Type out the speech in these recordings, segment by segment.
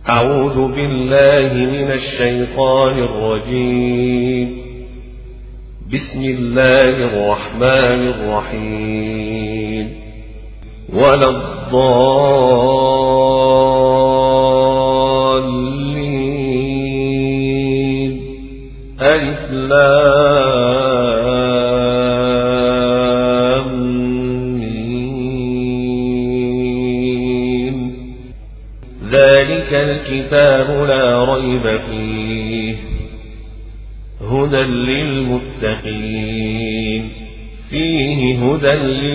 أعوذ بالله من الشيطان الرجيم. بسم الله الرحمن الرحيم. ولا الضالين. ألف لام ميم. ذلك الكتاب لا ريب فيه هدى للمتقين. فيه هدى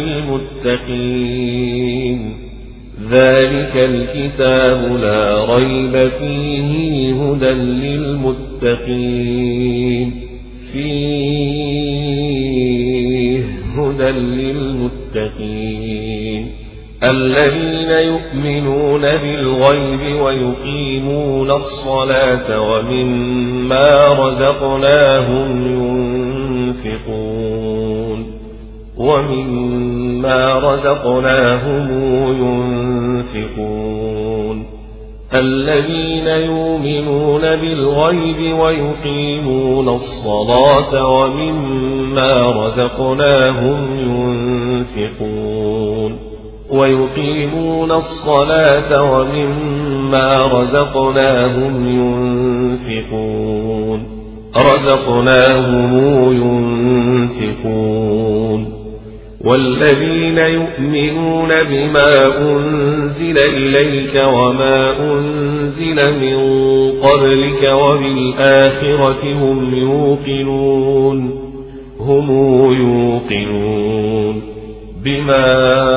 للمتقين. ذلك الكتاب لا ريب فيه هدى للمتقين. فيه هدى للمتقين الذين يؤمنون بالغيب ويقيمون الصلاة ومما رزقناهم ينفقون. الذين يؤمنون بالغيب ويقيمون الصلاة ومما رزقناهم ينفقون. والذين يؤمنون بما أنزل إليك وما أنزل من قبلك وبالآخرة هم يوقنون. بما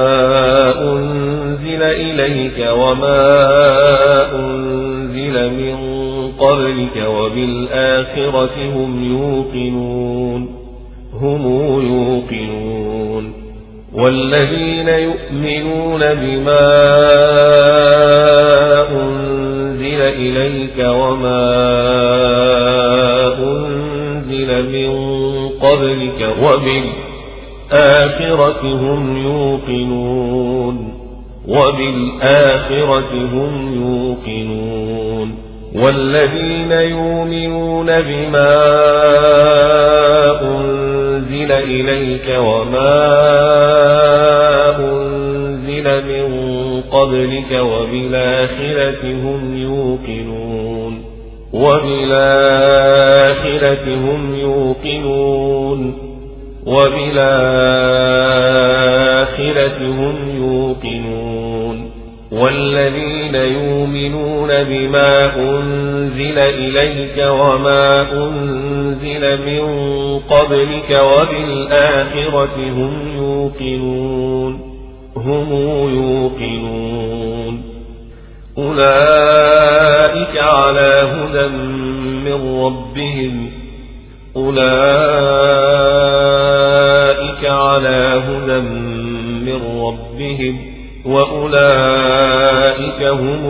أنزل إليك وما أنزل من قبلك وبالآخرة هم يوقنون. والذين يؤمنون بما أنزل إليك وما أنزل من قبلك وبالآخرة هم يوقنون. والذين يؤمنون بما أنزل إليك وما أنزل من قبلك وبالآخرة هم يوقنون. والذين يؤمنون بما أنزل إليك وما أنزل من قبلك وبالآخرة هم يوقنون. أولئك على هدى من ربهم وأولئك هم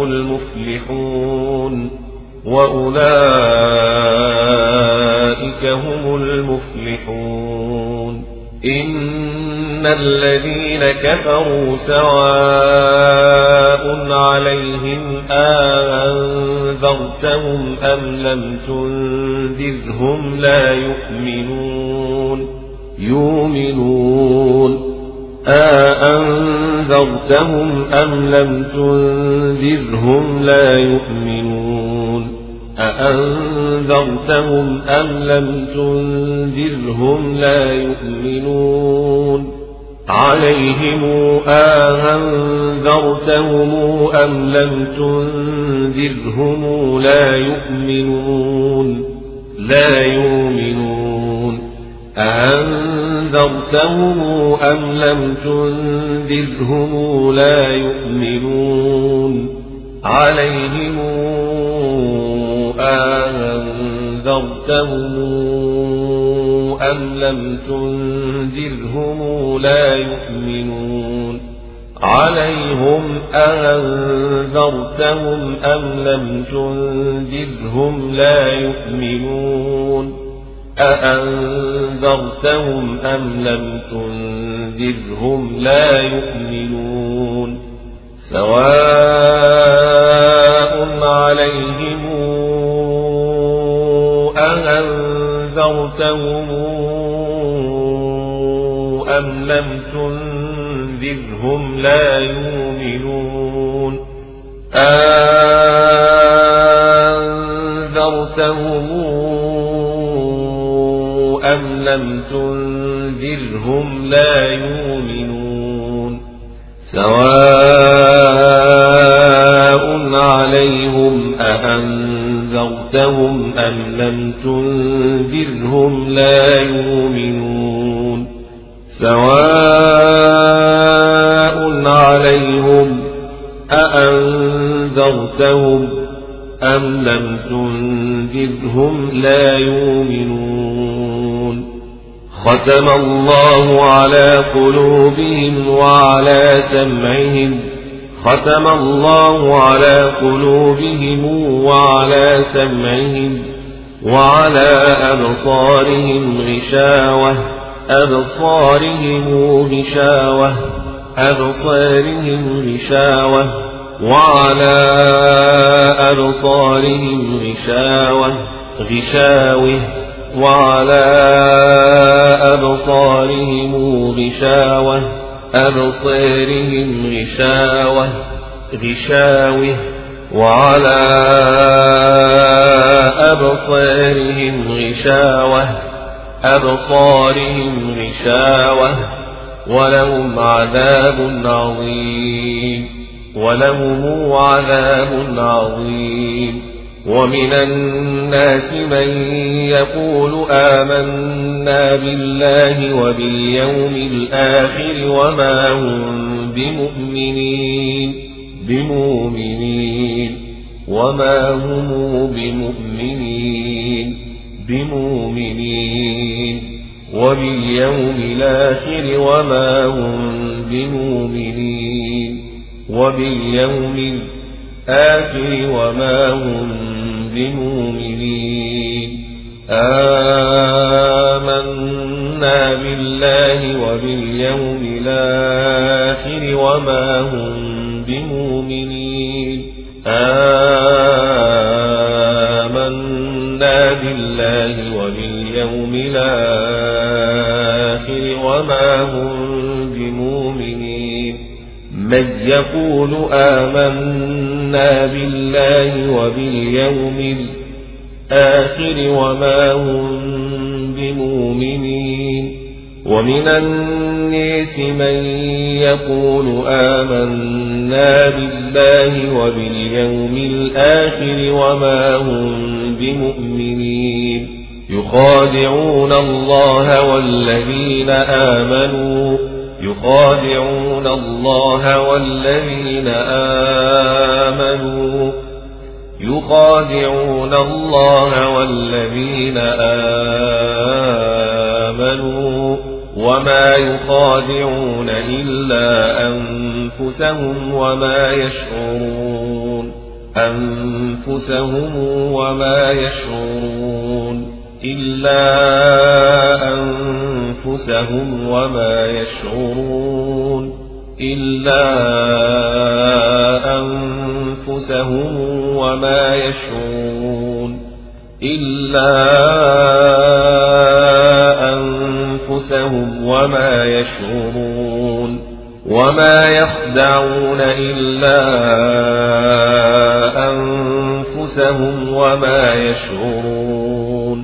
المفلحون. إن الذين كفروا سواء عليهم أنذرتهم أم لم تنذرهم لا يؤمنون. أأنذرتهم أم لم تنذرهم لا يؤمنون. عليهم أنذرتهم أم لم تنذرهم لا يؤمنون. أأنذرتهم أم لم تنذرهم لا يؤمنون. عليهم أنذرتهم أم لم تنذرهم لا يؤمنون. عليهم أنذرتهم أم لم تنذرهم لا يؤمنون. أأنذرتهم أم لم تنذرهم لا يؤمنون. سواء عليهم أأنذرتهم أم لم تنذرهم لا يؤمنون أنذرتهم أم لم تنذرهم لا يؤمنون سواء عليهم أأنذرتهم أم لم تنذرهم لا يؤمنون سواء عليهم أأنذرتهم أم لم تنذرهم لا يؤمنون ختم الله على قلوبهم وعلى سمعهم ختم الله على قلوبهم وعلى سمعهم وعلى أبصارهم غشاوة وعلى أبصارهم غشاوة وعلى أبصارهم غشاوة وعلى أبصارهم غشاوة ولهم عذاب عظيم ومن الناس من يقول آمنا بالله وباليوم الآخر وما هم بمؤمنين وباليوم الآخر وما هم بمؤمنين آمنا بالله وباليوم الآخر وما هم بمؤمنين آمنا بالله وباليوم الآخر وما هم بمؤمنين من يقول آمنا بالله وباليوم الآخر وما هم بمؤمنين ومن الناس من يقول آمنا بالله وباليوم الآخر وما هم بمؤمنين يخادعون الله والذين آمنوا وما يخادعون إلا أنفسهم وما يشعرون إلا أنفسهم وما يشعرون وما يخدعون إلا أنفسهم وما يشعرون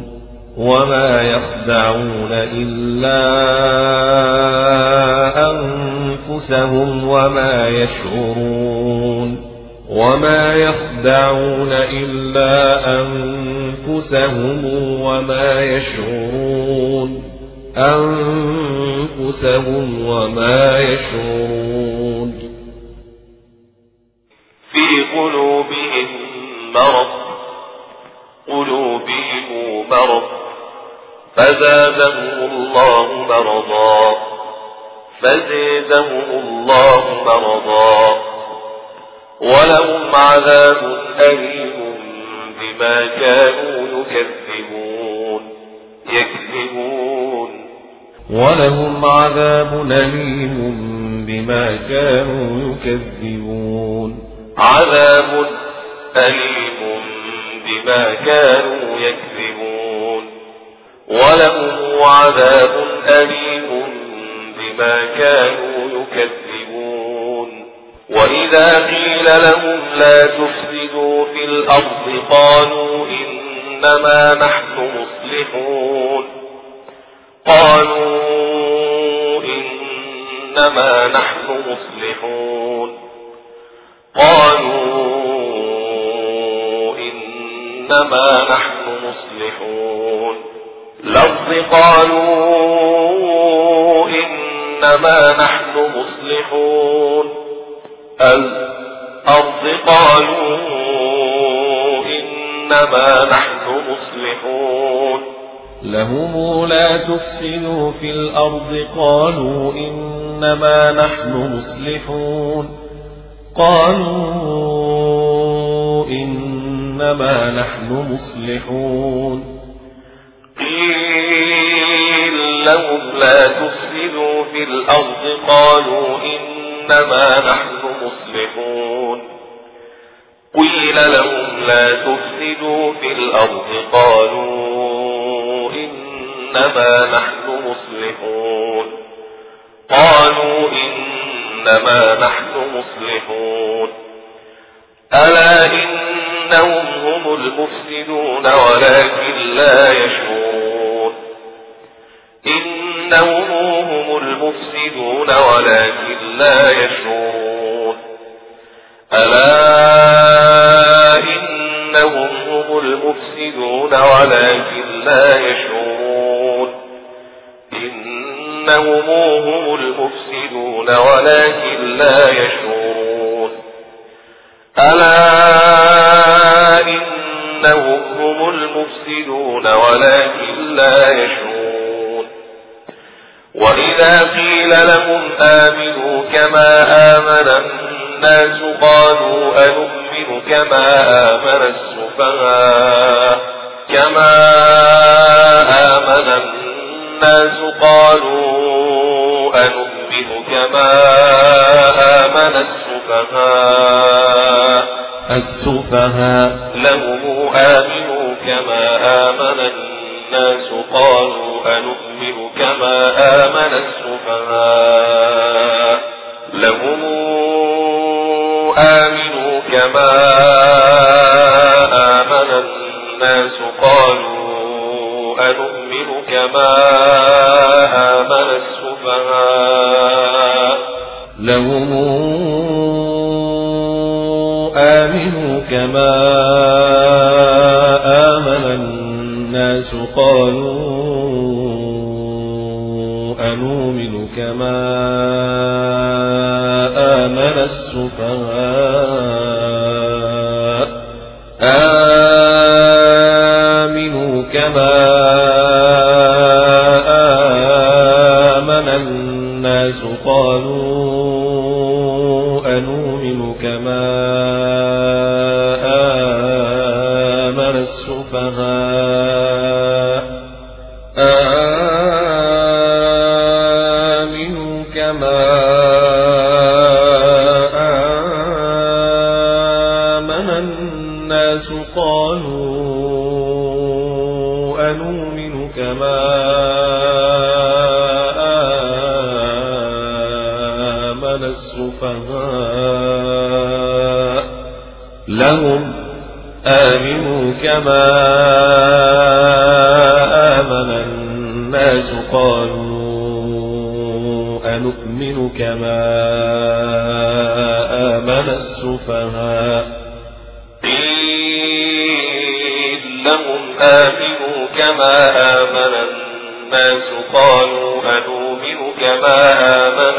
في قلوبهم مرض فزادهم الله مرضا ولهم عذاب أليم بما كانوا يكذبون أليم بما كانوا يكذبون ولهم عذاب أليم بما كانوا يكذبون وإذا قيل لهم لا تفسدوا في الأرض قالوا إنما نحن مصلحون الأرض قالوا إنما نحن مصلحون الأرض قالوا إنما نحن مصلحون لهم لا تفسدوا في الأرض قالوا إنما نحن مصلحون قيل لهم لا تفسدوا في الأرض قالوا إنما نحن مصلحون قيل لهم لا تفسدوا في الأرض قالوا إنما نحن مصلحون ألا إنهم هم المفسدون ولكن لا يشعرون ألا إنهم هم المفسدون ولكن لا يشعرون ألا إنهم هم المفسدون ولكن لا يشعرون وإذا قيل لهم آمنوا كما آمن الناس قالوا أنؤمن كما آمن السفهاء لهم آمنوا كما آمن الناس قالوا أنؤمن كما آمن السفهاء لهم آمنوا كما آمن الناس قالوا أنؤمن كما آمن السفهاء لهم آمنوا كما آمن الناس قالوا أنؤمن كما آمن السفهاء آمنوا كما آمن الناس قالوا أنؤمن كما آمن السفهاء آمنوا كما آمن الناس قالوا أنؤمن كما آمن السفهاء لهم آمنوا كما آمن الناس قالوا أنؤمن كما آمن السفهاء قيل لهم آمنوا كما آمن الناس قالوا أنؤمن كما آمن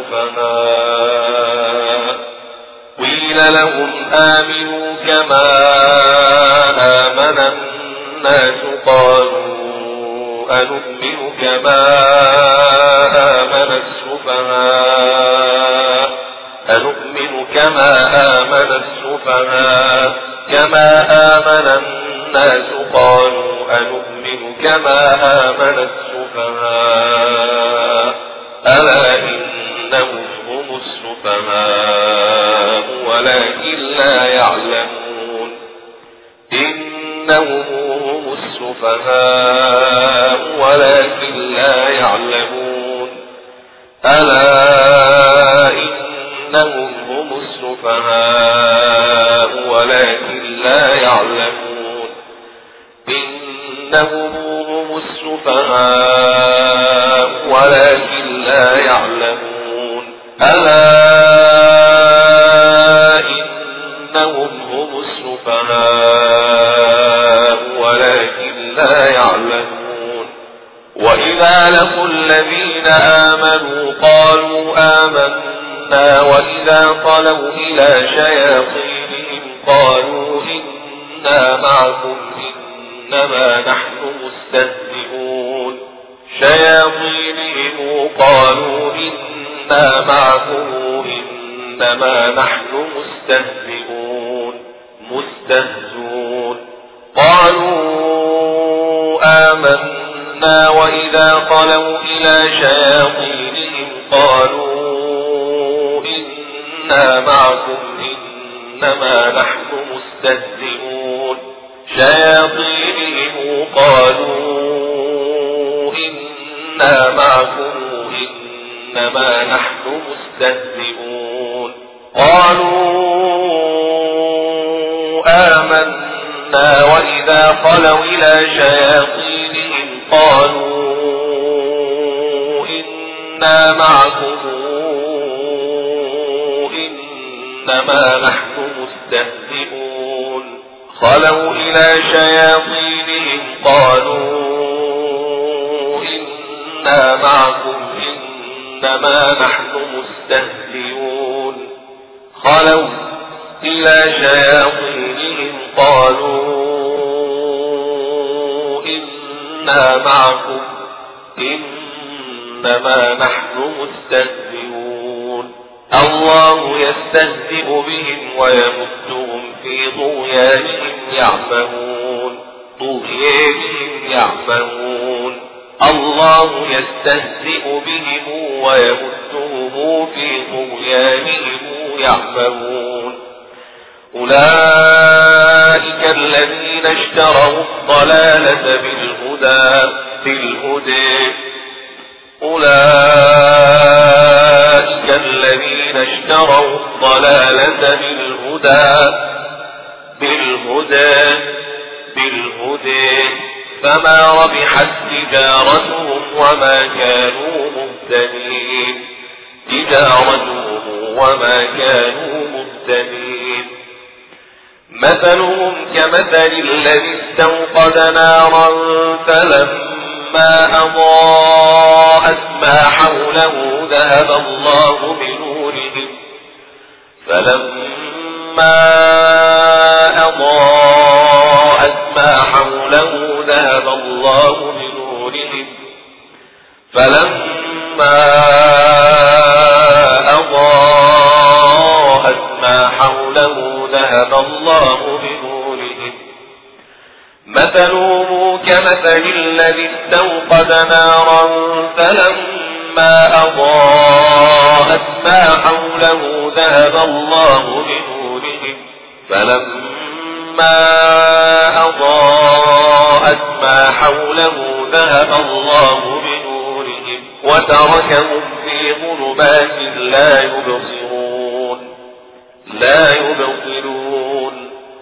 السفهاء قيل لهم آمنوا كما آمن الناس قالوا أنؤمن كما آمن السفهاء كما آمن الناس قالوا أنؤمن كما آمن السفهاء ألا إنهم هم السفهاء ولكن لا يعلمون هم السفهاء ولكن لا يعلمون ألا إنهم هم السفهاء ولكن لا يعلمون إنهم هم السفهاء ولكن لا يعلمون ألا إنهم هم السفهاء ولكن لا يعلمون وإذا لقوا الذين آمنوا قالوا آمنا وإذا خلوا إلى شياطينهم قالوا إنا معكم إنما نحن مستهزئون شياطينهم قالوا إنا معكم إنما نحن مستهزئون قالوا آمنا وإذا خلوا إلى شياطينهم قالوا إنا معكم إنما نحن مستهزئون شياطينهم قالوا إنا معكم إنما نحن مستهزئون قالوا آمنا وإذا خلوا إلى شياطينهم قالوا إنا معكم إنما نحن مستهزئون خلوا إلى شياطينهم قالوا إنا معكم إنما نحن مستهزئون خلوا إلى شياطينهم قالوا إنا معكم إنما نحن مستهزئون الله يستهزئ بهم ويمدهم في طغيانهم يعمهون الله يستهزئ بهم ويمدهم في طغيانهم يعمهون أولئك الذين اشتروا الضلالة بالهدى أولئك الذين اشتروا الضلالة بالهدى فما ربحت تجارتهم وما كانوا مهتدين مثلهم كمثل الذي استوقد نارا فلما أضاءت ما حوله ذهب الله بنورهم مثلهم كمثل الذي استوقد نارا فلما أضاءت ما حوله ذهب الله بنورهم وتركهم في ظلمات لا يبصرون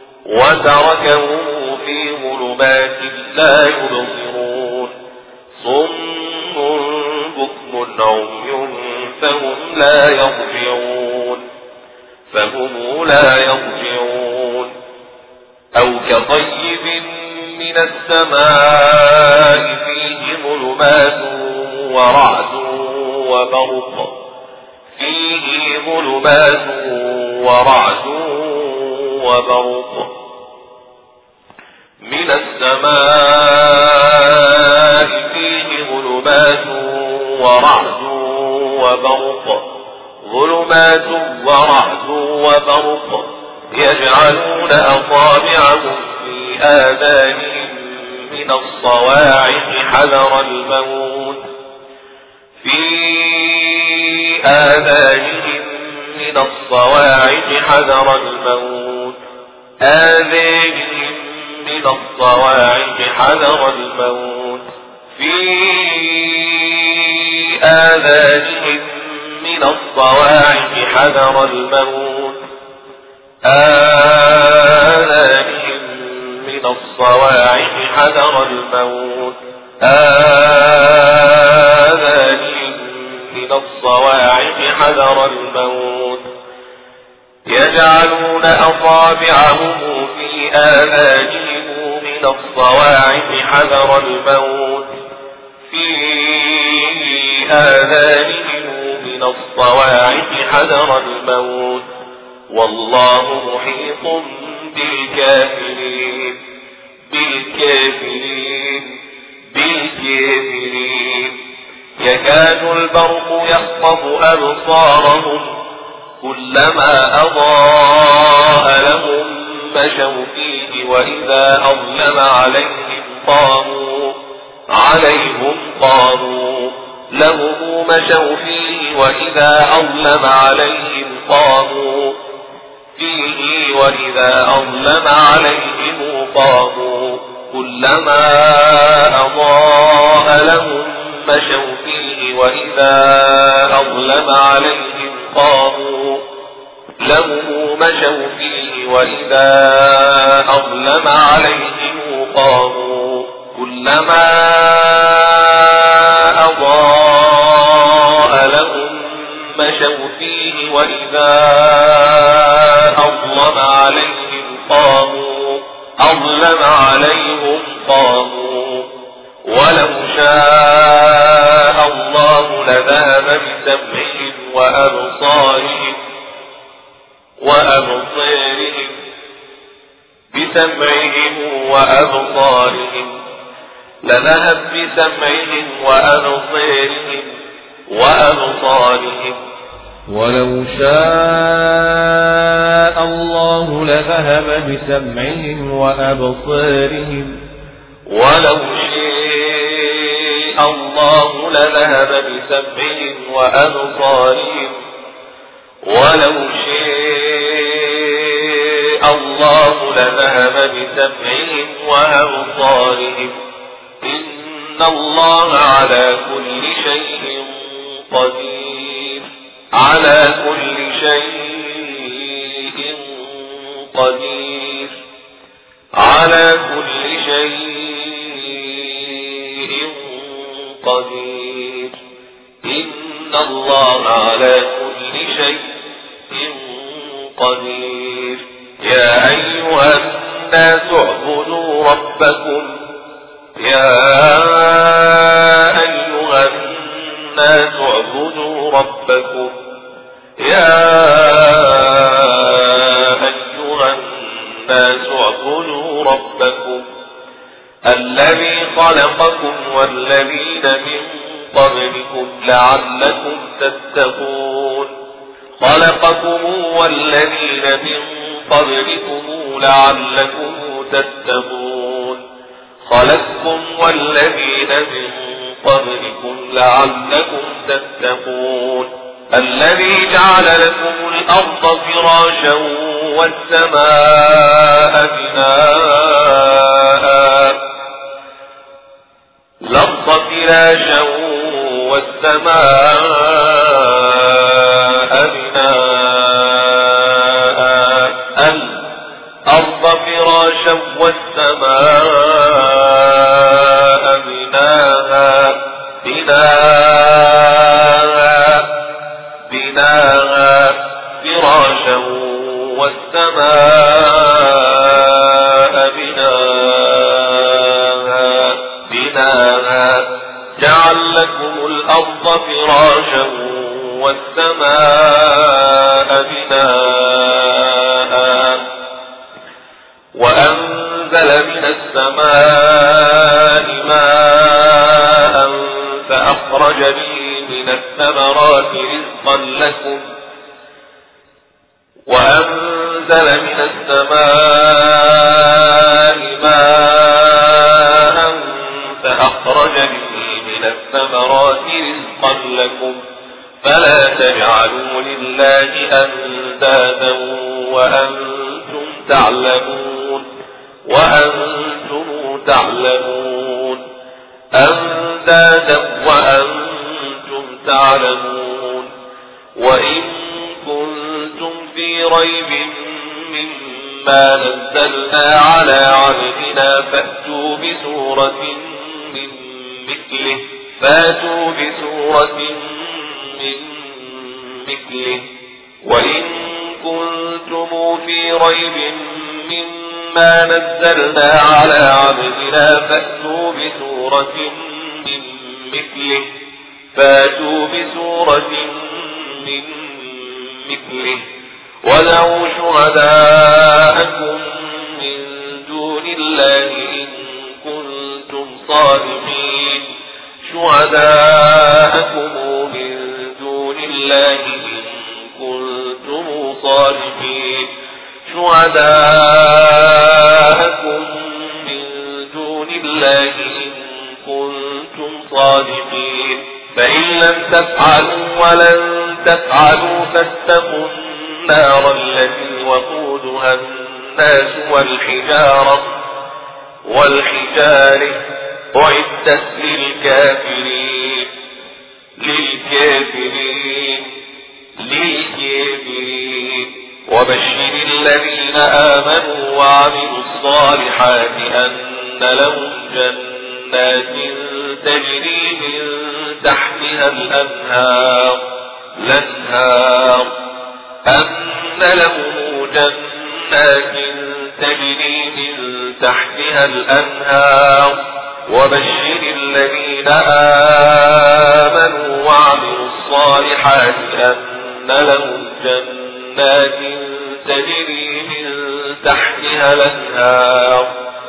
صم بكم عمي فهم لا يرجعون أو كطيب من السماء فيه ظلمات ورعد وبرق من السماء فيه ظلمات ورعد وبرق يجعلون أصابعهم في آذانهم من الصواعق حذر الموت من الصواعق حذر الموت في آذانهم من الصواعق حذر الموت آذانهم من الصواعق حذر الموت آذانهم من الصواعق حذر الموت يجعلون أصابعهم في آذانهم من الصواعق حذر الموت في آذانهم من الصواعق حذر الموت والله محيط بالكافرين بالكافرين يكاد البرق يخطف أبصارهم كلما أضاء لهم مشوا فيه وإذا أظلم عليهم قاموا له مشوا فيه وإذا أظلم عليهم قاموا فيه وإذا أظلم عليهم قاموا كلما أضاء لهم مشوا فيه وإذا أظلم عليهم قاموا له مشوا فيه وإذا أظلم عليهم قاموا كلما أضاء لهم مشوا فيه وإذا أظلم عليهم قاموا ولو شاء الله لذهب بسمعهم وأبصارهم لذهب بسمعهم وأبصارهم ولو شاء الله لذهب بسمعهم وأبصارهم ولو شاء الله لذهب بسمعهم وأبصارهم ولو شاء الله لذهب بسمعهم وأبصارهم إن الله على كل شيء قدير إن الله على كل شيء قدير يا أيها الناس اعبدوا ربكم الذي خلقكم والذين من قبلكم لعلكم تتقون الذي جعل لكم الأرض فراشا والسماء وأنزل من السماء ماء فأخرج به من الثمرات رزقا لكم فلا تجعلوا لله أندادا وأنتم تعلمون تعلمون أندادا وأنتم تعلمون وإن كنتم في ريب مما نزلنا على عبدنا فأتوا بسورة من مثله وإن كنتم في ريب مما نزلنا على عبدنا فأتوا بسورة من مثله ودعوا شهداءكم من دون الله إن كنتم صادقين فإن لم تفعلوا ولن تفعلوا فاتقوا النار التي وقودها الناس والحجارة أعدت للكافرين وبشر الذين آمنوا وعملوا الصالحات أن لهم جنات تجري من تحتها الأنهار وبشر الذين آمنوا وعملوا الصالحات أن لهم جنات تجري من تحتها الأنهار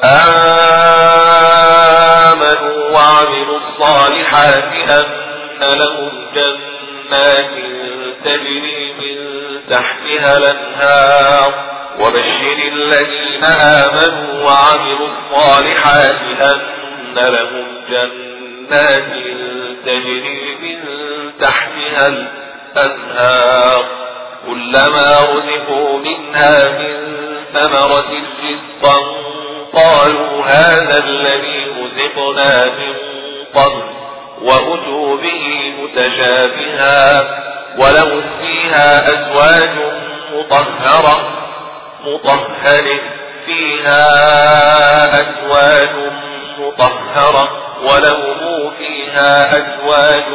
آمنوا وعملوا الصالحات أن لهم جنات تجري من تحتها الأنهار وبشر الذين آمنوا وعملوا الصالحات أن لهم جنات تجري من تحتها الأنهار كلما رزقوا منها من ثمرة رزقا قالوا هذا الذي رزقنا من قبل وأتوا به متشابها ولهم فيها أزواج مطهرة ولهم فيها أزواج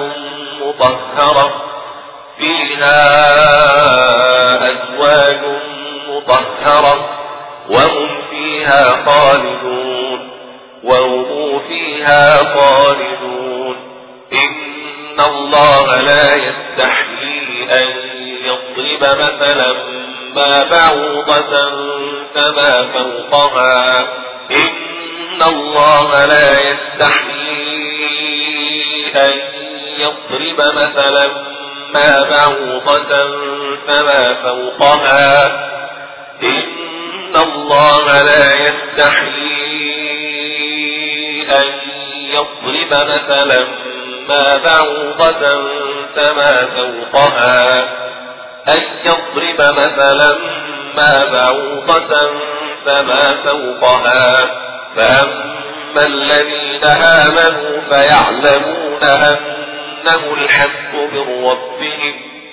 مطهرة وهم فيها خالدون إن الله لا يستحيي أن يضرب مثلا ما بعوضة فما فوقها إن الله لا يستحيي أن يضرب مثلا ما بعوضة فما فوقها إن الله لا يستحيي أن يضرب مثلا ما بعوضة فما فوقها فأما الذين آمنوا فيعلمون أنه الحق من ربهم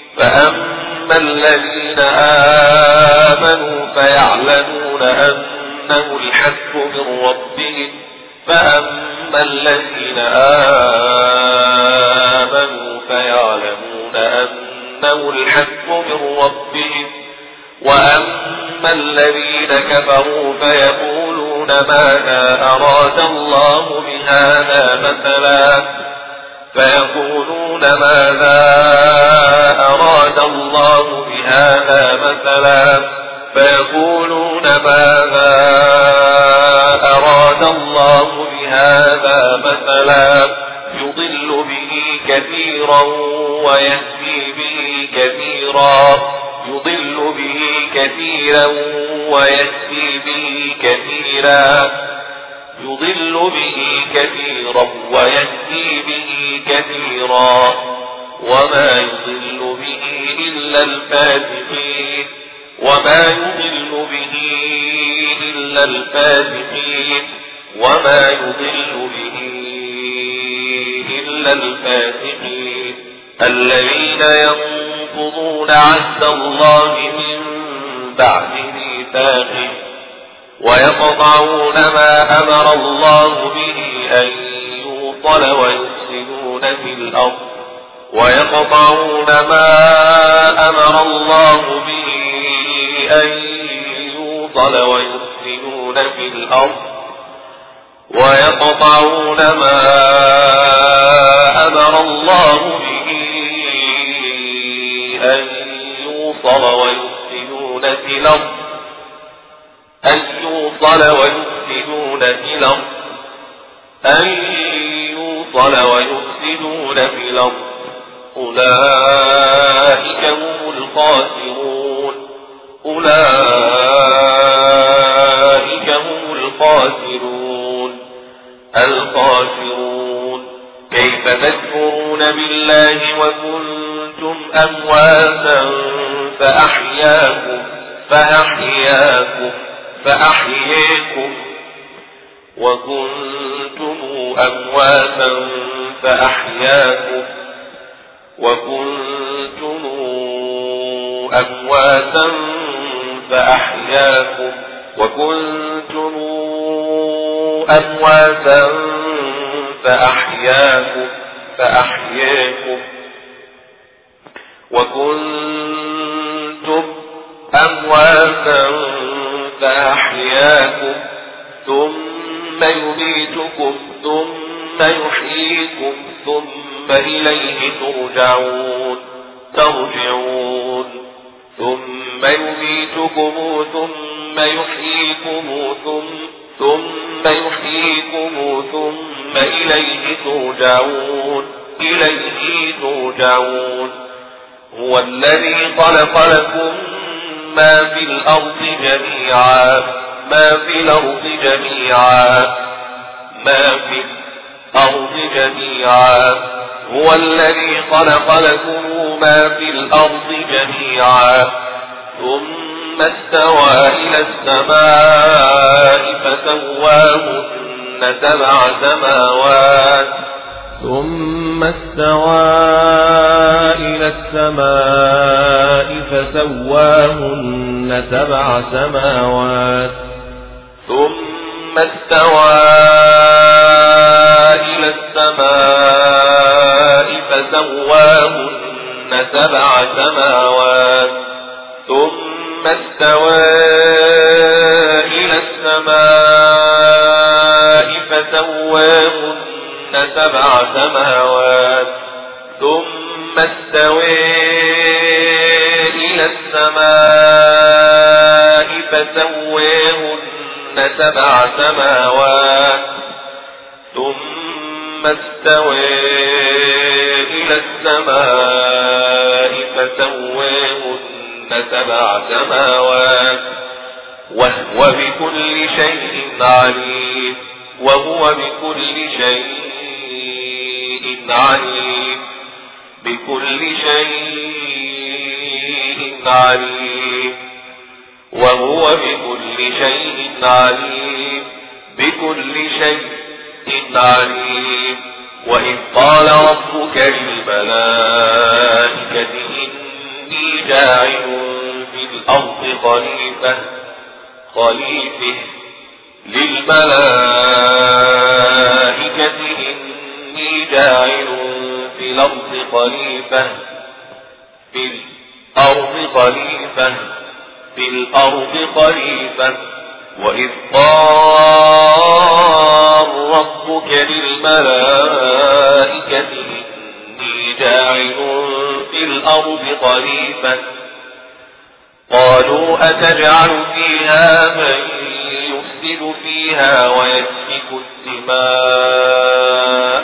فأما الذين آمنوا فيعلمون أنه الحق من ربهم وأما الذين كفروا فيقولون ماذا أراد الله بهذا مثلا يضل به كثيرا ويهدي به كثيرا وما يضل به إلا الفاسقين وما يضل به إلا الفاسقين الذين ينقضون عهد الله من بعد ميثاقه ويقطعون ما أمر الله به أن يوصل ويفسدون في الأرض ويقطعون ما أمر الله به أن يوصل ويفسدون في الأرض ويقطعون ما أمر الله به أن يوصل ويفسدون في الأرض أولئك هم الخاسرون كيف تكفرون بالله وكنتم أمواتا فأحياكم وكنتم أمواتا فأحياكم ثم يميتكم ثم يحييكم ثم إليه ترجعون ثم يميتكم ثم يحييكم ثم إليه ترجعون هو الذي خلق لكم ما في الأرض جميعا هو الذي خلق لكم ما في الأرض جميعا ثم استوى إلى السماء فسواهن سبع سماوات وهو بكل شيء عليم وإذ قال ربك للملائكة إني جاعل في الأرض خليفة وإذ قال ربك للملائكة إني جاعل في الأرض خليفة قالوا أتجعل فيها من يفسد فيها ويسفك الدماء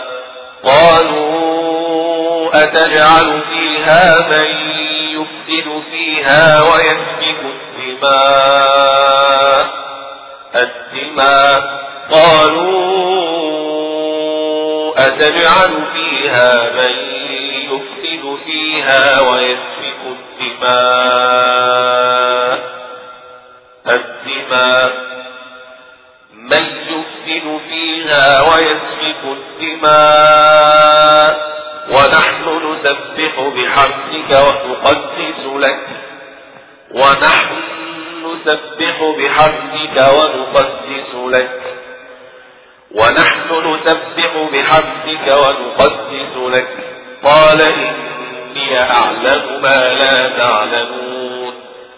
من يفسد فيها ويسفك الدماء ونحن نسبح بحمدك ونقدس لك قال إني أعلم ما لا تعلمون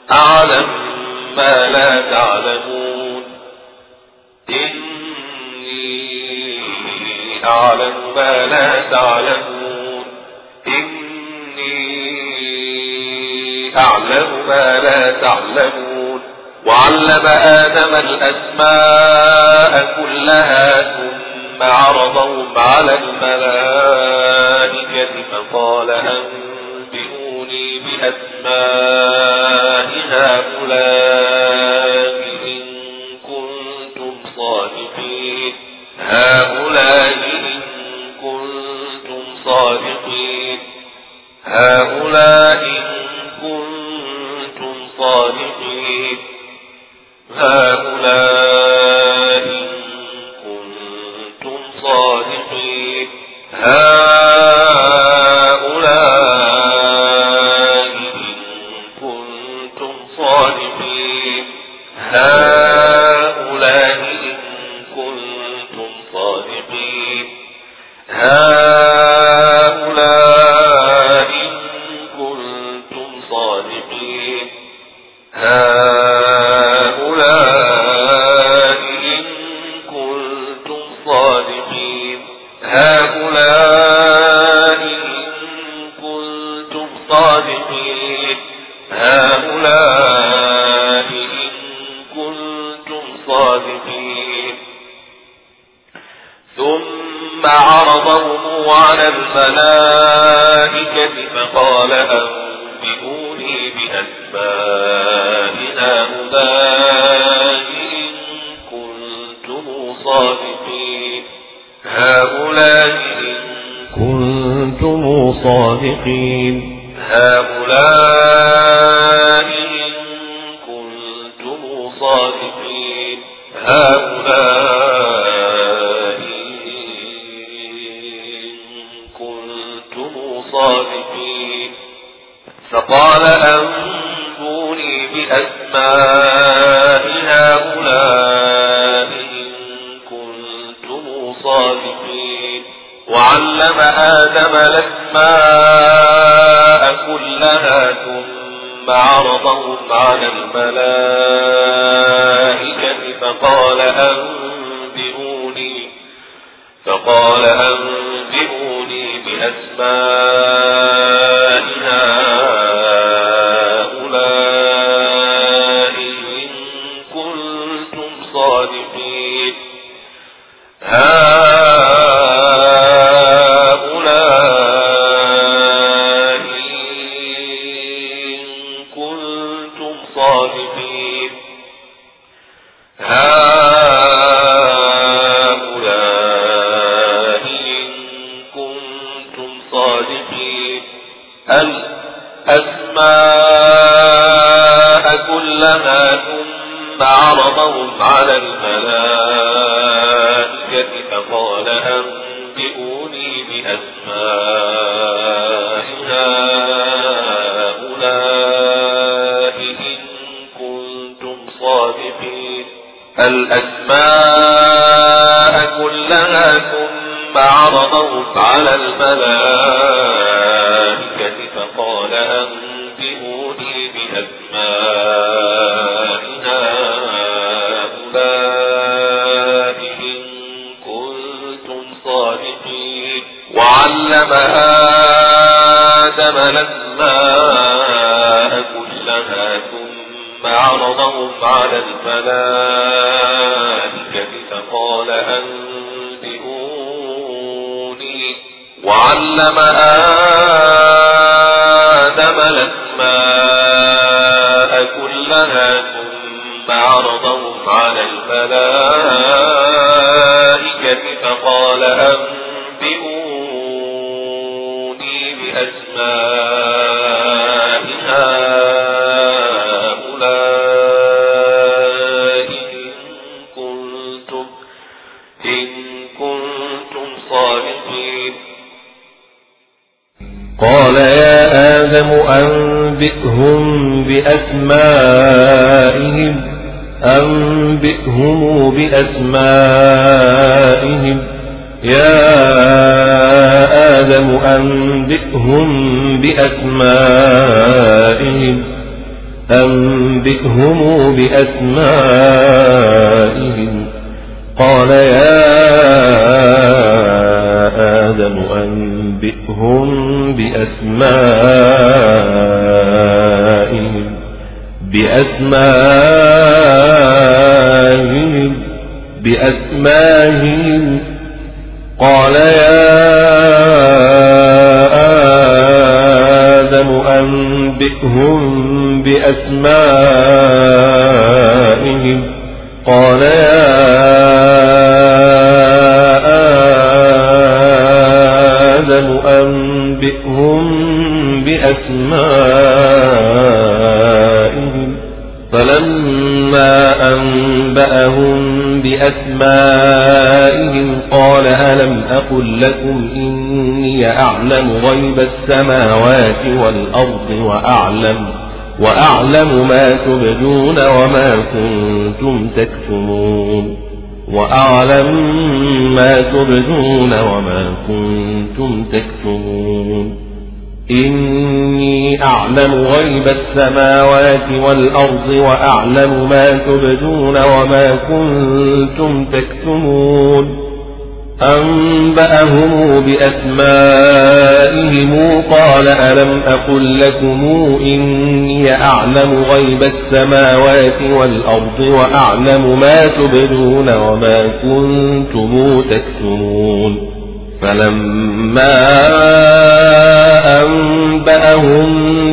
وعلم آدم الأسماء كلها ثم عرضهم على الملائكة فقال أنبئوني بأسماء هؤلاء إن كنتم صادقين ثم عرضهم على الملائكة فقال أنبئوني بأسماء هؤلاء إن كنتم صادقين فقال أنبئوني بأسماء هؤلاء إن كنتم صادقين وعلم آدم الأسماء كلها ثم عرضهم على الملائكة فقال أنبئوني بأسماء هؤلاء إن كنتم صادقين الأسماء كلها ثم عرضهم على الملائكة فقال أنبئوني بأسماء هؤلاء إن كنتم صادقين الأسماء كلها ثم عرضهم على الملائكة فقال أنبئوني بأسماء هؤلاء إن كنتم صادقين وعلم آدم الأسماء كلها ثم عرضهم على الملائكة فقال أنبئوني وعلم آدم الأسماء كلها ثم عرضهم على الملائكة فقال أنبئوني بأسماء هؤلاء إن آدم أنبئهم بأسمائهم يا آدم أنبئهم بأسمائهم قال يا آدم أنبئهم بأسمائهم قال يا آدم أنبئهم بأسمائهم قال يا آدم أنبئهم بأسمائهم فلما أنبأهم بأسمائهم قال ألم أقل لكم إني أعلم غيب السماوات والأرض وأعلم ما تبدون وما كنتم تكتمون إني أعلم غيب السماوات والأرض وأعلم ما تبدون وما كنتم تكتمون أنبأهم بأسمائهم قال ألم أقل لكم إني أعلم غيب السماوات والأرض وأعلم ما تبدون وما كنتم تكتمون فلما أنبأهم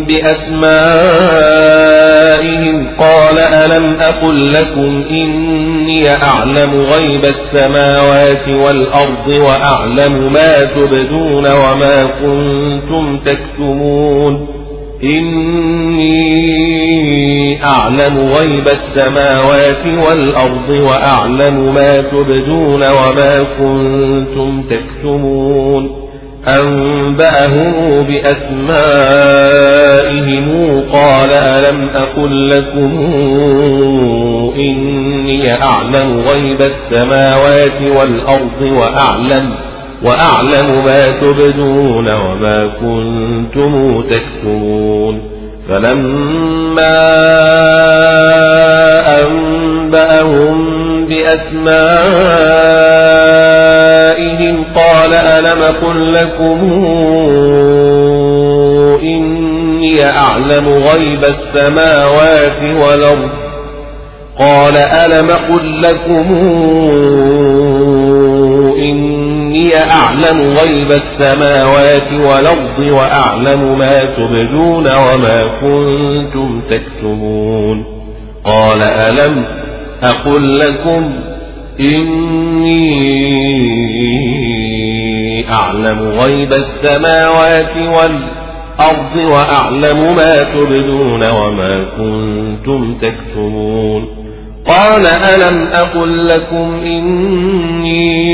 بأسمائهم قال ألم أقل لكم إني أعلم غيب السماوات والأرض وأعلم ما تبدون وما كنتم تكتمون إني أعلم غيب السماوات والأرض وأعلم ما تبدون وما كنتم تكتمون أنبأهم بأسمائهم قال ألم أقل لكم إني أعلم غيب السماوات والأرض وأعلم ما تبدون وما كنتم تكتمون فلما أنبأهم بأسمائهم قال ألم أقل لكم إني أعلم غيب السماوات والأرض قال ألم أقل لكم إني أعلم غيب السماوات والأرض وأعلم ما تبدون وما كنتم تكتمون قال ألم أقل لكم إني أعلم غيب السماوات والأرض وأعلم ما تبدون وما كنتم تكتمون قال ألم أقل لكم إني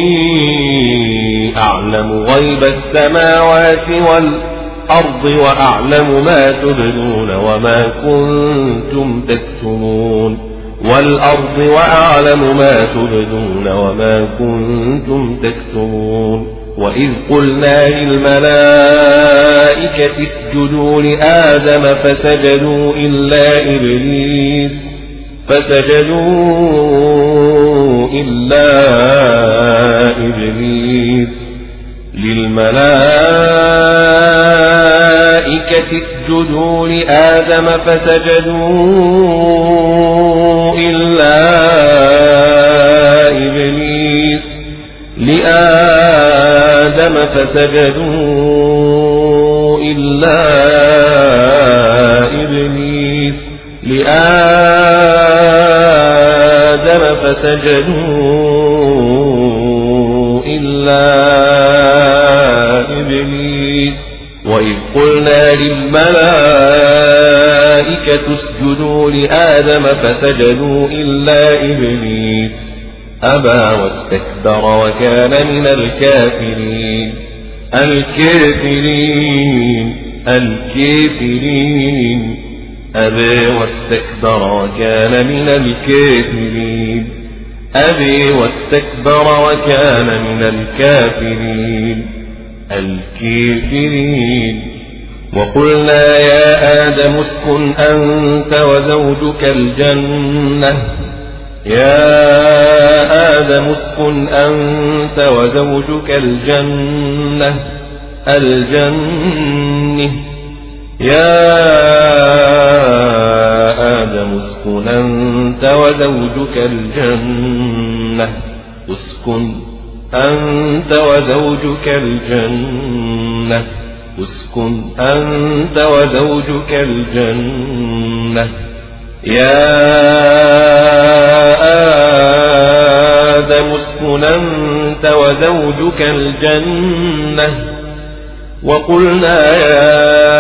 أعلم غيب السماوات والأرض وأعلم ما تبدون وما كنتم تكتمون والأرض وأعلم ما تبدون وما كنتم تكتمون وإذ قلنا للملائكة اسجدوا لآدم فسجدوا إلا إبليس للملائكة اسجدوا لآدم فسجدوا إلا إبليس لآدم فسجدوا إلا إبليس لآدم فسجدوا إلا إبليس وإذ قلنا للملائكة اسجدوا لآدم فسجدوا إلا إبليس أبى واستكبر وكان من الكافرين الكافرين أبى واستكبر وكان من الكافرين أبى واستكبر وكان من الكافرين الكافرين وقلنا يا آدم اسكن أنت وزوجك الجنة يا آدم اسكن أنت وزوجك الجنة يا آدم اسكن أنت وزوجك الجنة اسكن أنت وزوجك الجنة اسكن أنت وزوجك الجنة يا آدم اسكن أنت وزوجك الجنة وقلنا يا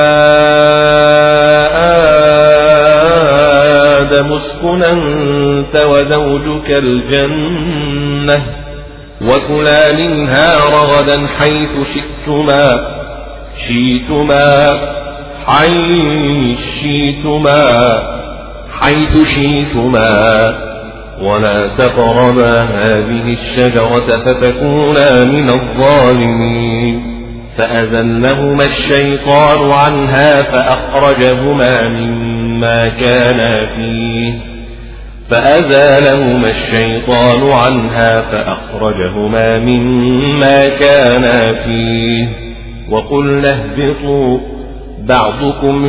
آدم اسكن أنت وزوجك الجنة وكلا منها رغدا حيث شئتما ولا تقربا هذه الشجرة فتكونا من الظالمين فأزلهما الشيطان عنها فأخرجهما مما كانا فيه وقلنا اهبطوا بعضكم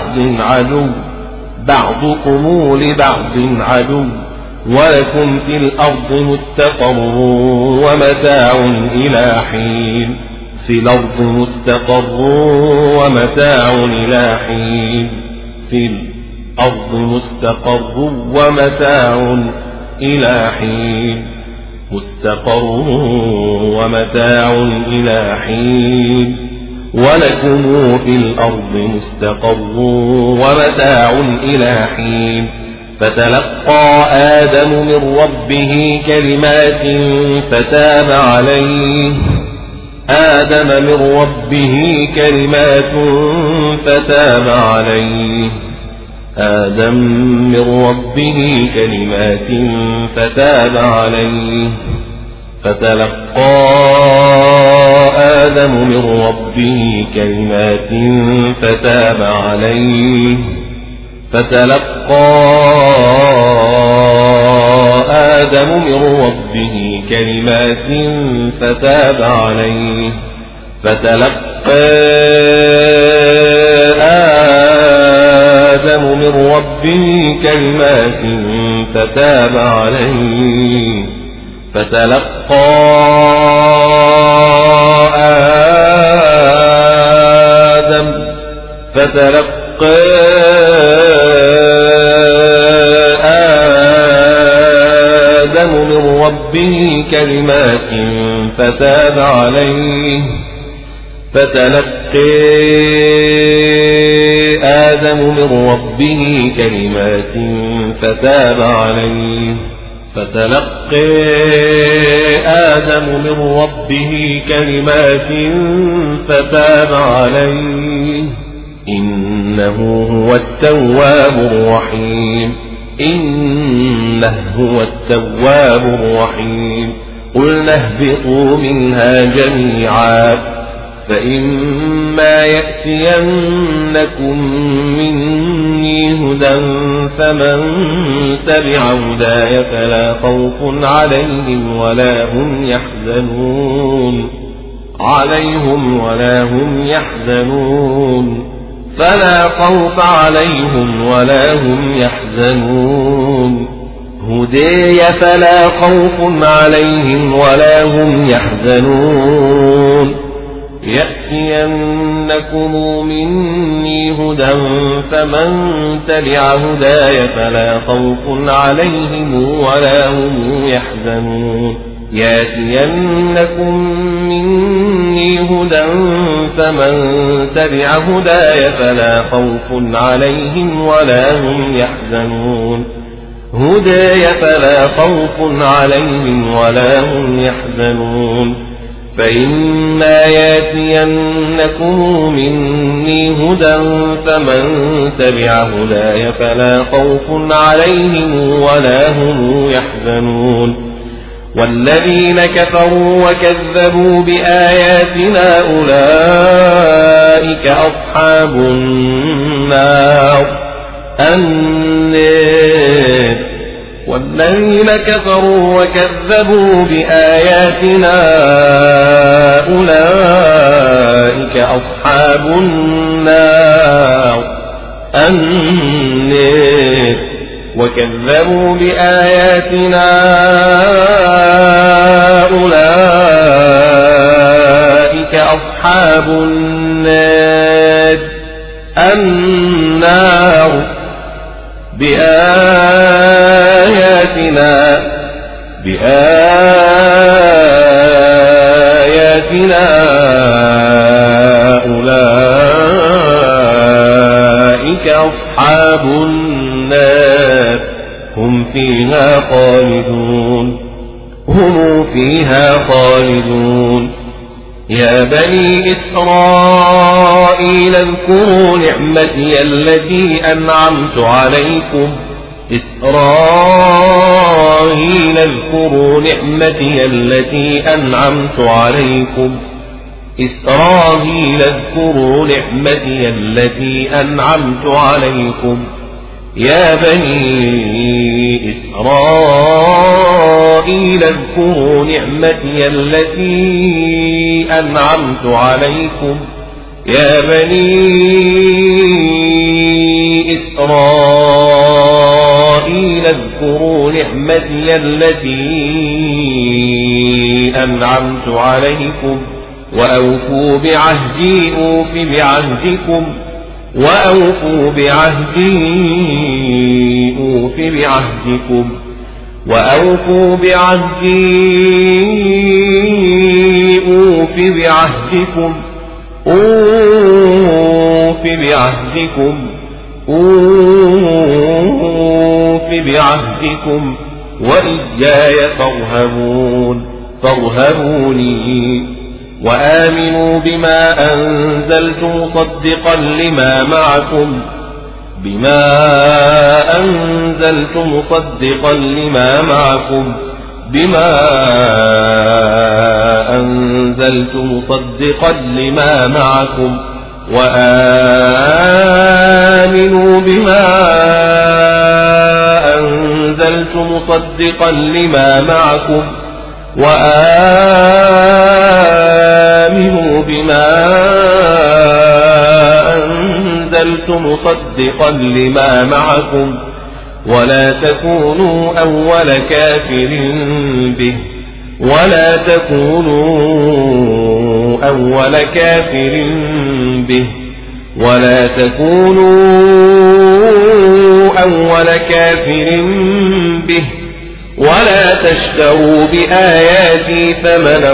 لبعض عدو ولكم في الأرض مستقر ومتاع إلى حين في الأرض مستقر ومتاع إلى حين ولكم في الأرض مستقر ومتاع إلى حين فتلقى آدم من ربه كلمات فتاب عليه فتلقى آدم من ربه كلمات فتاب عليه إنه هو التواب الرحيم قلنا اهبطوا منها جميعا فإما يأتينكم مني هدى فمن تبع هداي فلا خوف عليهم ولا هم يحزنون هداي فلا خوف عليهم ولا هم يحزنون يأتينكم مني هدى فمن تبع هداي فلا خوف عليهم ولا هم يحزنون فإما ياتينكم مني هدى فمن تبع هداي فلا خوف عليهم ولا هم يحزنون والذين كفروا وكذبوا بآياتنا أولئك أصحاب النار والذين كفروا وكذبوا بآياتنا أولئك أصحاب النار وكذبوا بآياتنا أولئك أصحاب النار بآياتنا أولئك أصحاب النار هم فيها خالدون يا بني إسرائيل اذكروا نعمتي التي أنعمت عليكم اذكروا نعمتي التي أنعمت عليكم يا بني إسرائيل اذكروا نعمتي التي أنعمت عليكم يا بني إسرائيل اذكروا نعمتي التي أنعمت عليكم وأوفوا بعهدي أوف بعهدكم وإياي فارهبوني وآمنوا بما أنزلت مصدقا لما معكم وآمنوا بما أنزلت مصدقا لما معكم ولا تكونوا أول كافر به ولا تشتروا بآياتي ثمنا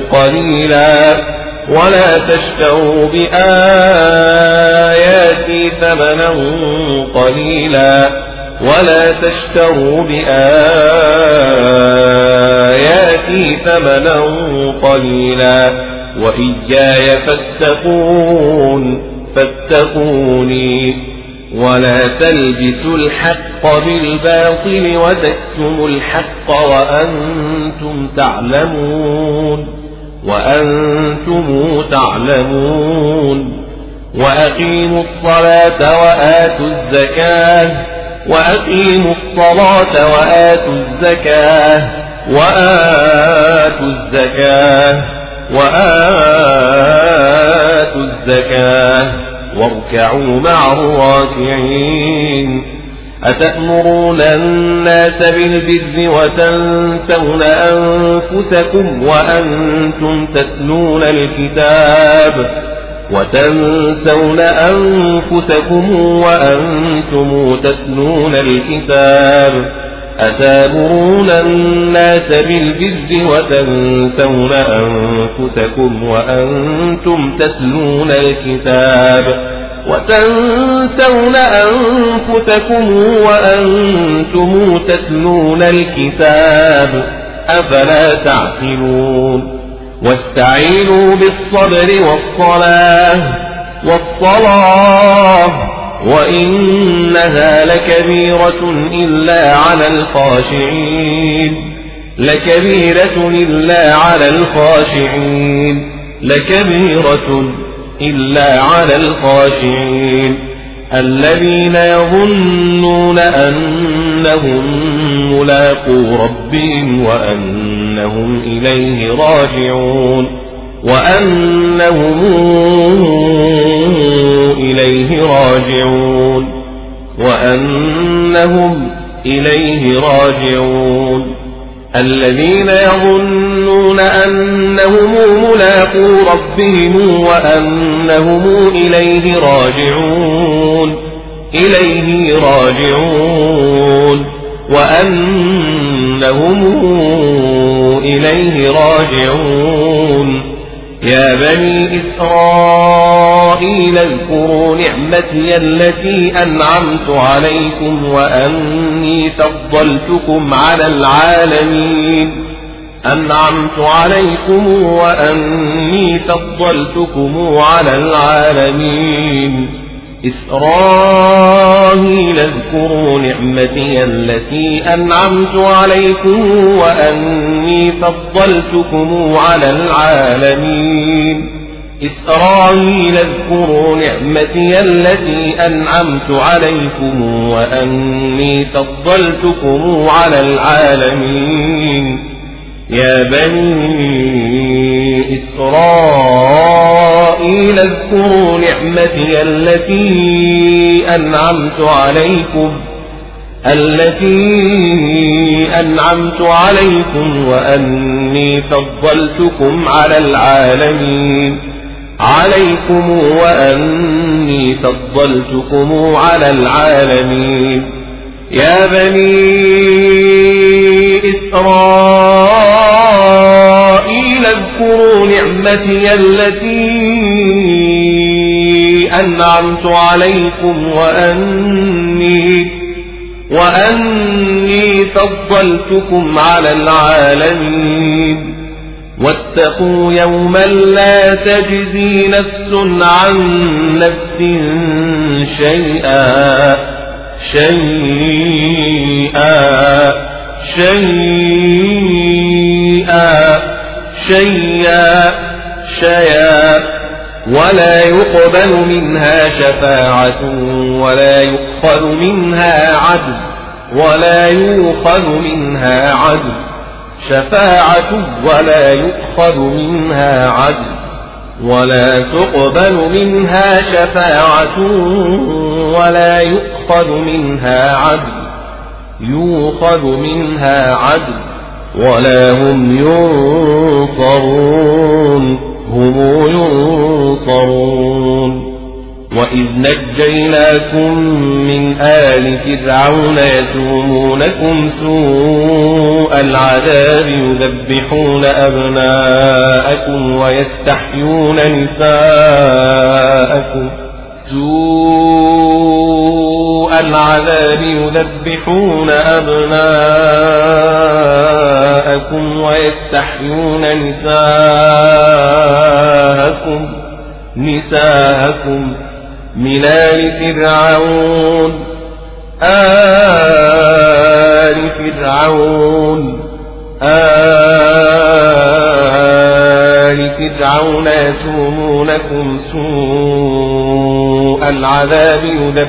قليلا وإياي فاتقوني ولا تلبسوا الحق بالباطل وتكتموا الحق وأنتم تعلمون وأقيموا الصلاة وآتوا الزكاة واركعوا مع الراكعين أتأمرون الناس بالبر وتنسون أنفسكم وأنتم تتلون الكتاب أتأمرون الناس بالبر وتنسون أنفسكم وأنتم تتلون الكتاب أفلا تعقلون واستعينوا بالصبر والصلاة وإنها لكبيرة إلا على الخاشعين الذين يظنون أنهم ملاقو ربهم وأنهم إليه راجعون الذين يظنون أنهم ملاقو ربهم وأنهم إليه راجعون يا بني إسرائيل اذكروا نعمتي التي أنعمت عليكم وأني فضلتكم على العالمين إسرائيل اذكروا نعمتي التي أنعمت عليكم وأني فضلتكم على العالمين إسرائيل اذكروا نعمتي التي أنعمت عليكم وأني فضلتكم على العالمين يا بني إسرائيل اذكروا نعمتي التي أنعمت عليكم وأني فضلتكم على العالمين يا بني إسرائيل اذكروا نعمتي التي أنعمت عليكم وأني فضلتكم على العالمين واتقوا يوما لا تجزي نفس عن نفس شيئا ولا يقبل منها شفاعة ولا يؤخذ منها عدل ولا تقبل منها شفاعة ولا يؤخذ منها عدل ولا هم ينصرون وإذ نجيناكم من آل فرعون يسومونكم سوء العذاب يذبحون أبناءكم ويستحيون نساءكم نساءكم من آل فرعون يسومونكم سوء العذاب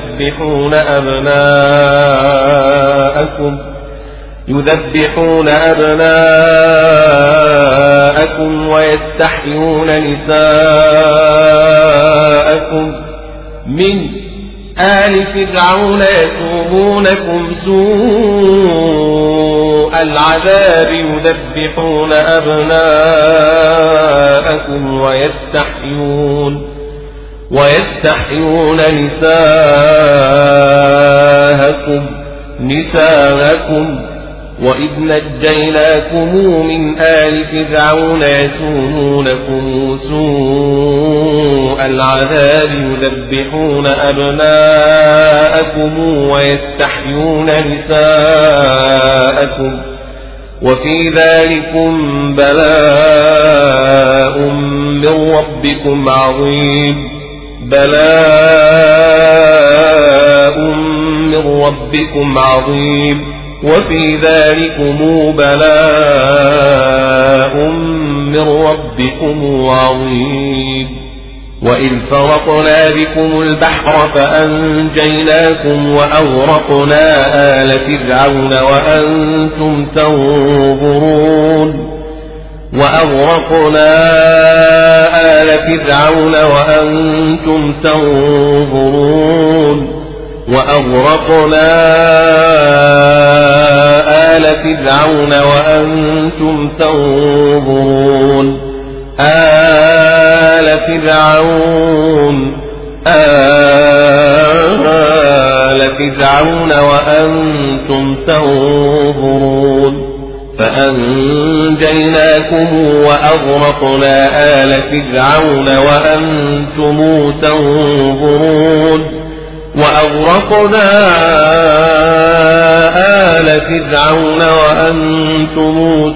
يذبحون أبناءكم ويستحيون نساءكم من آل فرعون يسومونكم سوء العذاب يذبحون أبناءكم ويستحيون نساءكم وإذ نجيناكم من آل فرعون يسومونكم سوء العذاب يذبحون أبناءكم ويستحيون نساءكم وفي ذلكم بلاء من ربكم عظيم بلاء من ربكم عظيم وفي ذلكم بلاء من ربكم عظيم وإذ فرقنا بكم البحر فأنجيناكم وأغرقنا آل فرعون وأنتم تنظرون وأغرقنا آل فرعون وأنتم تنظرون وأغرقنا آل فرعون وأنتم تنظرون آل فرعون وأنتم تنظرون فأنجيناكم وأغرقنا آل فرعون وأنتم تنظرون وأغرقنا آل فرعون وأنتم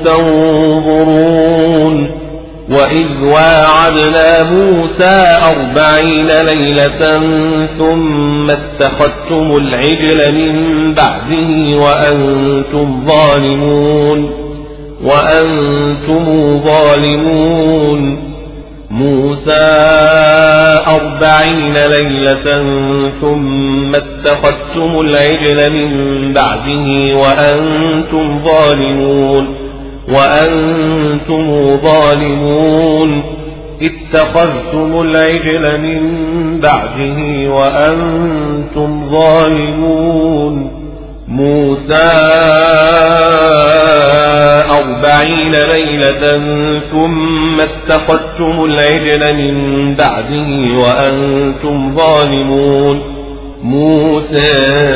تنظرون وإذ واعدنا موسى 40 ليلة ثم اتخذتم العجل من بعده وأنتم ظالمون موسى 40 ليلة ثم اتخذتم العجل من بعده وأنتم ظالمون اتخذتم العجل من بعده وأنتم ظالمون موسى 40 ليلة ثم اتخذتم العجل من بعده وأنتم ظالمون موسى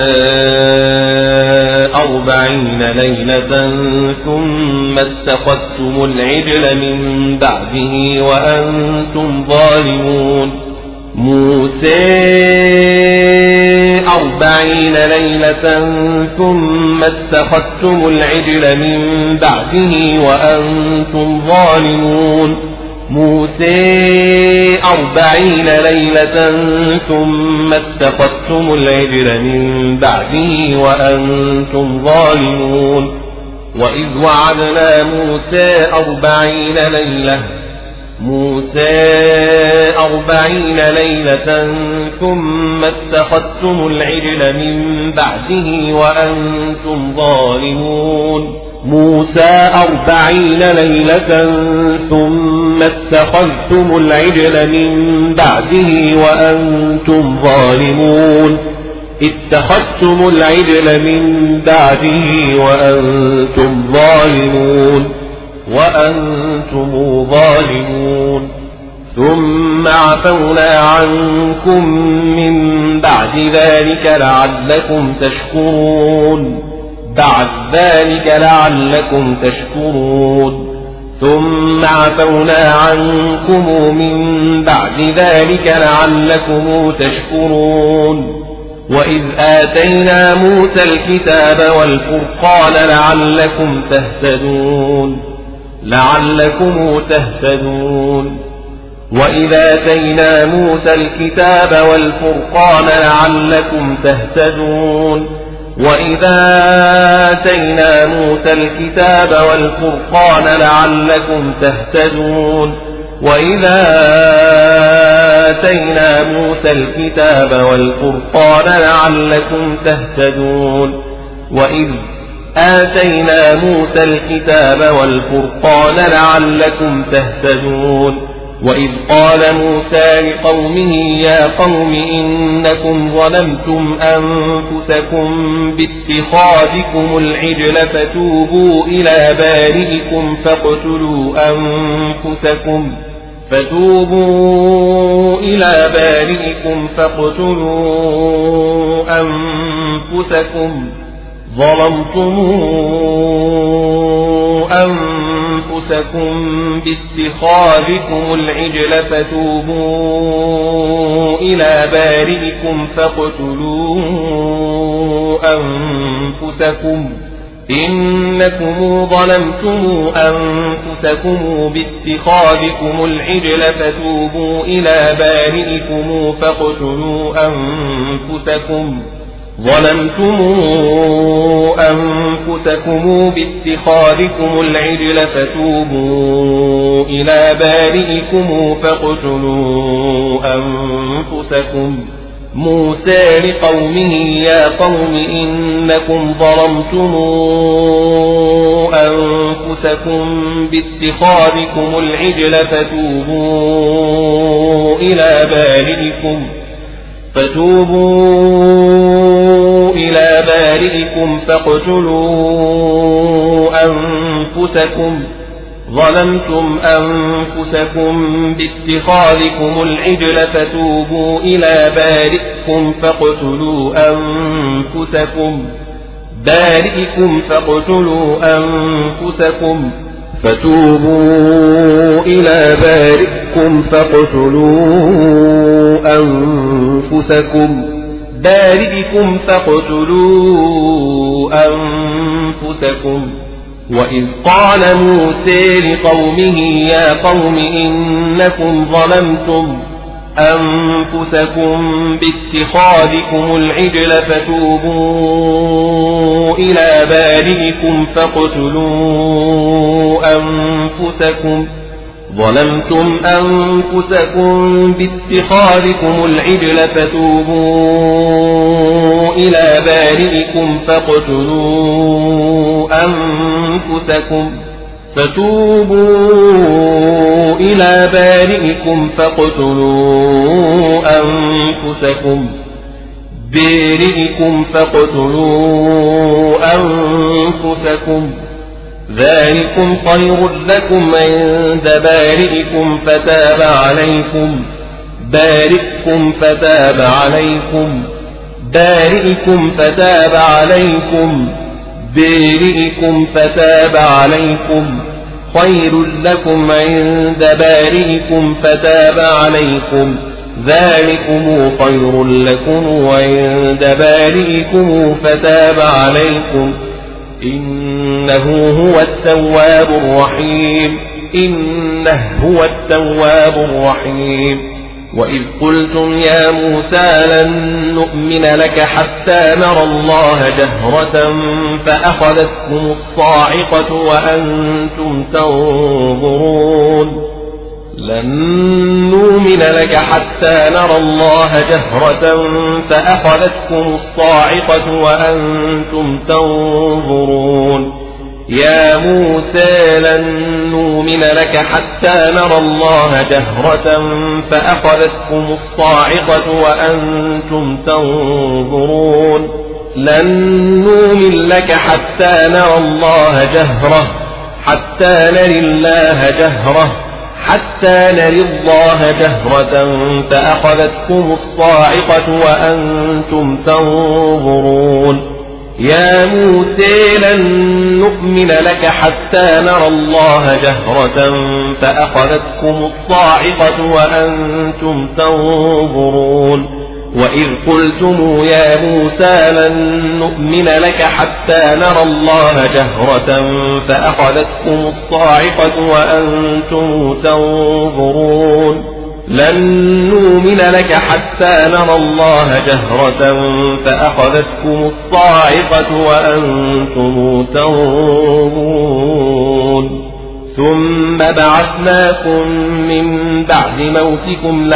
40 ليلة ثم اتخذتم العجل من بعده وأنتم ظالمون موسى 40 ليلة ثم اتخذتم العجل من بعده وأنتم ظالمون موسى 40 ليلة ثم اتخذتم العجل من بعده وأنتم ظالمون وإذ وعدنا موسى 40 ليلة ثم اتخذتم العجل من بعده وأنتم ظالمون موسى 40 ليلة ثم اتخذتم العجل من بعده وأنتم ظالمون اتخذتم العجل من بعده وأنتم ظالمون ثم عفونا عنكم من بعد ذلك لعلكم تشكرون ثم عفونا عنكم من بعد ذلك لعلكم تشكرون وإذ آتينا موسى الكتاب والفرقان لعلكم تهتدون وإذ آتينا موسى الكتاب والفرقان لعلكم تهتدون وإذا آتينا موسى الكتاب والفرقان لعلكم تهتدون وإذا آتينا موسى الكتاب والفرقان لعلكم تهتدون وإذ آتينا موسى الكتاب والفرقان لعلكم تهتدون وإذ قال موسى لقومه يا قوم إنكم ظلمتم أنفسكم باتخاذكم العجل فتوبوا إلى بارئكم فاقتلوا أنفسكم ظلمتم أنفسكم باتخاذكم العجل فتوبوا إلى بارئكم فاقتلوا إنكم ظلمتم أنفسكم باتخاذكم العجل فتوبوا إلى بارئكم فاقتلوا أنفسكم ظلمتم أنفسكم باتخاذكم العجل فتوبوا إلى بارئكم فاقتلوا أنفسكم موسى لقومه يا قوم إنكم ظلمتم أنفسكم باتخاذكم العجل فتوبوا إلى بارئكم فاقتلوا أنفسكم ظلمتم أنفسكم باتخاذكم العجل فتوبوا إلى بارئكم فاقتلوا أنفسكم فتوبوا إلى بارئكم فاقتلوا أنفسكم وإذ قال موسى لقومه يا قوم إنكم ظلمتم أنفسكم باتخاذكم العجل فتوبوا إلى بارئكم فاقتلوا أنفسكم ظلمتم أنفسكم باتخاذكم العجل فتوبوا إلى بارئكم فاقتلوا أنفسكم ذلكم خير لكم عند بارئكم فتاب عليكم خير لكم عند بارئكم فتاب عليكم ذلكم خير لكم عند بارئكم فتاب عليكم إنه هو التواب الرحيم وإذ قلتم يا موسى لن نؤمن لك حتى نرى الله جهرة فأخذتكم الصاعقة وأنتم تنظرون لن نؤمن لك حتى نرى الله جهرة فأخذتكم الصاعقة وأنتم تنظرون يا موسى لن نؤمن لك حتى نرى الله جهرة فأخذتكم الصاعقة وأنتم تنظرون لن نؤمن لك حتى نرى الله جهرة حتى نري الله جهرة فأخذتكم الصاعقة وأنتم تنظرون يا موسى لن نؤمن لك حتى نرى الله جهرة فأخذتكم الصاعقة وأنتم تنظرون وإذ قلتم يا موسى لن نؤمن لك حتى نرى الله جهرة فأخذتكم الصاعقة وأنتم تنظرون لن نؤمن لك حتى نرى الله جهرة فأخذتكم الصاعقة وأنتم تنظرون ثم بعثناكم من بعد موتكم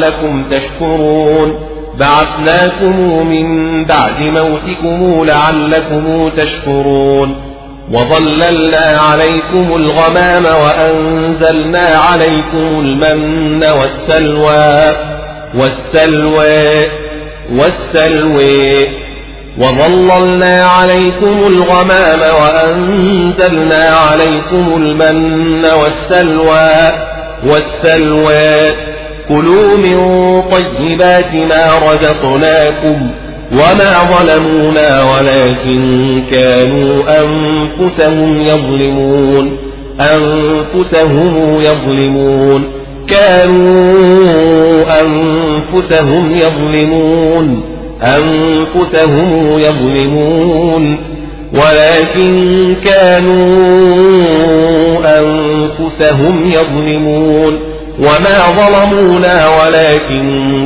لعلكم تشكرون وظللنا عليكم الغمام وأنزلنا عليكم المن وظللنا عليكم الغمام وأنزلنا عليكم المن والسلوى كلوا من طيبات ما رزقناكم وما ظلمونا ولكن كانوا أنفسهم يظلمون ولكن كانوا أنفسهم يظلمون وما ظلمونا ولكن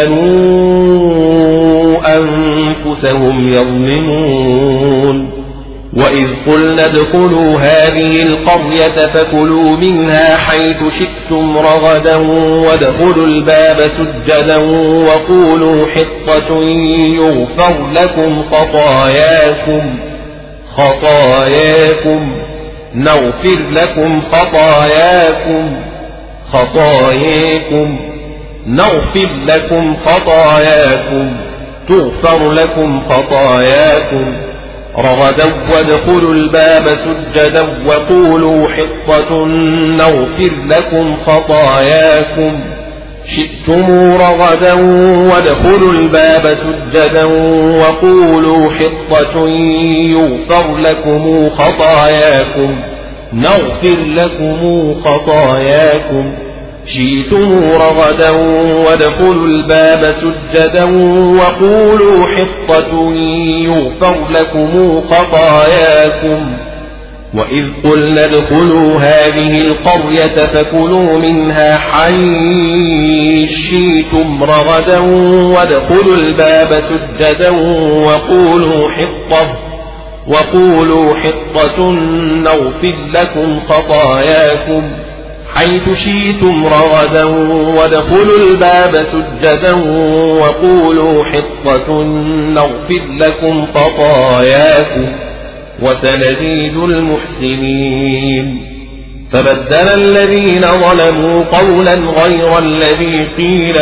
كانوا أنفسهم يظلمون وإذ قلنا ادخلوا هذه القرية فكلوا منها حيث شئتم رغدا وادخلوا الباب سجدا وقولوا حطة يغفر لكم خطاياكم نغفر لكم خطاياكم تغفر لكم خطاياكم رغدا وادخلوا الباب سجدا وقولوا حطة نغفر لكم خطاياكم شئتم رغدا وادخلوا الباب سجدا وقولوا حطة يغفر لكم خطاياكم نغفر لكم خطاياكم شئتم رغدا وادخلوا الباب سجدا وقولوا حطة يغفر لكم خطاياكم وإذ قلنا ادخلوا هذه القرية فكلوا منها حيث شئتم رغدا وادخلوا الباب سجدا وقولوا حطة نغفر لكم خطاياكم حيث شئتم رغدا وادخلوا الباب سجدا وقولوا حطة نغفر لكم خطاياكم وسنزيد المحسنين فبدل الذين ظلموا قولا غير الذي قيل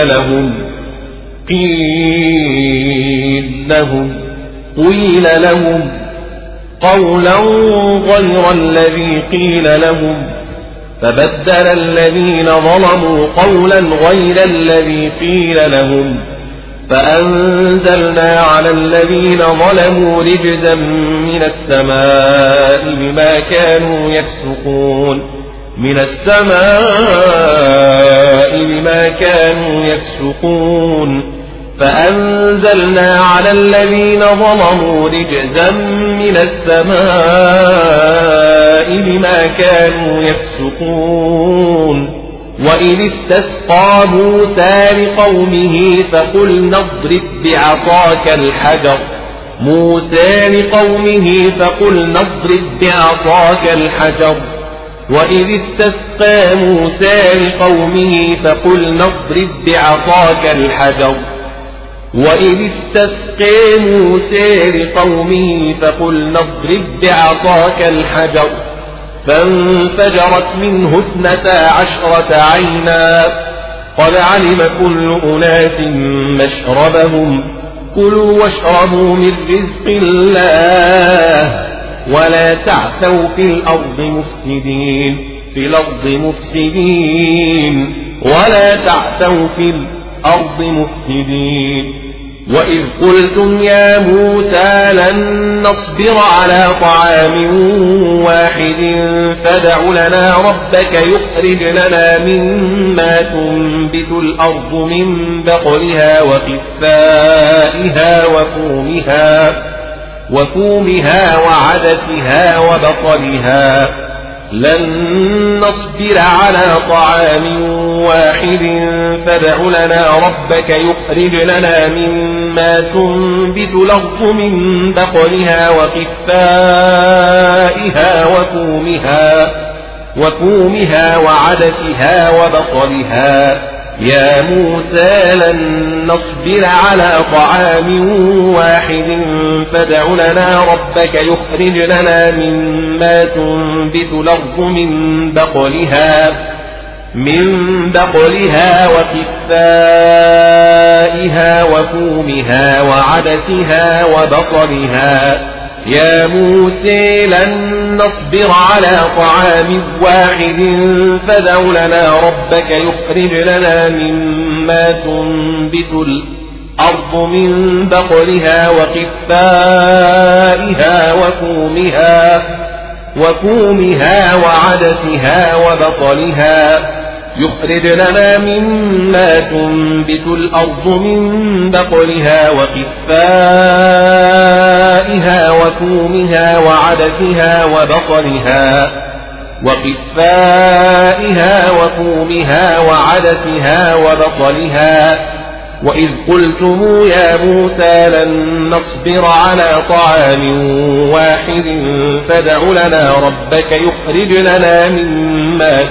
لهم قولا غير الذي قيل لهم فبدل الذين ظلموا قولا غير الذي قيل لهم فأنزلنا على الذين ظلموا رجزا من السماء بما كانوا يفسقون فأنزلنا على الذين ظلموا رجزا من السماء بما كانوا يفسقون وإذ استسقى موسى لقومه فقلنا اضرب بعصاك الحجر وإذ استسقى موسى لقومه فقلنا اضرب بعصاك الحجر فانفجرت منه 12 عينا قد علم كل أناس مشربهم كلوا واشربوا من رزق الله ولا تعثوا في الأرض مفسدين وإذ قلتم يا موسى لن نصبر على طعام واحد فادع لنا ربك يخرج لنا مما تنبت الأرض من بقلها وفومها وعدسها وبصلها لن نصبر على طعام واحد فادع لنا ربك يخرج لنا مما تنبت الأرض من بقلها وفومها وعدسها وبصلها يا موسى لن نصبر على طعام واحد فادع لنا ربك يخرج لنا مما تنبت الأرض من بقلها وقثائها وفومها وعدسها وبصلها يا موسى لن نصبر على طعام واحد فادع لنا ربك يخرج لنا مما تنبت الأرض من بقلها وقثائها وفومها وعدسها وبصلها يخرج لنا مما تنبت الأرض من بقلها وقثائها وفومها وعدسها وبصلها وإذ قلتم يا موسى لن نصبر على طعام واحد فادع لنا ربك يخرج لنا مما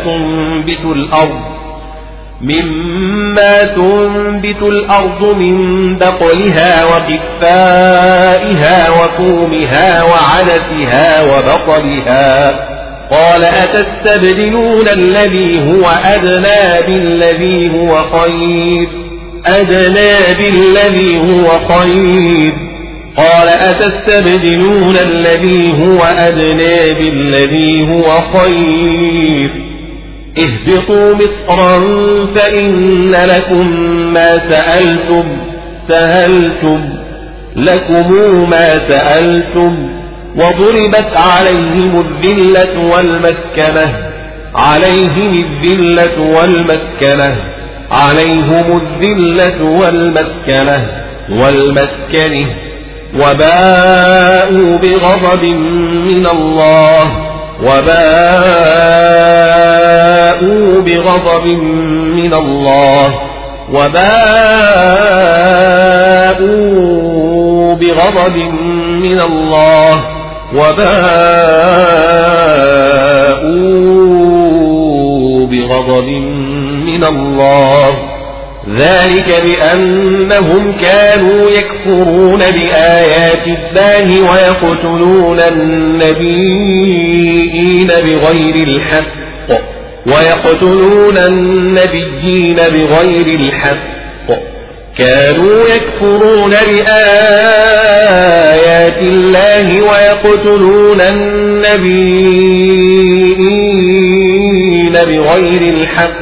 تنبت الأرض من بقلها وقثائها وفومها وعدسها وبصلها قال أتستبدلون الذي هو أدنى بالذي هو خير قال أتستبدلون الذي هو أدنى بالذي هو خير اهبطوا مصرا فإن لكم ما سألتم وضربت عليهم الذلة والمسكنة وباءوا بغضب من الله ذلك بأنهم كانوا يكفرون بآيات الله ويقتلون النبيين بغير الحق كانوا يكفرون بآيات الله ويقتلون النبيين بغير الحق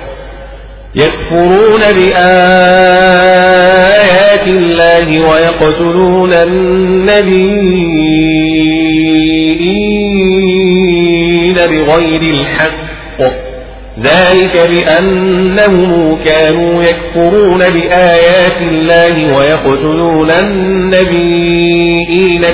ذلك بأنهم كانوا يكفرون بآيات الله ويقتلون النبيين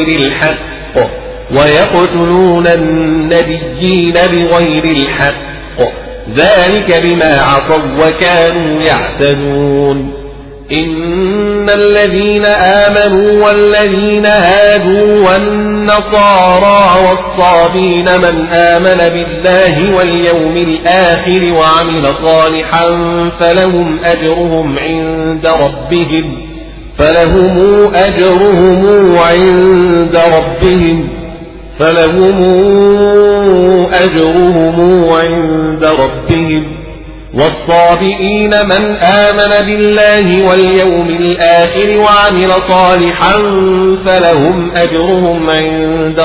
بغير الحق ذلك بما عصوا وكانوا يعتدون إن الذين آمنوا والذين هادوا والنصارى والصابين من آمن بالله واليوم الآخر وعمل صالحا فلهم أجرهم عند ربهم والصابئين من آمن بالله واليوم الآخر وعمل صالحا فلهم أجرهم عند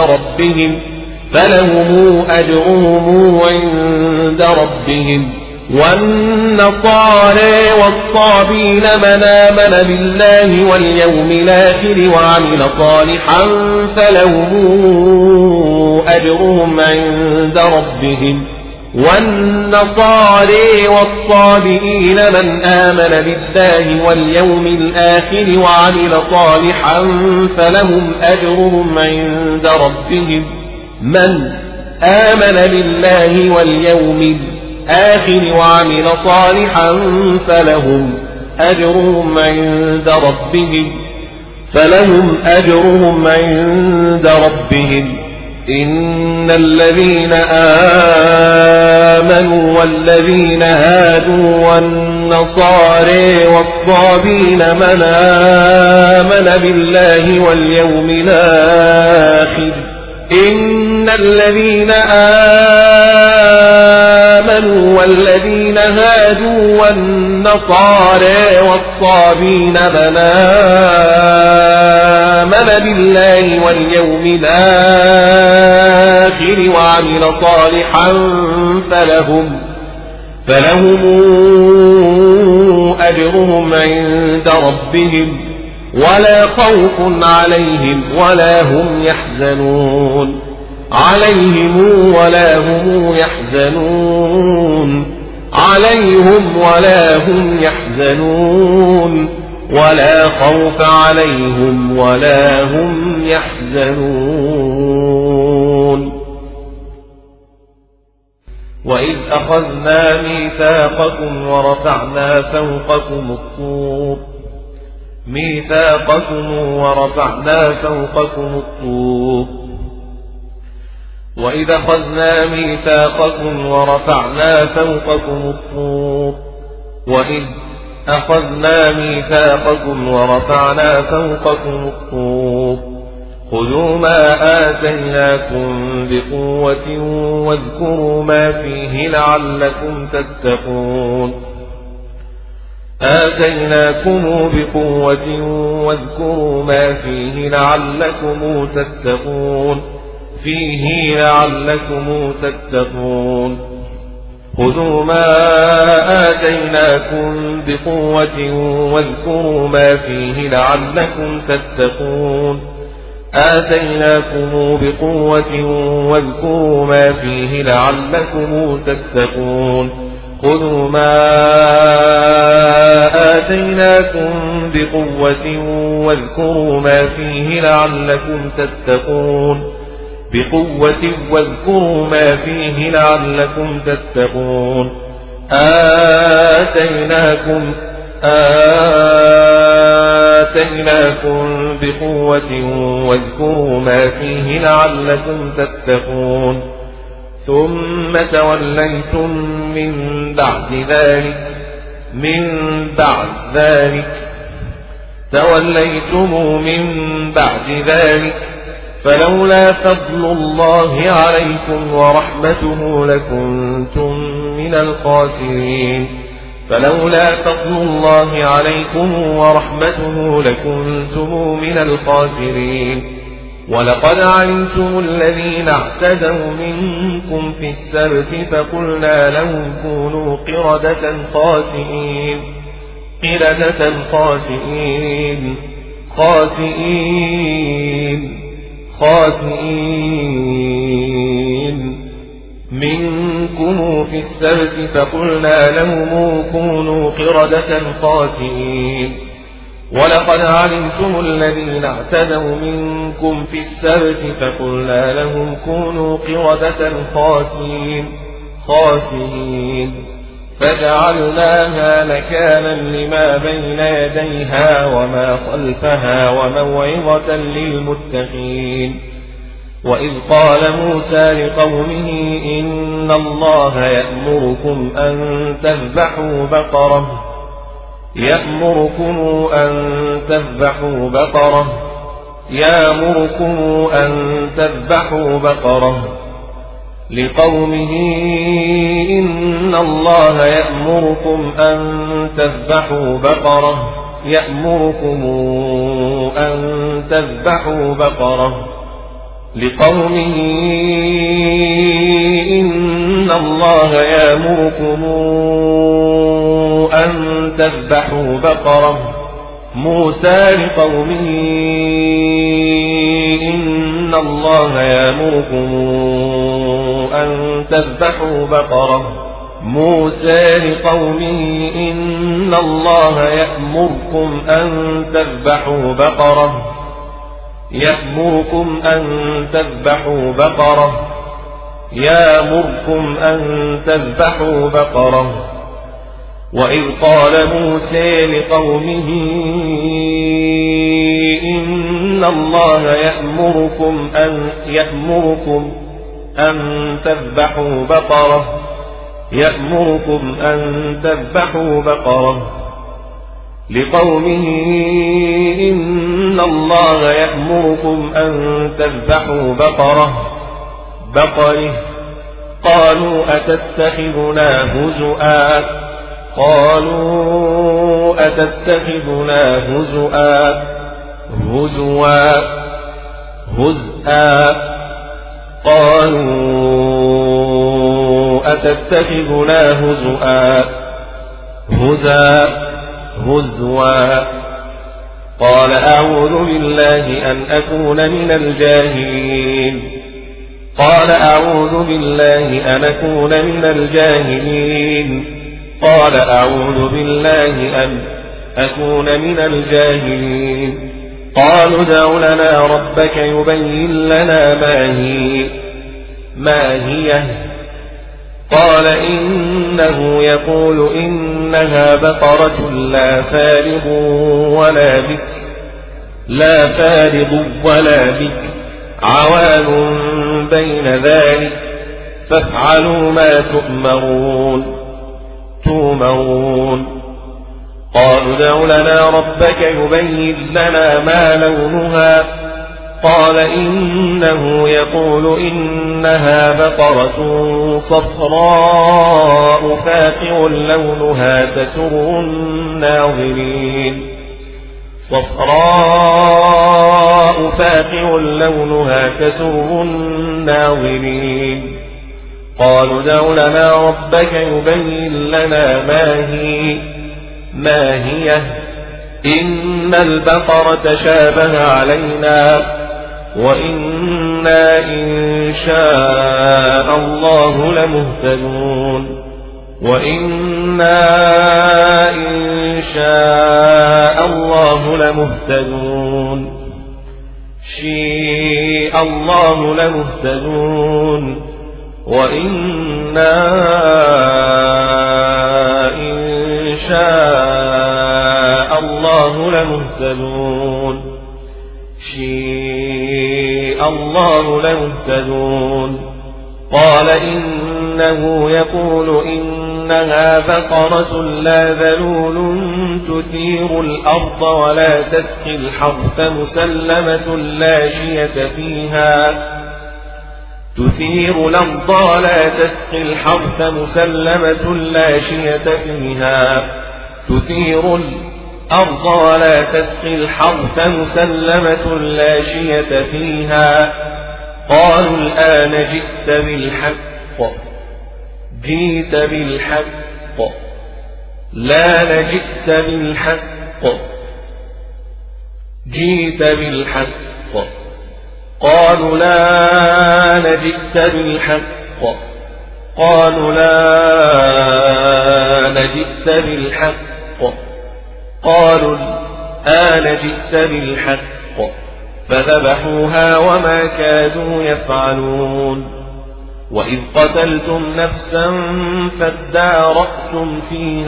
ربهم والنصارى والصابين من آمن بالله واليوم الآخر وعمل صالحا فلهم أجرهم عند ربهم والنصارى والصابئين من آمن بالله واليوم الآخر وعمل صالحا فلهم أجرهم عند ربهم من آمن بالله واليوم الآخر وعمل صالحا فلهم أجرهم عند ربهم إن الذين آمنوا والذين هادوا والنصارى والصابين من آمن بالله واليوم الآخر إن الذين آمنوا والذين هادوا والنصارى والصابين من آمن بالله واليوم الآخر وعمل صالحا فلهم أجرهم عند ربهم ولا خوف عليهم ولا هم يحزنون عليهم ولا هم يحزنون ولا خوف عليهم ولا هم يحزنون. وإذ أخذنا ميثاقكم ورفعنا فوقكم الطور وإذ أخذنا ميثاقكم ورفعنا فوقكم الطور خذوا ما آتيناكم بقوة واذكروا ما فيه لعلكم تتقون. آتيناكم بقوة واذكروا ما فيه لعلكم تتقون. خذوا ما آتيناكم بقوة واذكروا ما فيه لعلكم تتقون. خذوا ما آتيناكم بقوة واذكروا ما فيه لعلكم تتقون. آتيناكم بقوة واذكروا ما فيه لعلكم تتقون. ثم توليتم من بعد ذلك فلولا فضل الله عليكم ورحمته لكنتم من الخاسرين. ولقد علمتم الذين اعتدوا منكم في السبت فقلنا لهم كونوا قردة خاسئين منكم في السبت فقلنا لهم كونوا قردة خاسئين. ولقد علمتم الذين اعتدوا منكم في السبت فقلنا لهم كونوا قردة خاسئين فجعلناها نكالا لما بين يديها وما خلفها وموعظة للمتقين. وإذ قال موسى لقومه إن الله يأمركم أن تذبحوا بقرة لقومه إن الله يأمركم أن تذبحوا بقرة لقومه إن الله يأمركم أن تذبحوا بقرة. موسى لقومه إن الله يأمركم أن تذبحوا بقرة. موسى لقومه إن الله يأمركم أن تذبحوا بقرة. وإذ قال موسى لقومه إن الله يأمركم أن تذبحوا بقرة لقومه إن الله يأمركم أن تذبحوا بقرة. قالوا أتتخذنا هزؤا قال أعوذ بالله أن أكون من الجاهلين. قال أعوذ بالله أن أكون من الجاهلين قالوا ادع لنا ربك يبين لنا ما هي قال إنه يقول إنها بقرة لا فارض ولا بك عوان بين ذلك فافعلوا ما تؤمرون قالوا ادع لنا ربك يبين لنا ما لونها قال إنه يقول إنها بقرة صفراء فاقع لونها تسر الناظرين قالوا ادع لنا ربك يبين لنا ما هي إن البقرة شابه علينا وإنا إن شاء الله لمهتدون شيء الله لمهتدون وإنا إن شاء الله لمهتدون قال إنه يقول إنها بقرة لا ذلول تثير الأرض ولا تسقي الحرث مسلمة لا شية فيها قالوا الآن جئت بالحق لا جئت بالحق قالوا لا جئت بالحق قالوا الآن جئت بالحق فذبحوها وما كادوا يفعلون وإذ قتلتم نفسا فادارأتم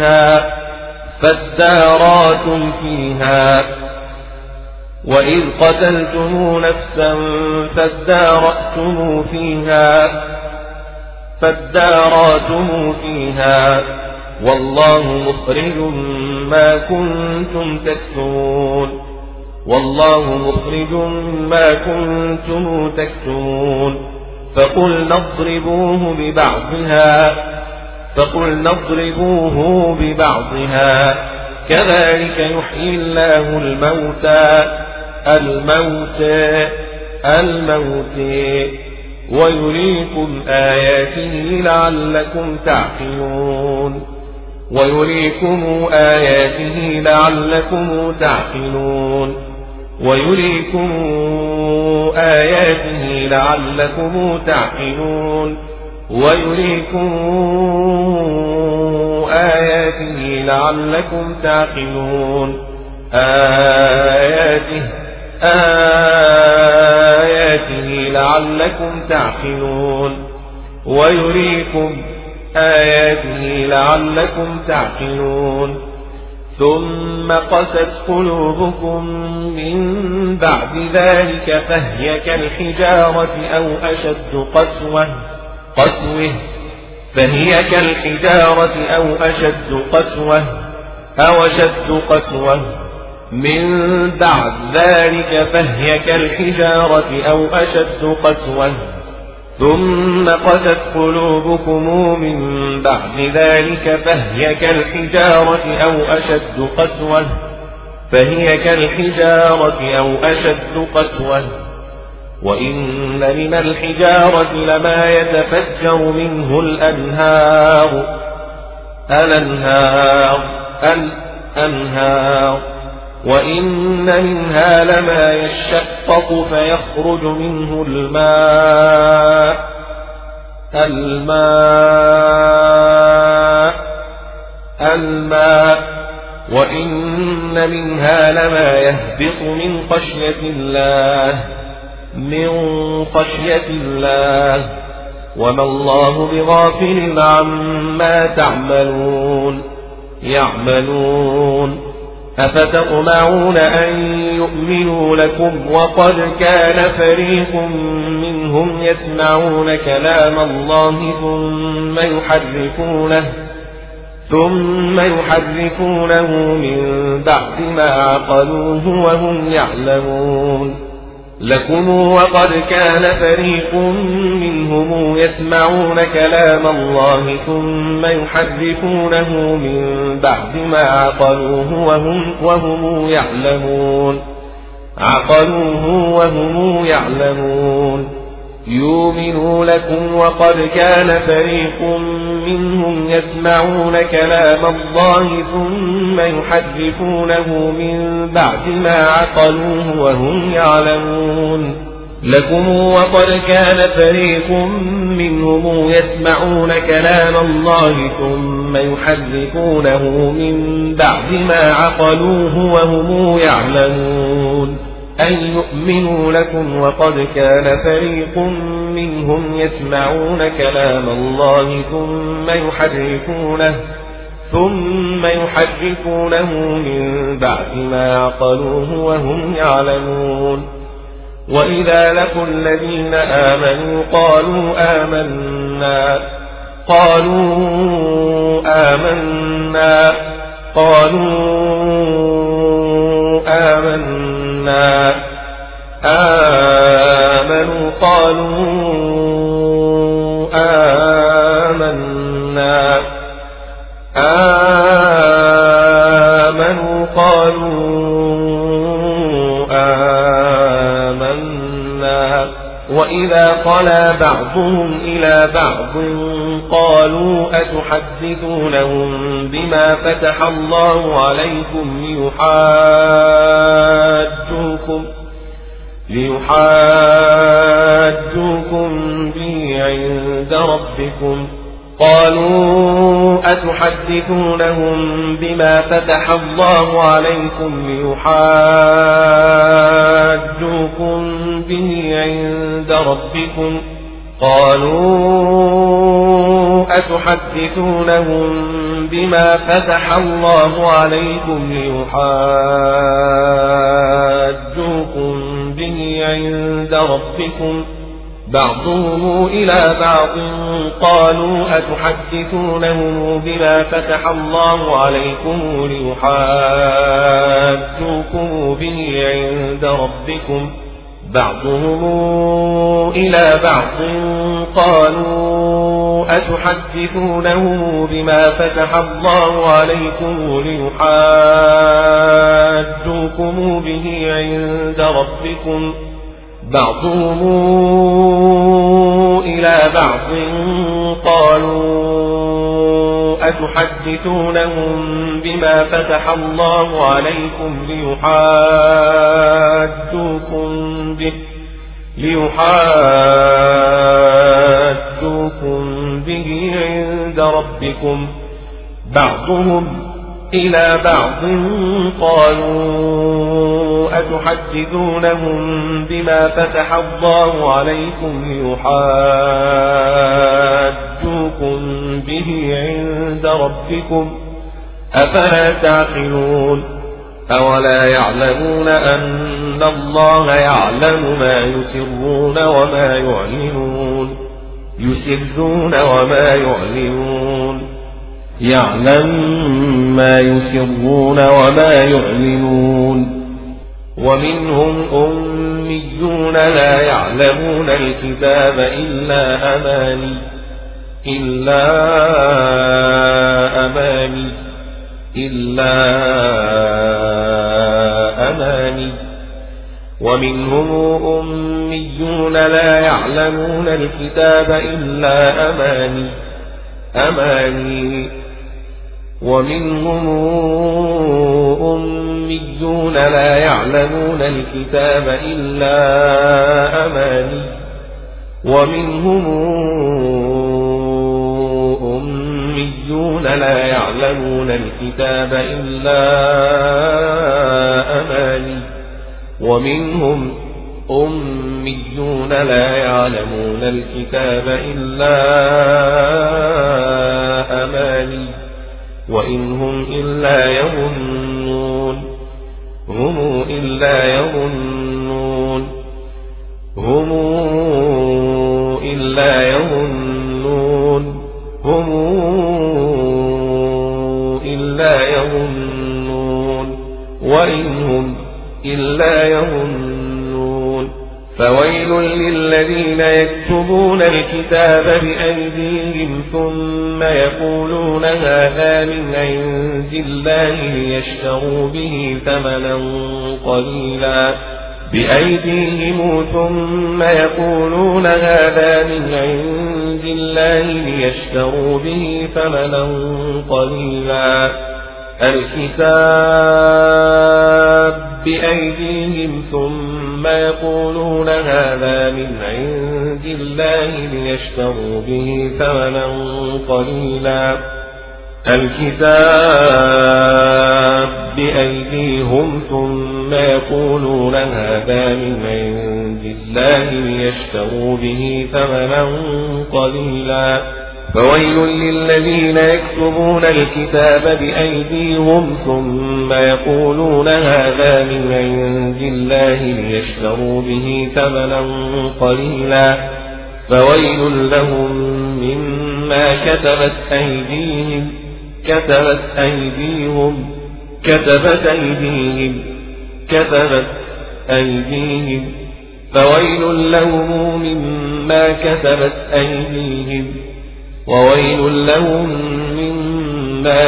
فيها والله مخرج ما كنتم تكتمون فقلنا اضربوه ببعضها كذلك يحيي الله الموتى ويريكم آياته لعلكم تعقلون ثم قست قلوبكم من بعد ذلك فهي كالحجارة أو أشد قسوة من بعد ذلك فهي كالحجارة أو أشد قسوة ثم قست قلوبكم من بعد ذلك فهي كالحجارة أو أشد قسوة وإن من الحجارة لما يتفجر منه الأنهار وإن منها لما يشقق فيخرج منه الماء فيها الماء وإن منها لما يهبط من خشية الله وما الله بغافل عما يعملون أفتطمعون أن يؤمنوا لكم وقد كان فريق منهم يسمعون كلام الله ثم يحرفونه من بعد ما عقلوه وهم يعلمون لكم وقد كان فريق منهم يسمعون كلام الله ثم يحرفونه من بعد ما عقلوه وهم يعلمون يؤمنوا لكم وقد كان فريق منهم يسمعون كلام الله ثم يحرفونه من بعد ما عقلوه وهم يعلمون لكم وقد كان فريق منهم يسمعون كلام الله ثم يحرفونه من بعد ما عقلوه وهم يعلمون أن يؤمنوا لكم وقد كان فريق منهم يسمعون كلام الله ثم يحرفونه من بعد ما عقلوه وهم يعلمون وإذا لقوا الذين آمنوا قالوا آمنا وإذا خلا بعضهم إلى بعض قالوا أتحدثونهم بما فتح الله عليكم ليحاجوكم به عند ربكم قالوا أتحدثونهم بما فتح الله عليكم ليحاجوكم به عند ربكم قالوا أتحدثونهم بما فتح الله عليكم ليحاجوكم به عند ربكم بعضهم إلى بعض قالوا أتحدثونهم بما فتح الله عليكم ليحاجوكم به عند ربكم بعضهم إلى بعض قالوا أتحدثونه بما فتح الله عليكم ليحاجوكم به عند ربكم بعضهم إلى بعض قالوا أتحدثونهم بما فتح الله عليكم ليحاجوكم به عند ربكم بعضهم إلى بعض قالوا أتحدثونهم بما فتح الله عليكم ليحاجوكم به عند ربكم أفلا تعقلون أولا يعلمون أن الله يعلم ما يسرون وما يعلنون يعلم ما يسرون وما يعلنون ومنهم أميون لا يعلمون الكتاب إلا أماني ومنهم أميون لا يعلمون الكتاب إلا أماني ومنهم أميون لا يعلمون الكتاب إلا أماني ومنهم أميون لا يعلمون الكتاب إلا أماني ومنهم أميون لا يعلمون الكتاب إلا أماني وإن هم إلا يظنون هم إلا يظنون هم إلا يظنون هم إلا يظنون وإن هم إلا يظنون فويل للذين يكتبون الكتاب بأيديهم ثم يقولون هذا من عند الله ليشتروا به ثمنا قليلا بأيديهم ثم يقولون هذا من عند الله ليشتروا به ثمنا قليلا الكتاب بأيديهم ثم يقولون هذا من عند الله ليشتروا به ثمنا قليلا الكتاب بأيديهم ثم يقولون هذا من عند الله ليشتروا به ثمنا قليلا فويل للذين يكتبون الكتاب بأيديهم ثم يقولون هذا من عند الله ليشتروا به ثمنا قليلا فويل لهم مما كتبت أيديهم فويل لهم مما كتبت أيديهم وويل لهم مما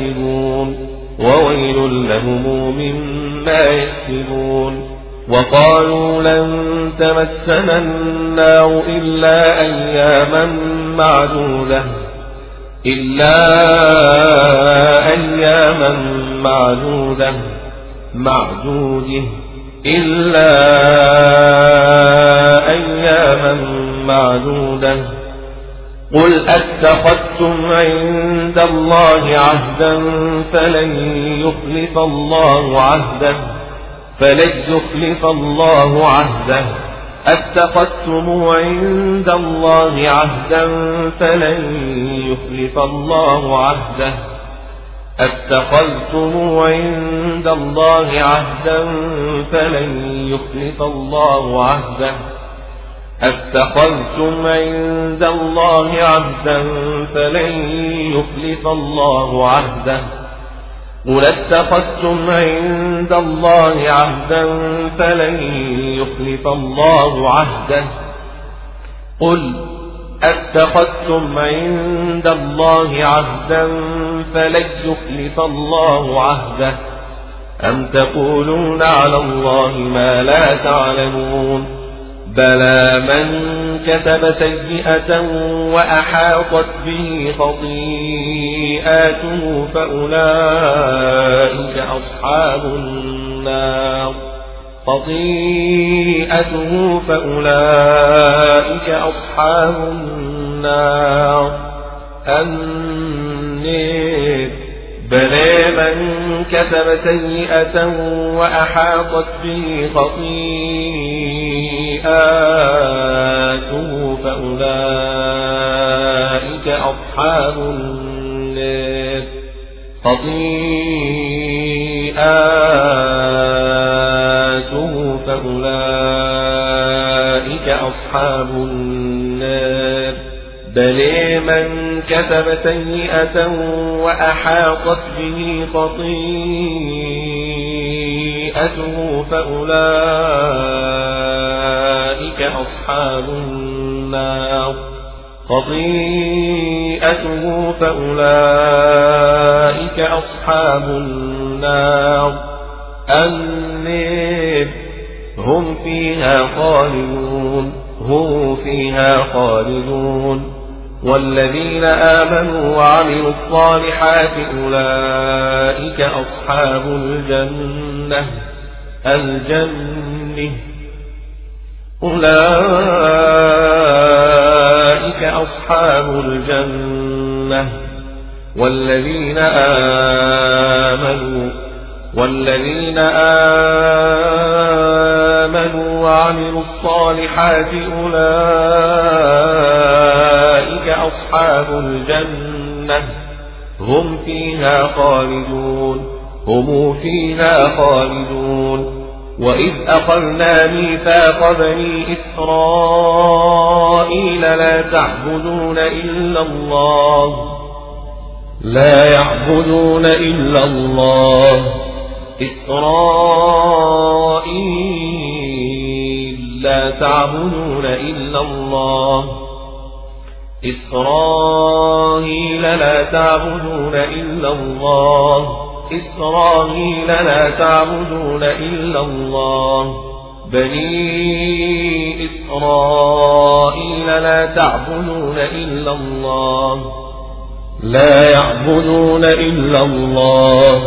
يكسبون وقالوا لن تمسنا النار إلا أياما معدودة قل أتخذتم عند الله عهدا فلن يخلف الله عهده أتخذتم عند الله عهدا فلن يخلف الله عهده أتخذتم عند الله عهدا فلن يخلف الله عهده أتخذتم عند الله عهدا فلن يخلف الله عهده قل أتخذتم عند الله عهدا فلن يخلف الله عهده قل أتخذتم عند الله عهدا فلن يخلف الله عهده أم تقولون على الله ما لا تعلمون بلى من كتب سيئة وأحاطت به خطيئاته فأولئك أصحاب النار النار بلى من كتب سيئة وأحاطت به خطيئاته فأولئك أصحاب النار بل من كسب سيئة وأحاطت به خطيئته فأولئك أصحاب النار النار هم فيها خالدون والذين آمنوا وعملوا الصالحات أولئك أصحاب الجنة والذين آمنوا وعملوا الصالحات أولئك أصحاب الجنة هم فيها خالدون وإذ أخذنا ميثاق بني إسرائيل لا يعبدون إلا الله إسرائيل لا تعبدون إلا الله إسرائيل لا تعبدون إلا الله بني إسرائيل لا تعبدون إلا الله لا يعبدون إلا الله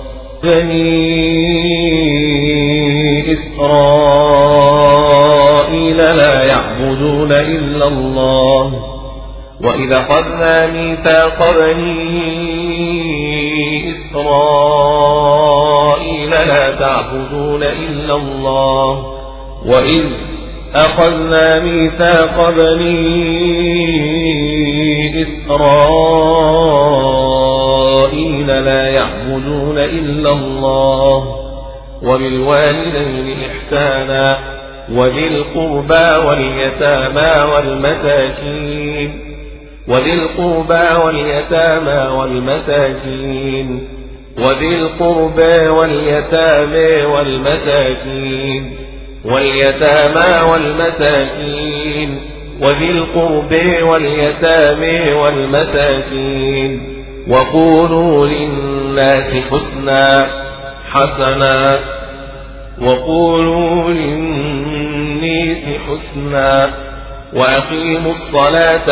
بني إسرائيل لا يعبدون إلا الله وإذا أخذنا ميثاق بني إسرائيل لا تعبدون إلا الله وإذ أخذنا ميثاق بني إسرائيل لا يعبدون إلا الله وبالوالدين إحسانا وذي القربى واليتامى والمساكين وقولوا للناس حسنا وأقيموا الصلاة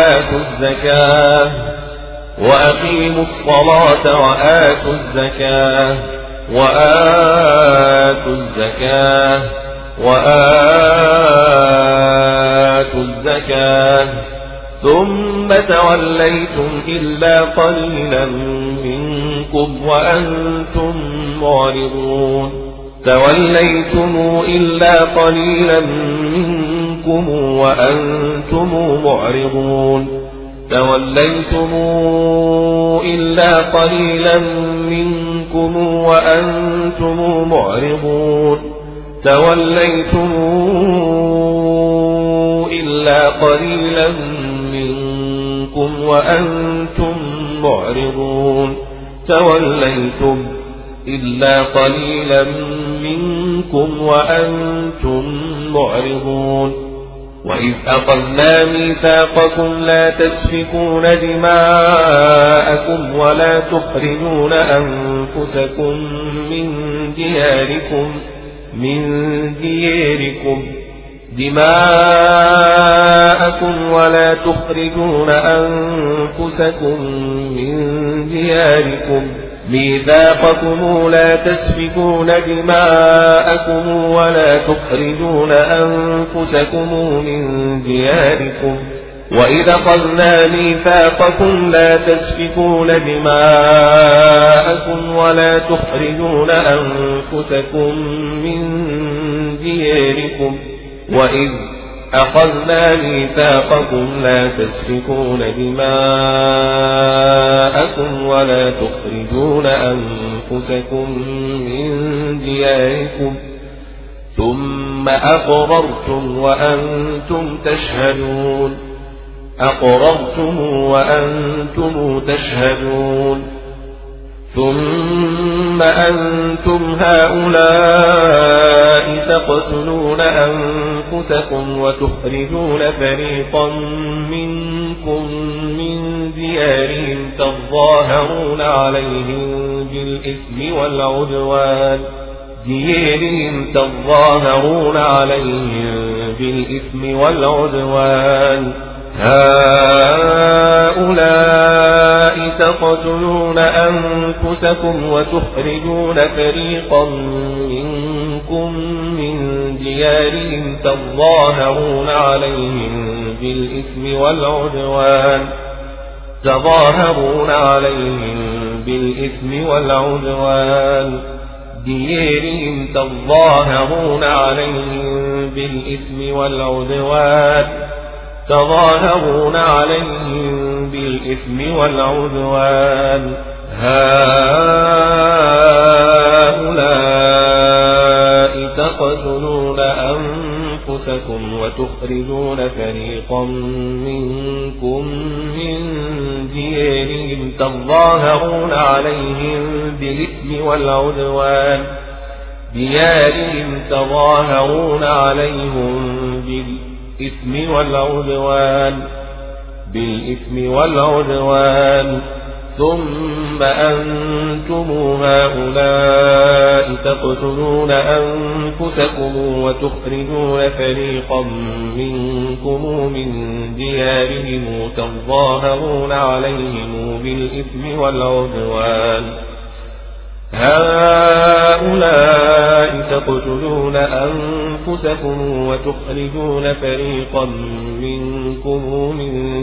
وآتوا الزكاة ثم توليتم إلا قليلا منكم وأنتم معرضون وإذ أخذنا ميثاقكم لا تسفكون دماءكم ولا تخرجون أنفسكم من دياركم ميثاقكم لا تسفكون دماءكم ولا تخرجون أنفسكم من دياركم وإذا أخذنا ميثاقكم لا تسفكون دماءكم ولا تخرجون أنفسكم من دياركم وإذ أخذنا ميثاقكم لا تسفكون دماءكم ولا تخرجون أنفسكم من دياركم ثم أقررتم وأنتم تشهدون ثم أنتم هؤلاء تقتلون أنفسكم وتخرجون فريقا منكم من ديارهم تظاهرون عليهم بالإثم والعدوان هؤلاء تقتلون أنفسكم وتخرجون فريقا منكم من ديارهم تظاهرون عليهم بالإثم والعدوان تظاهرون عليهم بالإثم والعدوان ديارهم تظاهرون عليهم بالإثم والعدوان تظاهرون عليهم بالإثم والعدوان هؤلاء تقتلون أنفسكم وتخرجون فريقا منكم من ديارهم تظاهرون عليهم بالإثم والعدوان ديارهم تظاهرون عليهم بالإثم والعدوان ثم أنتم هؤلاء تقتلون أنفسكم وتخرجون فريقا منكم من ديارهم تظاهرون عليهم بالإثم والعدوان هؤلاء تقتلون أنفسكم وتخرجون فريقا منكم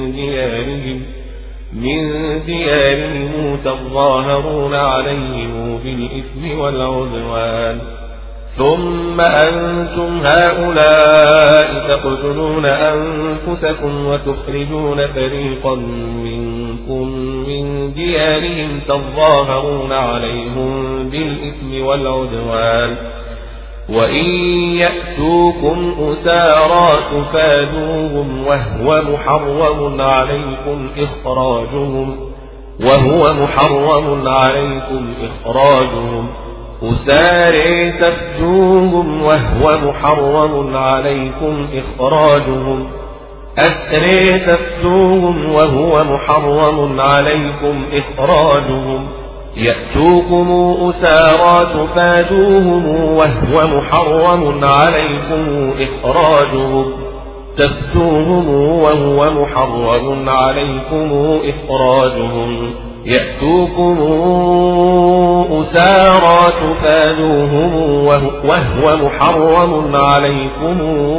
من ديارهم تظاهرون عليهم بالإثم والعدوان ثم أنتم هؤلاء تقتلون أنفسكم وتخرجون فريقا منكم من ديارهم تظاهرون عليهم بالإثم والعدوان وإن يأتوكم أسارى تفادوهم وهو محرم عليكم إخراجهم أسارى تفدوهم وهو محرم عليكم إخراجهم أسرى تفدوهم وهو محرم عليكم إخراجهم يأتوكم أسارى تفادوهم وهو محرم عليكم إخراجهم تفدوهم وهو محرم عليكم إخراجهم يأتوكم أسارى تفادوهم وهو محرم عليكم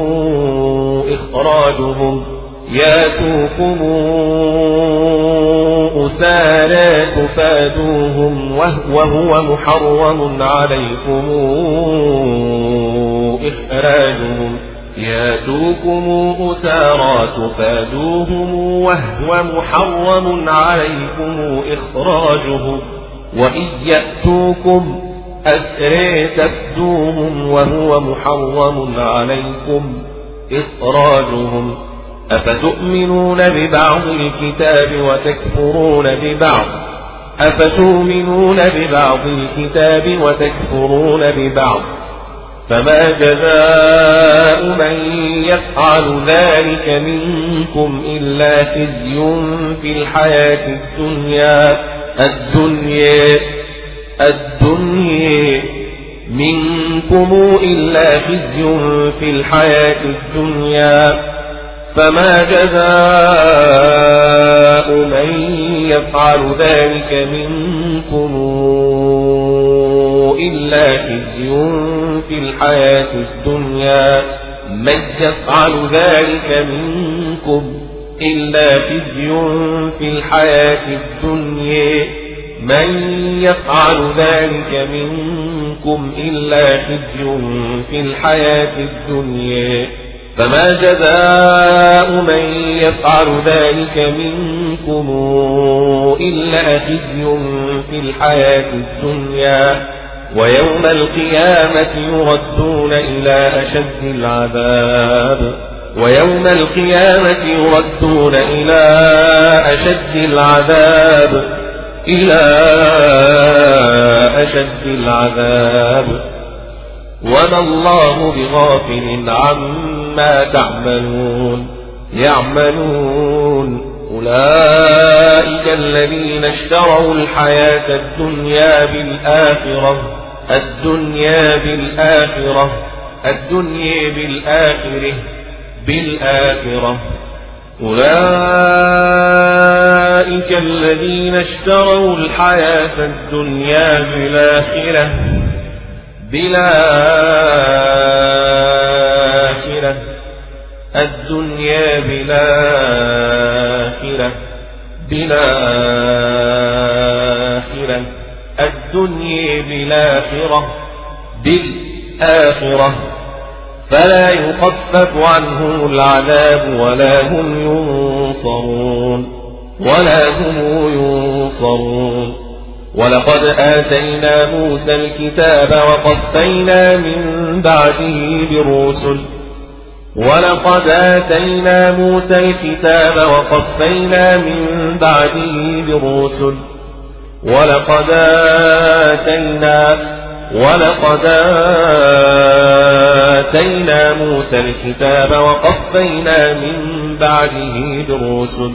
إخراجهم يأتوكم أسارى تفادوهم وهو محرم عليكم إخراجهم يأتوكم أسارى تفادوهم وهو محرم عليكم إخراجهم وإن يأتوكم أسرى تفدوهم وهو محرم عليكم إخراجهم أفتؤمنون ببعض الكتاب وتكفرون ببعض أفتؤمنون ببعض الكتاب وتكفرون ببعض فما جزاء من يفعل ذلك منكم إلا خزي في الحياة الدنيا منكم إلا خزي في الحياة الدنيا فما جزاء من يفعل ذلك منكم إلا خزي في الحياة الدنيا من يفعل ذلك منكم إلا خزي في الحياة الدنيا من يفعل ذلك منكم إلا خزي في الحياة الدنيا فما جزاء من يفعل ذلك منكم إلا خزي في الحياة الدنيا ويوم القيامة يردون إلى أشد العذاب وما الله بغافل عما يعملون أولئك الذين اشتروا الحياة الدنيا بالآخرة أولئك الذين اشتروا الحياة الدنيا بالآخرة الدنيا بالآخرة فلا يخفف عنهم العذاب ولا هم ينصرون ولقد آتينا موسى الكتاب وقفينا من بعده بالرسل ولقد آتينا موسى الكتاب وقفينا من بعده بالرسل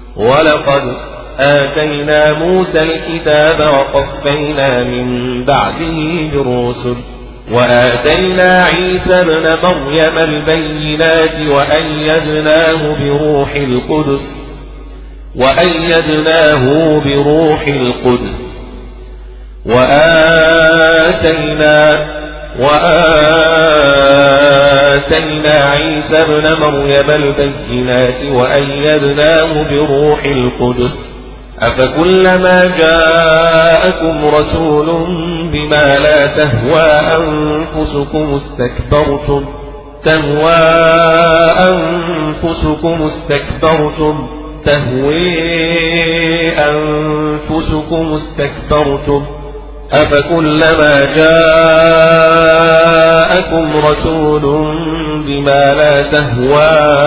وآتينا عيسى ابن مريم البينات وأيدناه بروح القدس وآتينا عيسى ابن مريم البينات وأيدناه بروح القدس أفكلما جاءكم رسول بما لا تهوى أنفسكم استكبرتم أفكلما جاءكم رسول بما لا تهوى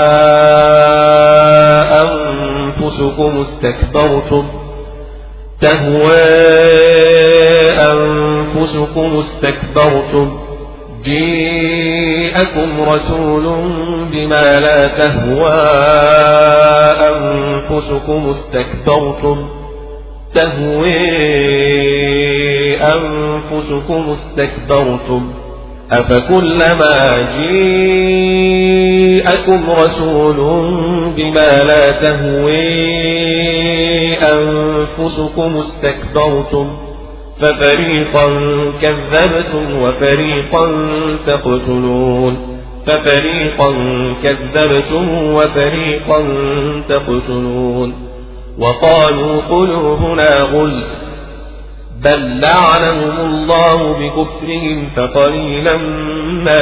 أنفسكم استكبرتم جاءكم رسول بما لا تهوى أنفسكم استكبرتم أفكلما جاءكم رسول بما لا تهوى أنفسكم استكبرتم ففريقا كذبتم وفريقا تقتلون وقالوا قلوبنا غلف بل لعنهم الله بكفرهم فقليلا ما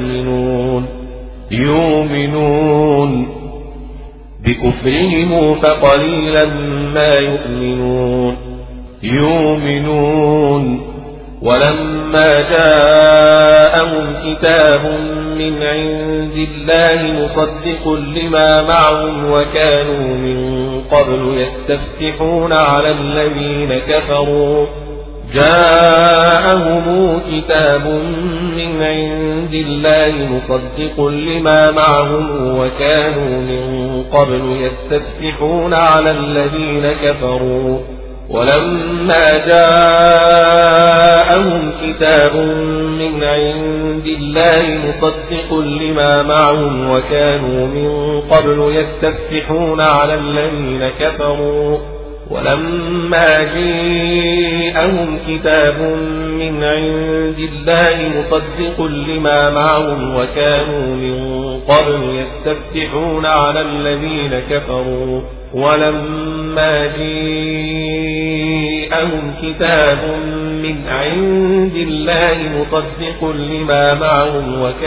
يؤمنون ولما جاءهم كتاب من عند الله مصدق لما معهم وكانوا من قبل يستفتحون على الذين كفروا جاءهم كتاب من عند الله مصدق لما معهم وكانوا من قبل يستفتحون على الذين كفروا ولما جاءهم كتاب من عند الله مصدق لما معهم وكانوا من قبل يستفتحون على الذين كفروا ولما جاءهم كتاب من عند الله مصدق لما معهم وكانوا من قبل يستفتحون على الذين كفروا ولما جاءهم كتاب من عند الله مصدق لما معهم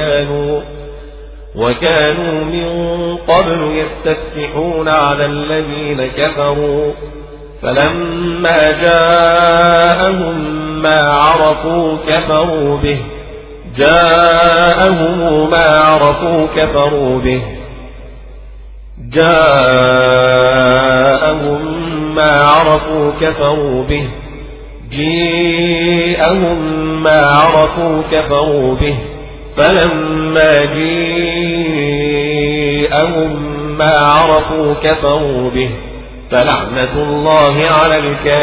وكانوا من قبل يستفتحون على الذين كفروا فلما جاءهم ما عرفوا كفروا به جاءهم ما عرفوا كفروا به فلما جاءهم ما عرفوا كفروا به فلعنة الله على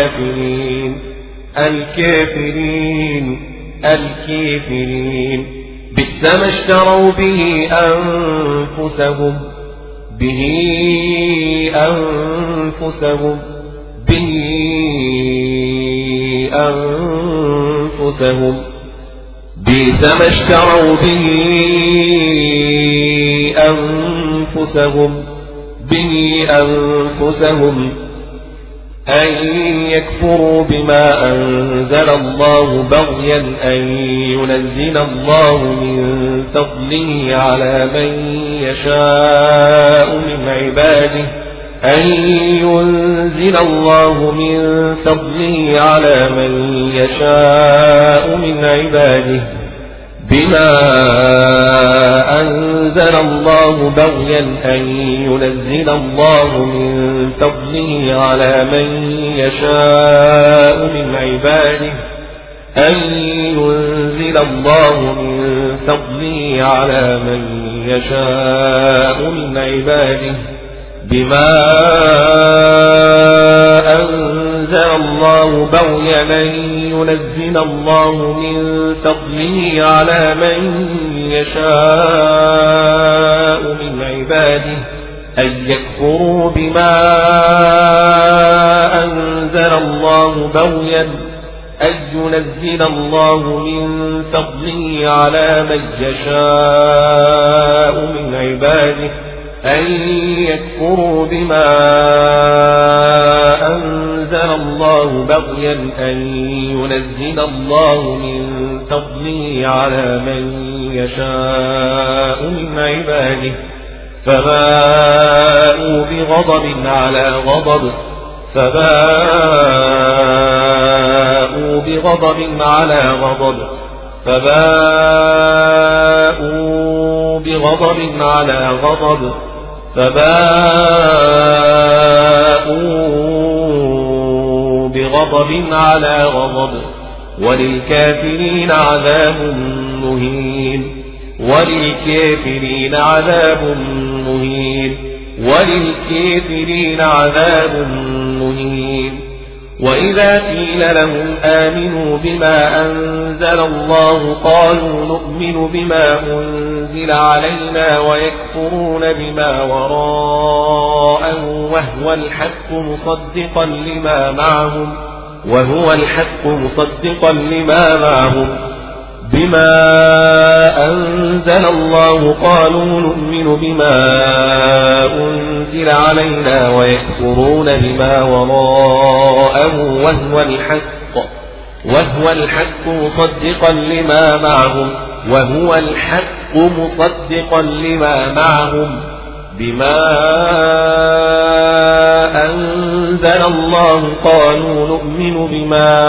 الكافرين بئس ما اشتروا به أنفسهم بئس ما اشتروا به أنفسهم أن يكفروا بما أنزل الله بغيا أن ينزل الله من فضله على من يشاء من عباده أن ينزل الله من فضله على من يشاء من عباده بما أنزل الله بغيا أن ينزل الله من فضله على من يشاء من عباده أن ينزل الله من فضله على من يشاء من عباده بما أنزل الله بغيا أن ينزل الله من فضله على من يشاء من عباده أن يكفروا بما أنزل الله بغيا أن ينزل الله من فضله على من يشاء من عباده أن يكفروا بما أنزل الله بغيا أن ينزل الله من فضله على من يشاء من عباده فباءوا بغضب على غضب فباءوا بغضب على غضب فباءوا بغضب على غضب فباءوا بغضب على غضب وللكافرين عذاب مهين وللكافرين عذاب مهين وللكافرين عذاب مهين وإذا قيل لهم آمنوا بما أنزل الله قالوا نؤمن بما أنزل علينا ويكفرون بما وراءه وهو الحق مصدقا لما معهم بما أنزل الله قالوا نؤمن بما أنزل علينا ويكفرون بما وراءه وهو الحق مصدقا لما معهم بما أنزل الله قالوا نؤمن بما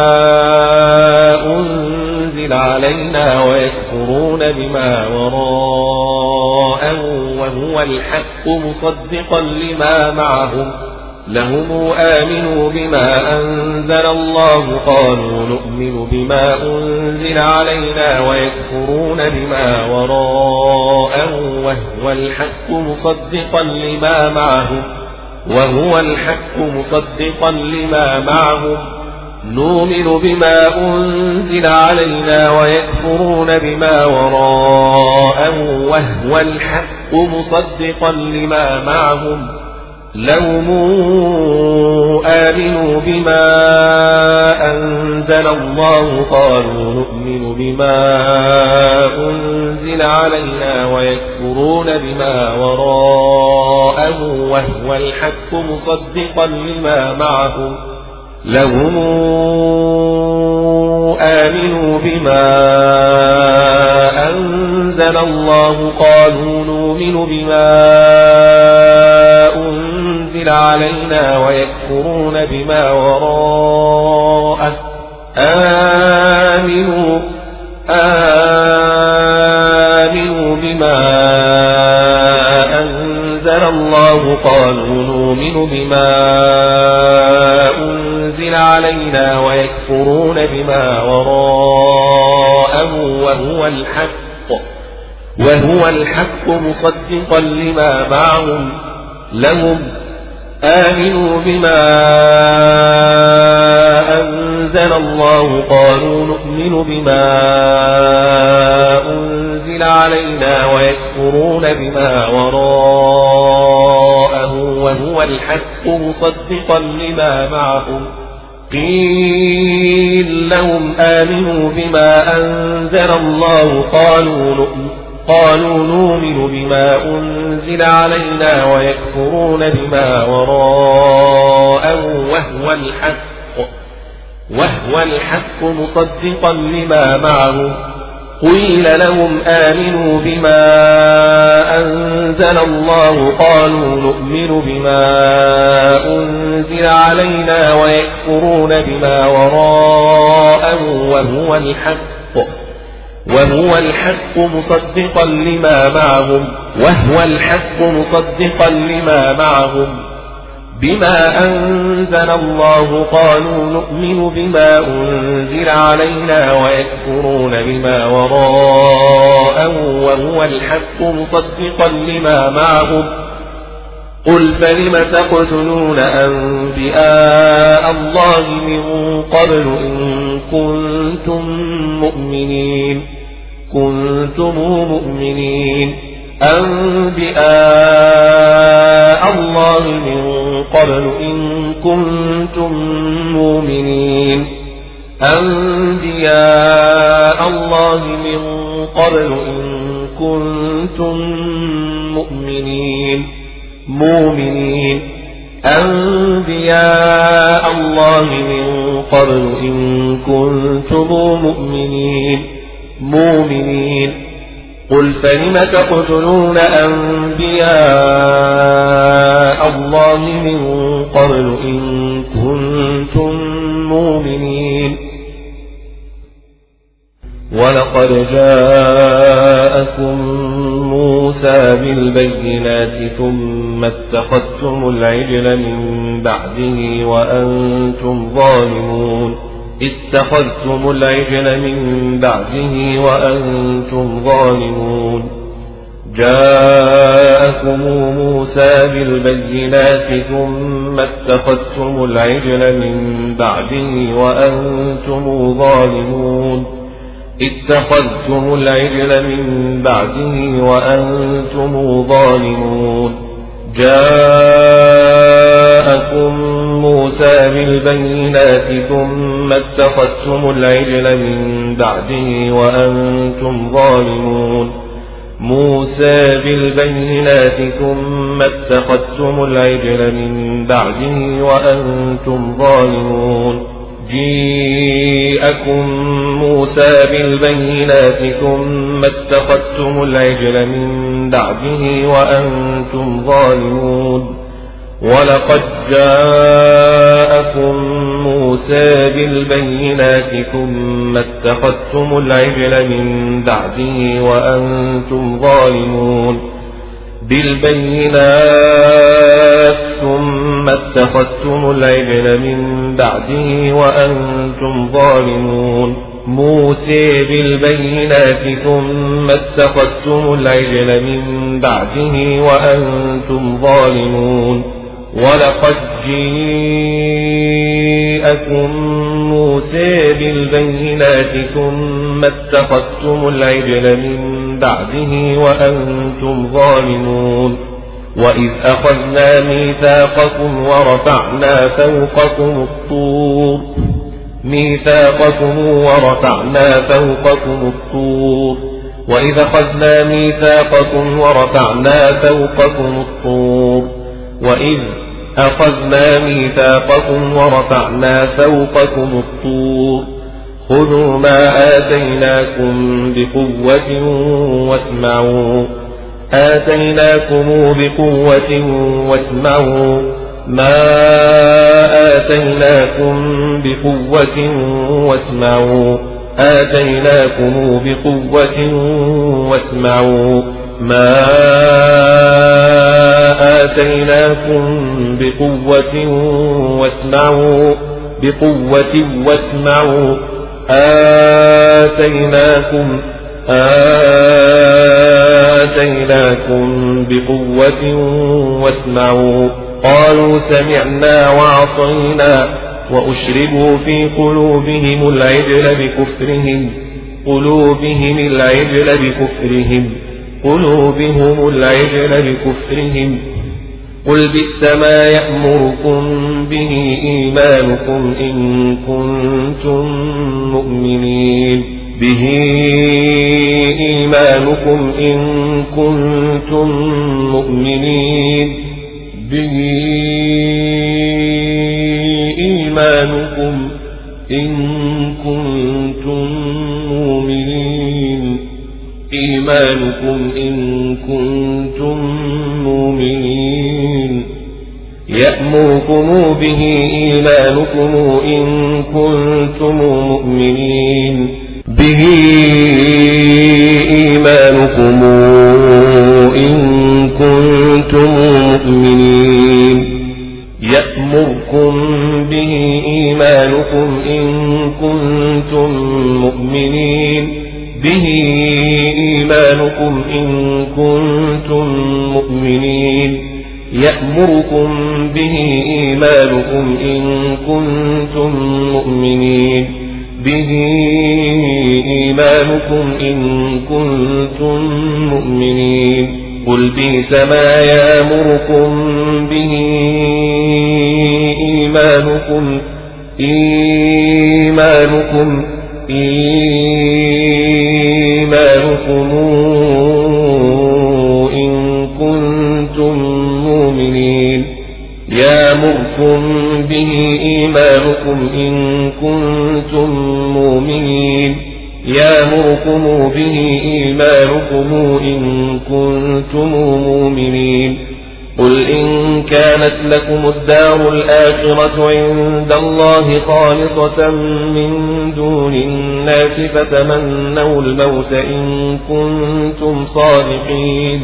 أنزل علينا ويكفرون بما وراءه وهو الحق مصدقا لما معهم لهم آمنوا بما أنزل الله قالوا نؤمن بما أنزل علينا ويكفرون بما وراءه وهو الحق مصدقا لما معهم نؤمن بما أنزل علينا ويكفرون بما وراءه وهو الحق مصدقا لما معهم لهم آمنوا بما أنزل الله قالوا نؤمن بما أنزل علينا ويكفرون بما وراءه وهو الحق مصدقا لما معهم لهم آمنوا بما أنزل الله قالوا نؤمن بما أنزل علينا ويكفرون بما وراءه آمنوا بما أنزل الله قالوا نؤمن بما أنزل علينا ويكفرون بما وراءه وهو الحق مصدقا لما معهم لهم آمنوا بما أنزل الله قالوا نؤمن بما أنزل علينا ويكفرون بما وراءه وهو الحق مصدقا لما معهم قيل لهم آمنوا بما أنزل الله قالوا نؤمن بما أنزل علينا ويكفرون بما وراءه وهو الحق مصدقا لما معه. قيل لهم آمنوا بما أنزل الله قالوا نؤمن بما أنزل علينا ويكفرون بما وراءه وهو الحق مصدقا لما معهم بما أنزل الله قالوا نؤمن بما أنزل علينا ويكفرون بما وراءه وهو الحق مصدقا لما معهم. قل فلم تقتلون أنبياء الله من قبل إن كنتم مؤمنين أنبياء الله من قبل إن كنتم مؤمنين أنبياء الله من قبل إن كنتم مؤمنين أنبياء الله من قبل إن كنتم مؤمنين قل فلم تقتلون أنبياء الله من قبل إن كنتم مؤمنين. ولقد جاءكم موسى بالبينات ثم اتخذتم العجل من بعده وأنتم ظالمون جاءكم موسى بالبينات ثم اتخذتم العجل من بعده وأنتم ظالمون جاءكم موسى بالبينات ثم اتخذتم العجل من بعده وأنتم ظالمون جاءكم موسى بالبينات ثم اتخذتم العجل من بعده وأنتم ظالمون ولقد جاءكم موسى بالبينات ثم اتخذتم العجل من بعده وأنتم ظالمون موسى بالبينات ثم اتخذتم العجل من بعده وأنتم ظالمون ولقد جاءكم موسى بالبينات ثم اتخذتم العجل من بعده وأنتم ظالمون وإذ أخذنا ميثاقكم ورفعنا فوقكم الطور وإذ أخذنا ميثاقكم ورفعنا فوقكم الطور خذوا ما آتيناكم بقوة واسمعوا ما آتيناكم بقوة واسمعوا ما آتيناكم بقوة واسمعوا قالوا سمعنا وعصينا وأشربوا في قلوبهم العجل بكفرهم قل بئس ما يأمركم به إيمانكم إن كنتم مؤمنين به إيمانكم إيمانكم إن كنتم مؤمنين به إيمانكم إن كنتم مؤمنين إيمانكم إن كنتم مؤمنين يأمركم به إيمانكم إن كنتم مؤمنين به إيمانكم إن كنتم مؤمنين يأمركم به إيمانكم إن كنتم مؤمنين به إيمانكم إن كنتم مؤمنين يأمركم به إيمانكم إن كنتم مؤمنين به إيمانكم إن كنتم مؤمنين قل بئس ما يأمركم به إيمانكم إن كنتم مؤمنين يأمركم به إيمانكم إن كنتم مؤمنين يأمركم به إيمانكم إن كنتم مؤمنين قل إن كانت لكم الدار الآخرة عند الله خالصة من دون الناس فتمنوا الموت إن كنتم صادقين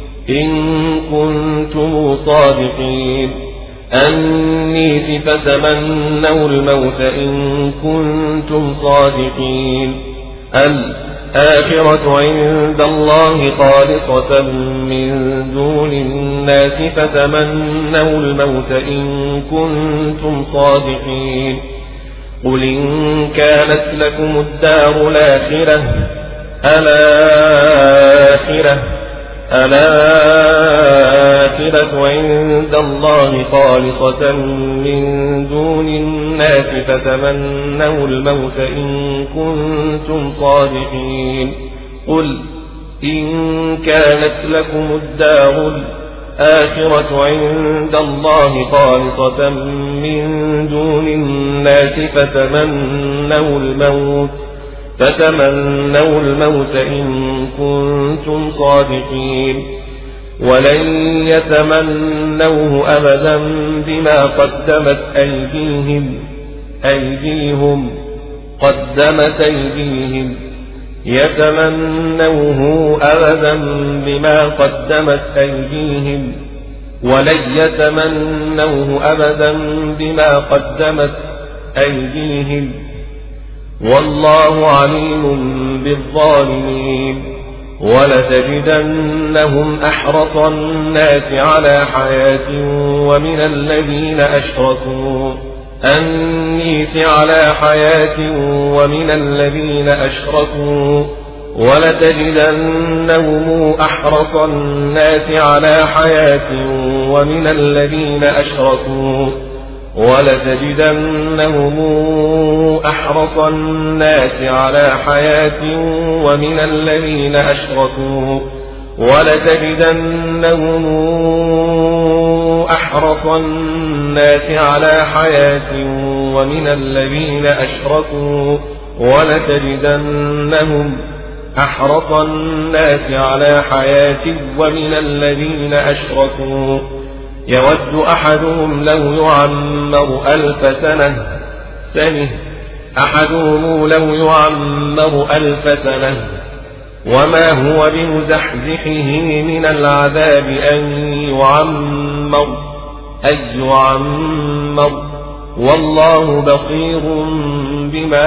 النيس فتمنوا الموت إن كنتم صادقين الآخرة عند الله خالصة من دون الناس فتمنوا الموت إن كنتم صادقين قل إن كانت لكم الدار الآخرة عند الله خالصة من دون الناس فتمنوا الموت إن كنتم صادقين قل إن كانت لكم الدار الآخرة عند الله خالصة من دون الناس فتمنوا الموت إن كنتم صادقين ولن يتمنوه أبدا بما قدمت أيديهم يتمنوه أبدا بما قدمت أيديهم ولن يتمنوه أبدا بما قدمت أيديهم والله عليم بالظالمين ولتجدنهم أحرص الناس على حياة ومن الذين أشركوا ولتجدنهم أحرص الناس على حياة ومن الذين أشركوا ولتجدنهم أحرص الناس على حياة ومن الذين أشركوا ولتجدنهم أحرص الناس على حياة ومن الذين أشركوا ولتجدنهم أحرص الناس على حياة ومن الذين أشركوا يود أحدهم لو يعمر 1000 سنة وما هو بمزحزحه من العذاب أن يعمر والله بصير بما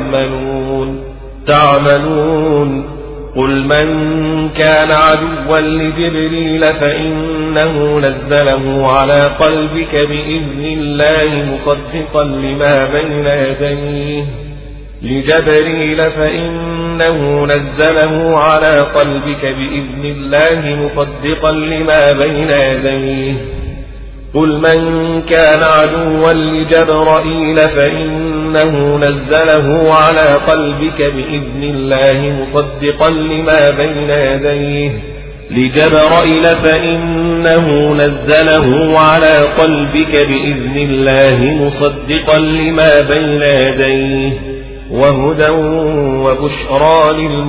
تعملون قل من كان عدوا لجبريل فإنه نزله على قلبك بإذن الله مصدقا لما بين يديه لجبريل فإنه نزله على قلبك بإذن الله مصدقا لما بين يديه قل من كان عدوا لجبرائيل فإنه فإنه نزله على قلبك بإذن الله مصدقا لما بين يديه لجبرائيل فإنه نزله على قلبك بإذن الله مصدقا لما بين يديه وهدى وبشرى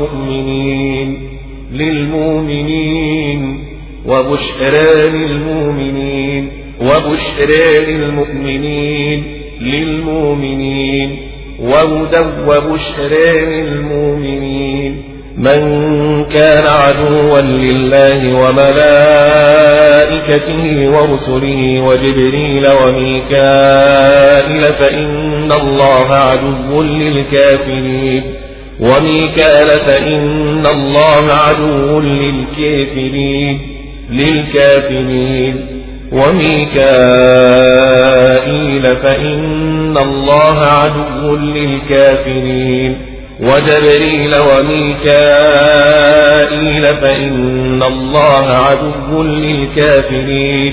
للمؤمنين وبشرى للمؤمنين وهدى وبشرى للمؤمنين من كان عدوا لله وملائكته ورسله وجبريل وميكائيل فإن الله عدو للكافرين وميكائيل فإن الله عدو للكافرين وميكائيل فإن الله عدو للكافرين وجبريل وميكائيل فإن الله عدو للكافرين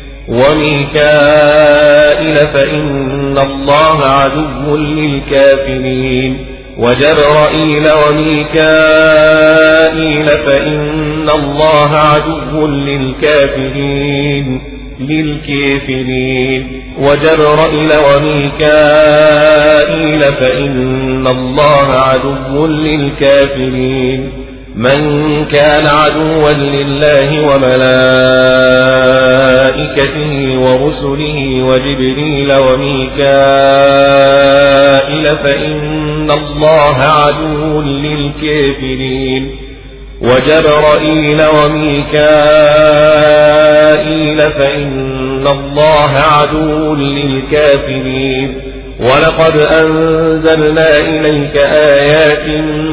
وميكائيل فإن الله عدو للكافرين وجبرائيل وميكائيل فإن الله عدو للكافرين وجبرائيل وميكائيل فإن الله عدو للكافرين من كان عدوا لله وملائكته ورسله وجبريل وميكائيل فإن الله عدو للكافرين وجبرائيل وميكائيل فإن الله عدو للكافرين ولقد أنزلنا إليك آيات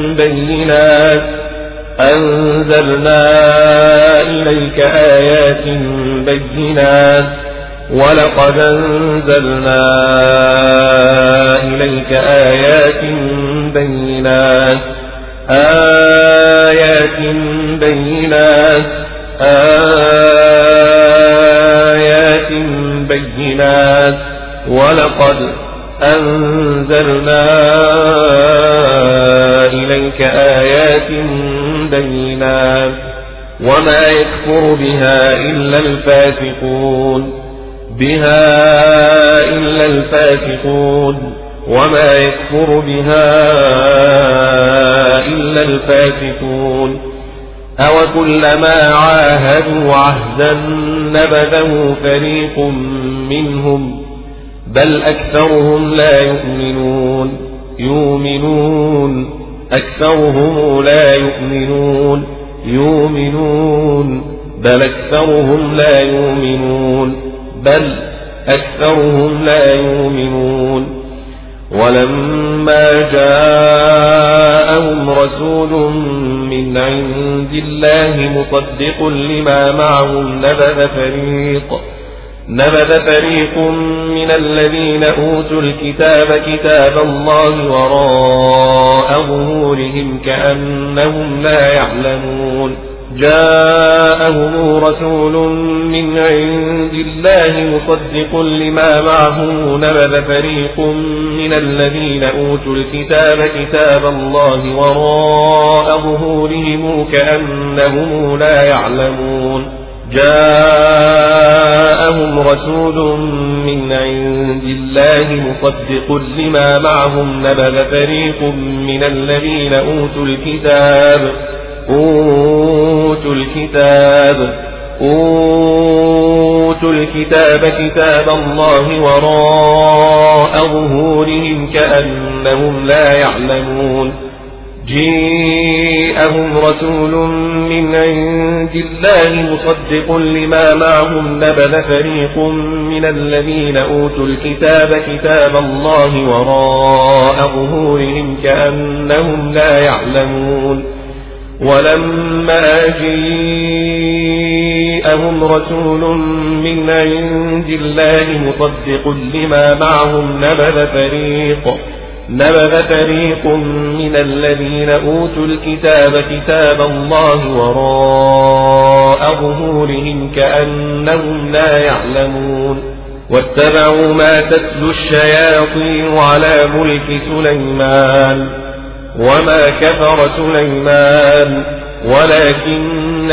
بينات ولقد أنزلنا إليك آيات بينات ولقد أنزلنا إليك آيات بينات وما يكفر بها إلا الفاسقون أو كلما عاهدوا عهدا نبذه فريق منهم بل أكثرهم لا يؤمنون بل أكثرهم لا يؤمنون ولما جاءهم رسول من عند الله مصدق لما معهم نبذ فريق من الذين أوتوا الكتاب كتاب الله وراء ظهورهم كأنهم لا يعلمون جاءهم رسول من عند الله مصدق لما معهم نبذ فريق من الذين أوتوا الكتاب كتاب الله وراء ظهورهم كأنهم لا يعلمون جاءهم رسول من عند الله مصدق لما معهم نبذ فريق من الذين أوتوا الكتاب كتاب الله وراء ظهورهم كأنهم لا يعلمون جاءهم رسول من عند الله مصدق لما معهم نبذ فريق من الذين أوتوا الكتاب كتاب الله وراء ظهورهم كأنهم لا يعلمون ولما جاءهم رسول من عند الله مصدق لما معهم نبذ فريق من الذين أوتوا الكتاب كتاب الله وراء ظهورهم كأنهم لا يعلمون واتبعوا ما تتلو الشياطين على ملك سليمان وما كفر سليمان ولكن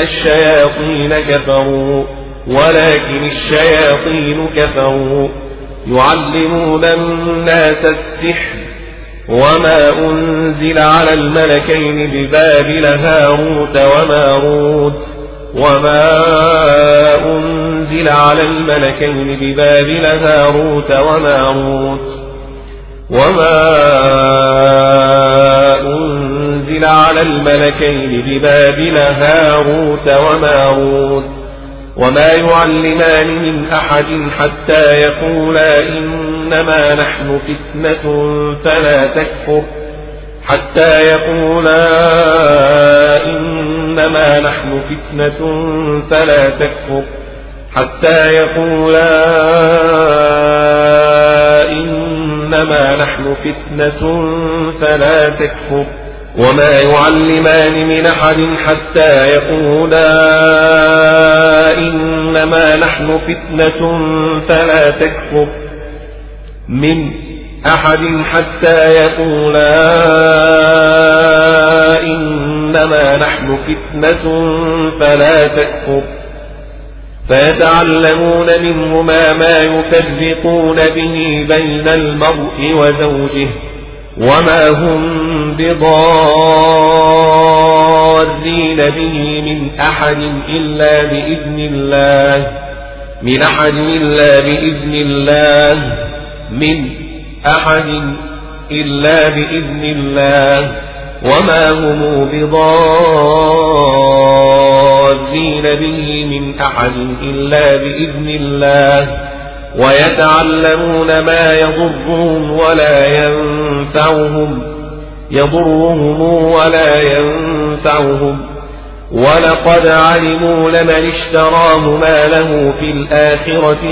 الشياطين كفروا يعلمون الناس السحر وما أنزل على الملكين ببابل هاروت وماروت وما يعلمان من أحد حتى يقولا إنما نحن فتنة فلا تكفر وما يعلمان من أحد حتى يقولا إنما نحن فتنة فلا تكفر فيتعلمون منهما ما يفرقون به بين المرء وزوجه وما هم بضارين به من أحد إلا بإذن الله وما هم بضارين به من أحد إلا بإذن الله ويتعلمون ما يضرهم ولا ينفعهم ولقد علموا لمن اشتراه ما له في الآخرة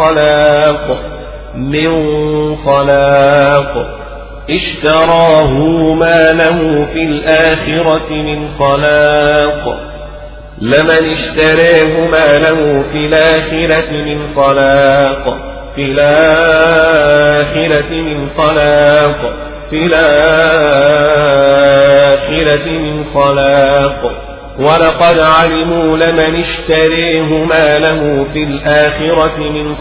من خلاق لمن اشتراه ما له في الآخرة من خلاق ولقد علموا لمن اشتراه ما له في الآخرة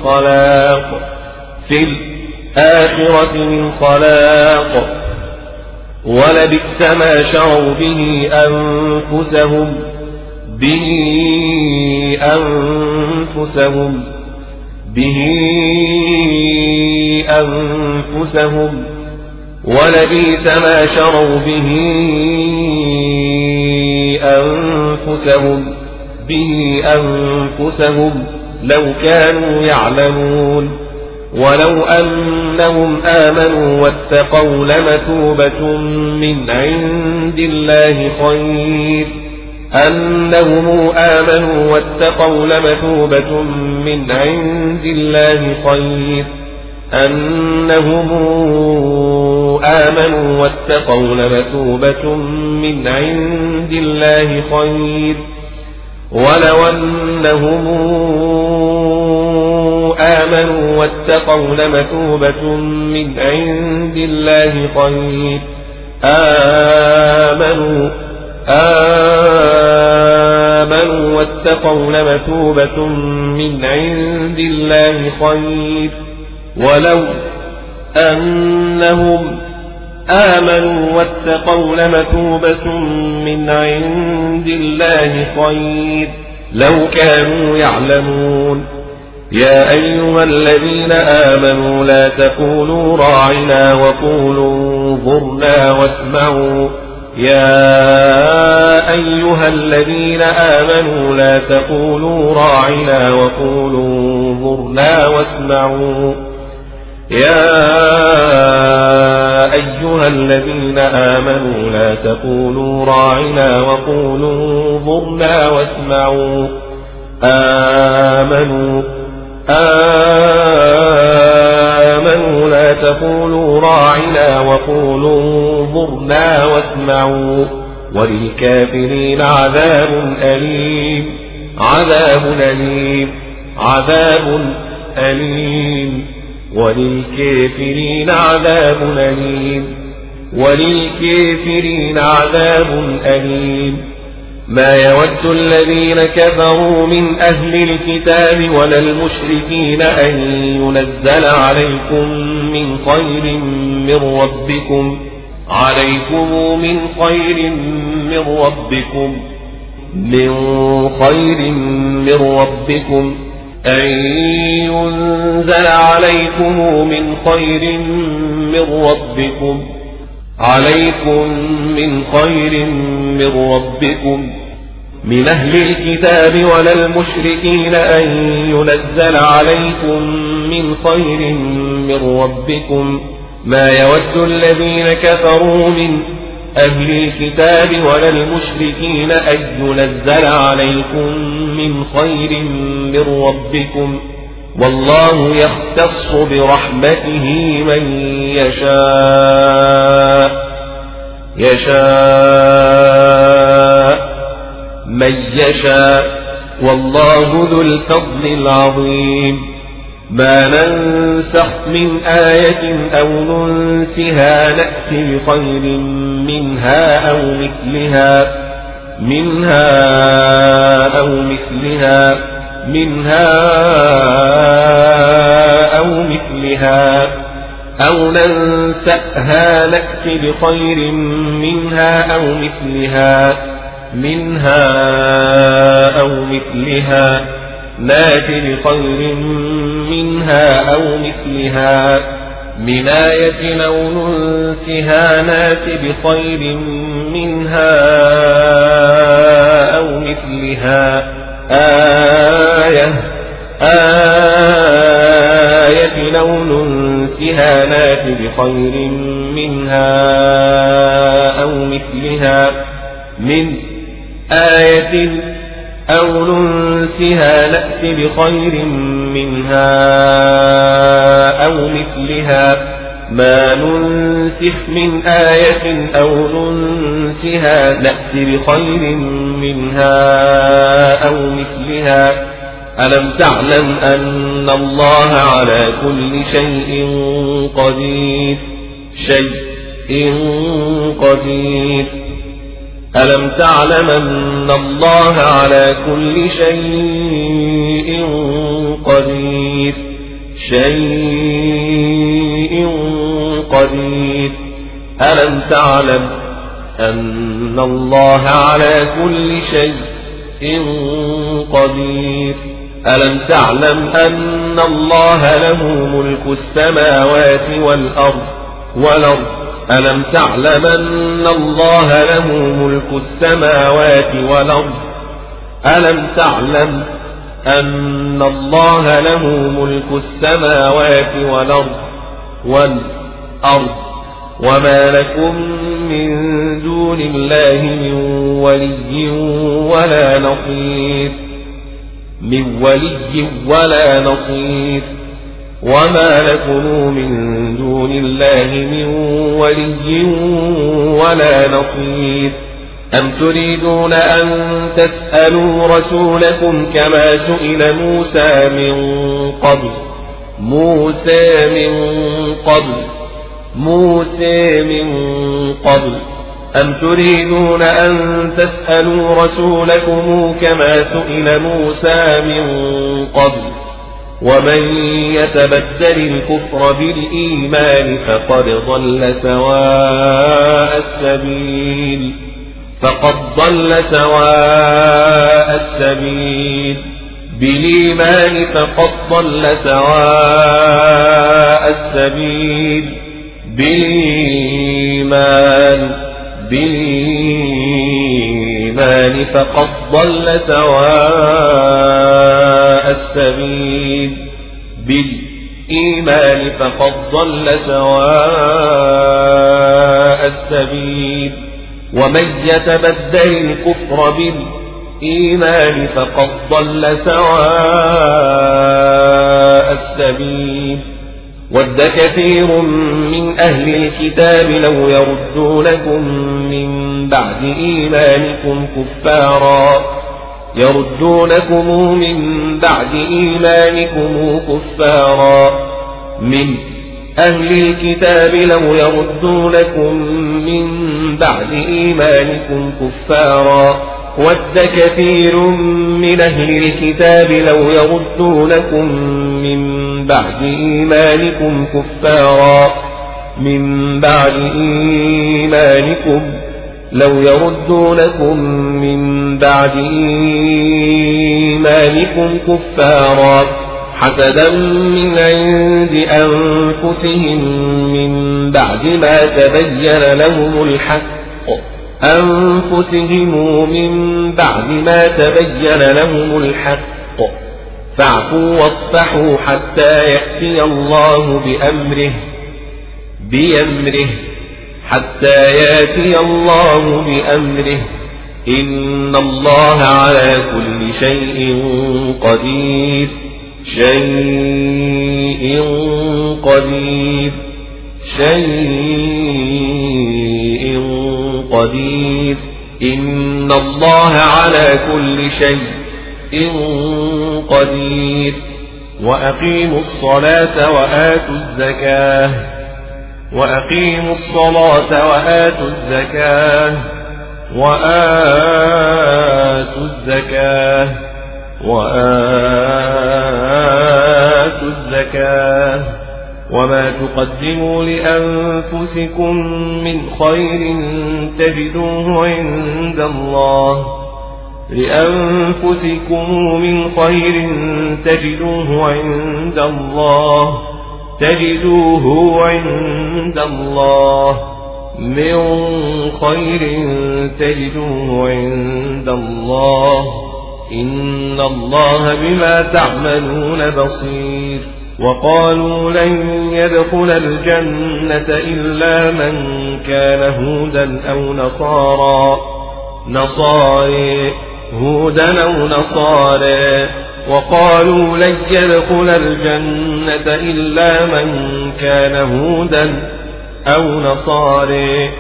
من خلاق ولبئس ما شروا به أنفسهم ولبئس ما شروا به أنفسهم لو كانوا يعلمون ولو أنهم آمنوا واتقوا لمثوبة من عند الله خير ولو أنهم آمنوا واتقوا لمثوبة من عند الله خير آمنوا واتقوا لمثوبة من عند الله خير ولو أنهم آمنوا واتقوا لمثوبة من عند الله خير لو كانوا يعلمون يا أيها الذين آمنوا لا تقولوا راعنا وقولوا انظرنا واسمعوا وللكافرين عذاب أليم وللكافرين عذاب أليم وللكافرين عذاب أليم ما يود الذين كفروا من أهل الكتاب ولا المشركين أن ينزل عليكم من خير من ربكم أن ينزل عليكم من خير من ربكم من أهل الكتاب ولا المشركين أن ينزل عليكم من خير من ربكم ما يود الذين كفروا من أهل الكتاب ولا المشركين أن ينزل عليكم من خير من ربكم والله يختص برحمته من يشاء والله ذو الفضل العظيم ما ننسخ من آية أو ننسها نأتي بخير منها أو مثلها أو ننسأها نأتي بخير منها أو مثلها من آية أو ننسها نأتي بخير منها أو مثلها آية أو ننسها نأتي بخير منها أو مثلها من آية أو ننسها نأتي بخير منها أو مثلها ما ننسخ من آية أو ننسها نأتي بخير منها أو مثلها ألم تعلم أن الله على كل شيء قدير ألم تعلم أن الله على كل شيء قدير ألم تعلم أن الله على كل شيء قدير ألم تعلم أن الله له ملك السماوات والأرض ألم تعلم أن الله له ملك السماوات والأرض ألم تعلم أن الله له ملك السماوات والأرض وما لكم من دون الله من ولي ولا نصير وما لكم من دون الله من ولي ولا نصير أم تريدون أن تسألوا رسولكم كما سئل موسى من قبل أم تريدون أن تسألوا رسولكم كما سئل موسى من قبل ومن يتبدل الكفر بالإيمان فقد ضل سواء السبيل بالإيمان فقد ضل سواء السبيل بالإيمان فقد ضل سواء السبيل بالإيمان فقد ضل سواء السبيل ومن يتبدل الكفر بالإيمان فقد ضل سواء السبيل ود كثير من أهل الكتاب لو يردونكم من بعد إيمانكم يردونكم من بعد إيمانكم كفارا من أهل الكتاب لو يردونكم من بعد إيمانكم كفارا ود كثير من أهل الكتاب لو يردونكم من بعد إيمانكم كفارا من بعد إيمانكم لو يردونكم من بعد إيمانكم كفارا حسدا من عند أنفسهم من بعد ما تبين لهم الحق لهم الحق فاعفوا واصفحوا حتى يأتي الله بأمره إن الله على كل شيء قدير إن الله على كل شيء قدير وأقيموا الصلاة وآتوا الزكاة وما تقدموا لأنفسكم من خير تجدوه عند الله إن الله بما تعملون بصير وقالوا لن يدخل الجنة إلا من كان هودا أو نصارى وقالوا لن يدخل الجنة إلا من كان هودا أو نصارى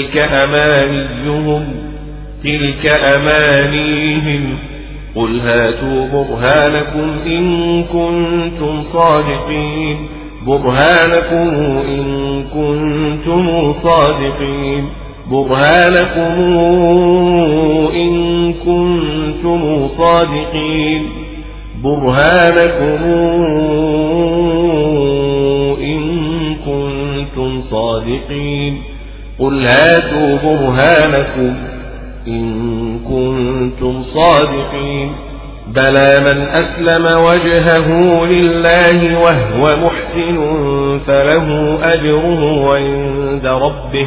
تلك أمانيهم قل هاتوا برهانكم إن كنتم صادقين قل هاتوا برهانكم إن كنتم صادقين بلى من أسلم وجهه لله وهو محسن فله أجره عند ربه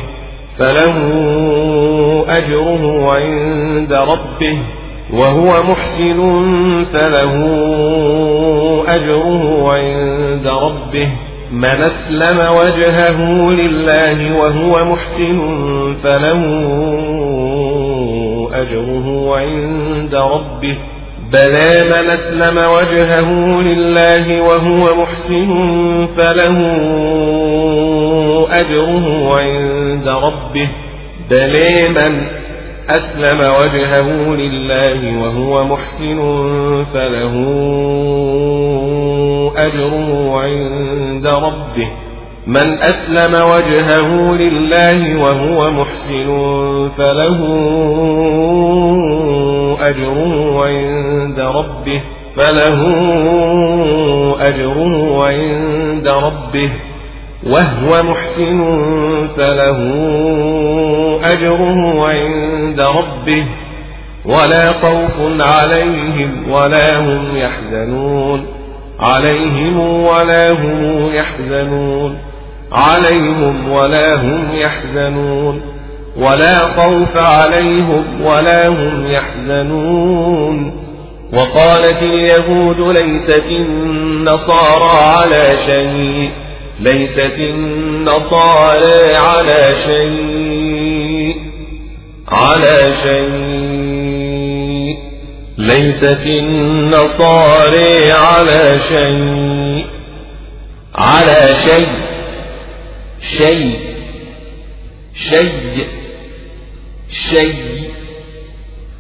وهو محسن فله أجره عند ربه من أسلم وجهه لله وهو محسن فله أجره عند ربه بلى من أسلم وجهه لله وهو محسن فله أجره عند ربه بلى من أسلم وجهه لله وهو محسن فله أجره عند ربه من أسلم وجهه لله وهو محسن فله أجره عند ربه وهو محسن فله أجره عند ربه ولا خوف عليهم ولا هم يحزنون ولا خوف عليهم ولا هم يحزنون وقالت اليهود ليست النصارى على شيء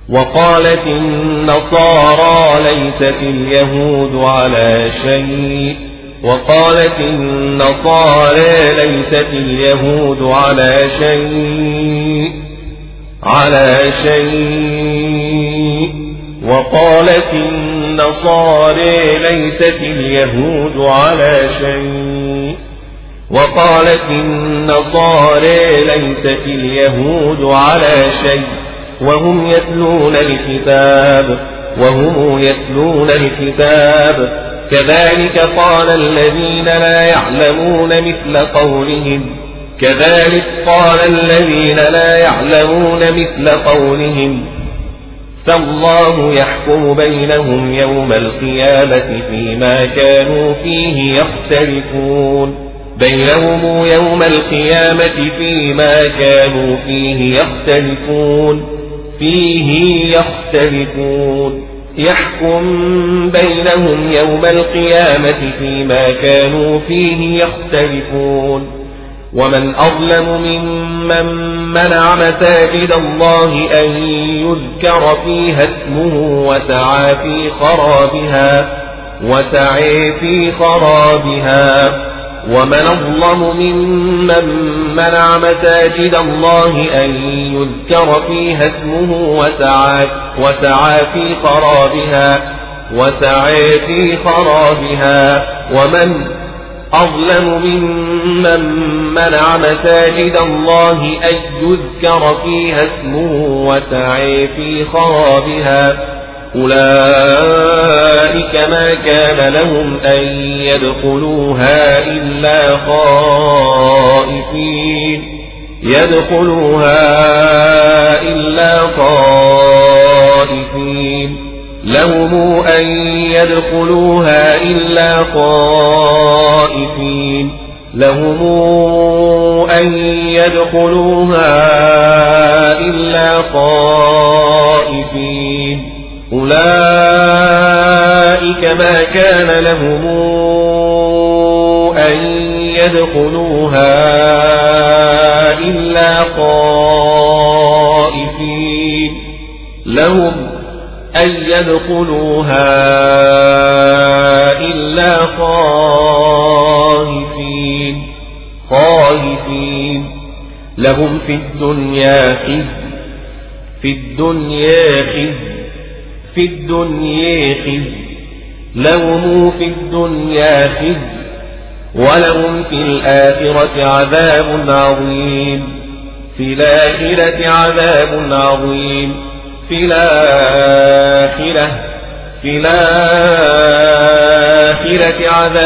وقالت النصارى ليست اليهود على شيء وقالت النصارى ليست اليهود على شيء وقالت النصارى ليست اليهود على شيء وقالت النصارى ليست اليهود على شيء وهم يتلون الكتاب كذلك قال الذين لا يعلمون مثل قولهم فالله يحكم بينهم يوم القيامة فيما كانوا فيه يختلفون يحكم بينهم يوم القيامة فيما كانوا فيه يختلفون ومن أظلم ممن منع مساجد الله أن يذكر فيها اسمه وسعى في خرابها ومن أظلم ممن منع مساجد الله أن يذكر فيها اسمه وسعى في خرابها ومن أظلم ممن منع مساجد الله أن يذكر فيها اسمه وسعى في خرابها أولئك ما كان لهم أن يدخلوها إلا خائفين لهم أن يدخلوها إلا خائفين أولئك ما كان لهم أن يدخلوها إلا خائفين لهم في الدنيا خزي ولهم في الآخرة عذاب عظيم في الآخرة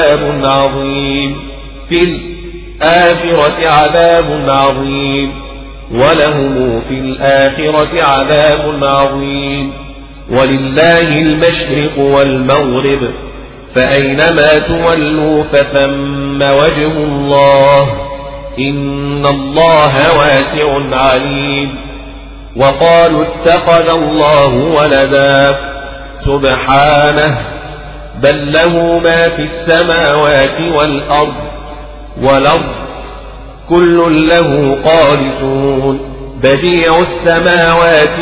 عذاب عظيم ولهم في الآخرة عذاب عظيم ولله المشرق والمغرب فأينما تولوا فثم وجه الله إن الله واسع عليم وقالوا اتخذ الله ولدا سبحانه بل له ما في السماوات والأرض كل له قانتون بديع السماوات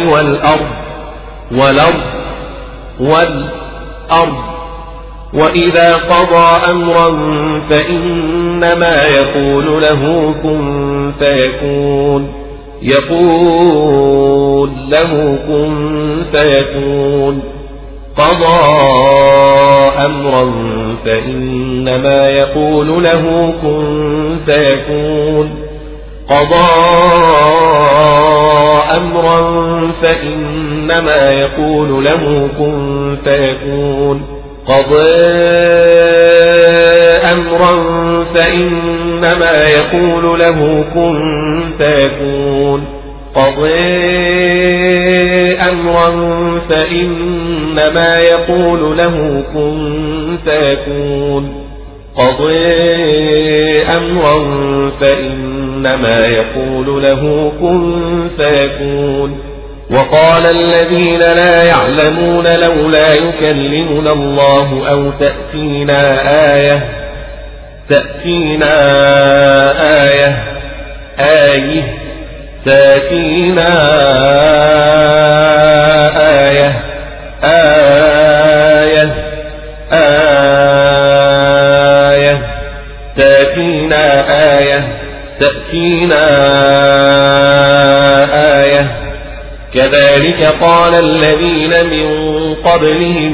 والأرض وإذا قضى أمرا فإنما يقول له كن فيكون قضى أمرا فإنما يقول له كن فيكون قضى أمرا فإنما يقول له كن فيكون قضى أمرا فإنما يقول له كن فيكون قضى أمرا فإنما يقول له كن فيكون قضى أمرا فإنما يقول له كن فيكون وقال الذين لا يعلمون لولا يكلمنا الله أو تأتينا تأتينا آية كذلك قال الذين من قبلهم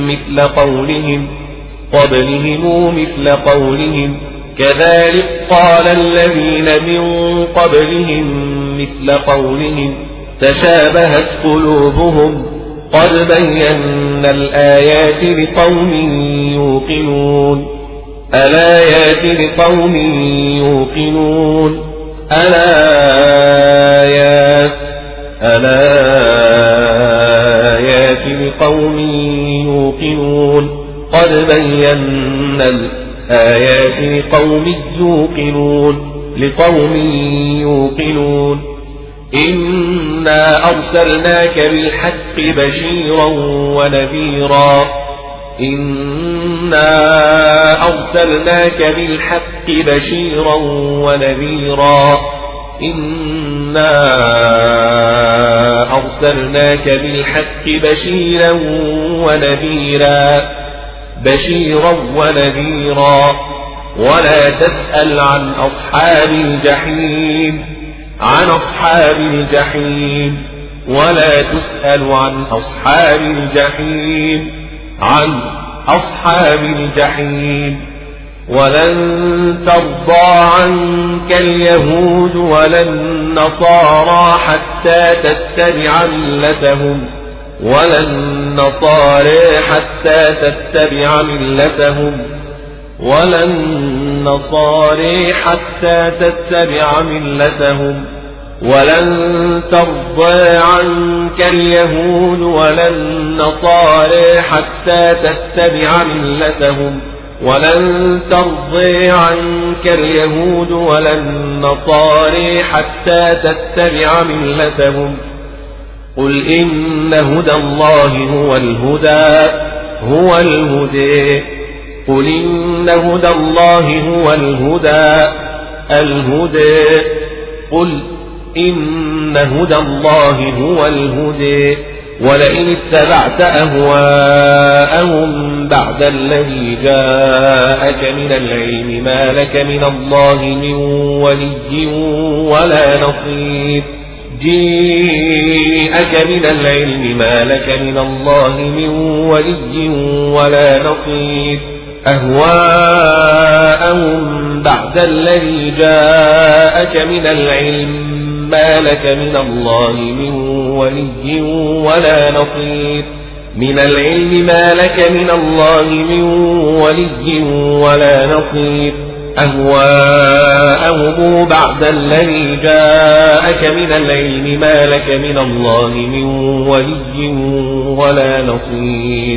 مثل قولهم كذلك قال الذين من قبلهم مثل قولهم تشابهت قلوبهم قد بينا الآيات لقوم يوقنون الآيات لقوم يوقنون الآيات لقوم يوقنون قد بينا الآيات لقوم يوقنون إنا أرسلناك بالحق بشيرا ونذيرا بشيرا ونذيرا ولا تسأل عن أصحاب الجحيم ولا تسأل عن أصحاب الجحيم ولن ترضى عنك اليهود ولا النصارى حتى تتبع ملتهم ولا النصارى حتى تتبع ملتهم ولن ترضى عنك اليهود ولا النصارى حتى تتبع ملتهم قل إن هدى الله هو الهدى قل إن هدى الله هو الهدى ولئن اتبعت أهواءهم بعد الذي جاءك من العلم ما لك من الله من ولي ولا نصير جاءك من العلم ما لك من الله من ولي ولا نصير أهواءهم بعد الذي جاءك من العلم ما لك من الله من ولي ولا نصير من العلم ما لك من الله من ولي ولا نصير أهواءهم بعد الذي جاءك من العلم ما لك من الله من ولي ولا نصير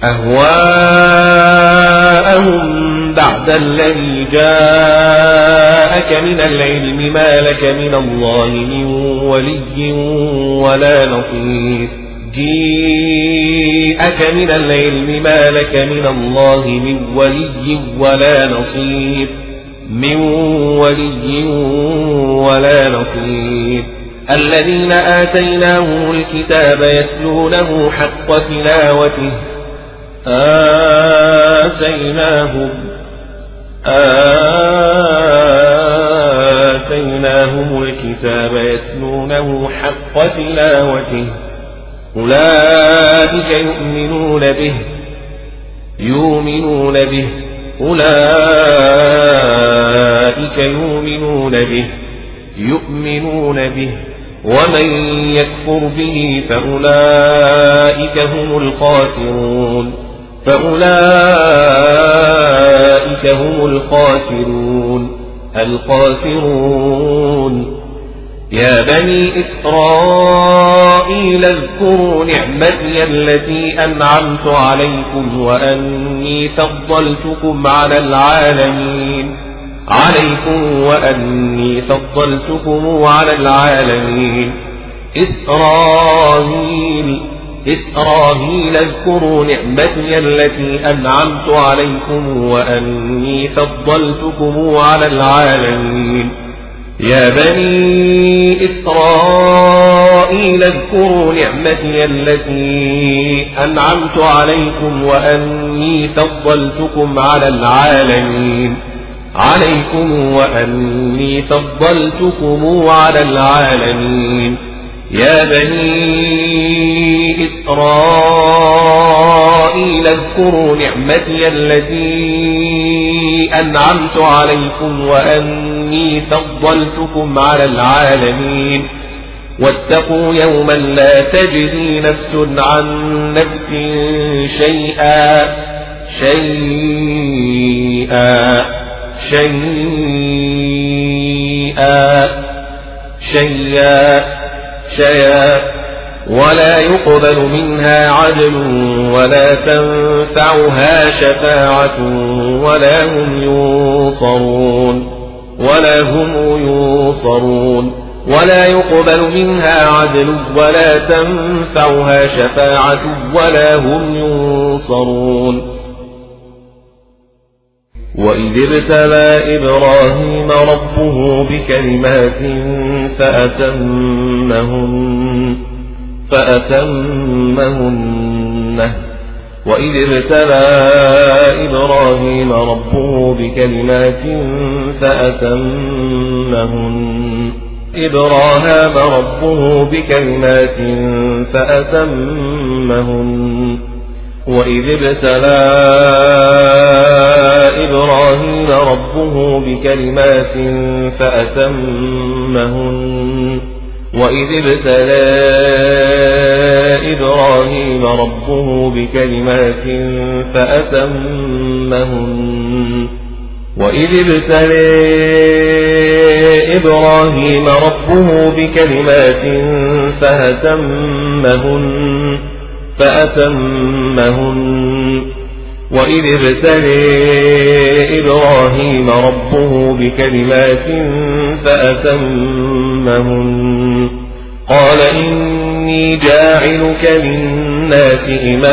أهواءهم بعد الذي جاءك من العلم ما لك من الله من ولي ولا نصير جاءك من العلم ما لك من الله من ولي ولا نصير الذين آتيناهم الكتاب يتلونه حق تلاوته آتيناهم الكتاب يتلونه حق تلاوته أولئك يؤمنون به ومن يكفر به فأولئك هم الخاسرون يا بني إسرائيل اذكروا نعمتي التي أنعمت عليكم وأني فضلتكم على العالمين إسرائيل اذكروا نعمتي التي أنعمت عليكم وأني فضلتكم على العالمين يا بني إسرائيل اذكروا نعمتي التي أنعمت عليكم وأني فضلتكم على العالمين يا بني إسرائيل اذكروا نعمتي التي أنعمت عليكم وأني فضلتكم على العالمين واتقوا يوما لا تجزي نفس عن نفس شيئا ولا يقبل منها عدل ولا تنفعها شفاعة ولا هم ينصرون ولا يقبل منها عدل ولا تنفعها شفاعة ولا هم ينصرون. وإذ ابتلى إبراهيم ربه بكلمات فأتمهن وإذ ابتلى إبراهيم ربه بكلمات فأتمهن وإذ ابتلى إبراهيم ربه بكلمات فأتمهن قال إني جاعلك للناس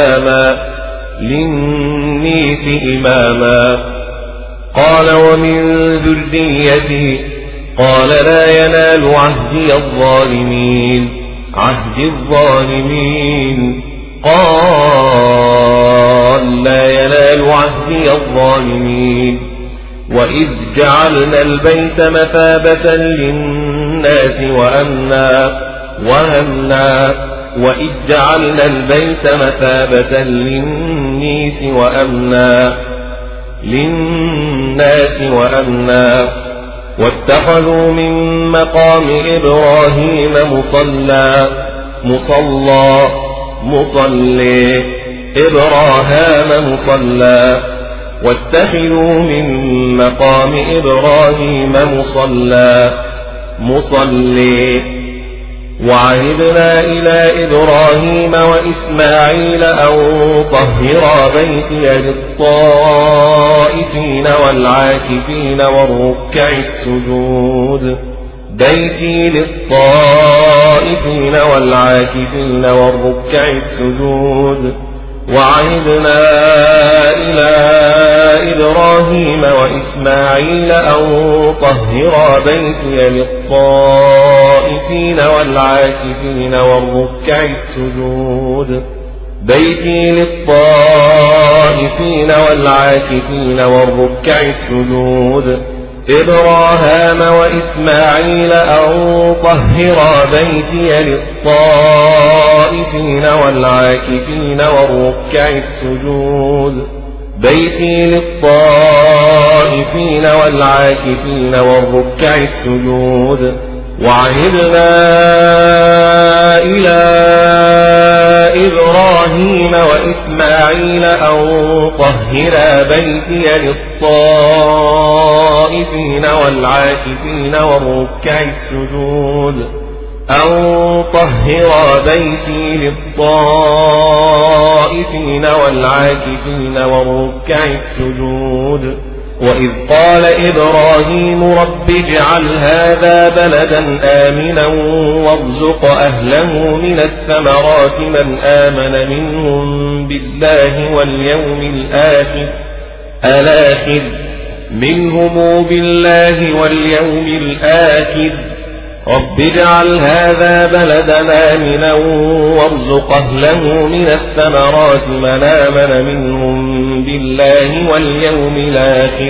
إماما قال ومن ذريتي قال لا ينال عهدي الظالمين قال لا ينال عهدي الظالمين وإذ جعلنا البيت مثابة للناس وأمنا واتخذوا من مقام إبراهيم مصلى وعهدنا إلى إبراهيم وإسماعيل أن طهرا بيتي للطائفين والعاكفين والركع السجود وعهدنا إلى إبراهيم وإسماعيل أن طهرا بيتي للطائفين والعاكفين والركع السجود إبراهام وإسماعيل أن طهرا بيتي للطائفين والعاكفين والركع السجود وعهدنا إلى إبراهيم وإسماعيل أن طهرا بيتي للطائفين والعاكفين والركع السجود وإذ قال إبراهيم رب اجعل هذا بلدا آمنا وارزق أهله من الثمرات من آمن منهم بالله واليوم الآخر رب اجعل هذا بلدنا آمنا وارزق أهله من الثمرات من آمن منهم بالله واليوم الآخر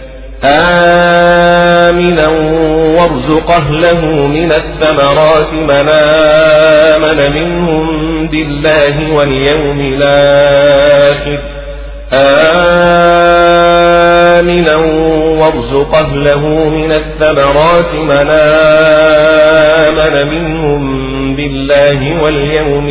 آمنا وارزق أهله من الثمرات من آمن منهم بالله واليوم الآخر آمنا وارزق أهله من الثمرات من آمن منهم بالله واليوم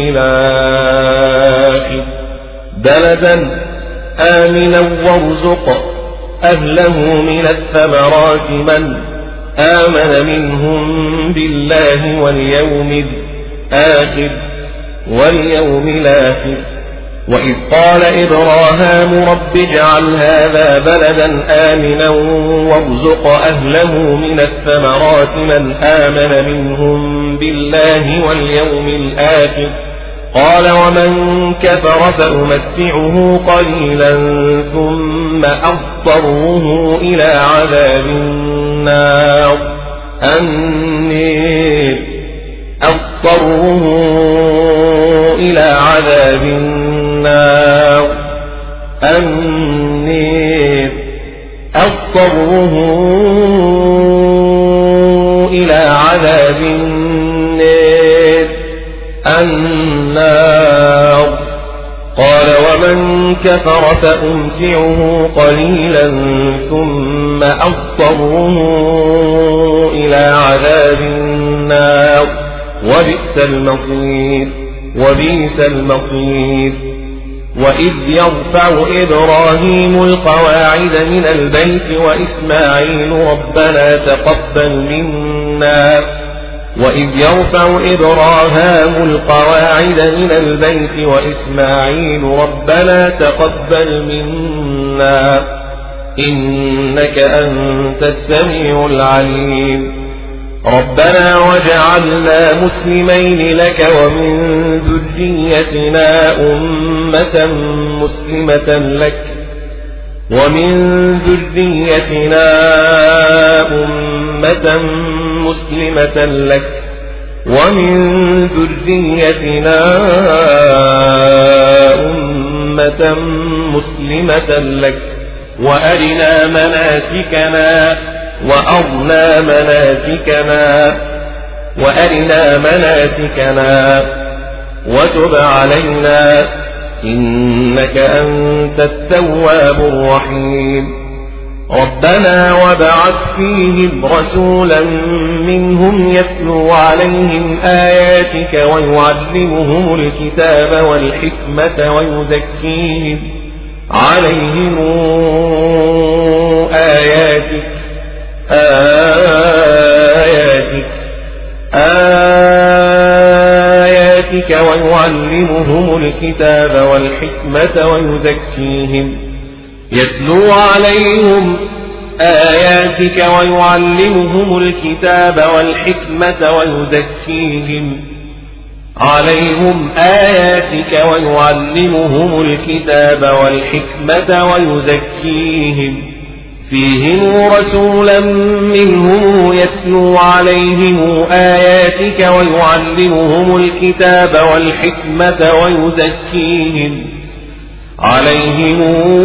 الآخر بلدا آمنا وارزق أهله من الثمرات من آمن منهم بالله واليوم الآخر وإذ قال إبراهام رب اجعل هذا بلدا آمنا وارزق أهله من الثمرات من آمن منهم بالله واليوم الآخر قال ومن كفر فأمتعه قليلا ثم أضطره إلى عذاب النار النار قال ومن كفر فأمتعه قليلا ثم أضطره إلى عذاب النار وبئس المصير وإذ يرفع إبراهيم القواعد من البيت وإسماعيل ربنا تقبل منا وإذ يرفع إبراهام القواعد من البيت وإسماعيل ربنا تقبل منا إنك أنت السميع العليم ربنا وجعلنا مسلمين لك ومن ذريتنا أمة مسلمة لك ومن ذريتنا أمة مسلمة لك وأرنا مناسكنا وتب علينا إنك أنت التواب الرحيم ربنا وابعث فيهم رسولا منهم يتلو عليهم آياتك ويعلمهم الكتاب والحكمة ويزكيهم عليهم آياتك ويعلمهم الكتاب والحكمة ويزكيهم يتلو عليهم آياتك ويعلمهم الكتاب والحكمة ويزكيهم عليهم آياتك ويعلمهم الكتاب والحكمة ويزكيهم فيهم رسولا منهم يتلو عليهم آياتك ويعلمهم الكتاب والحكمة ويزكيهم عليهم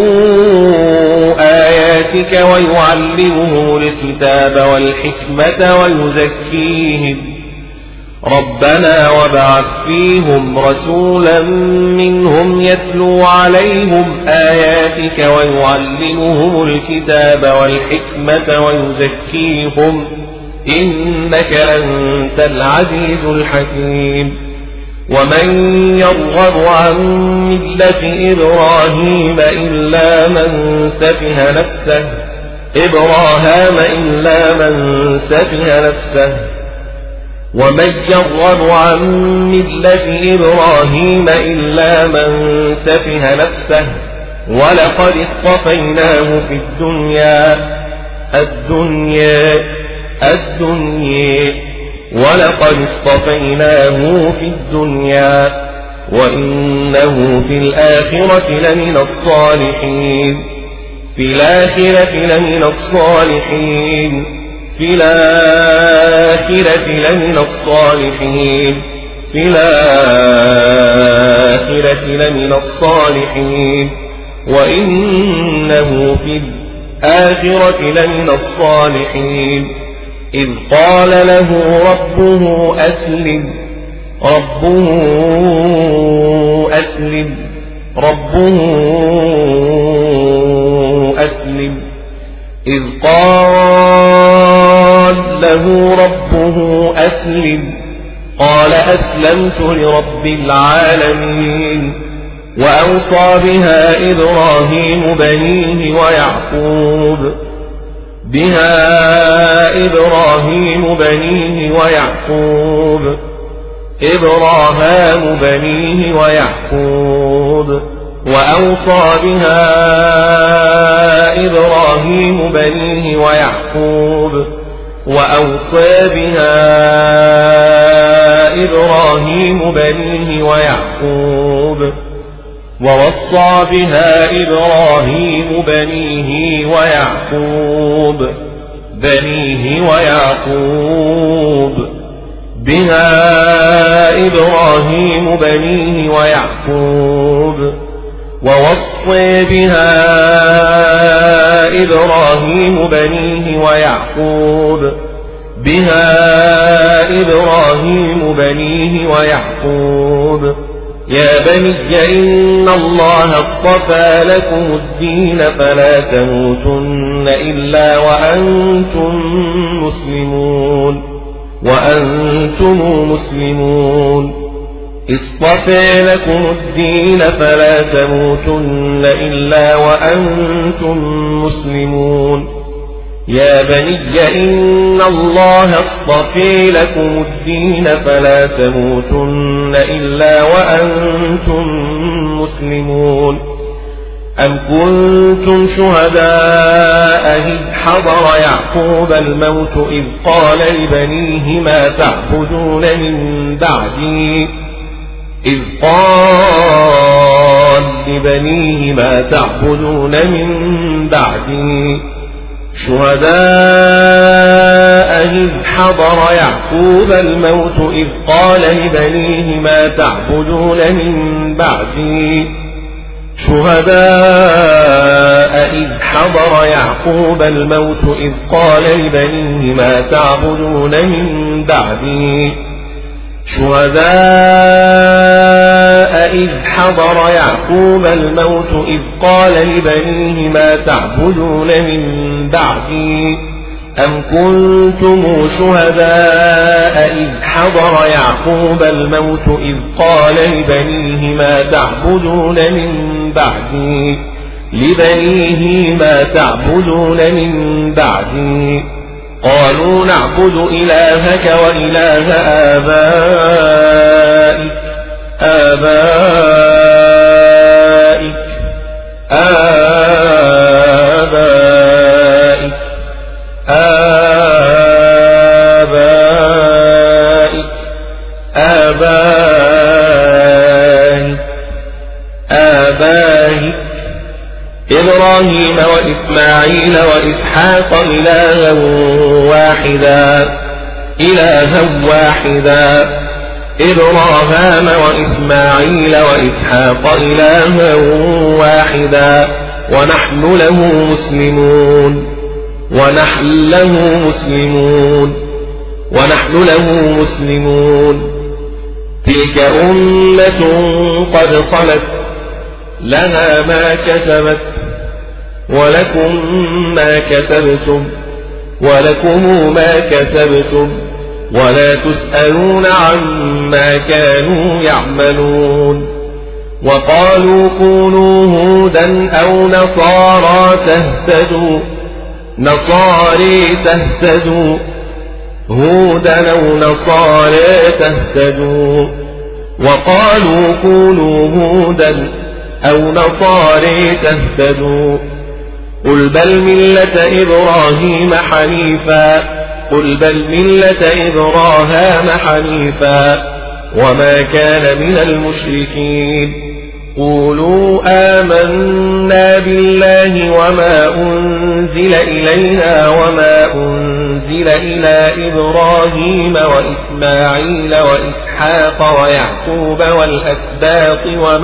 آياتك ويعلمهم الكتاب والحكمة ويزكيهم ربنا وابعث فيهم رسولا منهم يتلو عليهم آياتك ويعلمهم الكتاب والحكمة ويزكيهم إنك أنت العزيز الحكيم ومن يرغب عن ملة إبراهيم إلا من سفه نفسه ومن يرغب عن ملة إبراهيم إلا من سفه نفسه ولقد اصطفيناه في الدنيا وإنه في الآخرة لمن الصالحين في الآخرة لمن الصالحين في الآخرة لمن الصالحين وإنه في الآخرة لمن الصالحين إذ قال له ربه أسلم إذ قال له ربه أسلم قال أسلمت لرب العالمين وأوصى بها إبراهيم بنيه ويعقوب إبراهام بنيه ويعقوب وأوصى بها إبراهيم بنيه ويعقوب ووصى بها إبراهيم بنيه ويعقوب ووصى بها إبراهيم بنيه ويعقوب يا بني إن الله اصطفى لكم الدين فلا تموتن إلا وأنتم مسلمون اصطفى لكم الدين فلا تموتن إلا وأنتم مسلمون يا بني إن الله اصطفى لكم الدين فلا تموتن إلا وأنتم مسلمون أم كنتم شهداء إذ حضر يعقوب الموت إذ قال لبنيه ما تعبدون من بعدي شهداء إذ حضر يعقوب الموت إذ قال لبنيه ما تعبدون من بعدي شهداء إذ حضر يعقوب الموت إذ قال لبنيه ما تعبدون من بعدي شهداء إذ حضر يعقوب الموت إذ قال لبنيه ما تعبدون من بعدي أم كنتم شهداء إذ حضر يعقوب الموت إذ قال لبنيه ما تعبدون من بعدي قالوا نعبد إلهك وإله آبائك إبراهيم وإسماعيل وإسحاق إلها واحدا إبراهام وإسماعيل وإسحاق إلها واحدا ونحن له مسلمون تلك أمة قد خلت لها ما كسبت ولكم ما كسبتم ولا تسألون عما كانوا يعملون وقالوا كونوا هودا أو نصارى تهتدوا وقالوا كونوا هودا أو نصارى تهتدوا قل بل ملة إبراهام حنيفا وما كان من المشركين قولوا آمنا بالله وما أنزل إلينا وما أنزل أنزل إلى إبراهيم وإسماعيل وإسحاق ويعقوب والأسباط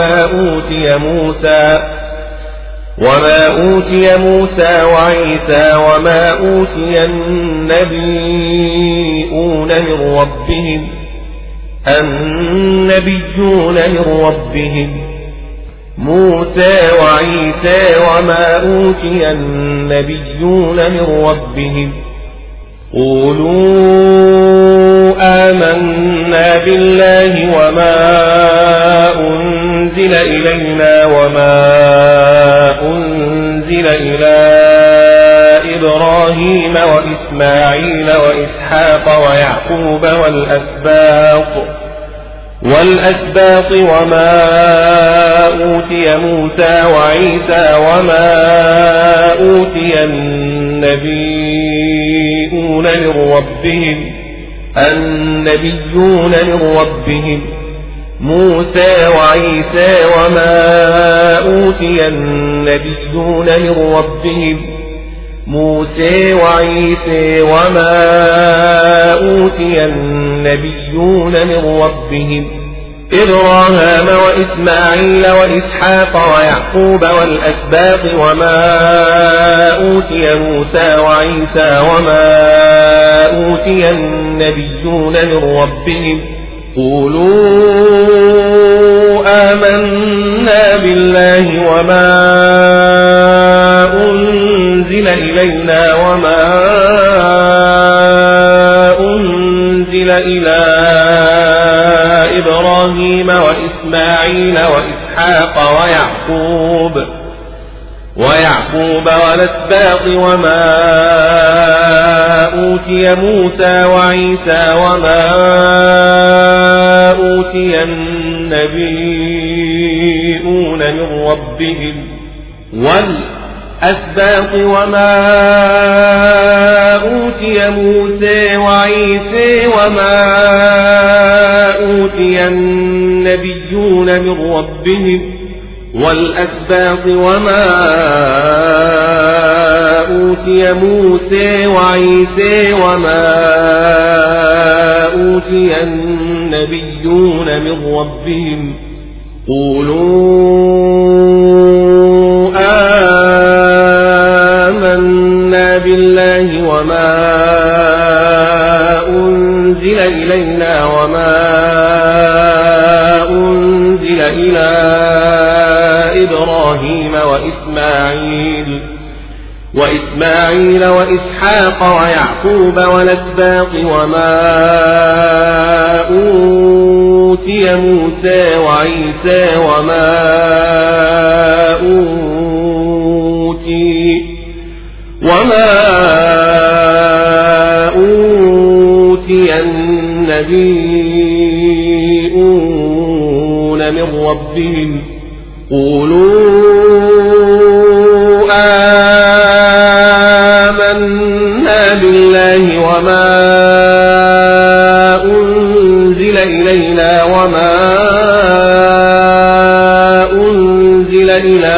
وما أوتي موسى وعيسى وما أوتي النبيون من ربهم موسى وعيسى وما أوتي النبيون من ربهم قولوا آمنا بالله وما أنزل إلينا وما أنزل إلى إبراهيم وإسماعيل وإسحاق ويعقوب والأسباط وما أوتي موسى وعيسى وما أوتي النبيون من ربهم موسى وعيسى وما أوتي النبيون من ربهم موسى وعيسى وما أوتي النبيون من ربهم إبراهيم وإسماعيل وإسحاق ويعقوب والأسباط وما أوتي موسى وعيسى وما أوتي النبيون من ربهم قولوا آمنا بالله وما أنزل إلينا وما أنزل إلى إبراهيم وإسماعيل وإسحاق ويعقوب والأسباط وما أوتي موسى وعيسى وما أوتي النبيون من ربهم والأسباط وما أوتي موسى وعيسى وما أوتي النبيون من ربهم والأسباط وما أوتي موسى وعيسى وما أوتي النبيون من ربهم قولوا آمنا بالله وما أنزل إلينا وما أنزل إلى إبراهيم وإسماعيل وإسحاق ويعقوب والأسباط وما أوتي موسى وعيسى وما أوتي النبيون من ربهم قولوا آمنا بالله وما أنزل إلينا وما أنزل إلى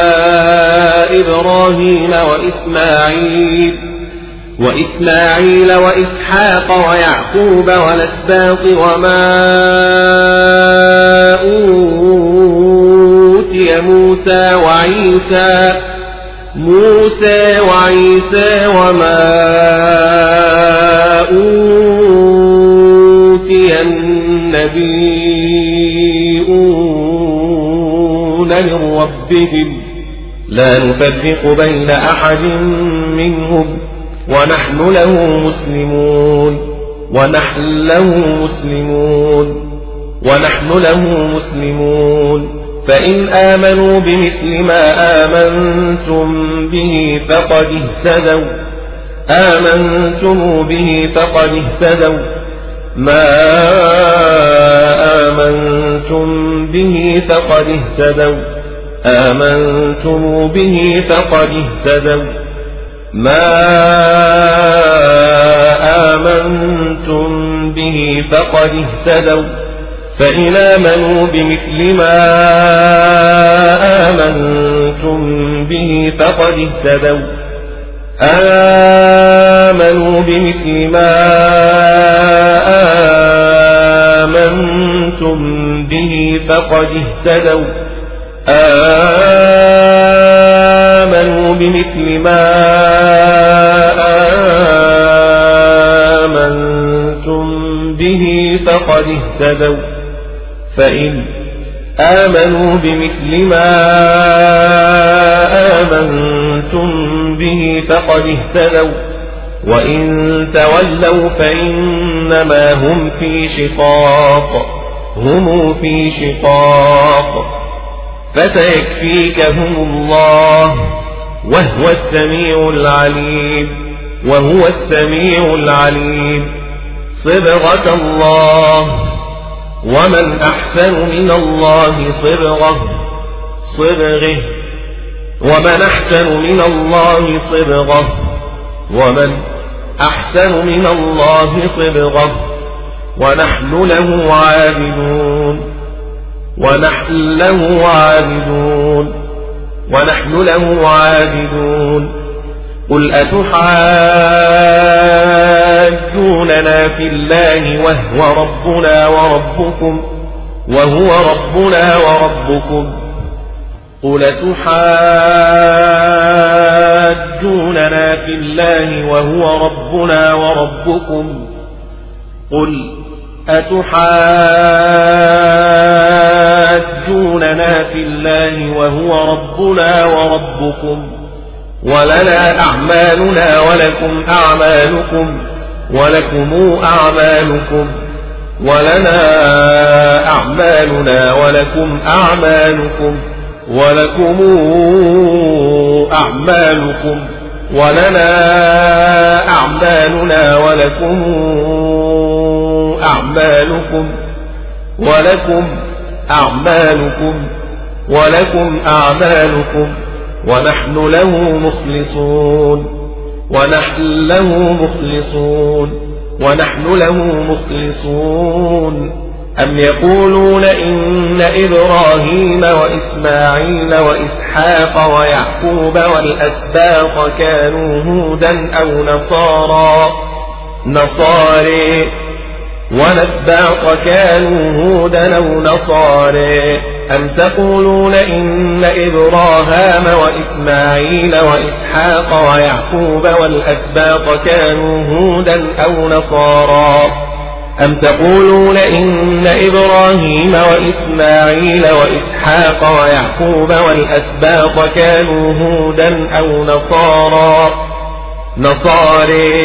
إبراهيم وإسماعيل وإسحاق ويعقوب والأسباط وما أوتي موسى وعيسى وما أوتي النبيون من ربهم لا نفرق بين أحد منهم ونحن له مسلمون فإن آمنوا بمثل ما آمنتم به فقد اهتدوا ما آمنتم به فقد اهتدوا ما آمنتم به فقد اهتدوا فإن آمنوا بمثل ما آمنتم به فقد اهتدوا آمنوا بمثل ما آمنتم به فقد اهتدوا آمنوا بمثل ما آمنتم به فقد اهتدوا فإن آمنوا بمثل ما آمنتم به فقد اهتدوا وإن تولوا فإنما هم في شقاق فسيكفيكهم الله وهو السميع العليم صبغة الله ومن أحسن من الله صبغة ومن أحسن من الله صبغة ونحن له عابدون قل أتحاجوننا في الله وهو ربنا وربكم قل أتحاجوننا في الله وهو ربنا وربكم قل أتحاجوننا في الله وهو ربنا وربكم ولنا أعمالنا ولكم أعمالكم ولنا أعمالنا ولكم أعمالكم ولنا أعمالنا ولكم أعمالكم ونحن له مخلصون أم يقولون إن إبراهيم وإسماعيل وإسحاق ويعقوب والأسباط كانوا هودا أو نصارى أم تقولون إن إبراهام وإسماعيل وإسحاق ويعقوب والأسباط كانوا هودا أو نصارى أم تقولون إن إبراهيم وإسماعيل وإسحاق ويعقوب والأسباط كانوا هودا أو نصارى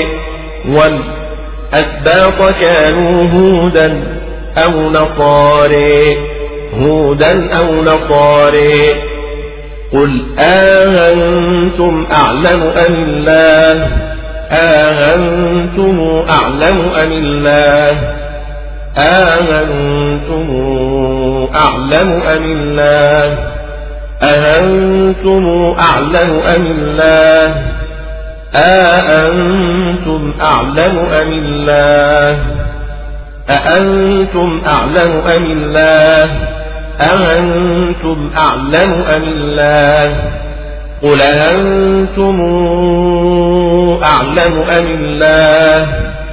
والأسباط كانوا هودا أو نصارى قل أأنتم أعلم أم الله أأنتم أعلم أم الله أأنتم أعلم أم الله أأنتم أعلم أم الله أأنتم أعلم أم الله أأنتم أعلم أم الله أأنتم أعلم أم الله قل أنتم أعلم أم الله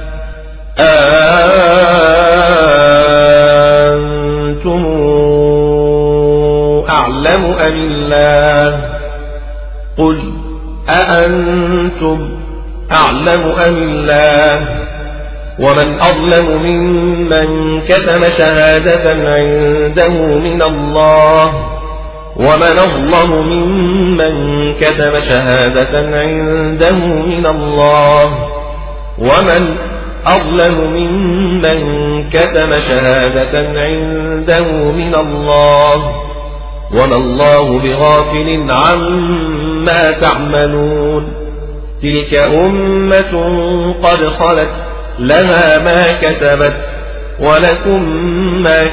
أنتم أعلم أم الله قل أأنتم أعلم أم الله ومن أظلم ممن كتم شهادة عنده من الله ومن أظلم ممن كتم شهادة عنده من الله ومن أظلم ممن كتم شهادة عنده من الله وما الله بغافل عما تعملون تلك أمة قد خلت لها ما كسبت ولكم ما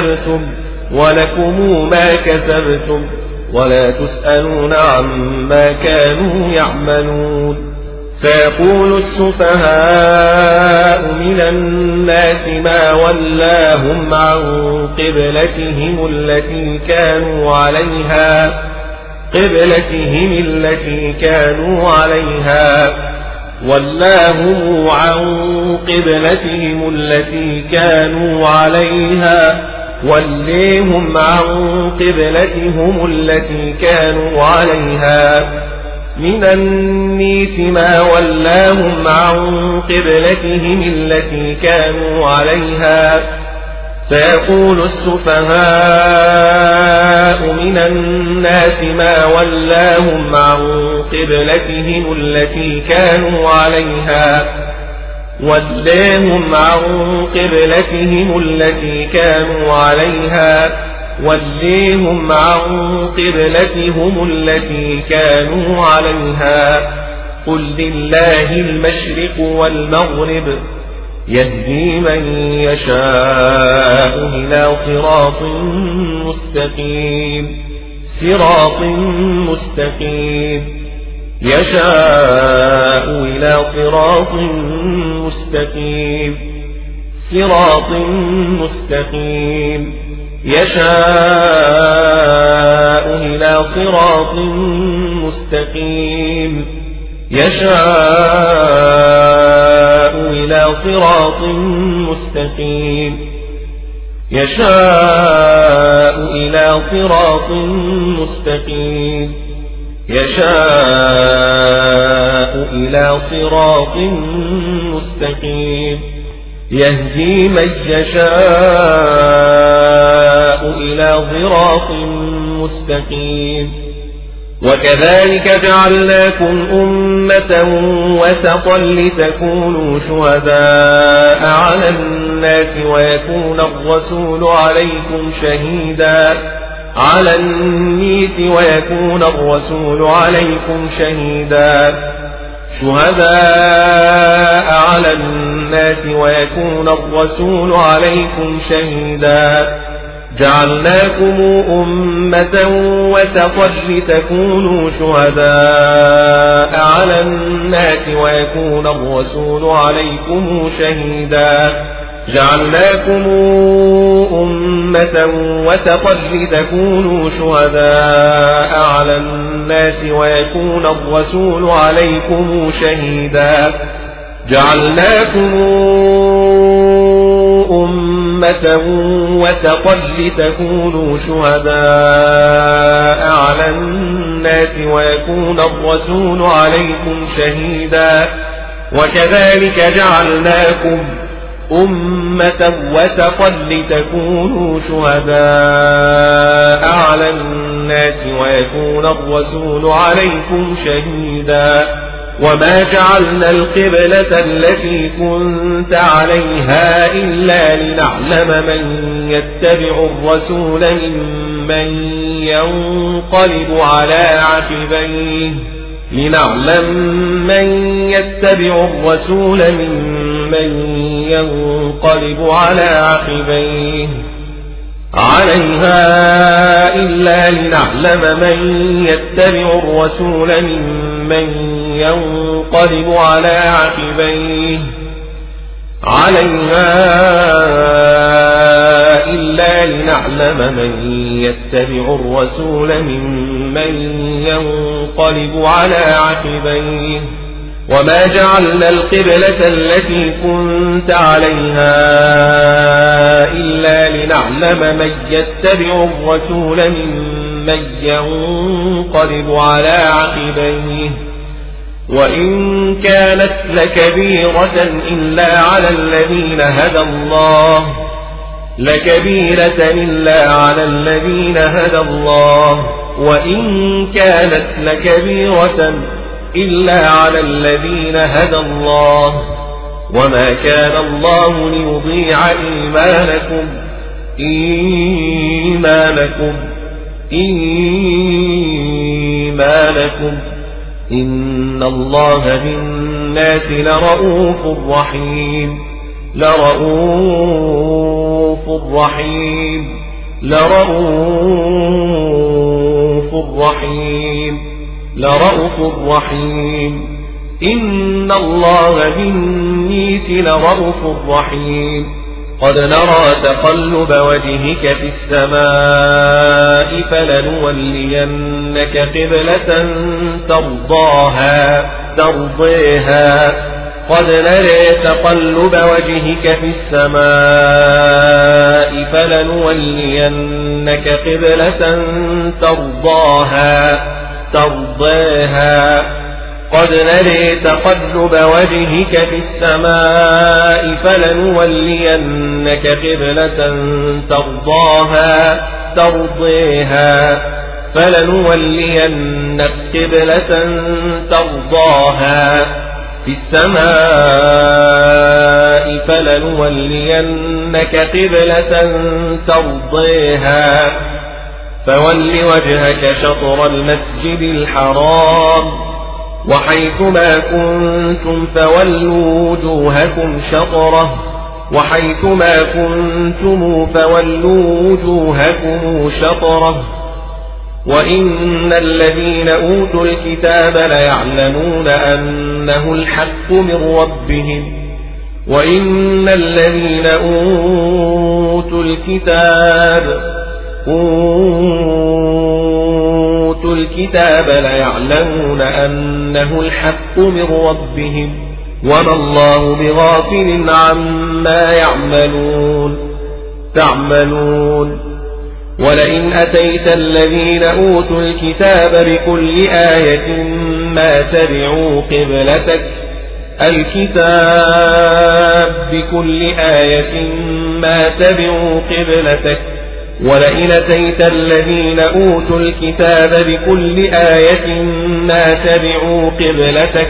كسبتم ولا تسألون عما كانوا يعملون سيقول السفهاء من الناس ما ولاهم عن قبلتهم التي كانوا عليها قبلتهم التي كانوا عليها ولاهم عن قبلتهم التي كانوا عليها وليهم عن قبلتهم التي كانوا عليها من النيس ما ولاهم عن قبلتهم التي كانوا عليها سيقول السفهاء من الناس ما ولاهم عن قبلتهم التي كانوا عليها ولاهم عن قبلتهم التي كانوا عليها وليهم عن قبلتهم التي كانوا عليها قل لله المشرق والمغرب يهدي من يشاء إلى صراط مستقيم صراط مستقيم يشاء إلى صراط مستقيم صراط مستقيم يشاء إلى صراط مستقيم يشاء إلى صراط مستقيم يشاء إلى صراط مستقيم يشاء إلى صراط مستقيم يهدي من يشاء إلى صراط مستقيم وكذلك جعلناكم أمة وسطا لتكونوا شهداء على الناس ويكون الرسول عليكم شهيدا على الناس ويكون الرسول عليكم شهيدا شهداء على الناس ويكون الرسول عليكم شهيدا جعلناكم أمة وسطا لتكونوا شهداء على الناس ويكون الرسول عليكم شهيدا جعلناكم أمة وسطا لتكونوا شهداء على الناس ويكون الرسول عليكم شهيدا جعلناكم أمة وسطا لتكونوا شهداء على الناس ويكون الرسول عليكم شهيدا وكذلك جعلناكم أمة وسطا لتكونوا شهداء على الناس ويكون الرسول عليكم شهيدا وما جعلنا القبلة التي كنت عليها إلا لنعلم من يتبع الرسول ممن ينقلب على عقبيه لنعلم من يتبع الرسول ممن ينقلب على عقبيه عليها إلا لنعلم من يتبع الرسول ممن ينقلب على عقبيه عليها إلا لنعلم من يتبع الرسول ممن ينقلب على عقبيه وما جعلنا القبلة التي كنت عليها إلا لنعلم من يتبع الرسول ممن ينقلب على عقبيه وإن كانت لكبيرة إلا على الذين هدى الله لكبيرة إلا على الذين هدى الله وإن كانت لكبيرة إلا على الذين هدى الله وما كان الله ليضيع إيمانكم إن الله بالناس لرؤوف رحيم لرؤوف رحيم إن الله بالناس لرؤوف رحيم قد نرى تقلب وجهك في السماء فلنولينك قبلة ترضيها قد نرى تقلب وجهك في السماء فلنولينك قبلة ترضيها قد نرى تقلب وجهك في السماء فلنولينك قبلة ترضيها في السماء فلنولينك قبلة ترضيها فول وجهك شطر المسجد الحرام وحيثما كنتم فولوا وجوهكم شطره وإن الذين أوتوا الكتاب ليعلمون أنه الحق من ربهم وإن الذين أوتوا الكتاب ليعلمون أنه الحق من ربهم وما الله بغافل عما تعملون ولئن أتيت الذين أوتوا الكتاب بكل آية ما تبعوا قبلتك ولئن أتيت الذين أوتوا الكتاب بكل آية ما تبعوا قبلتك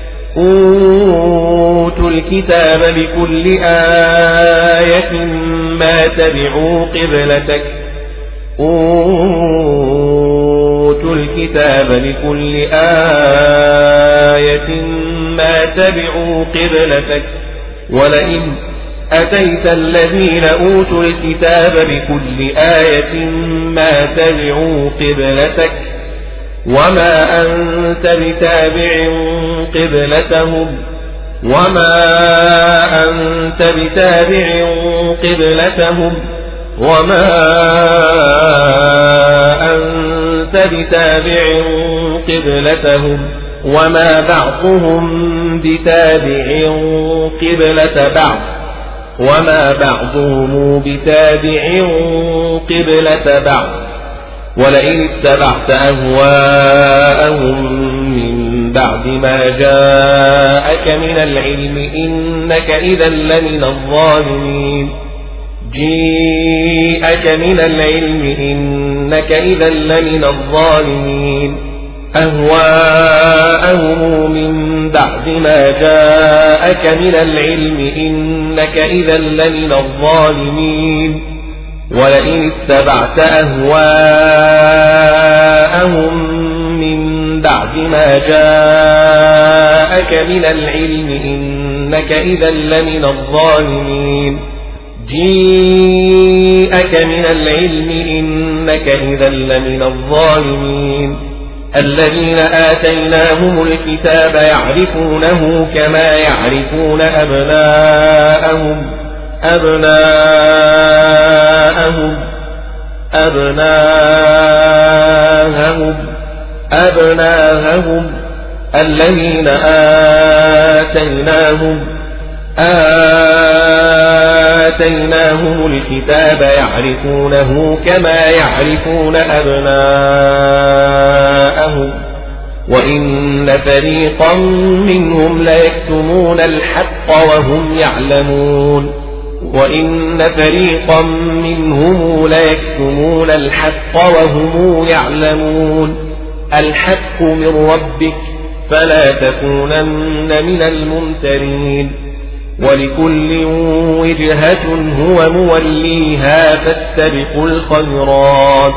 ولئن أتيت الذين أوتوا الكتاب بكل آية ما تبعوا قبلتك وما أنت بتابع قبلتهم وما بعضهم بتابع قبلة بعض ولئن اتبعت أهواءهم من بعد ما جاءك من العلم إنك إذا لمن الظالمين أهواءهم من بعد ما جاءك من العلم إنك إذا لمن الظالمين ولئن اتبعت أهواءهم من بعد ما جاءك من العلم إنك إذا لمن الظالمين الذين آتيناهم الكتاب يعرفونه كما يعرفون أبناءهم الذين آتيناهم الكتاب يعرفونه كما يعرفون أبناءهم وإن فريقا منهم ليكتمون الحق وهم يعلمون الحق من ربك فلا تكونن من الممترين ولكل وجهة هو موليها فاستبقوا الخيرات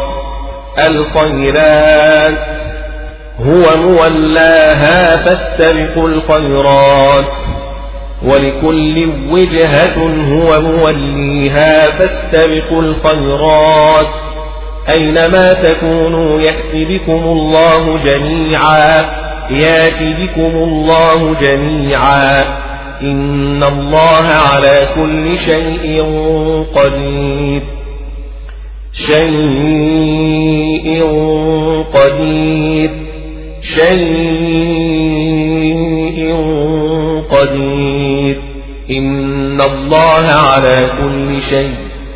ولكل وجهة هو موليها فاستبقوا الخيرات أينما تكونوا يأتي بكم الله جميعا إن الله على كل شيء قدير. شيء قدير شيء قدير. إن الله على كل شيء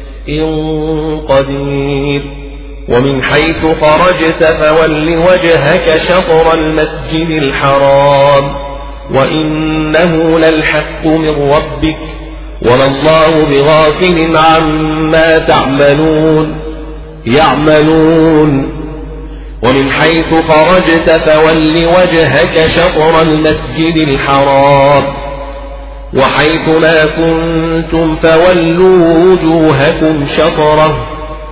قدير. ومن حيث خرجت فول وجهك شطر المسجد الحرام وإنه للحق من ربك وما الله بغافل عما يعملون. ومن حيث خرجت فول وجهك شطر المسجد الحرام وحيث ما كنتم فولوا وجوهكم شطره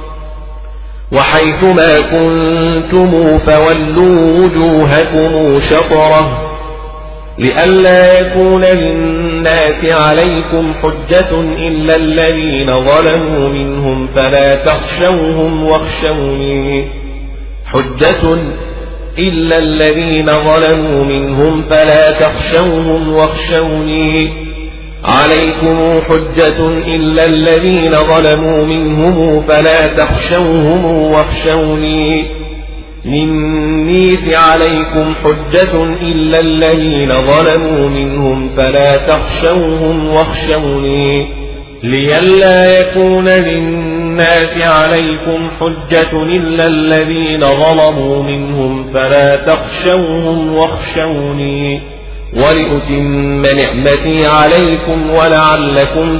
وحيث ما كنتم فولوا وجوهكم شطره لئلا يكون للناس عليكم حجة إلا الذين ظلموا منهم فلا تخشوهم واخشوني. حجة إلا الذين ظلموا منهم فلا تخشوهم واخشوني. عليكم حجة إلا الذين ظلموا منهم فلا تخشوهم واخشوني. للنيس عليكم حجة إلا الذين ظلموا منهم فلا تخشوهم واخشوني. لئلا يكون للناس عليكم حجة إلا الذين ظلموا منهم فلا تخشوهم واخشوني. ولأتم نعمتي عليكم ولعلكم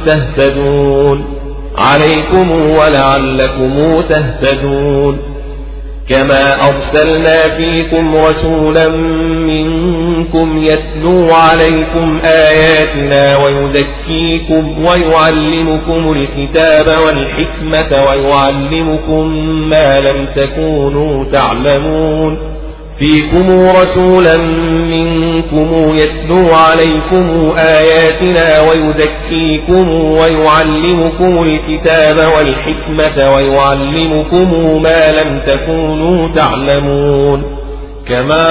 تهتدون. كما أرسلنا فيكم رسولا منكم يتلو عليكم آياتنا ويزكيكم ويعلمكم الكتاب والحكمة ويعلمكم ما لم تكونوا تعلمون. فيكم رسولا منكم يتلو عليكم آياتنا ويزكيكم ويعلمكم الكتاب والحكمة ويعلمكم ما لم تكونوا تعلمون. كما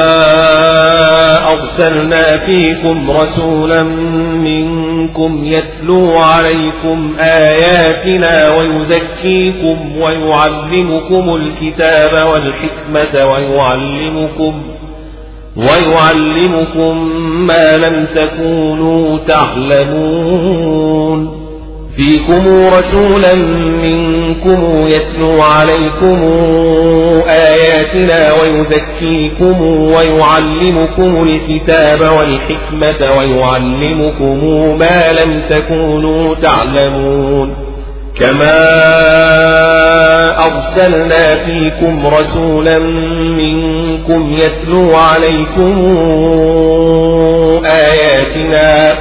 أرسلنا فيكم رسولا منكم يتلو عليكم آياتنا ويزكيكم ويعلمكم الكتاب والحكمة ويعلمكم ما لم تكونوا تعلمون. فيكم رسولا منكم يتلو عليكم آياتنا ويزكيكم ويعلمكم الكتاب والحكمة ويعلمكم ما لم تكونوا تعلمون. كما أرسلنا فيكم رسولا منكم يتلو عليكم آياتنا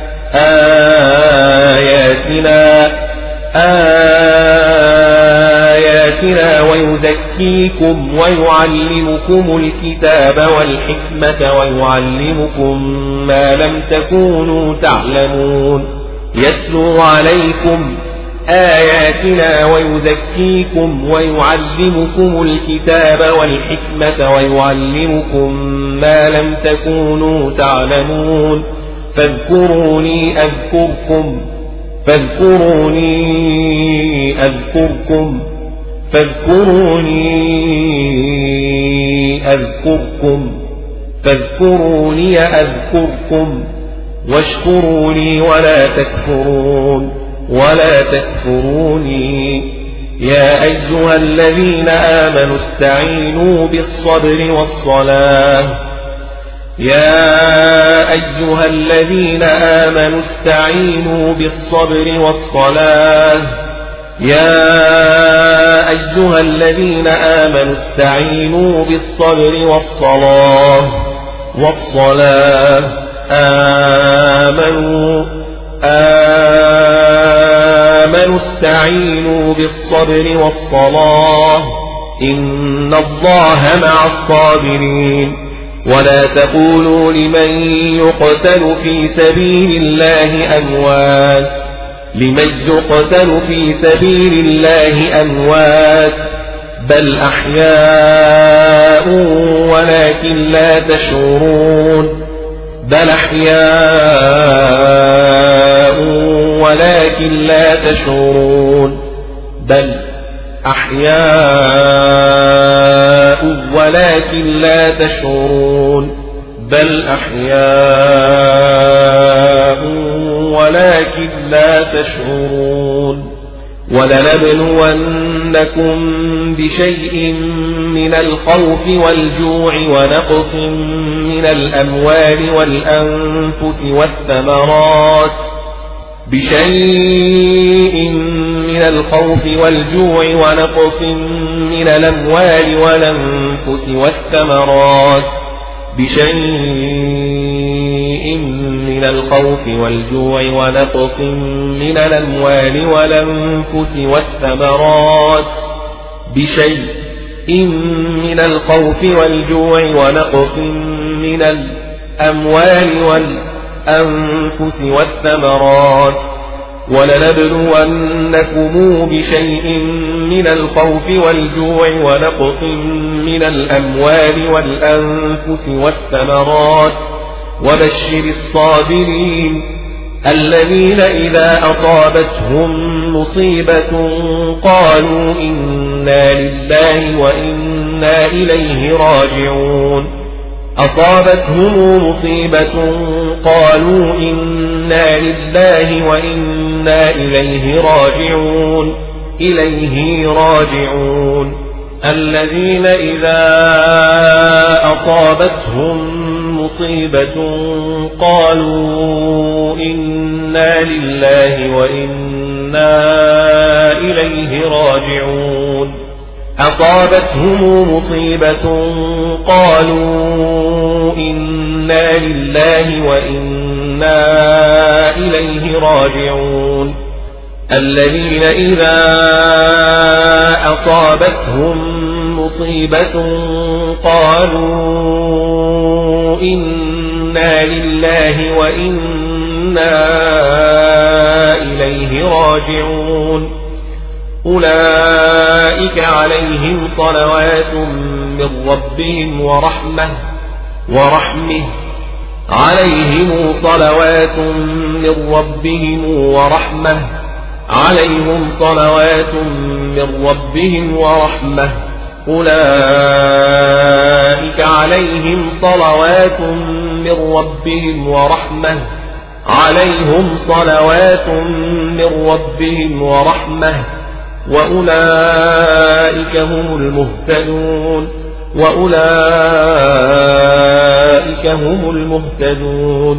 ويزكيكم ويعلمكم الكتاب والحكمة ويعلمكم ما لم تكونوا تعلمون. يتلو عليكم آياتنا ويزكيكم ويعلمكم الكتاب والحكمة ويعلمكم ما لم تكونوا تعلمون. فاذكروني أذكركم واشكروا لي ولا تكفروني. يا أيها الذين آمنوا استعينوا بالصبر والصلاة. يا أيها الذين آمنوا استعينوا بالصبر والصلاة. يا أيها الذين آمنوا استعينوا بالصبر والصلاة. آمنوا استعينوا بالصبر والصلاة إن الله مع الصابرين. ولا تقولوا لمن يقتل في سبيل الله أموات بل أحياء ولكن لا تشعرون. بل أحياء ولكن لا تشعرون بل أحياء ولكن لا تشعرون بل أحياء ولكن لا تشعرون ولنبلونكم بشيء من الخوف والجوع ونقص من الأموال والأنفس والثمرات بشيء من الخوف والجوع ونقص من الأموال والأنفس والثمرات بشيء من الخوف والجوع ونقص من الأموال والأنفس والثمرات بشيء من الخوف والجوع ونقص من الأموال والأنفس والثمرات ولنبلونكم بشيء من الخوف والجوع ونقص من الأموال والأنفس والثمرات وبشر الصابرين الذين إذا أصابتهم مصيبة قالوا إنا لله وإنا إليه راجعون أصابتهم مصيبة قالوا إنا لله وإنا إليه راجعون الذين إذا أصابتهم مصيبة قالوا إنا لله وإنا إليه راجعون أصابتهم مصيبة قالوا إنا لله وإنا إليه راجعون الذين إذا أصابتهم مصيبة قالوا إنا لله وإنا إليه راجعون أولئك عليهم صلوات من ربهم ورحمة عليهم صلوات من ربهم ورحمة أولئك عليهم صلوات من ربهم ورحمة وأولئك هم المهتدون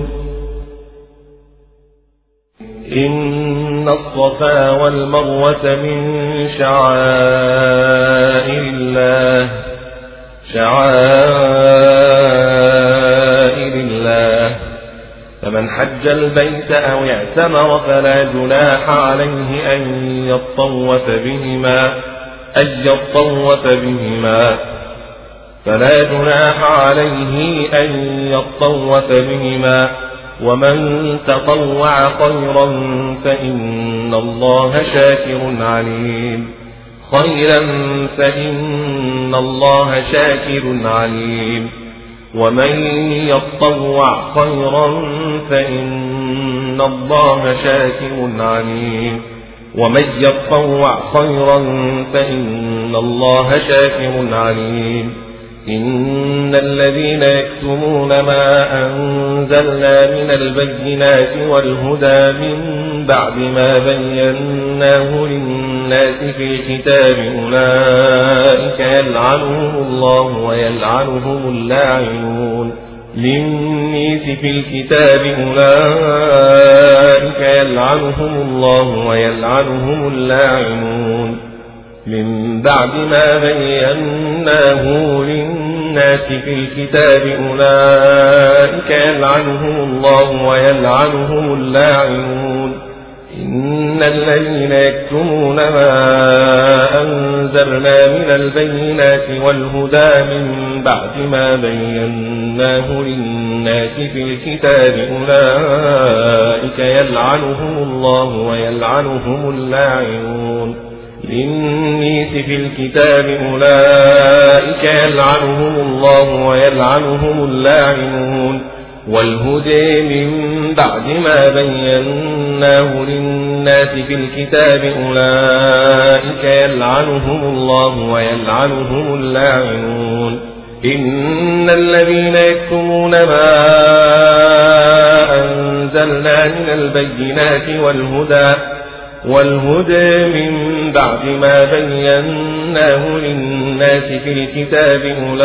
إن الصفا والمروة من شعائر الله فمن حج البيت أو اعتمر فلا جناح عليه أن يطوف بهما ومن تطوع خيرا فإن الله شاكر عليم ومن يطوع خيرا فإن الله شاكر عليم إن الذين يكتمون ما أنزلنا من البينات والهدى من بعد ما بيناه للناس في الكتاب أولئك يلعنهم الله ويلعنهم اللاعنون من بعد ما بيناه للناس في الكتاب أولئك يلعنهم الله ويلعنهم اللاعنون إن الذين يكتمون ما أنزلنا من البينات والهدى من بعد ما بيناه للناس في الكتاب أولئك يلعنهم الله ويلعنهم اللاعنون والهدى من بعد ما بيناه للناس في الكتاب أولئك يلعنهم الله ويلعنهم اللاعنون إن الذين يكتمون ما أنزلنا من البينات والهدى من بعد ما بيناه للناس في الكتاب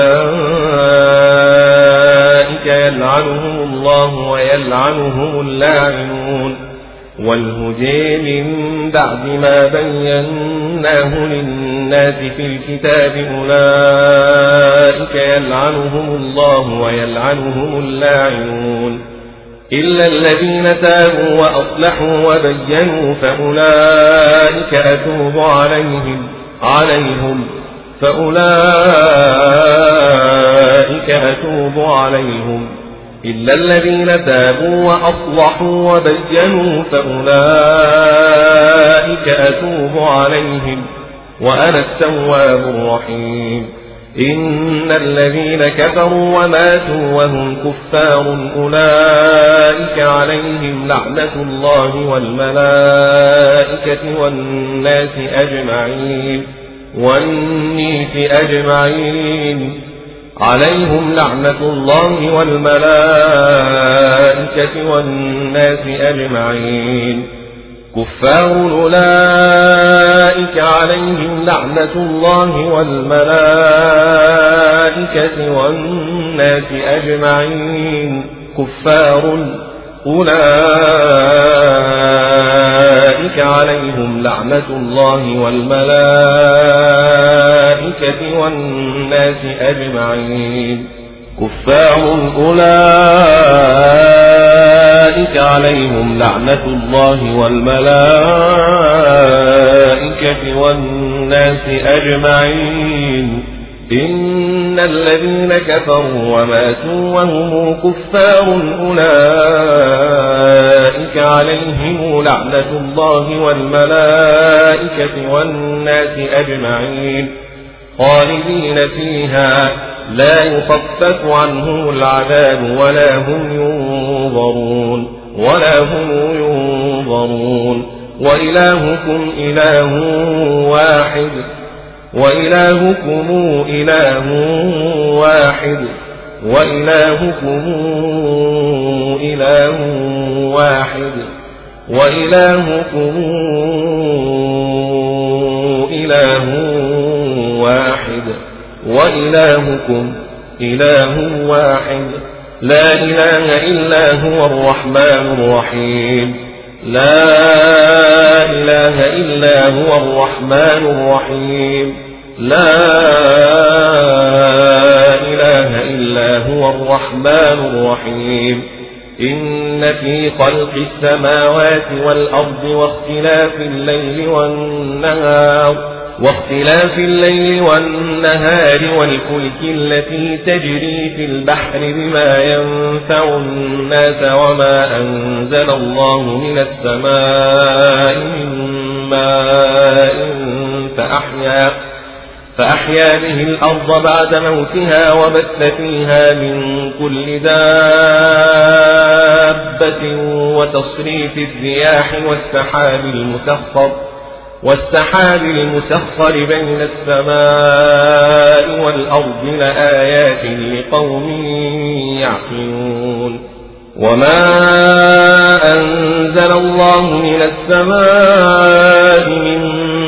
أولئك يلعنهم الله ويلعنهم اللاعنون والهدى من بعد ما بيناه للناس في الكتاب أولئك يلعنهم الله ويلعنهم اللاعنون إلا الذين تابوا وأصلحوا وبينوا فأولئك أتوب عليهم إلا الذين تابوا وأصلحوا وبينوا فأولئك أتوب عليهم وأنا التواب الرحيم إن الذين كفروا وماتوا وهم كفار أولئك عليهم لعنة الله والملائكة والناس أجمعين عليهم لعنة الله والملائكة والناس أجمعين كفار أولئك عليهم لعنة الله والملائكة والناس أجمعين كفار أولئك عليهم لعنة الله والملائكة والناس أجمعين كفار أولئك عليهم لعنة الله والملائكة والناس أجمعين إن الذين كفروا وماتوا وهم كفار أولئك عليهم لعنة الله والملائكة والناس أجمعين خالدين فيها لا يخفف عنهم العذاب ولا هم ينظرون وإلهكم إله واحد وإلهكم إله واحد لا إله إلا هو الرحمن الرحيم لا إله إلا هو الرحمن الرحيم لا إله إلا هو الرحمن الرحيم إن في خلق السماوات والأرض واختلاف الليل والنهار والفلك التي تجري في البحر بما ينفع الناس وما أنزل الله من السماء من ماء فأحيا به الأرض بعد موتها وبث فيها من كل دابة وتصريف الرياح والسحاب المسخر بين السماء والأرض لآيات لقوم يعقلون وما أنزل الله من السماء من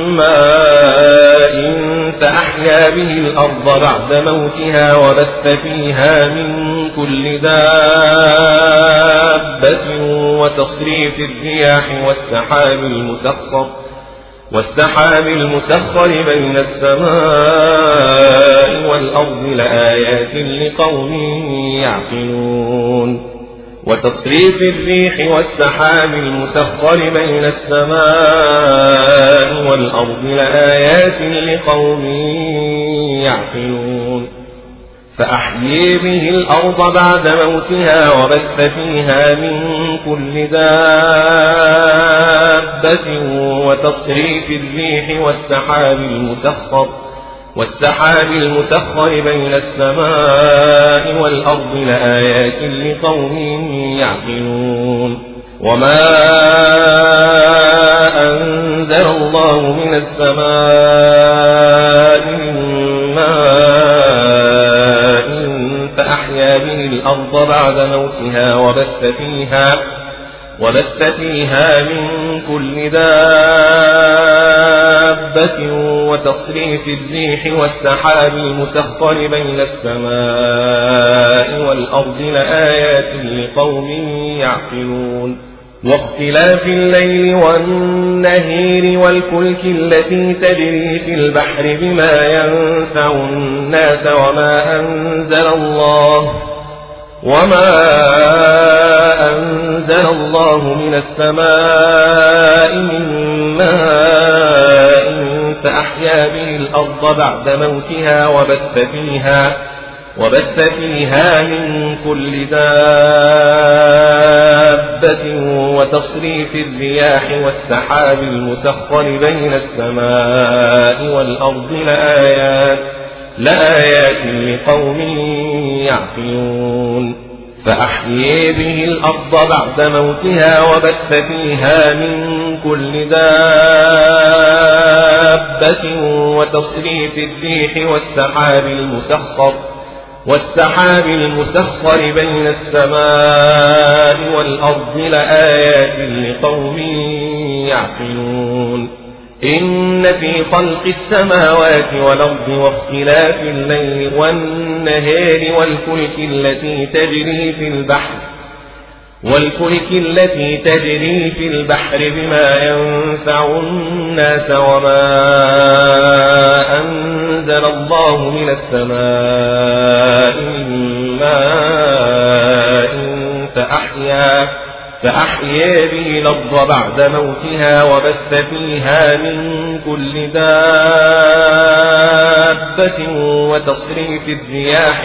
ماء فأحيا به الأرض بعد موتها وبث فيها من كل دابة وتصريف الرياح والسحاب المسخر بين السماء والأرض لآيات لقوم يعقلون وتصريف الريح والسحاب المسخر بين السماء والأرض لآيات لقوم يعقلون فأحيي به الأرض بعد موتها وبث فيها من كل دابة وتصريف الريح والسحاب المسخر بين السماء والأرض لآيات لقوم يعقلون وما أنزل الله من السماء من ماء فأحيا به الأرض بعد موتها وبث فيها من كل دابة وتصريف الريح والسحاب المسخر بين السماء والأرض لآيات لقوم يعقلون واختلاف الليل والنهير والفلك التي تجري في البحر بما ينفع الناس وما أنزل الله من السماء من ماء فأحيا به الأرض بعد موتها وبث فيها من كل دابة وتصريف الرياح والسحاب المسخر بين السماء والأرض لآيات لقوم يعقلون فأحيي به الأرض بعد موتها وبث فيها من كل دابة وتصريف الريح والسحاب المسخر بين السماء والأرض لآيات لقوم يعقلون إن في خلق السماوات والأرض واختلاف الليل والنهار والفلك التي تجري في البحر بما ينفع الناس وما أنزل الله من السماء من ماء فأحيا به الأرض بعد موتها وبث فيها من كل دابة وتصريف الرياح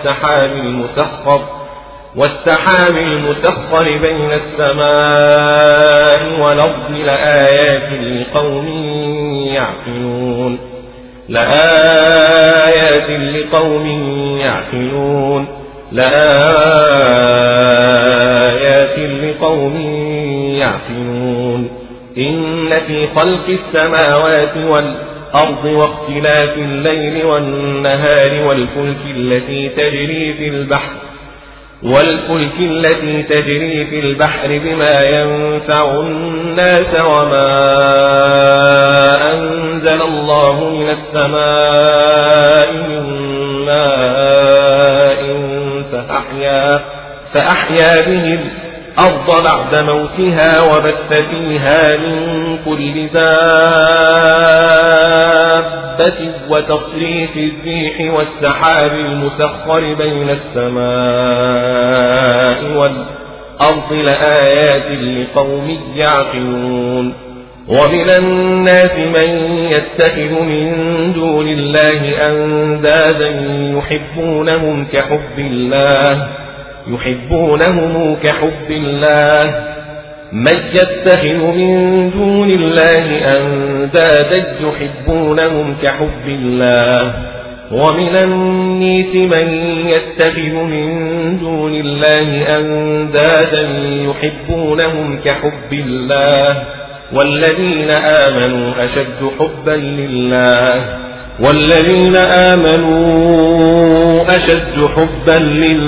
والسحاب المسخر بين السماء والأرض لآيات لقوم يعقلون إن في خلق السماوات والأرض واختلاف الليل والنهار والفلك التي تجري في البحر بما ينفع الناس وما أنزل الله من السماء من ماء فأحيا به الأرض بعد موتها وبث فيها من كل دابة وتصريف الريح والسحاب المسخر بين السماء والأرض لآيات لقوم يعقلون ومن الناس من يتخذ من دون الله أندادا يحبونهم كحب الله من يتخذ من دون الله أندادا يحبونهم كحب الله ومن الناس من يتخذ من دون الله أندادا يحبونهم كحب الله والذين آمنوا أشد حبا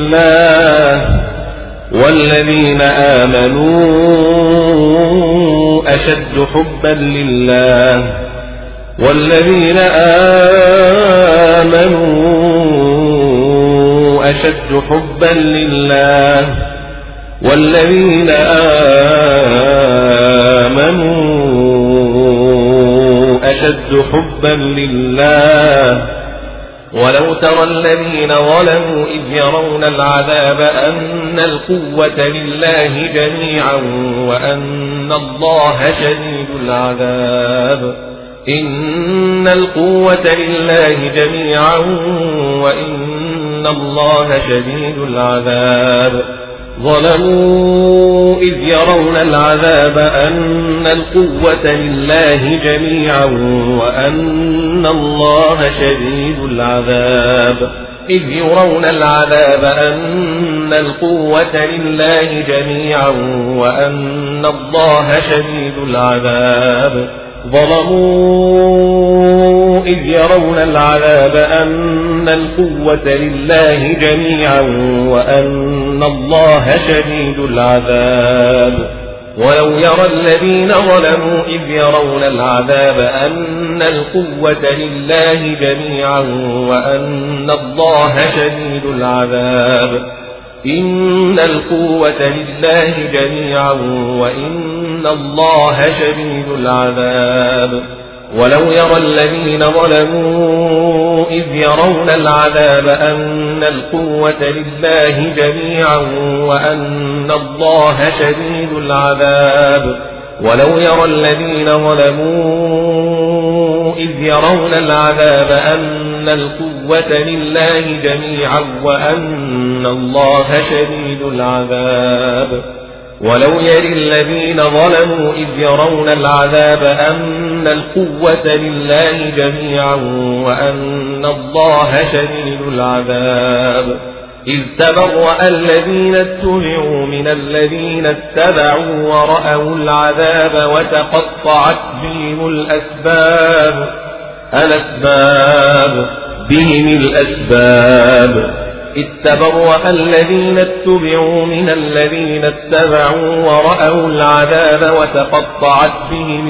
لله والذين آمنوا أشد حبا لله ولو ترى الذين ظلموا إذ يرون العذاب أن القوة لله جميعا وأن الله شديد العذاب إن القوة لله جميعا وإن الله شديد العذاب ظلموا إذ يرون العذاب أن القوة لله جميعا وأن الله شديد العذاب إذ يرون العذاب أن القوة لله جميعا وأن الله شديد العذاب ظلموا إذ يرون العذاب أن القوة لله جميعا وأن الله شديد العذاب ولو يرى الذين ظلموا إذ يرون العذاب أن القوة لله جميعا وأن الله شديد العذاب إن القوة لله جميعا وإن الله شديد العذاب ولو يرى الذين ظلموا إذ يرون العذاب أن القوة لله جميعا وأن الله شديد العذاب ولو يرى الذين ظلموا إذ يرون العذاب أن القوة لله جميعا وأن الله شديد العذاب ولو يرى الذين ظلموا إذ يرون العذاب أن القوة لله جميعا وأن الله شديد العذاب إذ تبرأ الذين اتبعوا من الذين اتبعوا ورأوا العذاب وتقطعت بهم الأسباب إذ تبرأ الذين اتبعوا من الذين اتبعوا ورأوا العذاب وتقطعت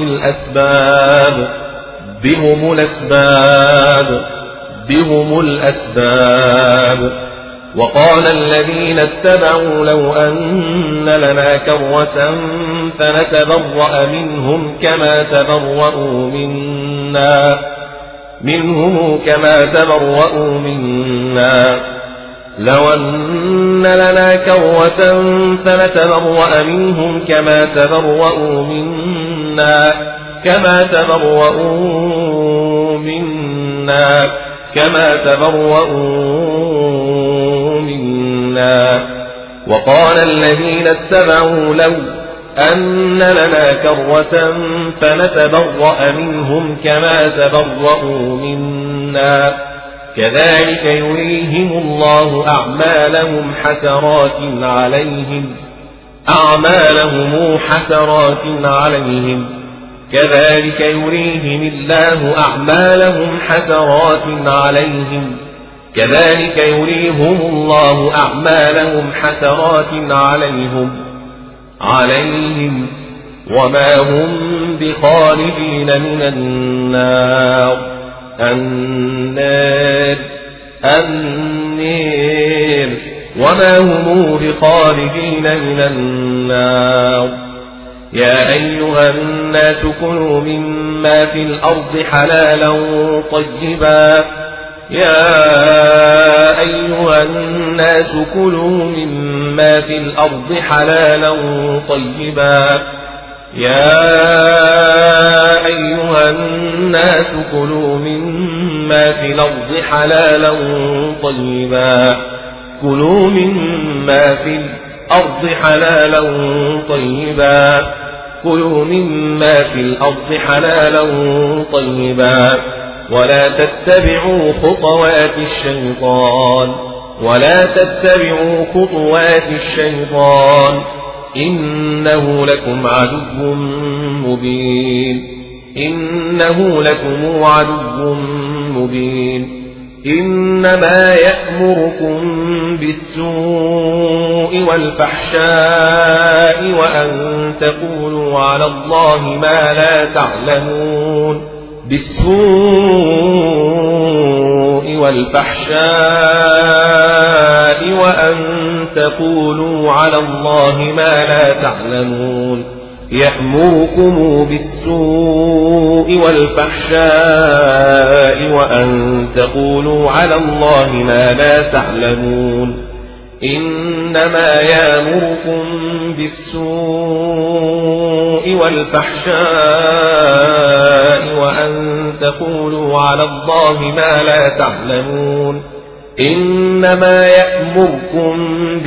بهم الأسباب وقال الذين اتبعوا لو أن لنا كرة فنتبرأ منهم كما تبرأوا منا لو أن لنا كرة فنتبرأ منهم كما تبرأوا منا وقال الذين اتبعوا لو أن لنا كرة فنتبرأ منهم كما تبرأوا منا كذلك يريهم الله أعمالهم حسرات عليهم كذلك يريهم الله أعمالهم حسرات عليهم وما هم بخارجين من النار وما هم بخارجين من النار يا أيها الناس كلوا مما في الأرض حلالا طيبا ولا تتبعوا خطوات الشيطان إنه لكم عدو مبين إنما يأمركم بالسوء والفحشاء وأن تقولوا على الله ما لا تعلمون يأمركم بالسوء والفحشاء وأن تقولوا على الله ما لا تعلمون إنما يأمركم بالسوء والفحشاء وأن تقولوا على الله ما لا تعلمون إنما يأمركم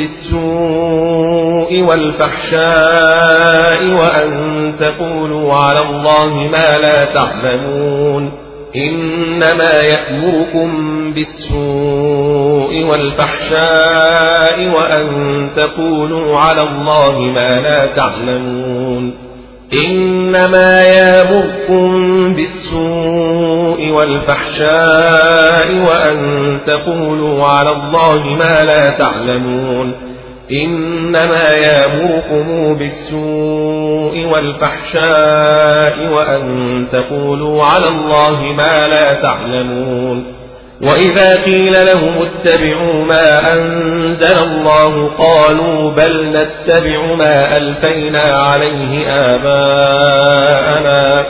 بالسوء والفحشاء وأن تقولوا على الله ما لا تعلمون إنما يأمركم بالسوء والفحشاء وأن تقولوا على الله ما لا تعلمون إنما يأمركم بالسوء والفحشاء وأن تقولوا على الله ما لا تعلمون إنما يأمركم بالسوء والفحشاء وأن تقولوا على الله ما لا تعلمون وإذا قيل لهم اتبعوا ما أنزل الله قالوا بل نتبع ما ألفينا عليه آباءنا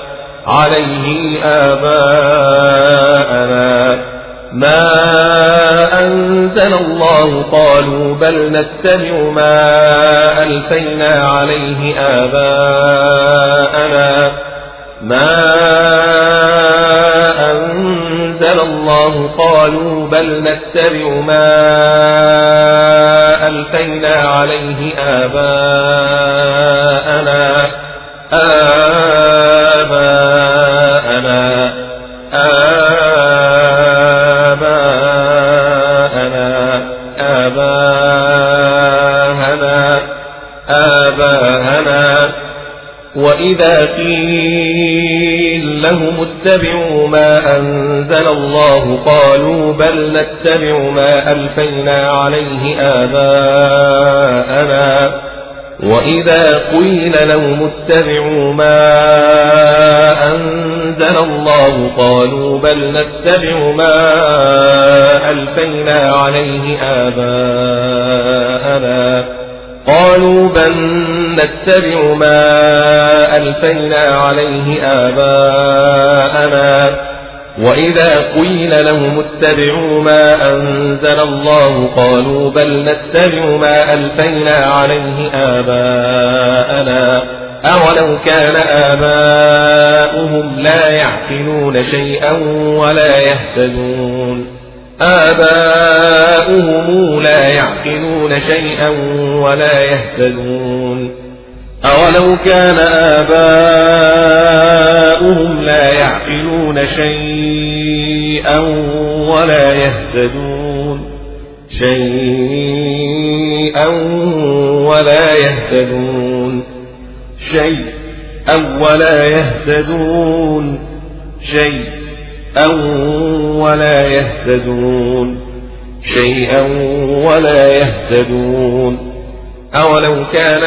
ما أنزل الله قالوا بل نتبع ما ألفينا عليه آباءنا ما أنزل الله قالوا بل نتبع ما ألفينا عليه آباءنا وإذا قيل لهم اتبعوا ما أنزل الله قالوا بل نتبع ما ألفينا عليه آباءنا وإذا قيل لهم اتبعوا ما أنزل الله قالوا بل نتبع ما ألفينا عليه آباءنا قالوا بل نتبع ما ألفينا عليه آباءنا وإذا قيل لهم اتبعوا ما أنزل الله قالوا بل نتبع ما ألفينا عليه آباءنا أولو كان آباؤهم لا يعقلون شيئا ولا يهتدون آباؤهم لا يعقلون شيئا ولا يهتدون أولو كان آباؤهم لا يعقلون شيئا ولا يهتدون شيئا ولا يهتدون شيئا ولا يهتدون شيئا ولا يهتدون شيئا ولا يهتدون أولو كان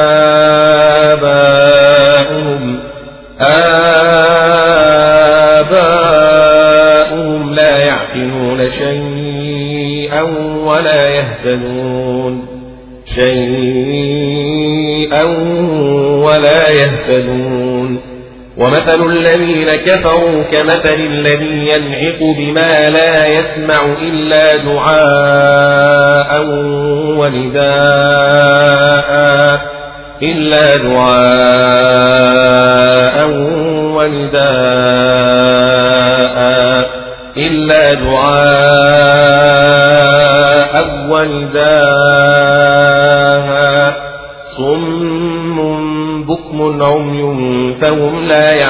آباؤهم لا يعقلون شيئا ولا يهتدون شيئا ولا يهتدون ومثل الذين كفروا كمثل الذي ينعق بما لا يسمع إلا دعاء ونداء صم بكم عمي فهم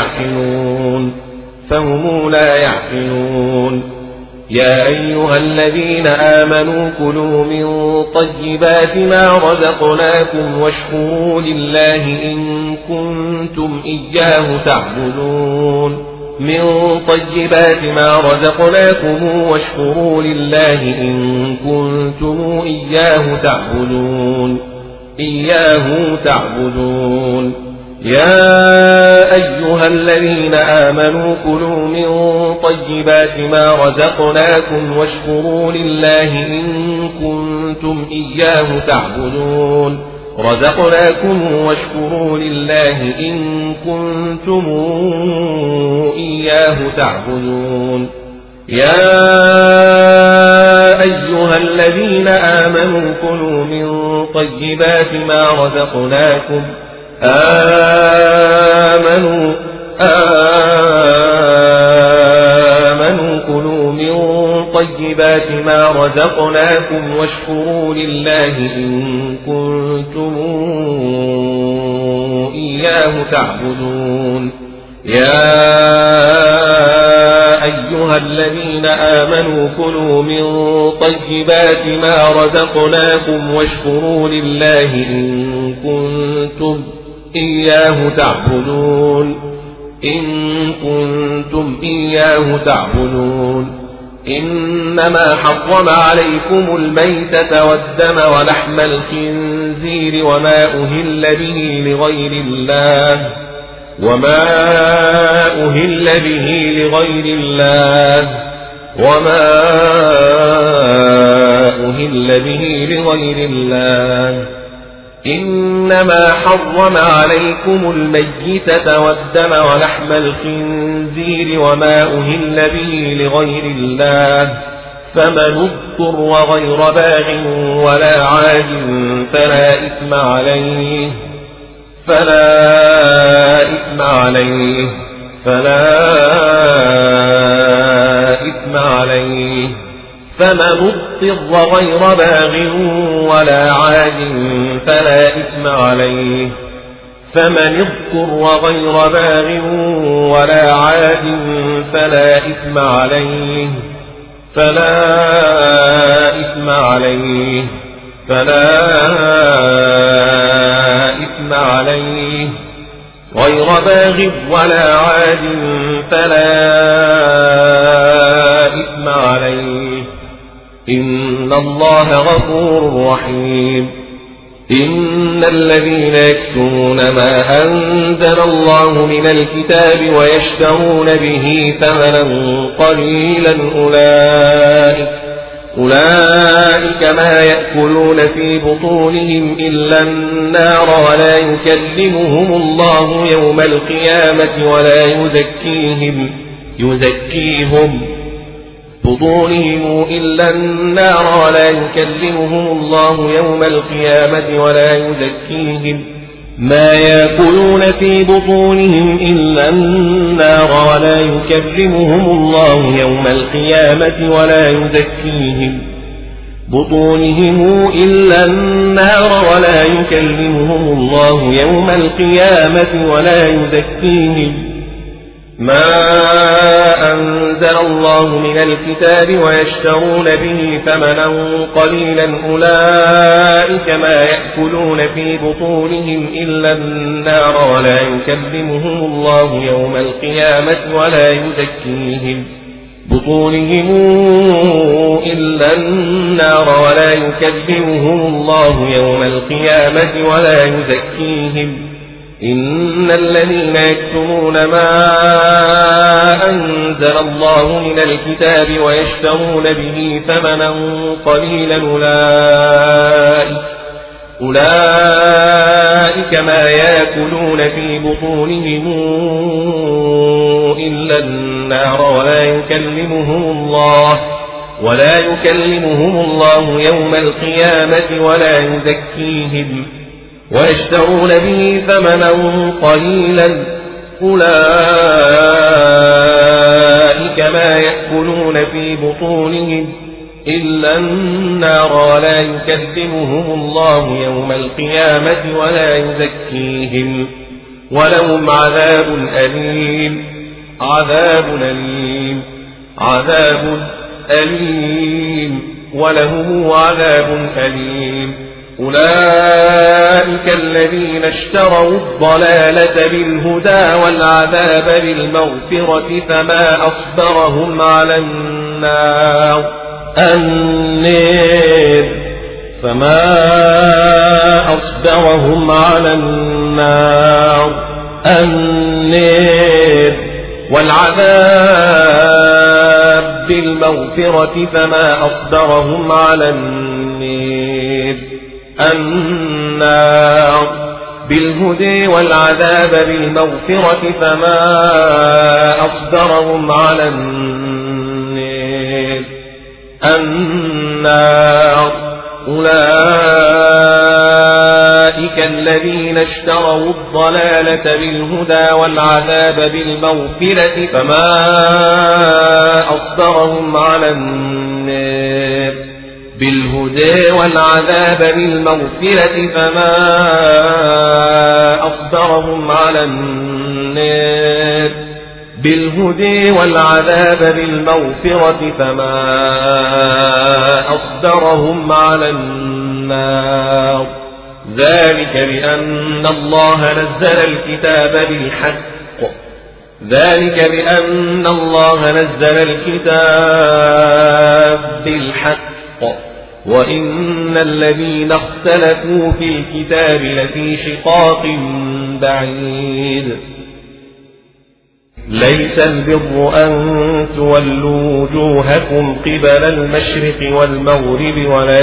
لا يعقلون يا أيها الذين آمنوا كلوا من طيبات ما رزقناكم واشكروا لله إن كنتم إياه تعبدون من طيبات ما رزقناكم واشكروا لله إن كنتم إياه تعبدون يا أيها الذين آمنوا كلوا من طيبات ما رزقناكم واشكروا لله إن كنتم إياه تعبدون رزقناكم واشكروا لله إن كنتم إياه تعبدون يا أيها الذين آمنوا كلوا من طيبات ما رزقناكم آمنوا كلوا من طيبات ما رزقناكم واشكروا لله إن كنتم إياه تعبدون يا أيها الذين آمنوا كلوا من طيبات ما رزقناكم واشكروا لله إن كنتم إياه تعبدون إن كنتم إياه تعبدون إنما حرم عليكم الميتة والدم ولحم الخنزير وما أهل به لغير الله وما أهل به لغير الله إنما حرم عليكم الميتة والدم ولحم الخنزير وما أهل به لغير الله فمن اضطر غير باغ ولا عاد فلا إثم عليه فمن اضطر غير باغ ولا عاد فلا إثم عليه غير باغ ولا عاد فلا إثم عليه إن الله غفور رحيم إن الذين يكتمون ما أنزل الله من الكتاب ويشترون به ثمنا قليلا أولئك ما يأكلون في بطونهم إلا النار ولا يكلمهم الله يوم القيامة ولا يزكيهم بطونهم إلا النار ولا يكلمهم الله يوم القيامة ولا يزكيهم ما يأكلون في بطونهم إلا النار ولا يكلمهم الله يوم القيامة ولا يزكيهم بطونهم إلا النار ولا يكلمهم الله يوم القيامة ولا يزكيهم ما أنزل الله من الكتاب ويشترون به ثمنا قليلا أولئك ما يأكلون في بطونهم إلا النار ولا يكلمهم الله يوم القيامة ولا يزكيهم بطونهم إلا النار ولا يكلمهم الله يوم القيامة ولا يزكيهم إن الذين يكتمون ما أنزل الله من الكتاب ويشترون به ثمنا قليلا أولئك ما يأكلون في بطونهم إلا النار ولا يكلمهم الله يوم القيامة ولا يزكيهم ويشترون به ثمنا قليلا أولئك ما يأكلون في بطونهم إلا النار ولا يكلمهم الله يوم القيامة ولا يزكيهم ولهم عذاب أليم ولهم عذاب أليم أولئك الذين اشتروا الضلالة بالهدى والعذاب بالمغفرة فما أصبرهم على النار والعذاب بالمغفرة فما أصبرهم على النار بالهدى والعذاب بالمغفرة فما أصبرهم على النار أولئك أولئك الذين اشتروا الضلالة بالهدى والعذاب بالمغفرة فما أصبرهم على النار بالهدى والعذاب بالمغفرة فما أصبرهم على النار بالهدى والعذاب بالمغفرة فما أصبرهم على النار ذلك بأن الله نزل الكتاب بالحق وإن الذين اختلفوا في الكتاب لفي شقاق بعيد ليس البر أن تولوا وجوهكم قبل المشرق والمغرب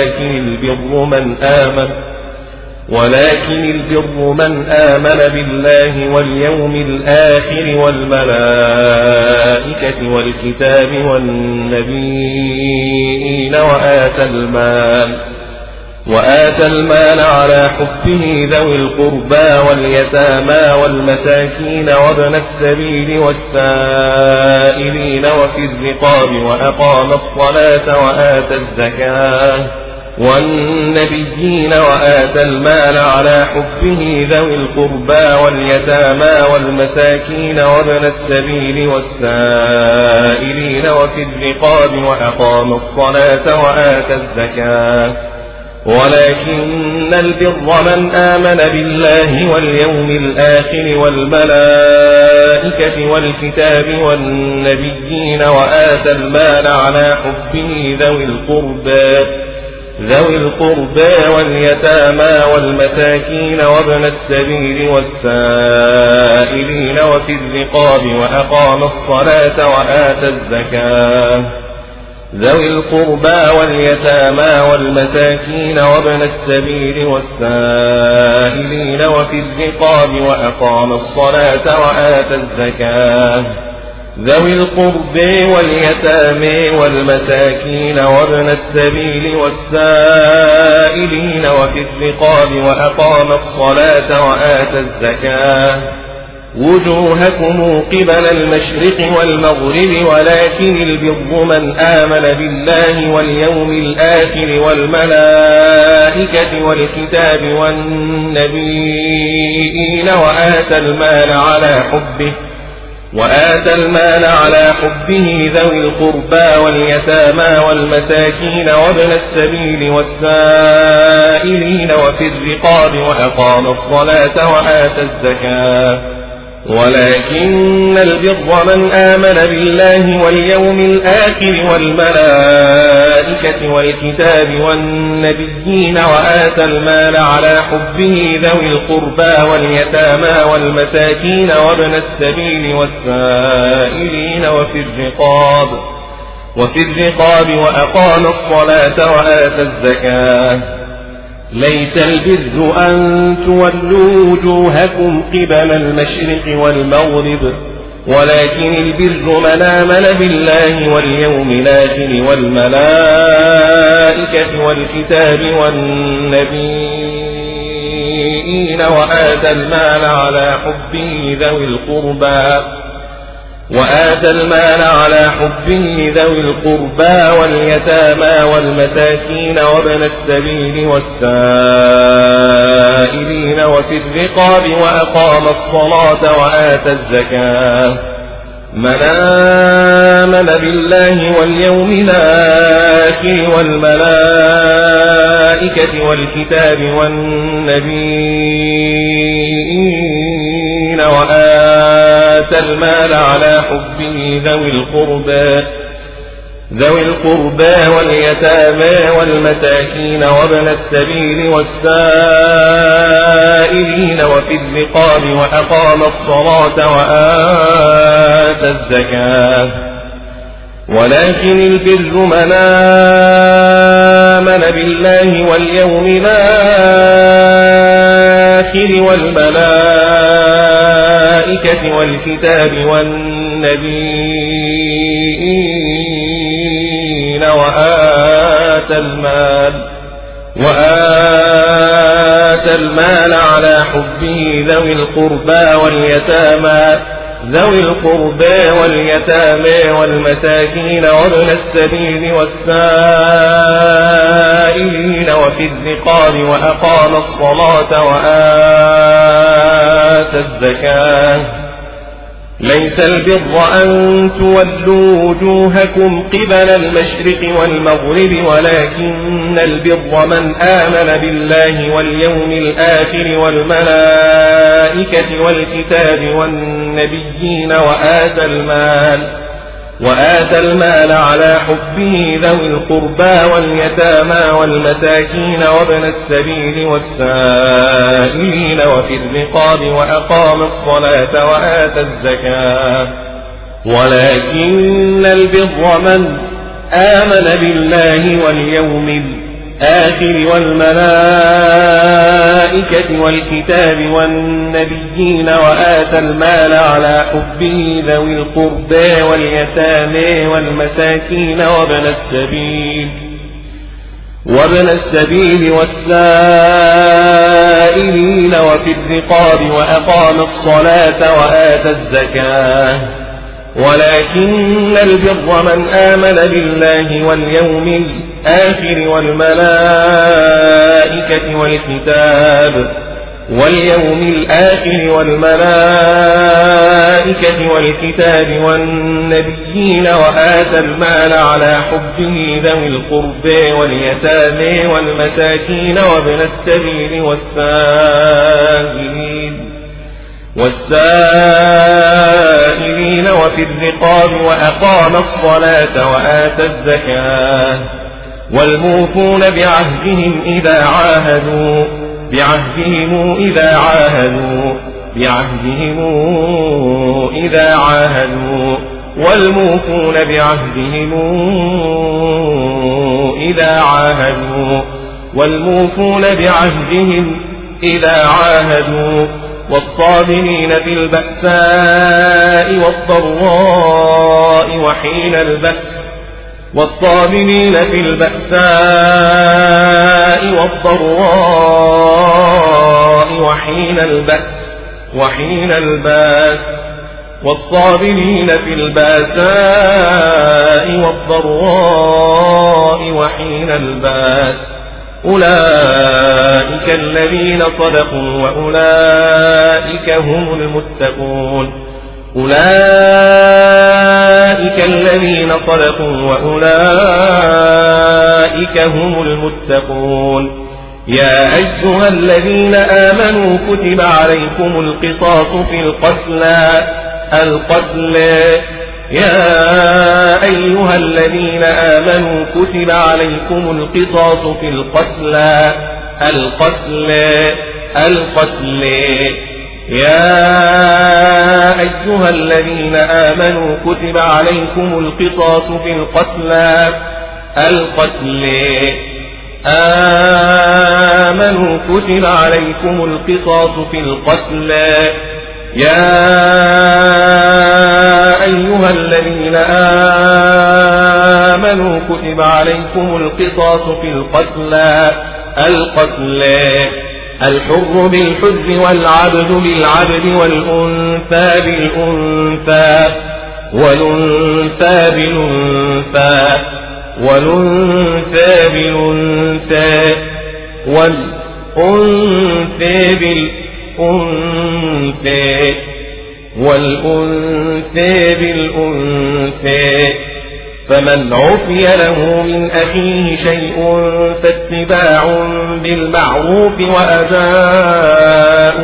ولكن البر من آمن بالله واليوم الآخر والملائكة والكتاب والنبيين وآتى المال على حبه ذوي القربى واليتامى والمساكين وابن السبيل والسائلين وفي الرقاب وأقام الصلاة وآتى الزكاة والنبيين وآتى المال على حبه ذوي القربى واليتامى والمساكين وابن السبيل والسائلين وفي الرقاب وأقام الصلاة وآتى الزكاة ولكن البر من آمن بالله واليوم الآخر والملائكة والكتاب والنبيين وآتى المال على حبه ذوي القربى واليتامى والمساكين وابن السبيل والسائلين وفي الرقاب وأقام الصلاة وآتى الزكاة ذوي القربى واليتامى والمساكين وابن السبيل والسائلين وفي الرقاب وأقام الصلاة وآتى الزكاة ذوي القربى واليتامى والمساكين وابن السبيل والسائلين وفي الرقاب وأقام الصلاة وآتى الزكاة وجوهكم قبل المشرق والمغرب ولكن البر من آمن بالله واليوم الآخر والملائكة والكتاب والنبيين وآتى المال على حبه ذوي القربى واليتامى والمساكين وابن السبيل والسائلين وفي الرقاب وأقام الصلاة وآتى الزكاة ولكن البر من آمن بالله واليوم الآخر والملائكة والكتاب والنبيين وآتى المال على حبه ذوي القربى واليتامى والمساكين وابن السبيل والسائلين وفي الرقاب وأقام الصلاة وآتى الزكاة ليس البر أن تولوا وجوهكم قبل المشرق والمغرب ولكن البر من آمن بالله واليوم الآخر والملائكة والكتاب والنبيين وآتى المال على حبه ذوي القربى واليتامى والمساكين وابن السبيل والسائلين وفي الرقاب وأقام الصلاة وآتى الزكاة من آمن بالله واليوم الآخر والملائكة والكتاب والنبيين وآتى المال على حبه ذوي القربى واليتامى والمساكين وابن السبيل والسائلين وفي الرقاب وأقام الصلاة وآتى الزكاة ولكن البر من آمن بالله واليوم الآخر والملائكة والكتاب والنبيين وآتى المال على حبه ذوي القربى واليتامى والمساكين وابن السبيل والسائلين وفي الرقاب وأقام الصلاة وآتى الزكاة. ليس البر أن تولوا وجوهكم قبل المشرق والمغرب ولكن البر من آمن بالله واليوم الآخر والملائكة والكتاب والنبيين وآتى المال على حبه ذوي القربى واليتامى والمساكين وابن السبيل والسائلين وفي الرقاب وأقام الصلاة وآتى الزكاة. ولكن البر من آمن بالله واليوم الآخر والملائكة والكتاب والنبيين وآتى المال على حبه ذوي القربى واليتامى والمساكين وابن السبيل والسائلين وفي الرقاب وأقام الصلاة وآتى الزكاة. ولكن البر من آمن بالله واليوم الآخر والملائكة والكتاب والنبيين وآتى المال على حبه ذوي القربى واليتامى والمساكين وابن السبيل والسائلين وفي الرقاب وأقام الصلاة وآتى الزكاة. والموفون بعهدهم إذا عاهدوا والموفون بعهدهم إذا عاهدوا والصابرين في البأساء والضراء وحين الباس أولئك الذين صدقوا وأولئك هم المتقون. يا أيها الذين آمنوا كتب عليكم القصاص في القتلى يا أيها الذين آمنوا كتب عليكم القصاص في القتلى يا أيها الذين آمنوا كتب عليكم القصاص في القتلى كتب عليكم القصاص في القتلى يا أيها الذين آمنوا كتب عليكم القصاص في القتلى الحر بالحر والعبد بالعبد والأنثى بالأنثى والأنثى بالأنثى والأنثى بالأنثى والأنثى بالأنثى والأنثى بالأنثى فمن عفي له من أخيه شيء فاتباع بالمعروف وأداء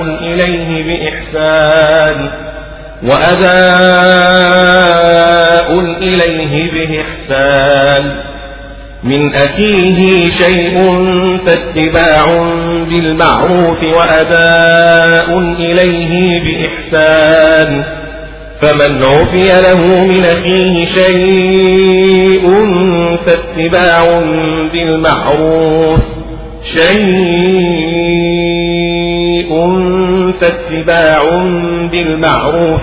إليه بإحسان من أخيه شيء فاتباع بالمعروف وأداء إليه بإحسان فمن عفي له من أخيه شيء فاتباع بالمعروف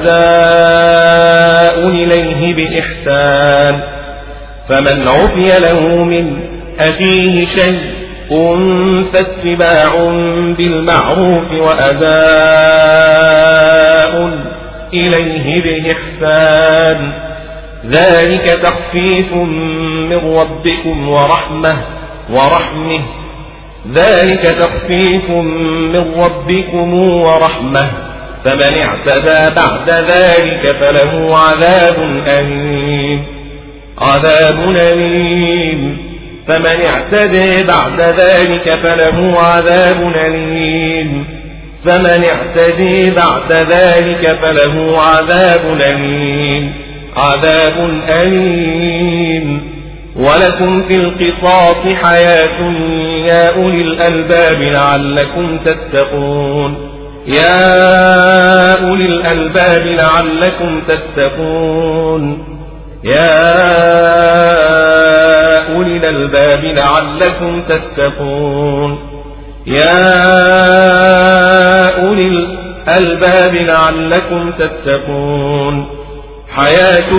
وأداء إليه بإحسان فمن عفي له من أخيه شيء فاتباع بالمعروف وأداء إليه بإحسان ذلك تخفيف من ربكم ورحمه ذلك تخفيف من ربكم ورحمة فمن اعتدى بعد ذلك فله عذاب أليم فمن اعتدى بعد ذلك فله عذاب أليم فمن اعتدى بعد ذلك فله عذاب أليم ولكم في القصاص حياة يا أولي الألباب لعلكم تتقون يا أولي الألباب لعلكم تتقون يا أولي الألباب لعلكم تتقون يا أولي الألباب لعلكم تتقون حياة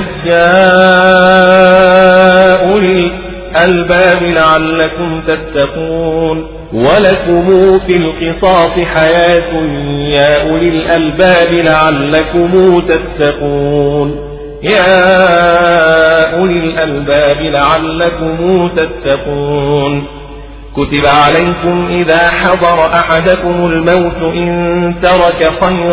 يا أولي الألباب لعلكم تتقون ولكم في القصاص حياة يا أولي الألباب لعلكم تتقون يا أولي الألباب لعلكم تتقون كتب عليكم إذا حضر أحدكم الموت إن ترك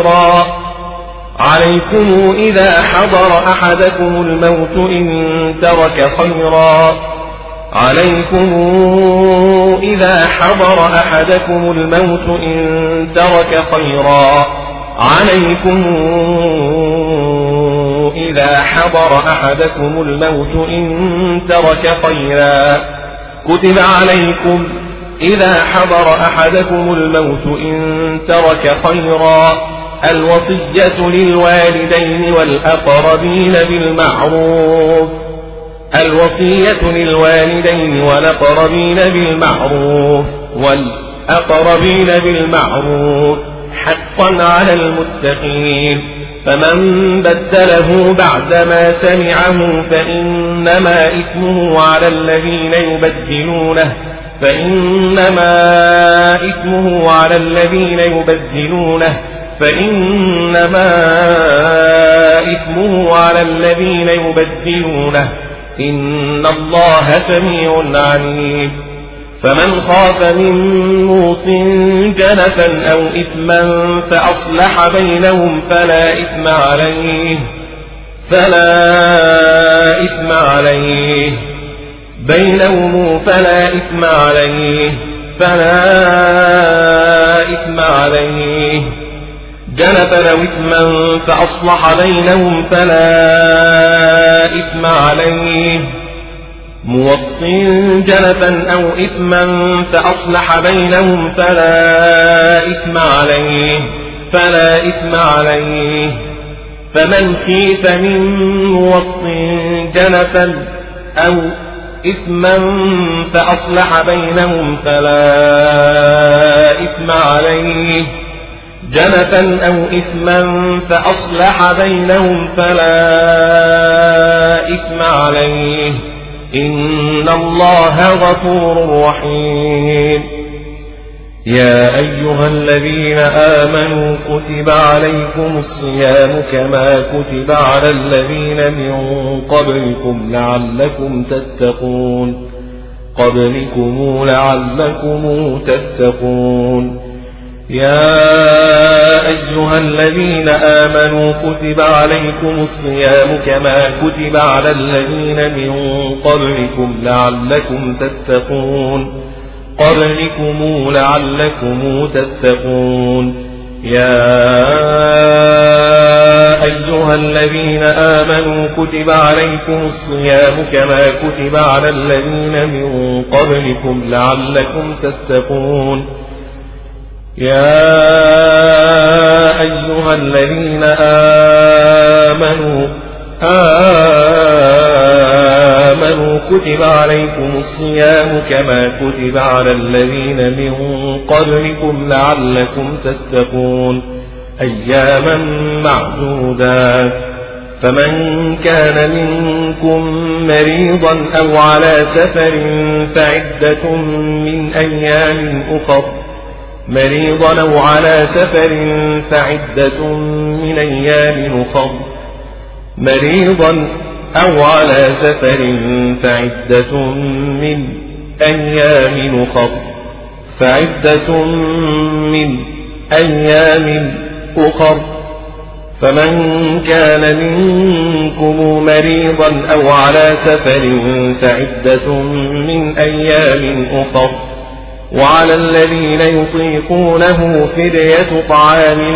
خيرا عليكم إذا حضر أحدكم الموت إن ترك خيرا كتب عليكم إذا حضر أحدكم الموت إن ترك خيرا الوصية للوالدين والأقربين بالمعروف حقا على المتقين فمن بدله بعدما سمعه فإنما إثمه على الذين يبدلونه إن الله سميع عليم فمن خاف من موص جنفا أو إثما فأصلح بينهم فلا إثم عليه جنفا أو إثما فأصلح بينهم فلا إثم عليه موص جنفا أو إثما فأصلح بينهم فلا إثم عليه فمن خيف من موص جنفا أو إثما فأصلح بينهم فلا إثم عليه جنفا أو إثما فأصلح بينهم فلا إثم عليه إن الله غفور رحيم يا أيها الذين آمنوا كتب عليكم الصيام كما كتب على الذين من قبلكم لعلكم تتقون يا أيها الذين آمنوا كتب عليكم الصيام كما كتب على الذين من قبلكم لعلكم تتقون يا أيها الذين آمنوا كتب عليكم الصيام كما كتب على الذين من قبلكم لعلكم تتقون يا أيها الذين آمنوا كتب عليكم الصيام كما كتب على الذين من قبلكم لعلكم تتقون أياما معدودات فمن كان منكم مريضا أو على سفر فعدة من أيام أخر مريضا أو على سفر فعدة من أيام أخر مريضا أو على سفر فعدة من أيام أخر فعدة من أيام أخر فمن كان منكم مريضا أو على سفر فعدة من أيام أخر وعلى الذين يطيقونه فدية طعام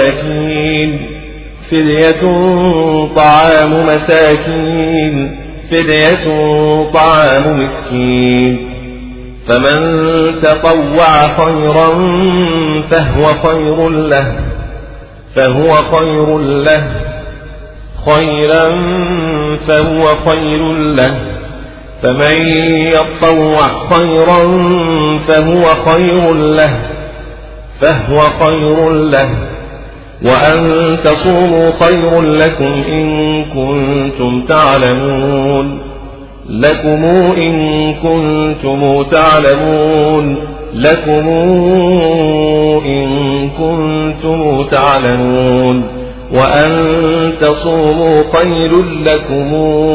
مسكين فمن تطوع خيرا فهو خير له فمن يطوع خيرا فهو خير له وأن تصوموا خير لكم إن كنتم تعلمون وأن تصوموا خير لكم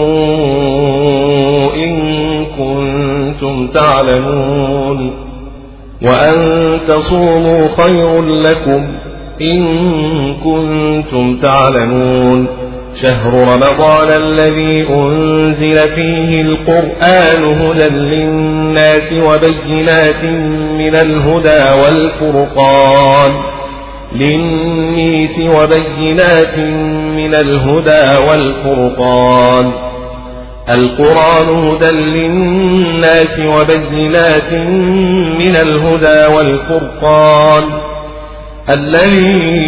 إن كنتم تعلمون وأن تصوموا خير لكم إن كنتم تعلمون شهر رمضان الذي أنزل فيه القرآن هدى للناس وبينات من الهدى والفرقان القرآن هدى للناس وبينات من الهدى والفرقان الذي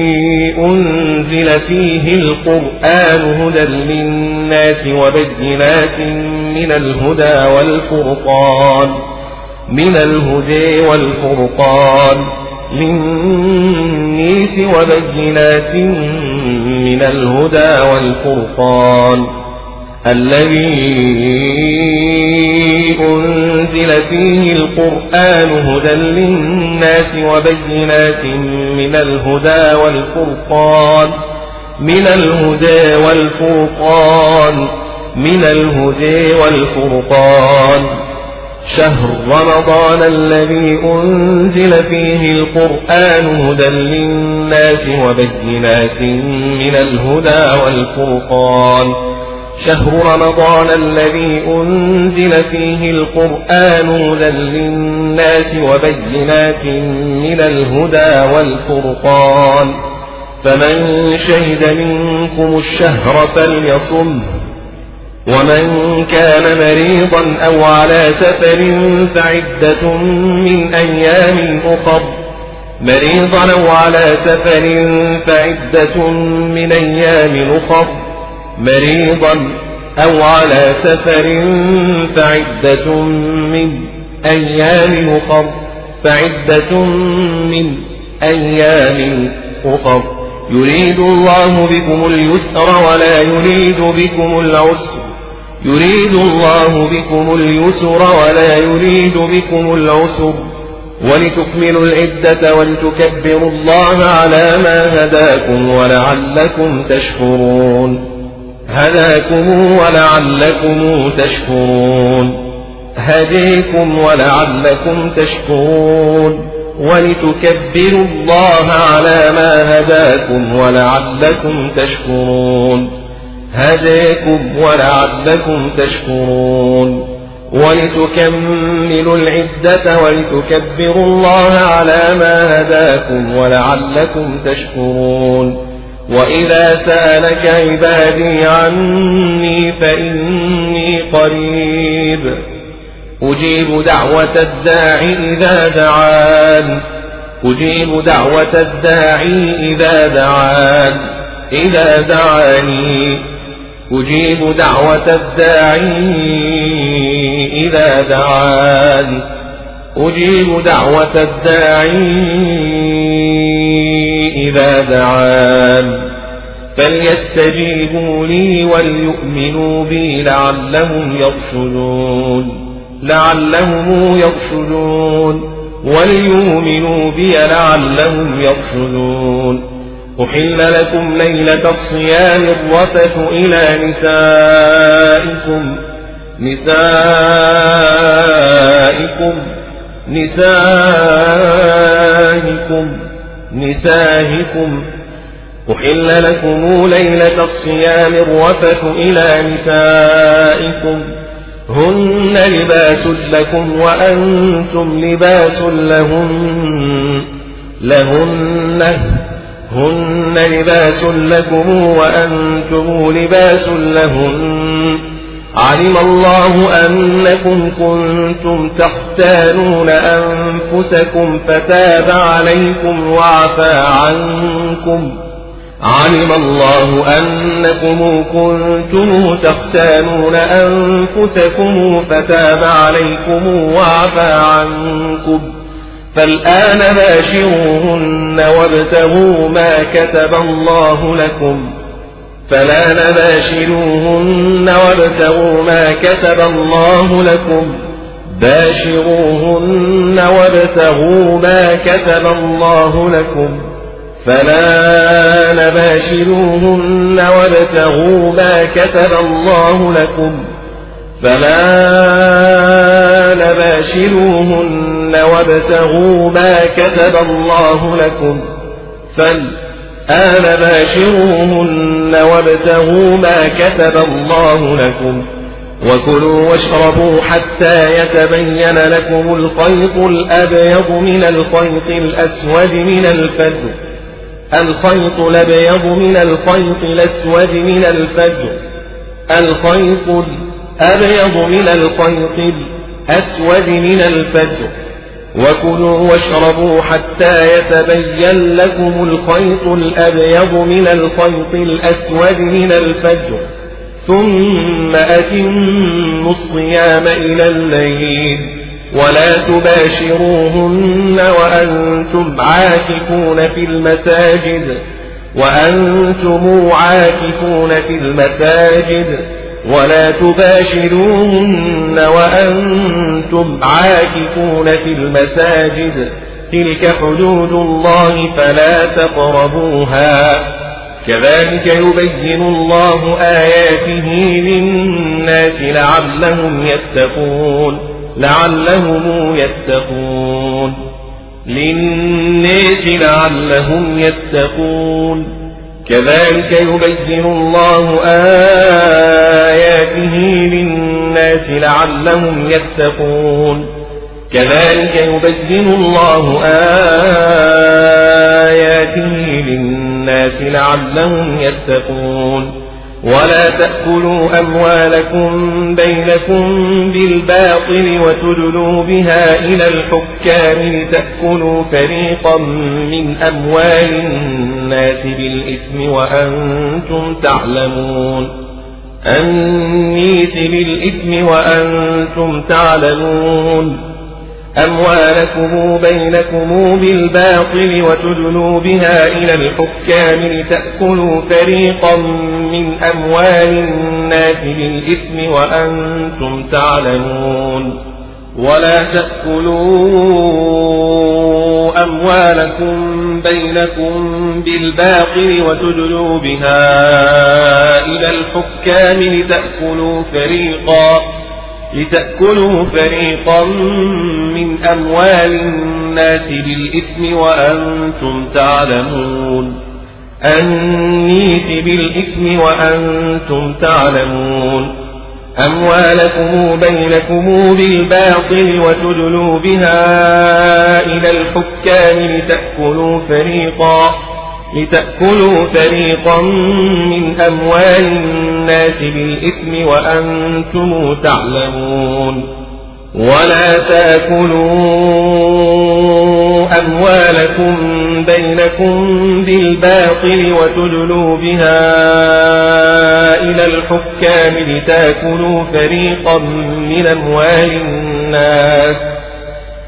أنزل فيه القرآن هدى للناس وبينات من الهدى والفرقان للناس وبينات من الهدى والفرقان الذي أنزل فيه القرآن هدى للناس وبينات من الهدى والفرقان شهر رمضان الذي أنزل فيه القرآن هدى للناس وبينات من الهدى والفرقان شهر رمضان الذي أنزل فيه القرآن هدى للناس وبينات من الهدى والفرقان فمن شهد منكم الشهر فليصمه ومن كان مريضا أو على سفر فعدة من أيام أخر يريد الله بكم اليسر ولا يريد بكم العسر ولتكملوا العدة ولتكبروا الله على ما هداكم ولعلكم تشكرون هديكم ولعلكم تشكرون ولتكبروا الله على ما هداكم ولعلكم تشكرون هديكم ولعلكم تشكرون ولتكملوا العدة ولتكبروا الله على ما هداكم ولعلكم تشكرون وإذا سألك عبادي عني فإني قريب أجيب دعوة الداعي إذا دعان إذا دعاني أجيب دعوة الداعي إذا دعان فليستجيبوا لي وليؤمنوا بي لعلهم يرشدون وليؤمنوا بي لعلهم يرشدون. أحل لكم ليلة الصيام الرفث إلى نسائكم أحل لكم ليلة الصيام الرفث إلى نسائكم هن لباس لكم وأنتم لباس هن لباس لكم وأنتم لباس لهن. علم الله أنكم كنتم تختانون أنفسكم فتاب عليكم وعفى عنكم. علم الله أنكم كنتم تختانون أنفسكم فتاب عليكم وعفى عنكم. فالآن باشروهن وابتغوا ما كتب الله لكم باشروهن وابتغوا ما كتب الله لكم فلا نباشروهن وابتغوا ما كتب الله لكم فالآن باشروهن وابتغوا ما كتب الله لكم وكلوا واشربوا حتى يتبين لكم الخيط الأبيض من الخيط الأسود من الفجر وكلوا واشربوا حتى يتبين لكم الخيط الأبيض من الخيط الأسود من الفجر ثم أتموا الصيام إلى الليل ولا تباشروهن وأنتم عاكفون في المساجد ولا تباشروهن وأنتم عاكفون في المساجد تلك حدود الله فلا تقربوها كذلك يبين الله آياته للناس لعلهم يتقون كذلك يبين الله آياته للناس لعلهم يتقون ولا تأكلوا أموالكم بينكم بالباطل وتدلوا بها إلى الحكام لتأكلوا فريقا من أموال الناس بالإثم وأنتم تعلمون أموالكم بينكم بالباطل وتدلوا بها إلى الحكام لتأكلوا فريقا من أموال الناس بالإثم وأنتم تعلمون ولا تأكلوا أموالكم بينكم بالباطل وتدلوا بها إلى الحكام لتأكلوا فريقا من أموال الناس بالإثم وأنتم تعلمون أموالكم بينكم بالباطل وتدلوا بها إلى الحكام لتأكلوا فريقا من أموال الناس بالإثم وأنتم تعلمون ولا تأكلوا أموالكم بينكم بالباطل وتدلوا بها إلى الحكام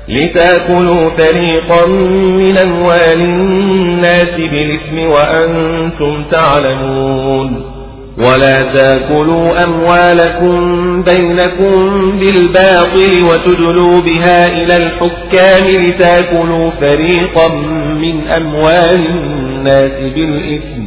لتأكلوا فريقا من أموال الناس بالإثم وأنتم تعلمون ولا تأكلوا أموالكم بينكم بالباطل وتدلوا بها إلى الحكام لتأكلوا فريقا من أموال الناس بالإثم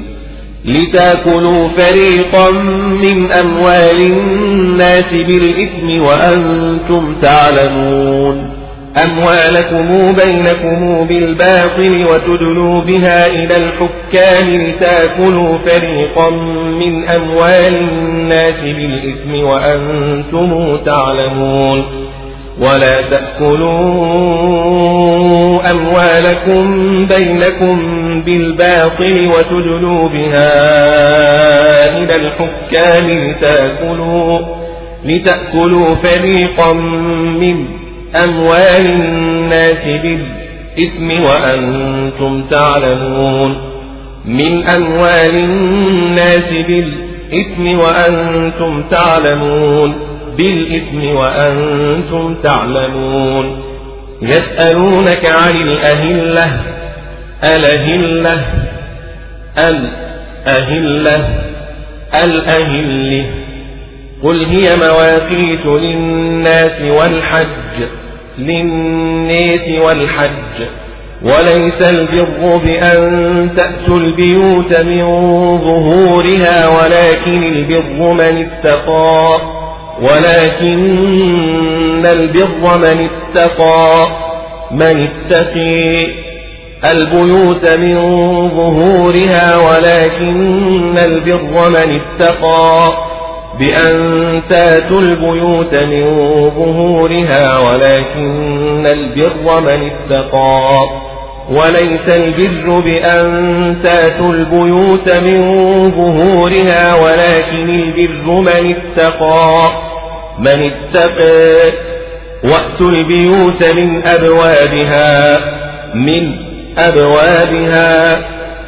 وأنتم تعلمون أموالكم بينكم بالباطل وتدلوا بها إلى الحكام لتأكلوا فريقا من أموال الناس بالإثم وأنتم تعلمون ولا تأكلوا أموالكم بينكم بالباطل وتدلوا بها إلى الحكام لتأكلوا فريقا من أموال الناس بالإثم وأنتم تعلمون من أموال الناس بالإثم وأنتم تعلمون يسألونك عن الأهلة قل هي مواقيت للناس والحج وليس البر بأن تأتوا البيوت من ظهورها ولكن البر من اتقى البيوت من ظهورها ولكن البر من اتقى بأن تاتوا البيوت من ظهورها ولكن البر من اتقى وليس البر بأن تاتوا البيوت من ظهورها ولكن البر من اتقى وأتوا البيوت من أبوابها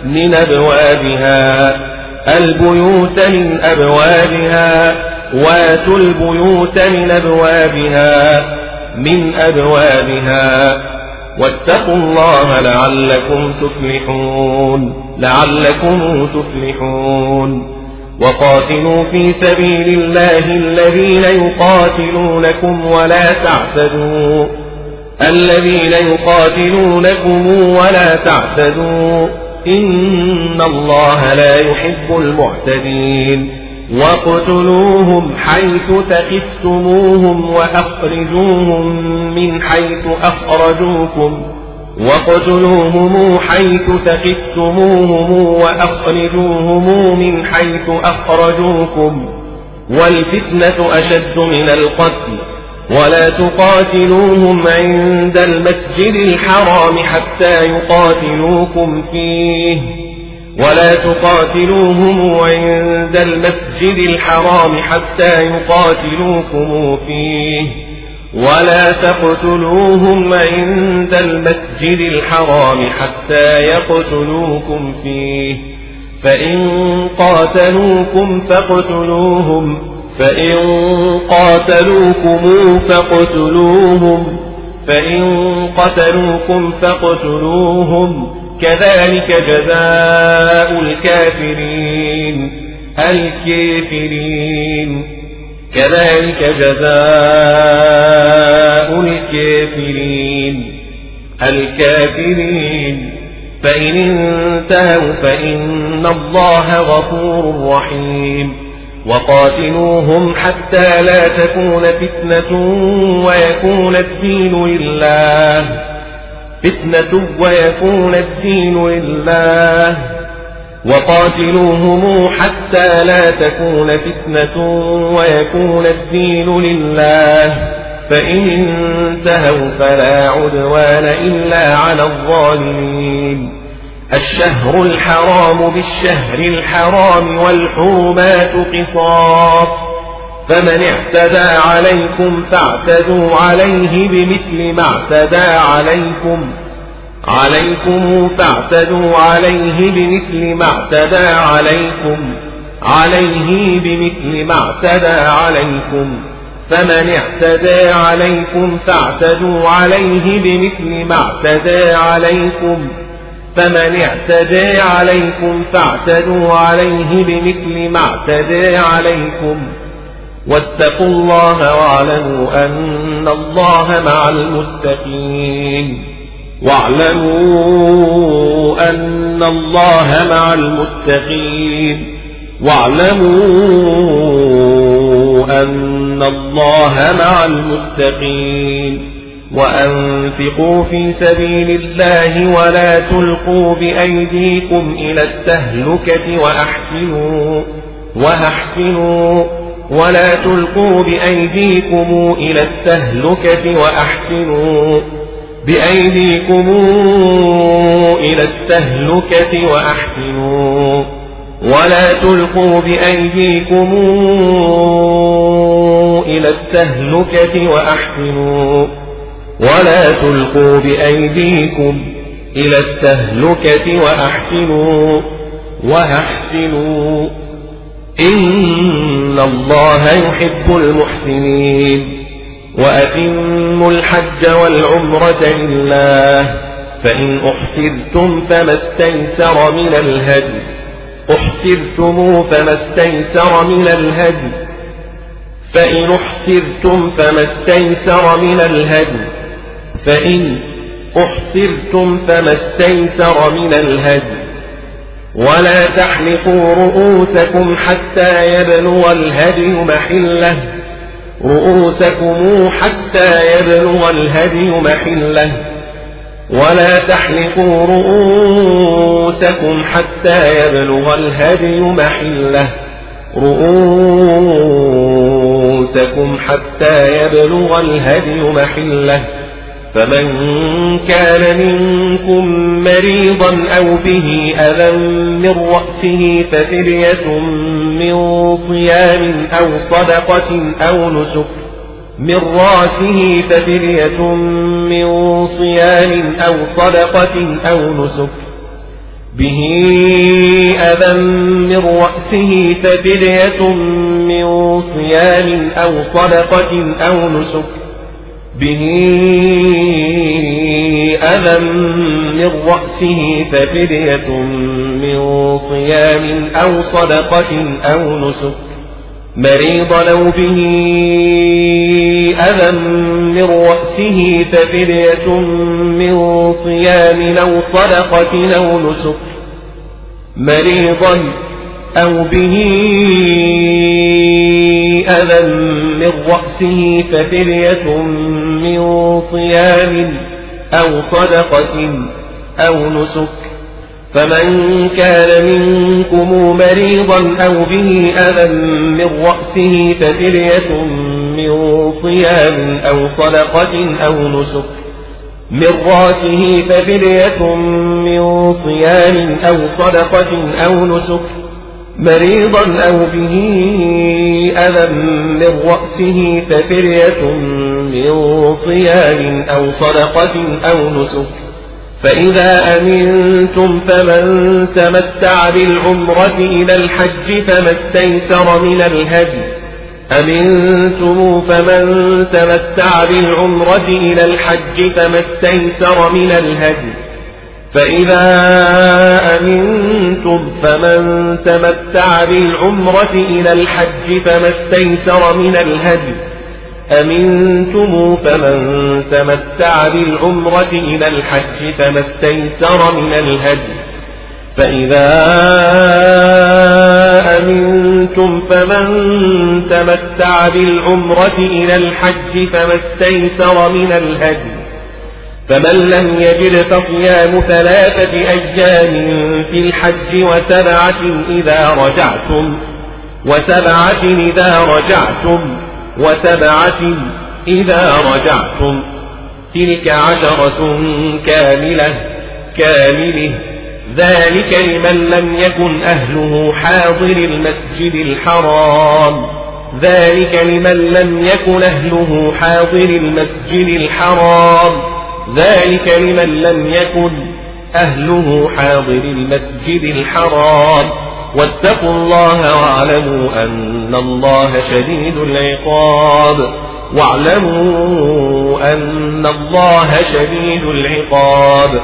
البيوت من أبوابها واتوا البيوت من أبوابها واتقوا الله لعلكم تفلحون وقاتلوا في سبيل الله الذين يقاتلونكم ولا تعتدوا إن الله لا يحب المعتدين واقتلوهم حيث ثقفتموهم وأخرجوهم من حيث أخرجوكم والفتنة أشد من القتل ولا تقاتلوهم عند المسجد الحرام حتى يقاتلوكم فيه ولا تقتلوهم عند المسجد الحرام حتى يقتلوكم فيه فإن قاتلوكم فاقتلوهم كذلك جزاء الكافرين فإن انتهوا فإن الله غفور رحيم وقاتلوهم حتى لا تكون فتنة ويكون الدين لله وقاتلوهم حتى لا تكون فتنة ويكون الدين لله فإن انتهوا فلا عدوان إلا على الظالمين الشهر الحرام بالشهر الحرام والحرمات قصاص فمن اعتدى عليكم فاعتدوا عليه بمثل ما اعتدى عليكم فاعتدوا عليه بمثل ما اعتدى عليكم فمن اعتدى عليكم فاعتدوا عليه بمثل ما اعتدى عليكم فمن اعتدى عليكم فاعتدوا عليه بمثل ما اعتدى عليكم واتقوا الله واعلموا أن الله مع المتقين واعلموا أن الله مع المتقين واعلموا أن الله مع المتقين وأنفقوا في سبيل الله ولا تلقوا بأيديكم إلى التهلكة وأحسنوا ولا تلقوا بأيديكم إلى التهلكة وأحسنوا ولا تلقوا بأيديكم إلى التهلكة وأحسنوا ولا تلقوا بأيديكم إلى التهلكة وأحسنوا إن الله يحب المحسنين وأتموا الحج والعمرة لله فإن أحسرتم فما استيسر من الهدي فإن أحسرتم فما استيسر من الهدي ولا تحلقوا رؤوسكم حتى يبلغ الهدي محله ولا تحلقوا رؤوسكم حتى يبلغ الهدي محله فمن كان منكم مريضا أو به أذى من رأسه ففدية من صيام أو صدقة أو نسك به أذى من رأسه ففدية من صيام أو صدقة أو نسك مريضا أو به أذى من رأسه ففدية من صيام أو صدقة أو نسك مريضا أو به أذى من رأسه ففدية من صيام أو صدقة أو نسك فمن كان منكم مريضا أو به أذى من رأسه ففدية من صيام أو صدقة أو نسك من رأسه ففدية من صيام أو صدقة أو نسك مريضا أو به أذى من رأسه ففدية من صيام أو صدقة أو نسك فإذا أمنتم فمن تمتع بالعمرة إلى الحج فما استيسر من الهدي فإذا أمنتم فمن تمتع بالعمرة إلى الحج فما استيسر من الهدي فإذا أمنتم فمن تمتع بالعمرة إلى الحج فما استيسر من الهدي فمن لم يجد فصيام 3 أيام في الحج وسبعة إذا رجعتم تلك 10 كاملة ذلك لمن لم يكن أهله حاضر المسجد الحرام واتقوا الله واعلموا أن الله شديد العقاب واعلموا أن الله شديد العقاب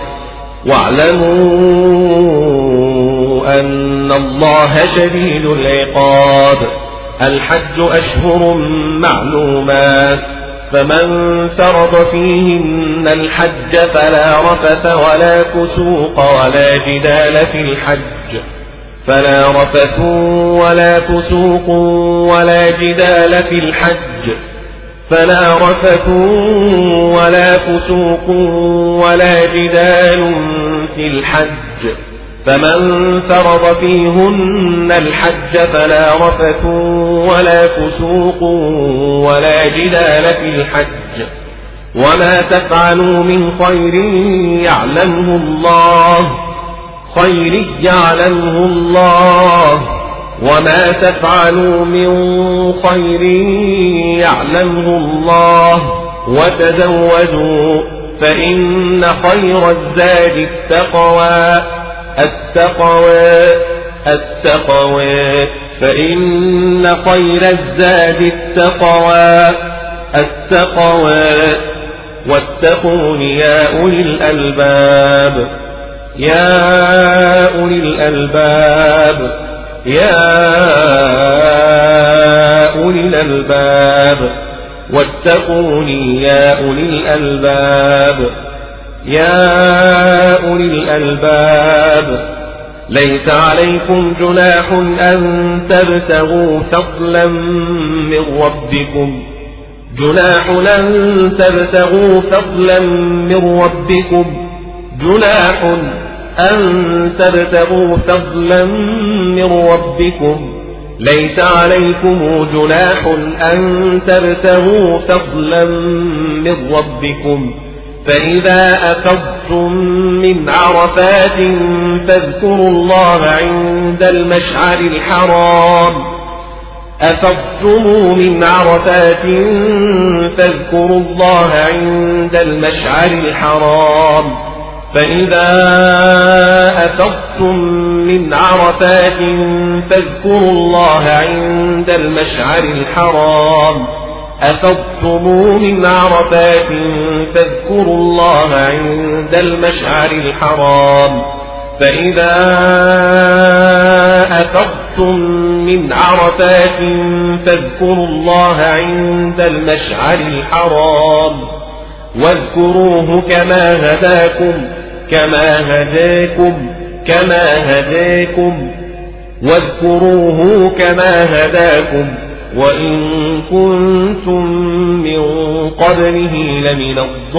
واعلموا أن الله شديد العقاب. الحج أشهر معلومات فمن فرض فيهن الحج فلا رفث ولا فسوق ولا جدال في الحج فلا رفث ولا فسوق ولا جدال في الحج فلا رفث ولا فسوق ولا جدال في الحج فمن فرض فيهن الحج فلا رفث ولا فسوق ولا جدال في الحج وما تفعلوا من خير يعلمه الله وما تفعلوا من خير يعلمه الله وتزودوا فإن خير الزاد التقوى فإن خير الزاد التقوى واتقون يا أولي الألباب واتقوني يا أولي الألباب. ليس عليكم جناح أن تبتغوا فضلا من ربكم ليس عليكم جناح أن تبتغوا فضلا من ربكم فإذا أفضتم من عرفات فاذكروا الله عند المشعر الحرام فإذا أفضتم من عرفات فاذكروا الله عند المشعر الحرام فإذا أفضتم من عرفات فاذكروا الله عند المشعر الحرام واذكروه كما هداكم وإن كنتم من قبله لمن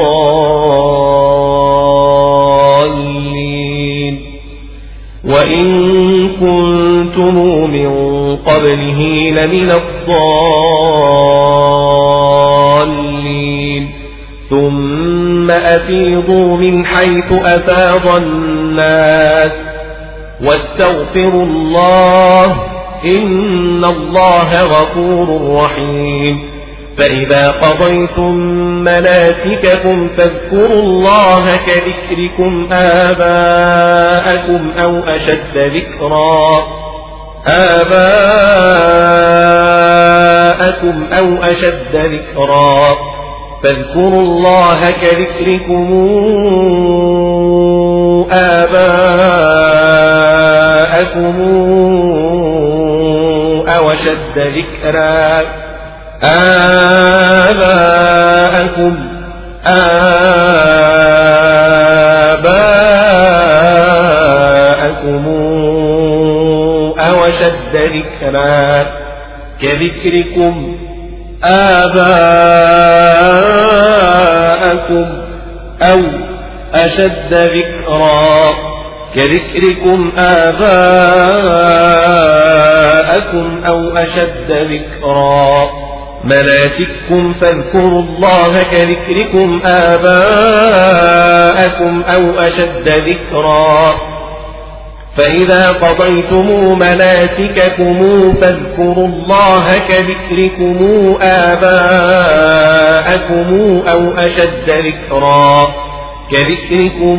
الضالين ثم أفيضوا من حيث أفاض الناس واستغفروا الله إن الله غفور رحيم. فإذا قضيتم مناسككم فاذكروا الله كذكركم آباءكم أو أشد ذكرا فاذكروا الله كذكركم آباءكم أو أشد ذكرا كذكركم آباءكم أو أشد ذكرا مناسككم فاذكروا الله كذكركم آباءكم أو أشد ذكرا فإذا قضيتم مناسككم فاذكروا الله كذكركم آباءكم أو أشد ذكرا كذكركم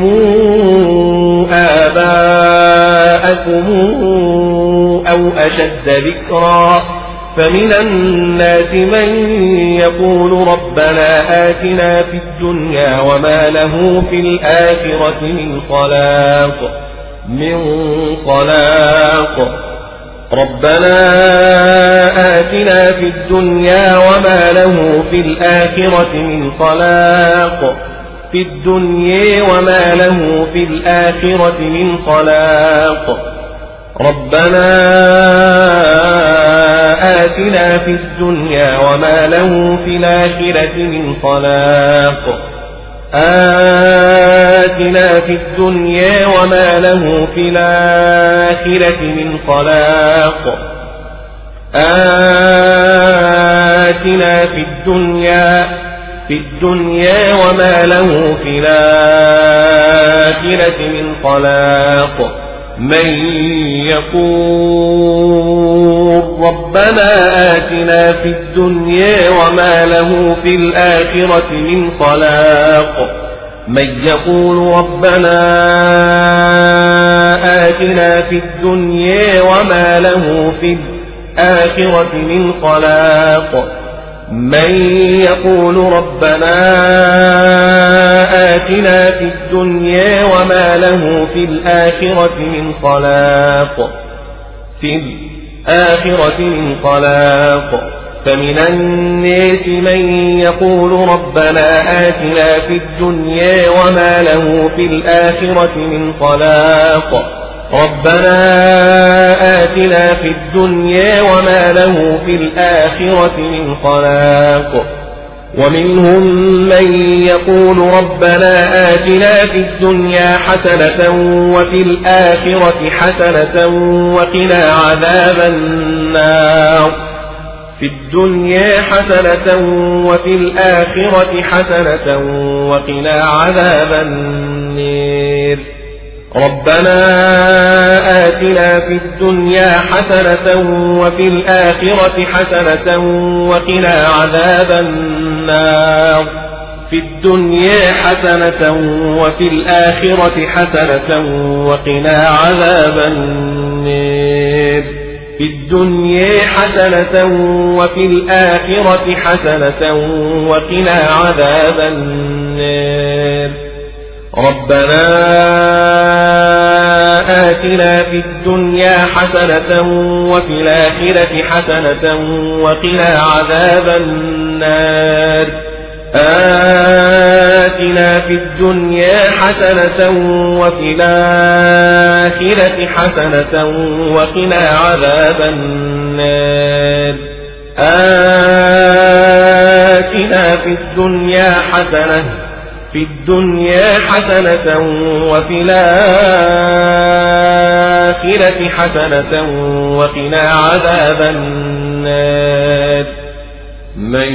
آباءكم أو أشد ذكرا فمن الناس من يقول ربنا آتنا في الدنيا وما له في الآخرة من خلاق ربنا آتنا في الدنيا وما له في الآخرة من خلاق في الدنيا وما له في الآخرة من خلاق ربنا آتنا في الدنيا وما له في الآخرة من خلاق آتنا في الدنيا وما له في الآخرة من خلاق آتنا في الدنيا وما له في الآخرة من خلاق من يقول ربنا آتنا في الدنيا وما له في الآخرة من خلاق من يقول ربنا آتنا في الدنيا وما له في الآخرة من خلاق من يقول ربنا آتنا في الدنيا وما له في الآخرة من خلاق فمن الناس من يقول ربنا آتنا في الدنيا وما له في الآخرة من خلاق ربنا آتنا في الدنيا وما له في الآخرة من خلاق ومنهم من يقول ربنا آتنا في الدنيا حسنة وفي الآخرة حسنة وقنا عذاب النار في الدنيا حسنة وفي الآخرة حسنة وقنا عذاب النار ربنا آتنا في الدنيا حسنة وفي الآخرة حسنة وقنا عذاب النار في الدنيا حسنة وفي الآخرة حسنة وقنا عذاب النار في الدنيا حسنة وفي الآخرة حسنة وقنا عذاب النار ربنا آتنا في الدنيا حسنة وفي الآخرة حسنة وقنا عذاب النار آتنا في الدنيا حسنة وفي الآخرة حسنة وقنا عذاب النار آتنا في الدنيا حسنة وفي الآخرة حسنة وقنا عذاب النار من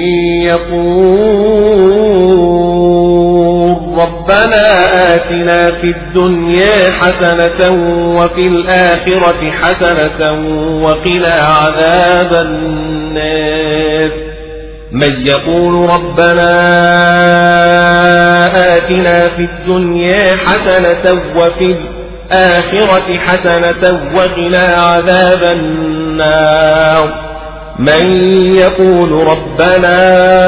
يقول ربنا آتنا في الدنيا حسنة وفي الآخرة حسنة وقنا عذاب النار من يقول ربنا آتنا في الدنيا حسنة وفي الآخرة حسنة وقنا عذاب النار من يقول ربنا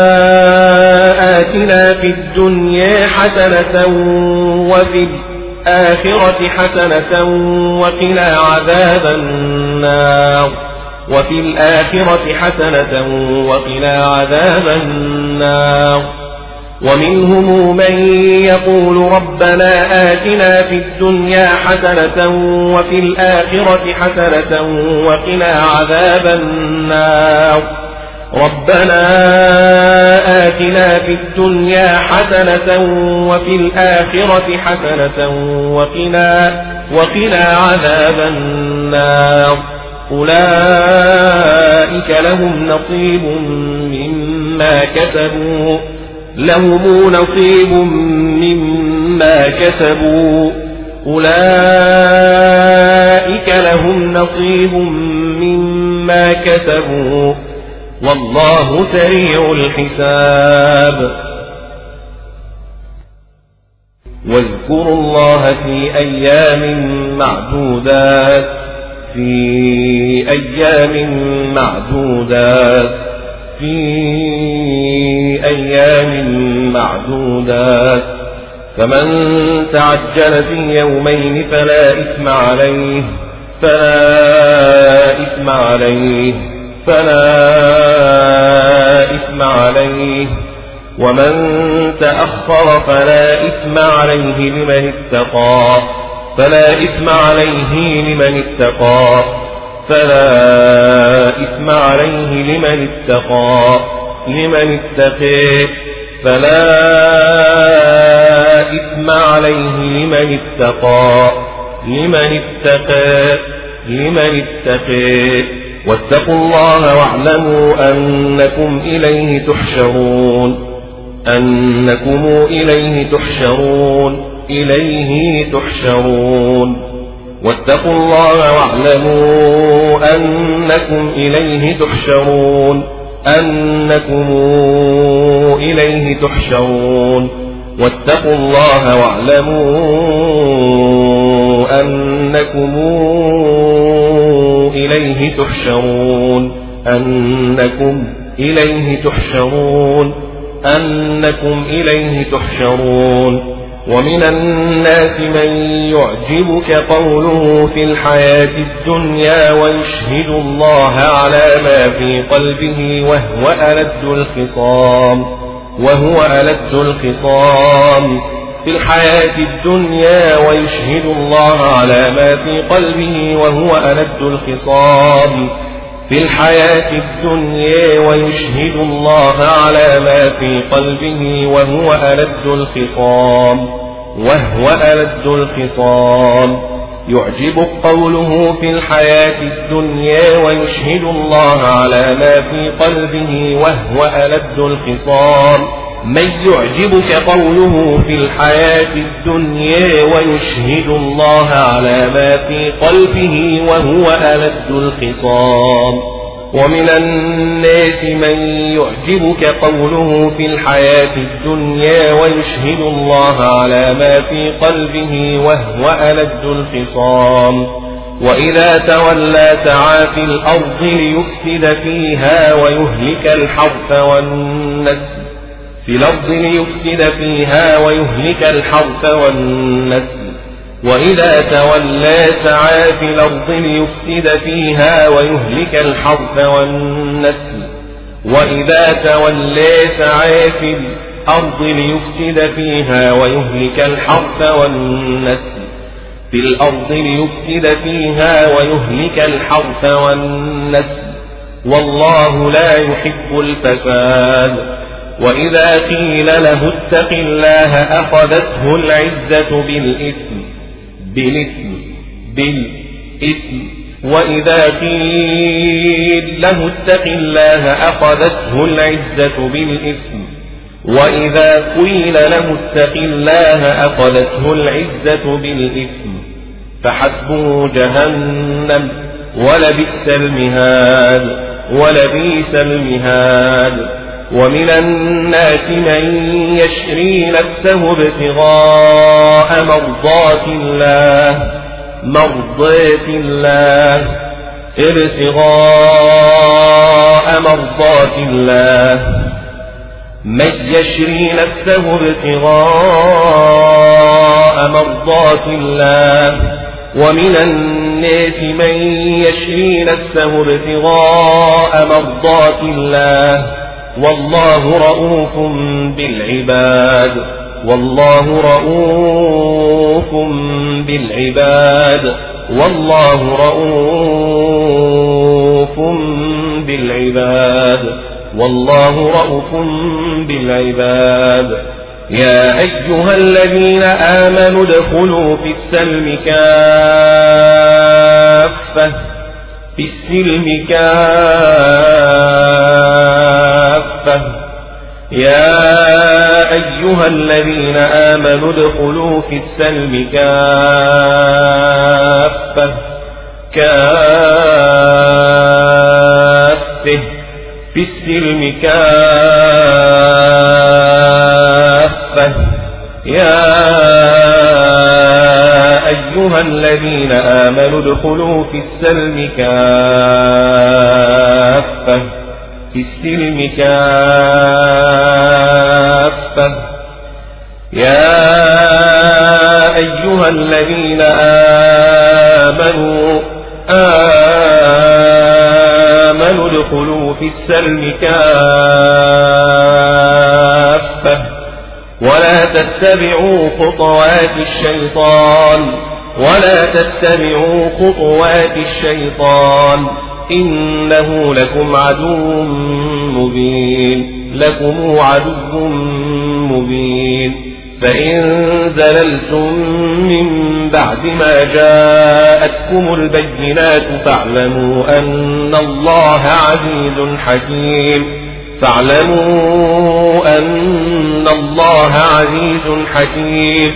آتنا في الدنيا حسنة وفي الآخرة حسنة وقنا عذاب النار وفي الآخرة حسنة وقنا عذاب النار ومنهم من يقول ربنا آتنا في الدنيا حسنة وفي الآخرة حسنة وقنا عذاب النار ربنا آتنا في الدنيا حسنة وفي الآخرة حسنة وقنا عذاب النار أولئك لهم نصيب مما كسبوا أولئك لهم نصيب مما كسبوا والله سريع الحساب. واذكروا الله في أيام معدودات فمن تعجل في يومين فلا إثم عليه ومن تأخر فلا إثم عليه لمن اتقى واتقوا الله واعلموا أنكم إليه تحشرون واتقوا الله واعلموا أنكم إليه تحشرون واتقوا الله واعلموا أنكم إليه تحشرون ومن الناس من يعجبك قوله في الحياة الدنيا ويشهد الله على ما في قلبه وهو ألد الخصام في الحياة الدنيا ويشهد الله على ما في قلبه وهو ألد الخصام يعجبك قوله في الحياة الدنيا ويشهد الله على ما في قلبه وهو ألد الخصام من يعجبك قوله في الحياة الدنيا ويشهد الله على ما في قلبه وهو ألد الخصام ومن الناس من يعجبك قوله في الحياة الدنيا ويشهد الله على ما في قلبه وهو ألد الخصام وإذا تولى سعى في الأرض ليفسد فيها ويهلك الحرث والنسل وإذا تولى سعى في الأرض ليفسد فيها ويهلك الحرث والنسل والله لا يحب الفساد وإذا قيل له اتق الله أخذته العزة بالإثم وإذا قيل له اتق الله أخذته العزة بالإثم فحسبه جهنم ولبئس المهاد ومن الناس من يشري نفسه ابتغاء مرضات الله من يشري نفسه ابتغاء مرضات الله ومن الناس من يشري نفسه ابتغاء مرضات الله والله رؤوف بالعباد يا أيها الذين آمنوا ادخلوا في السلم كافة يا أيها الذين آمنوا ادخلوا في السلم كافة يا آمنوا ادخلوا في السلم كافة يا أيها الذين آمنوا ادخلوا في السلم كافة ولا تتبعوا خطوات الشيطان إنه لكم عدو مبين فإن زللتم من بعد ما جاءتكم البينات فاعلموا أن الله عزيز حكيم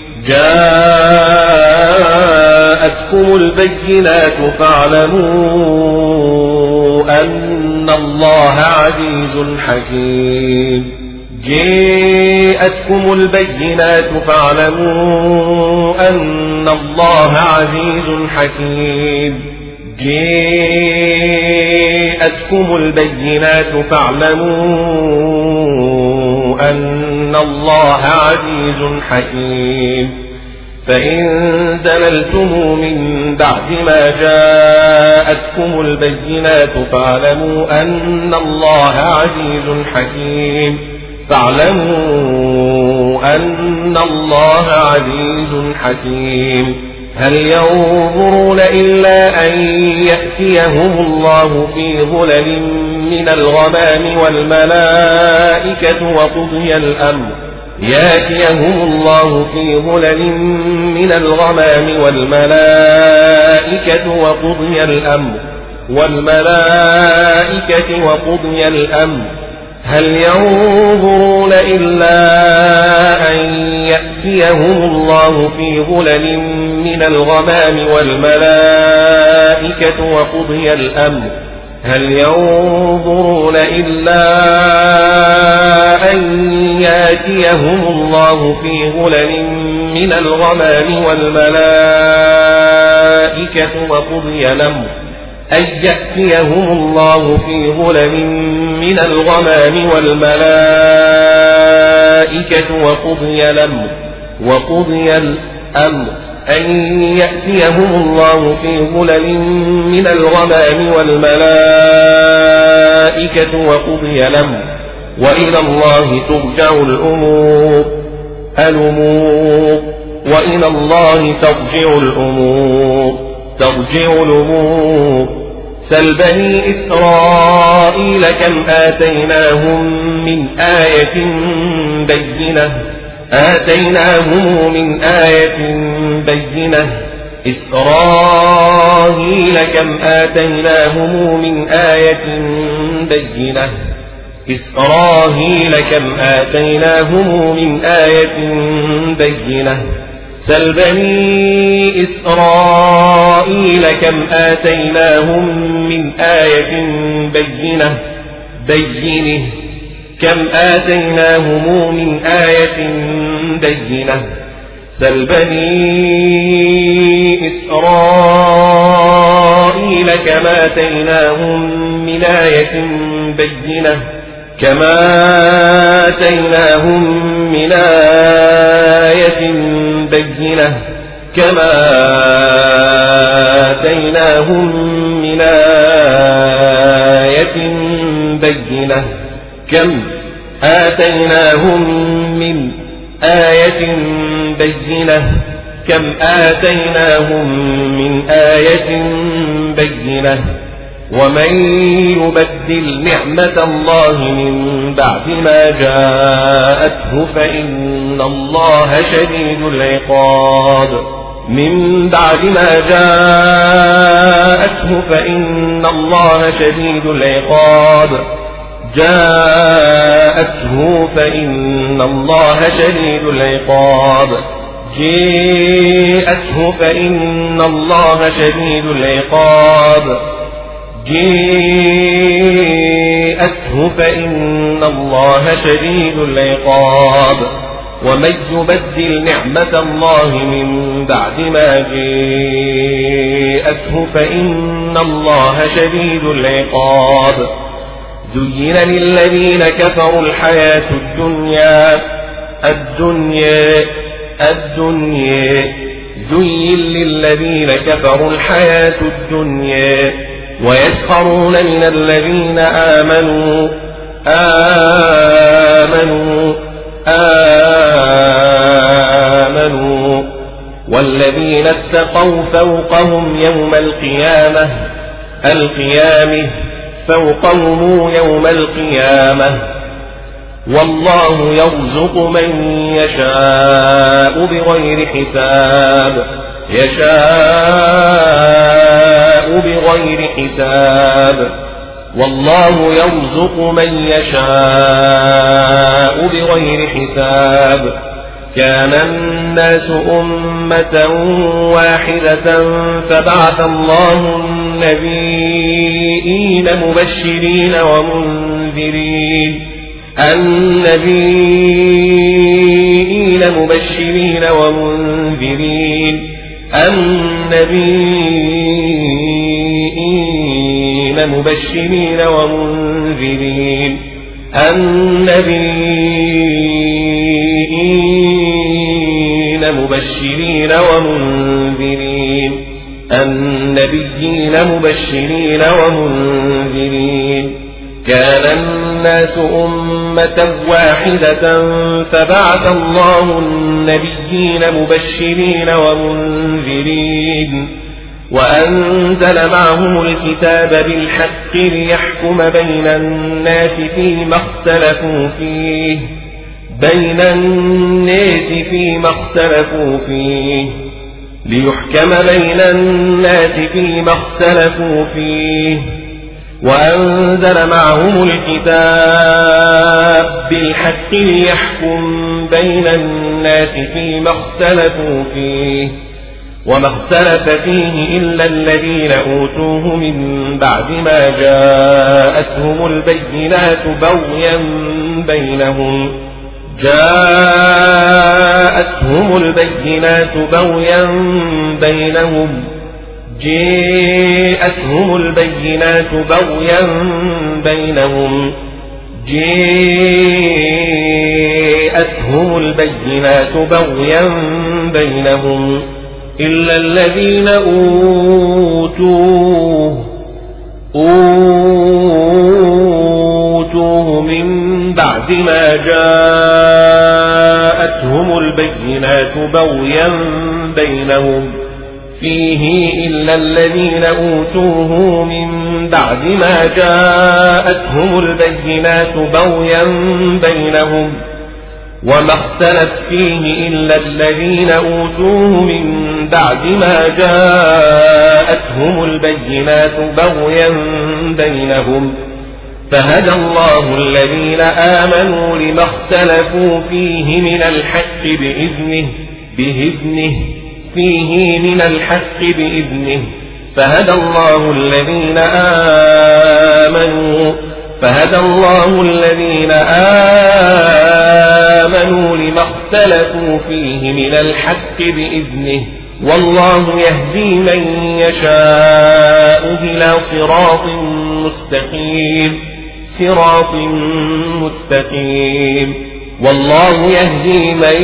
جاءتكم البينات فاعلموا أن الله عزيز حكيم جاءتكم البينات فاعلموا أن الله عزيز حكيم جاءتكم البينات فاعلموا أن الله عزيز حكيم فإن زللتم من بعد ما جاءتكم البينات فاعلموا أن الله عزيز حكيم هل ينظرون إلا أن يأتيهم الله في ظلل من الغمام والملائكة وقضي الأمر هل ينظرون إلا أن يأتيهم الله في ظلل من الغمام والملائكة وقضي الأمر هل ينظرون إلا أن يأتيهم الله في ظلل من الغمام والملائكة وقضي الأمر أن يأتيهم الله في ظلل من الغمام والملائكة وقضي الأمر أن يأتيهم الله في ظلل من الغمام والملائكة وقضي الأمر وإلى الله ترجع الأمور وإلى الله ترجع الأمور سل بني إسرائيل كم آتيناهم من آية بينة إسرائيل كم آتيناهم من آية بينة سل بني إسرائيل كم آتيناهم من آية بينة سل بني إسرائيل كما آتيناهم من آية بينة كما آتيناهم من آية بينة كم آتيناهم من آية بينة ومن يبدل نعمة الله من بعد ما جاءته فإن الله شديد العقاب جاءته فإن الله شديد العقاب جاءته فإن الله شديد العقاب جاءته فإن الله شديد العقاب ومن يبدل نعمة الله من بعد ما جاءته فإن الله شديد العقاب. زين للذين كفروا الحياة الدنيا زين للذين كفروا الحياة الدنيا ويسخرون من الذين آمنوا والذين اتقوا فوقهم يوم القيامة فوقهم يوم القيامة والله يرزق من يشاء بغير حساب والله يرزق من يشاء بغير حساب. كان الناس أمة واحدة فبعث الله النبيين مبشرين ومنذرين. كان الناس أمة واحدة فبعث الله النبيين مبشرين ومنذرين وأنزل معهم الكتاب بالحق ليحكم بين الناس فيما اختلفوا فيه وأنزل معهم الكتاب بالحق ليحكم بين الناس فيما اختلفوا فيه وما اختلف فيه إلا الذين أوتوه من بعد ما جاءتهم البينات بغيا بينهم إلا الذين أوتوه من بعد ما جاءتهم البينات بغيا بينهم فيه إلا الذين أوتوه من بعد ما جاءتهم البينات بغيا بينهم وما اختلف فيه إلا الذين أوتوه من بعد ما جاءتهم البينات بغيا بينهم فهدى الله الذين آمنوا لما اختلفوا فيه من الحق بإذنه فهدى الله الذين آمنوا لما اختلفوا فيه من الحق بإذنه والله يهدي من يشاء إلى صراط مستقيم والله يهدي من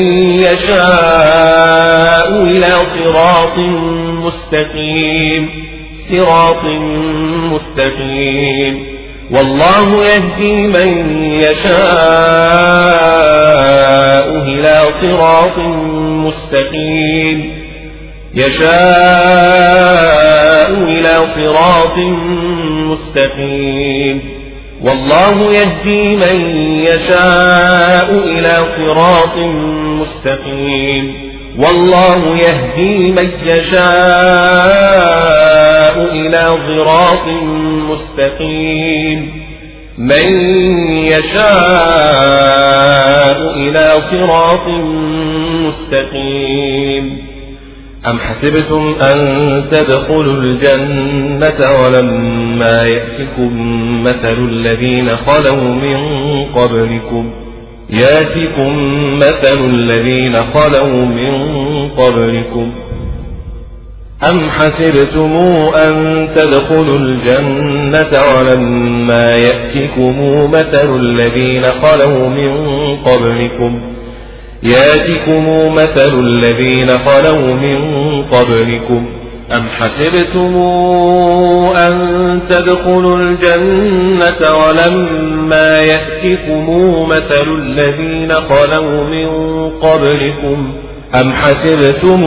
يشاء إلى صراط مستقيم والله يهدي من يشاء إلى صراط مستقيم والله يهدي من يشاء إلى صراط مستقيم والله يهدي من يشاء إلى صراط مستقيم أم حسبتم أن تدخلوا الجنة ولما يأتكم مثل الذين خلوا من قبلكم أم حسبتم أن تدخلوا الجنة ولما يأتكم مثل الذين خلوا من قبلكم أم حسبتم أن تدخلوا الجنة ولما يأتكم مثل الذين خلوا من قبلكم أم حسبتم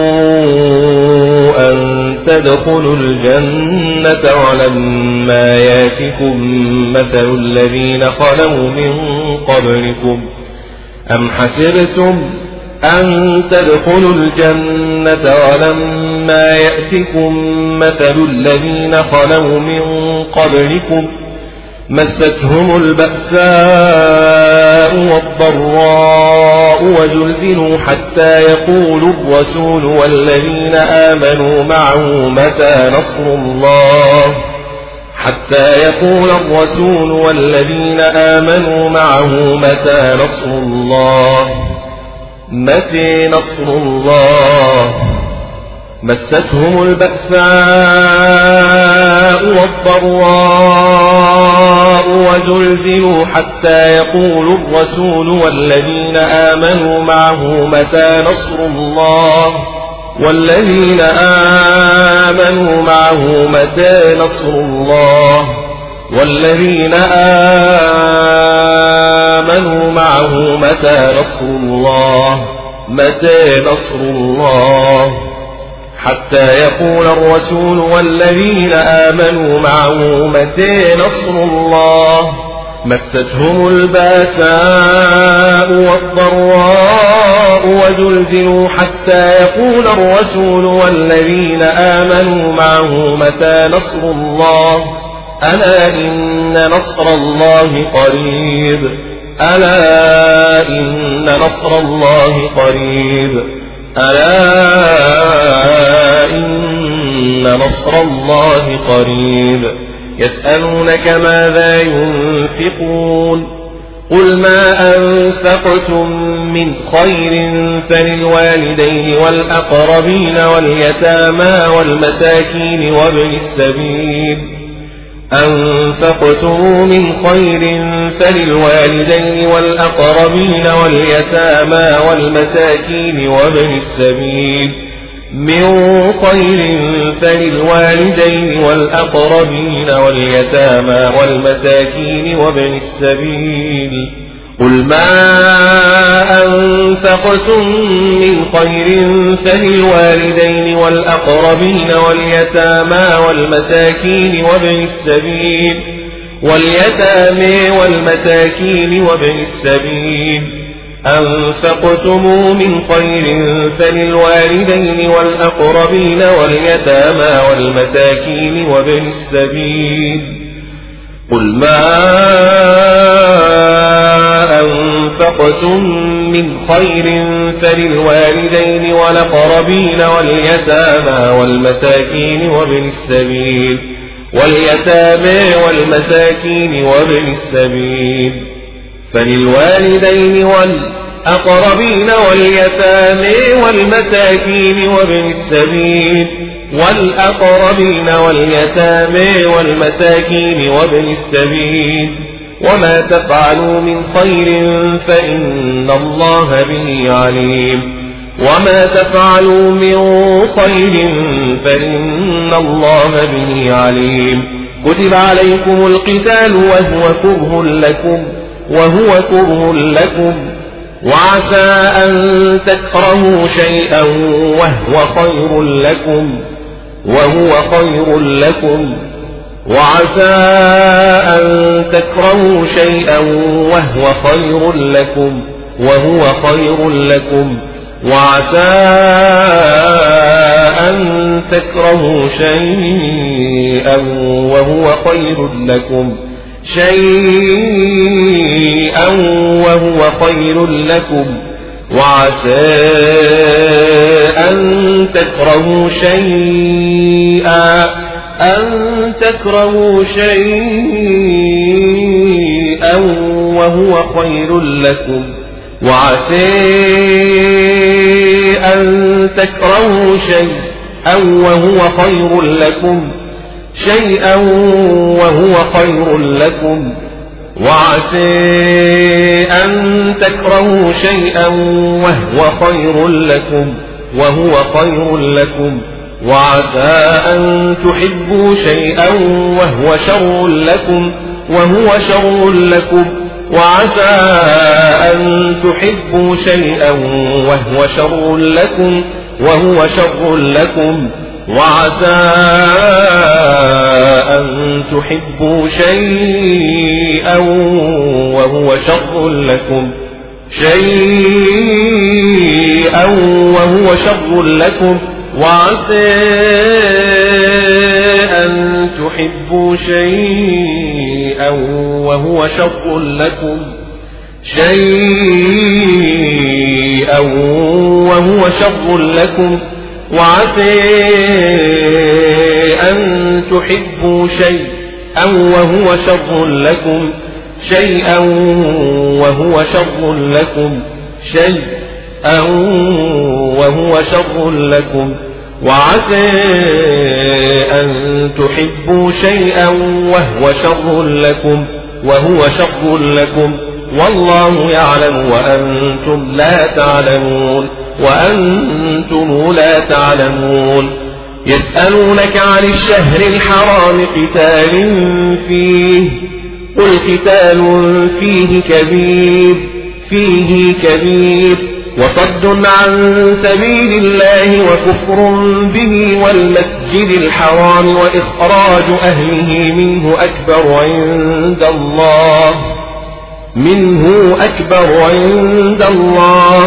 أن تدخلوا الجنة ولما يأتكم مثل الذين خلوا من قبلكم أم حسبتم أن تدخلوا الجنة ولما يأتكم مثل الذين خلوا من قبلكم مستهم البأساء والضراء وزلزلوا حتى يقول الرسول والذين آمنوا معه متى نصر الله مستهم البأساء والضراء وزلزلوا حتى يقول الرسول والذين آمنوا معه متى نصر الله والذين آمنوا معه متى نصر الله والذين آمنوا معه متى نصر الله حتى يقول الرسول والذين آمنوا معه متى نصر الله مستهم الباساء والضراء وزلزلوا حتى يقول الرسول والذين آمنوا معه متى نصر الله ألا إن نصر الله قريب ألا إن نصر الله قريب ألا إن نصر الله قريب يسألونك ماذا ينفقون قل ما أنفقتم من خير فللوالدين والأقربين واليتامى والمساكين وابن السبيل أنفقتم من خير فللوالدين والأقربين واليتامى والمساكين وابن السبيل من خير فللوالدين والأقربين واليتامى والمساكين وابن السبيل قل ما أنفقتم من خير فللوالدين والأقربين واليتامى والمساكين وابن السبيل أنفقتم من خير فللوالدين والأقربين واليتامى والمساكين وابن السبيل قل ما أنفقتم من خير فللوالدين والأقربين واليتامى والمساكين وابن السبيل فللوالدين والأقربين واليتامى والمساكين وابن السبيل وما تفعلوا من خير فإن الله به عليم كتب عليكم القتال وهو كره لكم وعسى أن تكرهوا شيئا وهو خير لكم وعسى أن تكرهوا شيئا وهو خير لكم وعسى أن تكرهوا شيئا وهو خير لكم وعسى أن تكرهوا شيئا وهو خير لكم وعسى أن تكرهوا شيئا أو وهو خير لكم شيئا وهو خير لكم وعسى أن تكرهوا شيئا وهو خير لكم وعسى أن تحبوا شيئا وهو شر لكم وعسى أن تحبوا شيئا وهو شر لكم وعسى أن تحبوا شيئا وهو شر لكم وعسى أن تحبوا شيئا وهو شر لكم وعسى أن تحبوا شيئا وهو شر لكم وعسى أن تحبوا شيئا وهو شر لكم والله يعلم وأنتم لا تعلمون يسألونك عن الشهر الحرام قتال فيه قل قتال فيه كبير وصد عن سبيل الله وكفر به والمسجد الحرام وإخراج أهله منه أكبر عند الله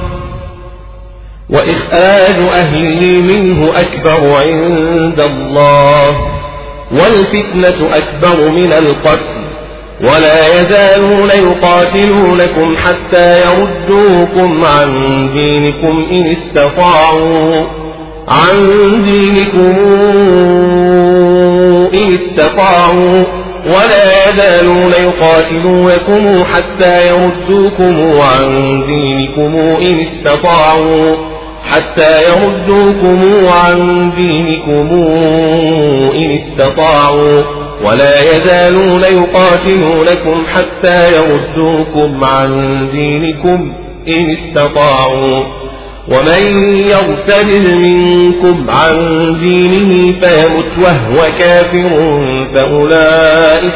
وإخراج أهله منه أكبر عند الله والفتنة أكبر من القتل ولا يزالون يقاتلونكم حتى يردوكم عن دينكم إن استطاعوا ولا يزالون يقاتلونكم حتى يردوكم عن دينكم إن استطاعوا ولا يزالون يقاتلونكم حتى يردوكم عن دينكم إن استطاعوا ومن يرتد منكم عن دينه فيمت وهو كافر فأولئك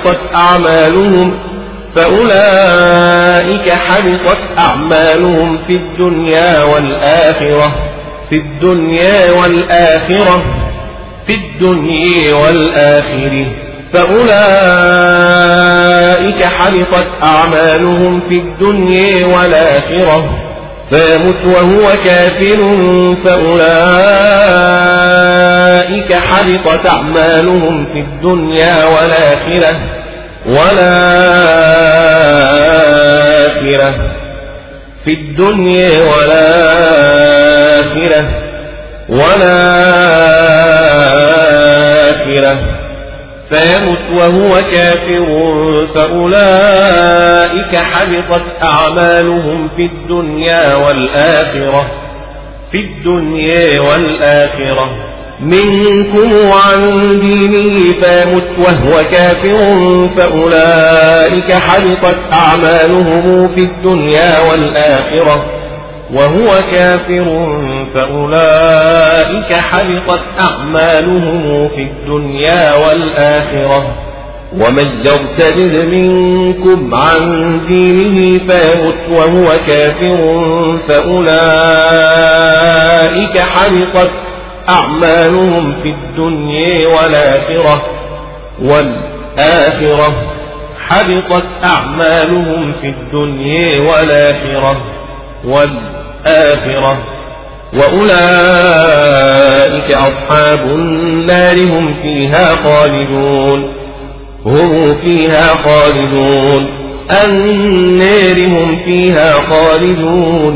حبطت أعمالهم في الدنيا والآخرة فيمت وهو كافر فأولئك حبطت أعمالهم في الدنيا والآخرة فيمت وهو كافر فأولئك حبطت أعمالهم في الدنيا والآخرة منكم عن دينه فيمت وهو كافر فأولئك حبطت أعمالهم في الدنيا والآخرة وهو كافر فأولئك حبطت أعمالهم في الدنيا والآخرة ومن يرتد منكم عن دينه فيمت وهو كافر فأولئك حبطت أعمالهم في الدنيا والآخرة وأولئك أصحاب النار هم فيها خالدون النار هم فيها خالدون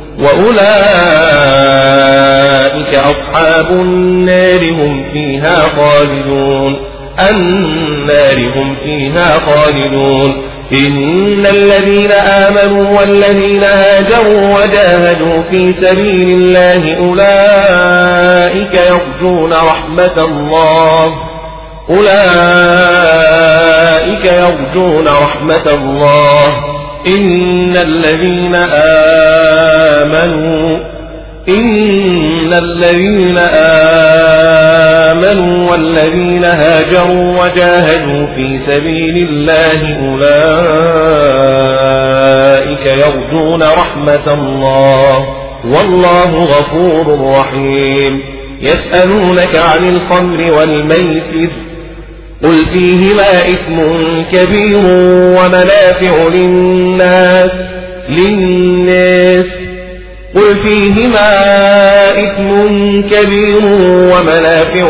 وأولئك أصحاب النار هم فيها خالدون النار هم فيها خالدون إن الذين آمنوا والذين هاجروا وجاهدوا في سبيل الله أولئك يرجون رحمة الله أولئك يرجون رحمة الله إن الذين آمنوا والذين هاجروا وجاهدوا في سبيل الله أولئك يرجون رحمة الله والله غفور رحيم يسألونك عن الخمر والميسر قل فيهما إثم كبير ومنافع للناس قل فيهما إثم كبير ومنافع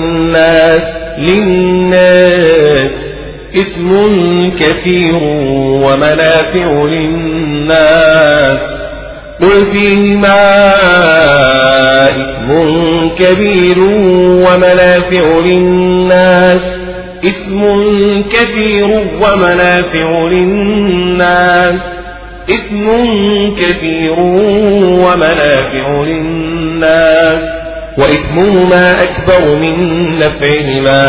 للناس إثم كثير ومنافع للناس قل فيهما إثم كبير ومنافع للناس إثم كثير ومنافع للناس إثم كثير ومنافع للناس وإثمهما أكبر من نفعهما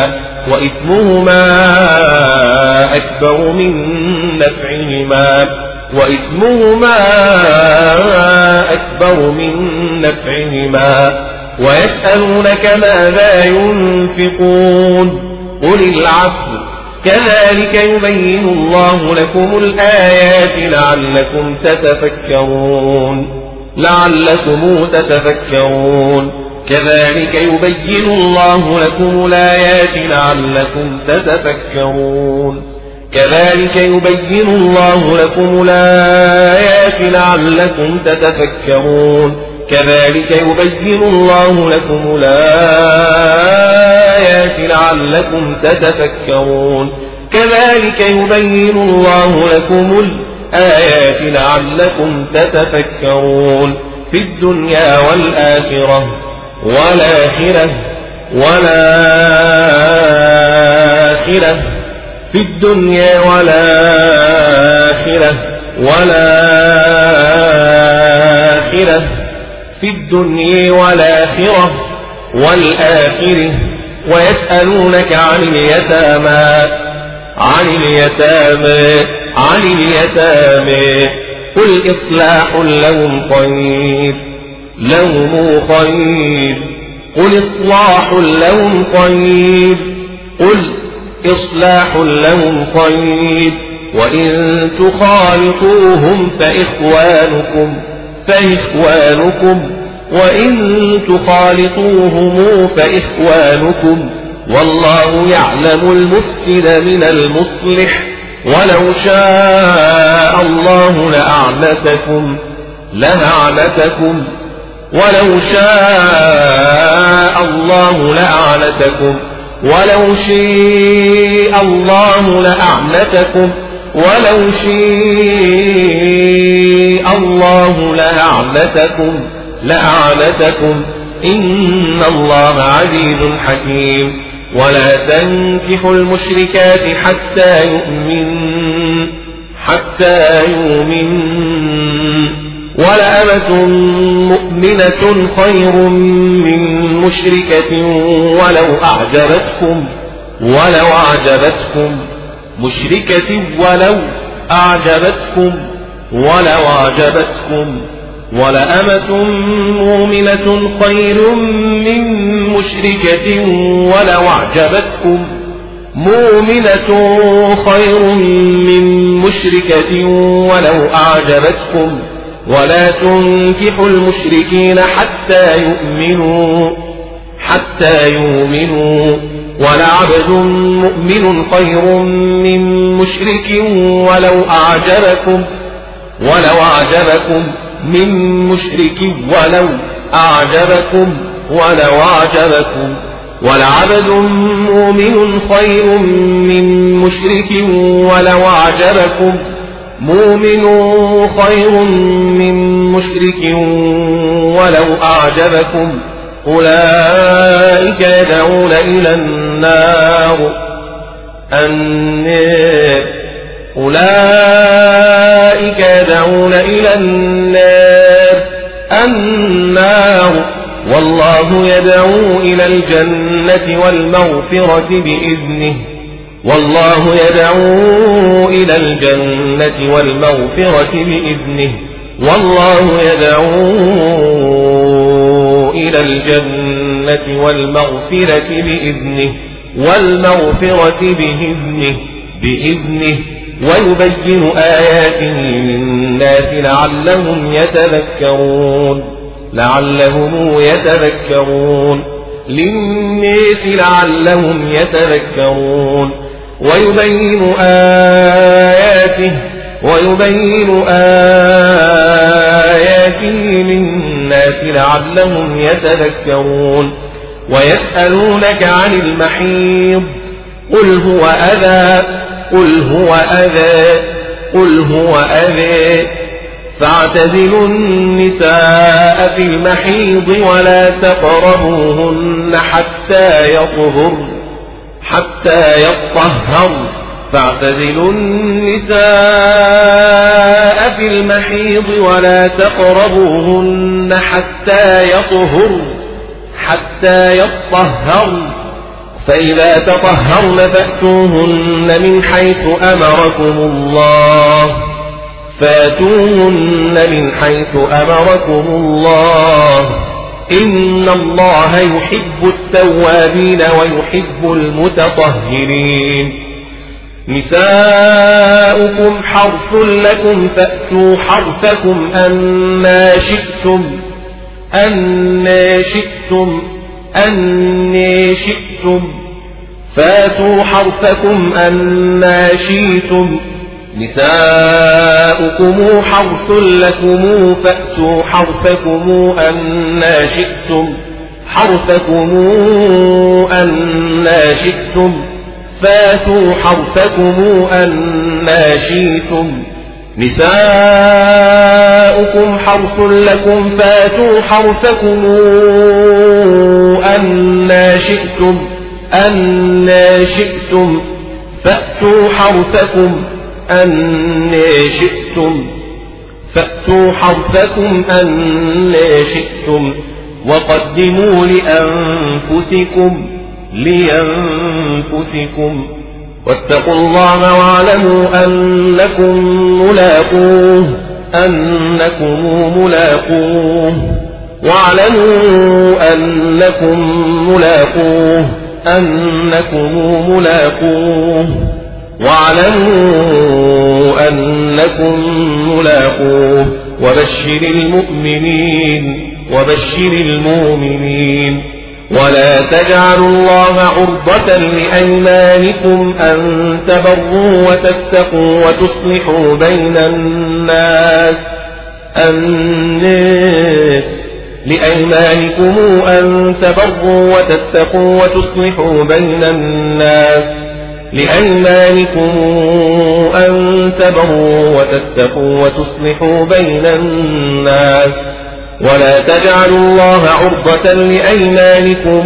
ويسألونك ماذا ينفقون قل العفو كذلك يبين الله لكم الآيات لعلكم تتفكرون كذلك يبين الله لكم الآيات لعلكم تتفكرون في الدنيا والآخرة في الدنيا والآخرة ويسألونك عن اليتامى قل إصلاح لهم خير وإن تخالطوهم فإخوانكم والله يعلم المفسد من المصلح ولو شاء الله لأعنتكم ولو شاء الله لأعنتكم إن الله عزيز حكيم ولا تنكحوا المشركات حتى يؤمن ولأمة مؤمنة خير من مشركة ولو أعجبتكم ولأمة مؤمنة خير من مشركة ولو أعجبتكم ولا تنكحوا المشركين حتى يؤمنوا ولعبد مؤمن خير من مشرك ولو أعجبكم ولعبد مؤمن خير من مشرك ولو أعجبكم أولئك يدعون إلى النار أولئك يدعون إلى النار والله يدعو إلى الجنة والمغفرة بإذنه والله يدعو إلى الجنة والمغفرة بإذنه والله يدعو إلى الجنة والمغفرة بإذنه ويبين آياته للناس لعلهم يتذكرون ويبين آياته للناس لعلهم يتذكرون ويسألونك عن المحيض قل هو أذى فاعتزلوا النساء في المحيض ولا تقربوهن حتى يطهرن فاعتزلوا النساء في المحيض ولا تقربوهن حتى يطهرن فإذا تطهرن فأتوهن من حيث أمركم الله إن الله يحب التوابين ويحب المتطهرين نساؤكم حرث لكم فأتوا حرثكم أنى شئتم فاتوا حرثكم أنى شئتم نساؤكم حرث لكم فأتوا حرثكم أنى شئتم فاتوا حرثكم أنى شئتم نساؤكم حرث لكم فاتوا حرثكم أنى شئتم فأتوا حرثكم أنى شئتم وقدموا لأنفسكم واتقوا الله واعلموا أنكم ملاقوه وبشر المؤمنين ولا تجعلوا الله عرضة لأيمانكم أن تبروا وتتقوا وتصلحوا بين الناس لأيمانكم أن تبروا وتتقوا وتصلحوا بين الناس ولا تجعلوا الله عرضة لأيمانكم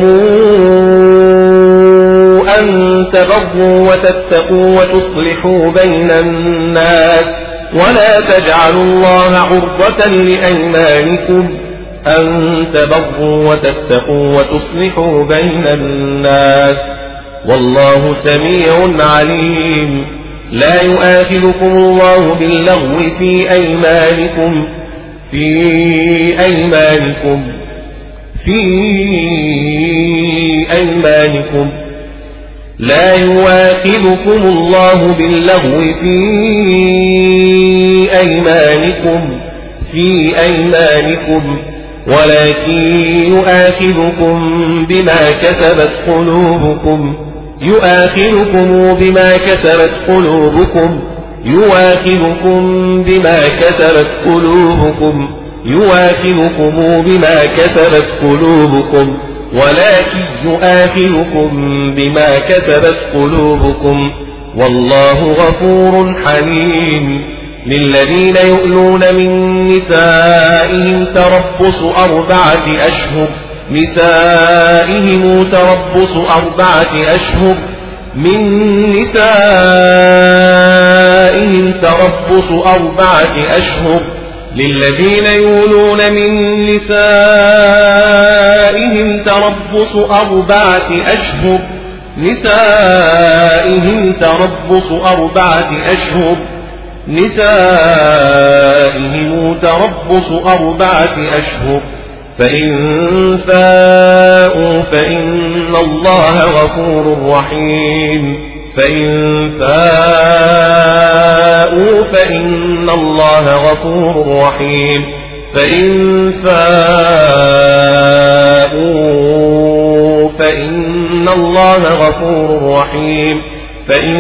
أن تبروا وتتقوا وتصلحوا بين الناس ولا تجعلوا الله عرضة لأيمانكم أن تبروا وتتقوا وتصلحوا بين الناس والله سميع عليم لا يؤاخذكم الله باللغو في أيمانكم لا يؤاخذكم الله باللغو في أيمانكم ولكن يؤاخذكم بما كسبت قلوبكم والله غفور حليم للذين يؤلون من نسائهم تربص 4 أشهر من نسائهم نسائهم تربص 4 أشهر للذين يولون من نسائهم تربص 4 أشهر نسائهم تربص 4 أشهر نسائهم تربص 4 أشهر فإن فاءوا فإن الله غفور رحيم فإن فاءوا فإن الله غفور رحيم فإن فاءوا فإن الله غفور رحيم فإن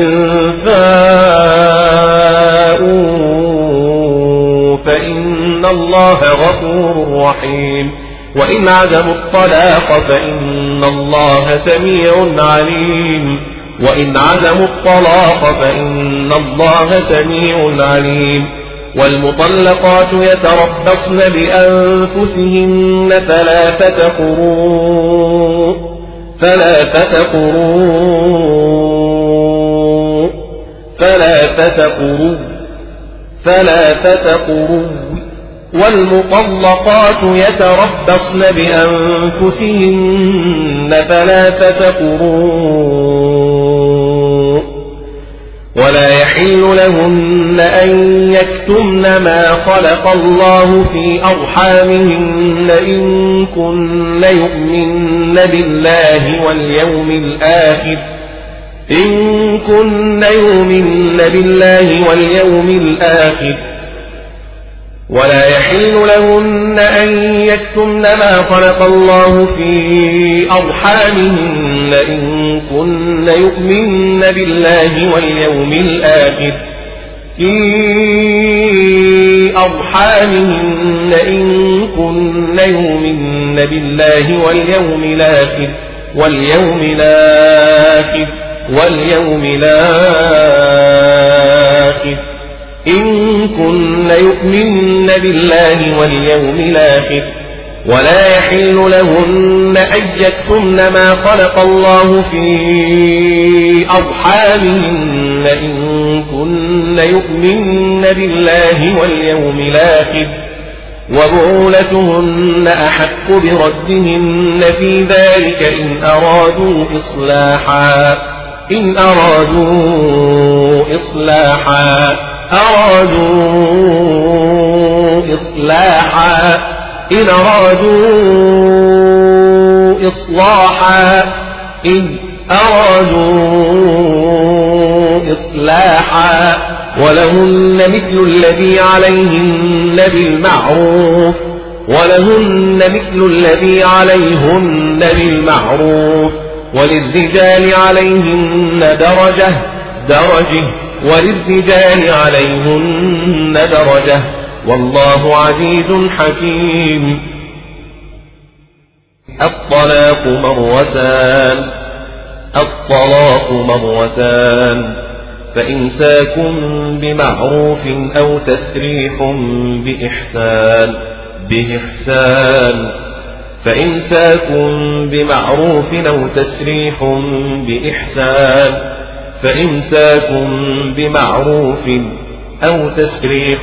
فاءوا فإن الله غفور رحيم وإن عزموا الطلاق فإن الله سميع عليم وإن عزموا الطلاق فإن الله سميع عليم والمطلقات يتربصن بأنفسهن 3 قروء والمطلقات يتربصن بأنفسهن 3 قروء ولا يحل لهن أن يكتمن ما خلق الله في أرحامهن إن كن يؤمن بالله واليوم الآخر ولا يحل لهن أن يكتمن ما خلق الله في أرحامهن إن كن يؤمن بالله واليوم الآخر في أرحامهن إن كن يؤمن بالله واليوم الآخر إن كن يؤمن بالله واليوم الآخر ولا يحل لهن أن يكتمن ما خلق الله في أرحامهن إن كن يؤمن بالله واليوم الآخر وبعولتهن أحق بردهن في ذلك إن أرادوا إصلاحا ولهن مثل الذي عليهن بالمعروف وللرجال عليهن درجة والله عزيز حكيم الطلاق مرتان فإمساك بمعروف أو تسريح بإحسان فإمساك بمعروف أو تسريح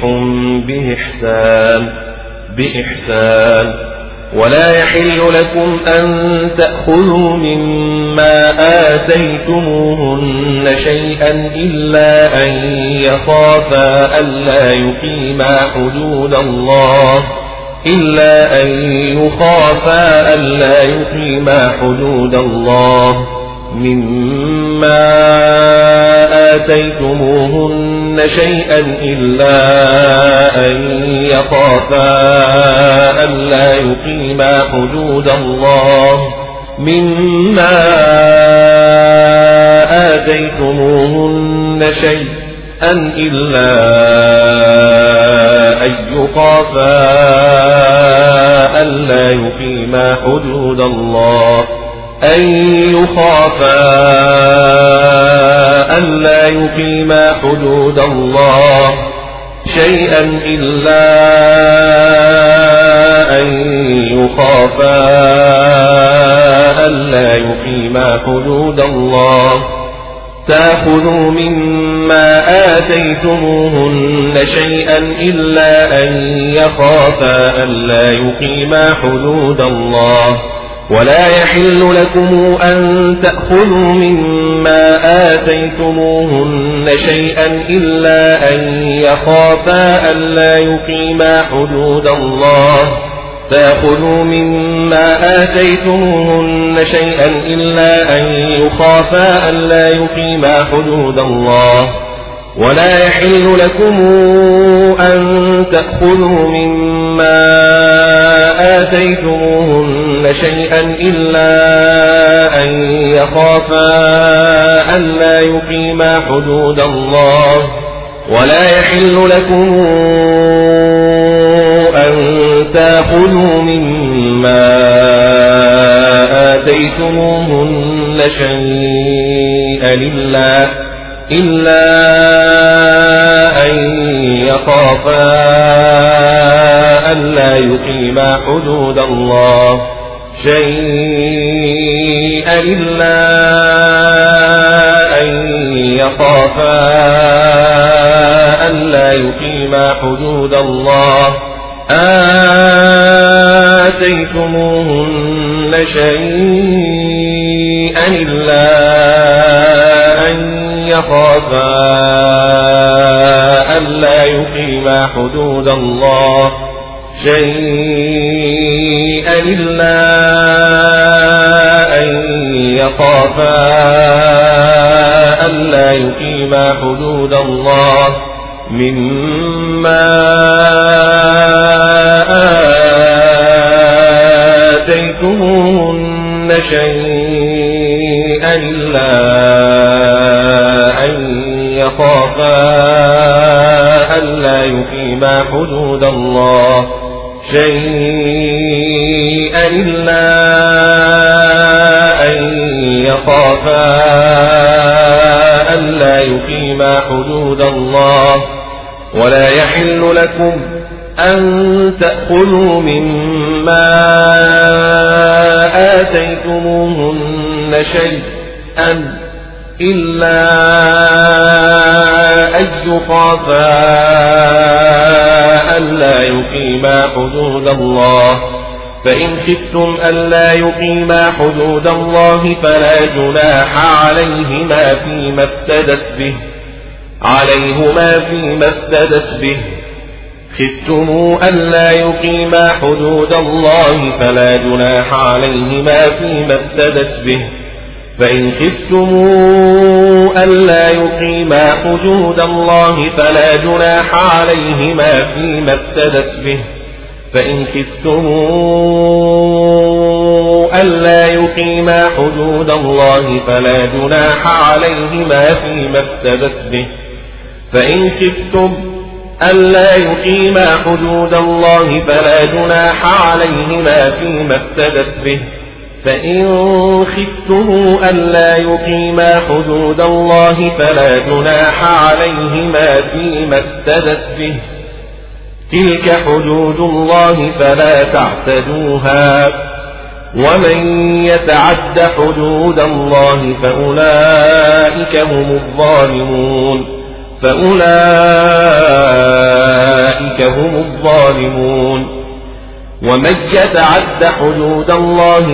بإحسان ولا يحل لكم أن تأخذوا مما آتيتموهن شيئا إلا أن يخافا ألا يقيما حدود الله مما آتيتموهن شيئا إلا أن يخافا ألا يقيما حدود الله مما آتيتموهن شيئا إلا أن يخافا ألا يقيما حدود الله شيئا إلا أن يخافا ألا يقيما حدود الله تأخذوا مما مما آتيتموهن شيئا إلا أن يخافا ألا يقيما حدود الله ولا يحل لكم أن تأخذوا مما آتيتموهن شيئا إلا أن يخافا ألا يقيما حدود الله فيأخذوا مما آتيتموهن شيئا إلا أن يخافا ألا يقيما حدود الله ولا يحل لكم أن تأخذوا مما آتيتموهن شيئا إلا أن يخافا ألا يقيما حدود الله ولا يحل لكم أن تأخذوا مما آتيتموهن شيئا إلا أن يخافا ألا يقيما حدود الله شيئا إلا أن يخافا ألا يقيما حدود الله آتيتموهن شيئا إلا أن يخافا ألا يقيما حدود الله شيئا إلا أن يخافا ألا يقيما حدود الله مما آتيتموهن شيئا إلا أن يخافا ألا يقيما حدود الله شيئا إلا أن يخافا ألا يقيما حدود الله ولا يحل لكم أن تأخذوا مما آتيتموهن شيئا إلا أن يخافا ألا يقيما حدود الله فإن خفتم ألا يقيما حدود الله فلا جناح عليهما فيما افتدت به خفتم ألا يقيما حدود الله فلا جناح عليهما فيما افتدت به فإن خفتم ألا يقيما حدود الله فلا جناح عليهما فيما افتدت به فإن خفتم ألا يقيما حدود الله فلا جناح عليهما فيما افتدت به فإن خفتم ألا يقيما حدود الله فلا جناح عليهما فيما افتدت به فإن خفتم ألا يقيما حدود الله فلا جناح عليهما فيما افتدت به تلك حدود الله فلا تعتدوها ومن يتعد حدود الله فأولئك هم الظالمون ومن يتعد حدود الله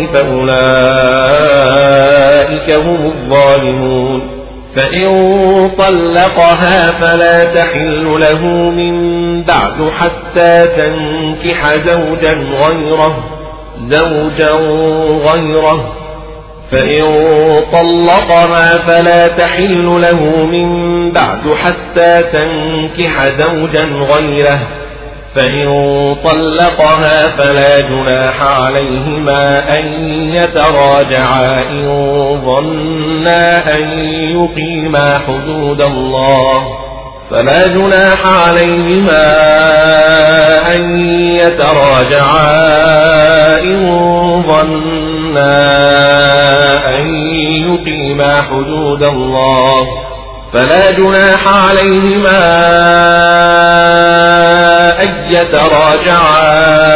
فأولئك هم الظالمون فإن طلقها فلا تحل له من بعد حتى تنكح زوجا غيره فإن طلقها فلا تحل له من بعد حتى تنكح زوجا غيره فإن طلقها فلا جناح عليهما أن يتراجعا إن ظنا أن يقيما حدود الله فلا جناح عليهما أن يتراجعا إن ظنا أن يقيما حدود الله فلا جناح عليهما أن يتراجعا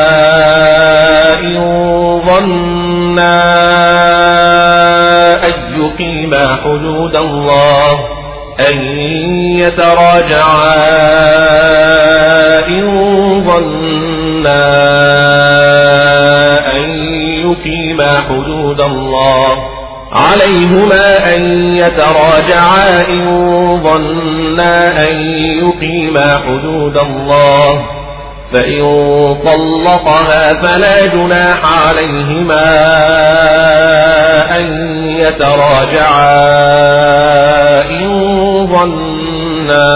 إن ظنا أن يقيما حدود الله أن يتراجعا إن ظنا أن يقيما حدود الله عليهما أن يتراجعا إن ظنا أن يقيما حدود الله فإن طلقها فلا جناح عليهما أن يتراجعا إن ظنا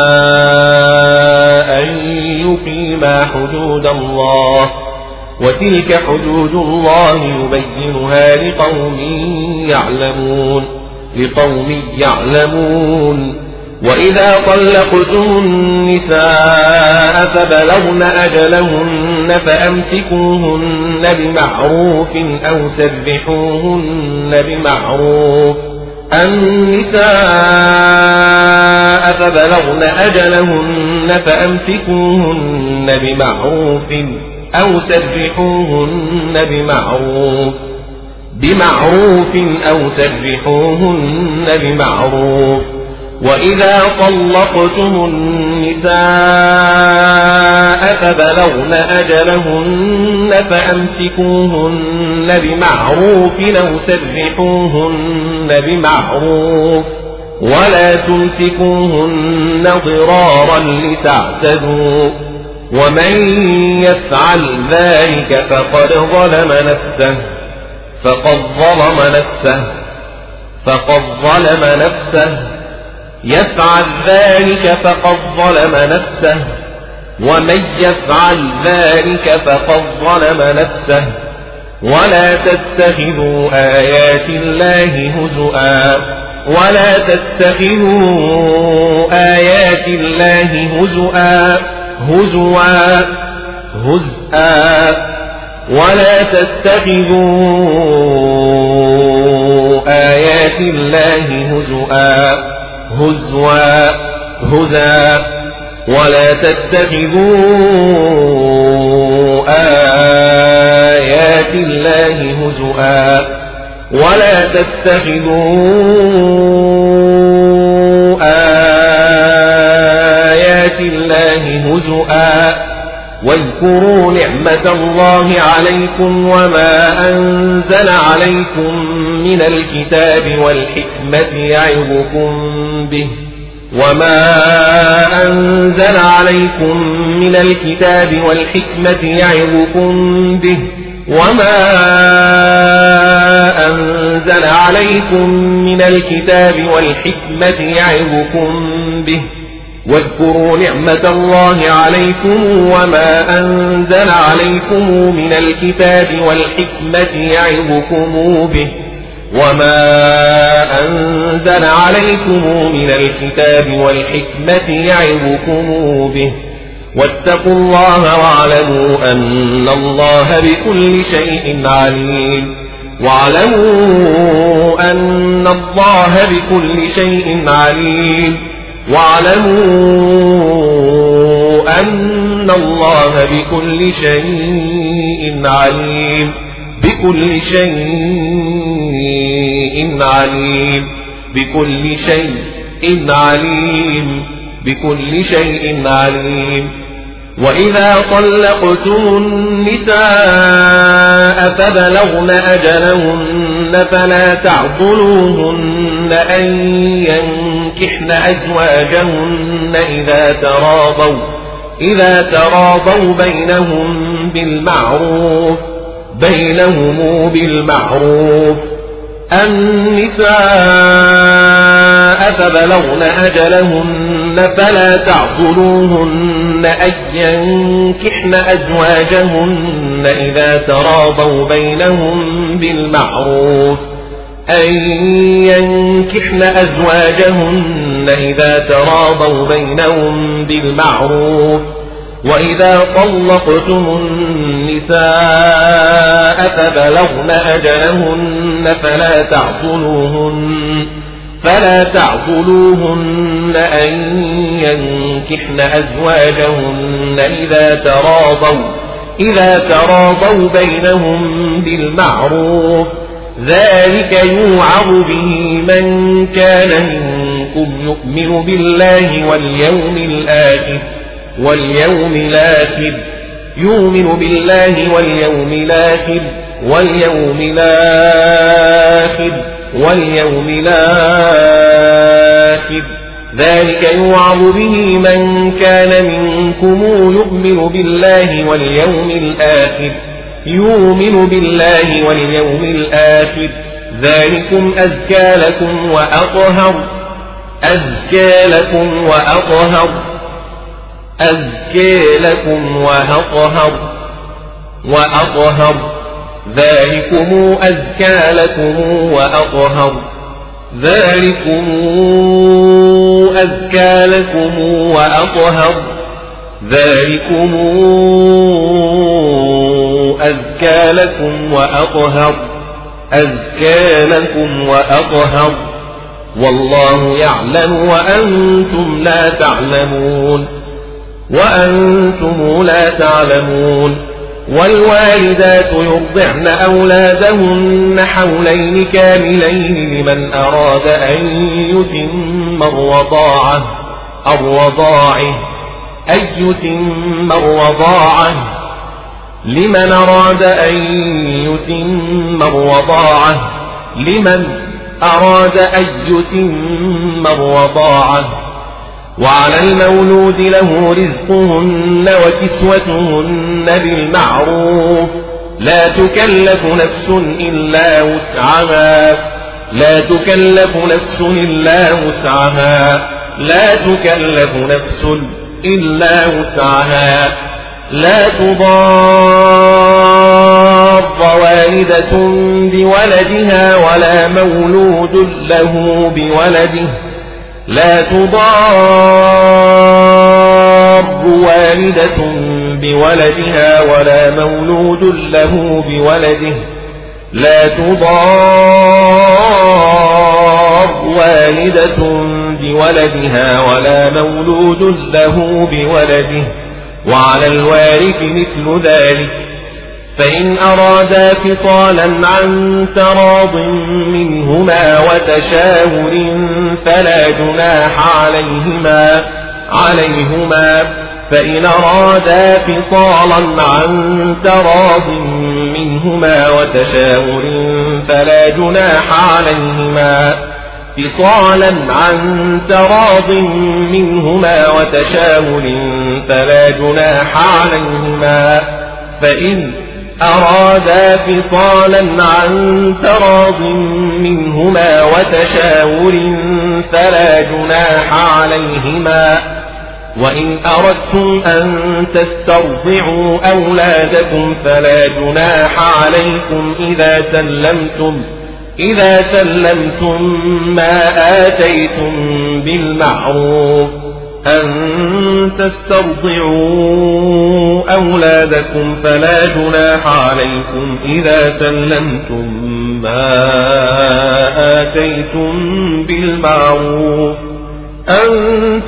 أن يقيما حدود الله وتلك حدود الله يبينها لقوم يعلمون وإذا طلقتم النساء فبلغن أجلهن فأمسكوهن بمعروف أو سرحوهن بمعروف النساء فبلغن أجلهن فأمسكوهن بمعروف أو سرحوهن بمعروف وإذا طلقتم النساء فبلغن أجلهن فأمسكوهن بمعروف أو سرحوهن بمعروف ولا تمسكوهن ضرارا لتعتدوا ومن يفعل ذلك فقد ظلم نفسه يفعل ذلك فقد ظلم نفسه ومن يفعل ذلك فقد ظلم نفسه ولا تتخذوا آيات الله واذكروا نعمة الله عليكم وما أنزل عليكم من الكتاب والحكمة يعظكم به واذكروا نعمة الله عليكم وما أنزل عليكم من الكتاب والحكمة يعظكم به واتقوا الله واعلموا أن الله بكل شيء عليم بكل شيء عليم وإذا طلقتم النساء فبلغن أجلهن فلا تعضلوهن أن ينكحن أزواجهن إذا تراضوا بينهم بالمعروف النساء فبلغن أجلهن فلا تعضلوهن أن ينكحن أزواجهن إذا تراضوا بينهم بالمعروف وإذا طلقتم النساء فبلغن أجلهن فلا تعضلوهن أن ينكحن أزواجهن إذا تراضوا بينهم بالمعروف ذلك يوعظ به من كان منكم منكم يؤمن بالله واليوم الآخر يؤمن بالله واليوم الآخر ذلك يوعظ به من كان منكم يؤمن بالله واليوم الآخر ذلكم أزكى لكم وأطهر ذلكم أزكى لكم وأطهر أزكى لكم وأطهر والله يعلم وأنتم لا تعلمون والوالدات يرضعن أولادهن حولين كاملين لمن أراد أن يتم الرضاعة وعلى المولود له رزقهن وكسوتهن بالمعروف لا تكلف نفس إلا وسعها لا تضار والدة بولدها ولا مولود له بولده وعلى الوارث مثل ذلك فإن أرادا فصالا عن تراض منهما وتشاور فلا جناح عليهما فإن أرادا فصالا عن تراض منهما وتشاور فلا جناح عليهما وإن أردتم أن تسترضعوا أولادكم فلا جناح عليكم إذا سلمتم ما آتيتم بالمعروف أن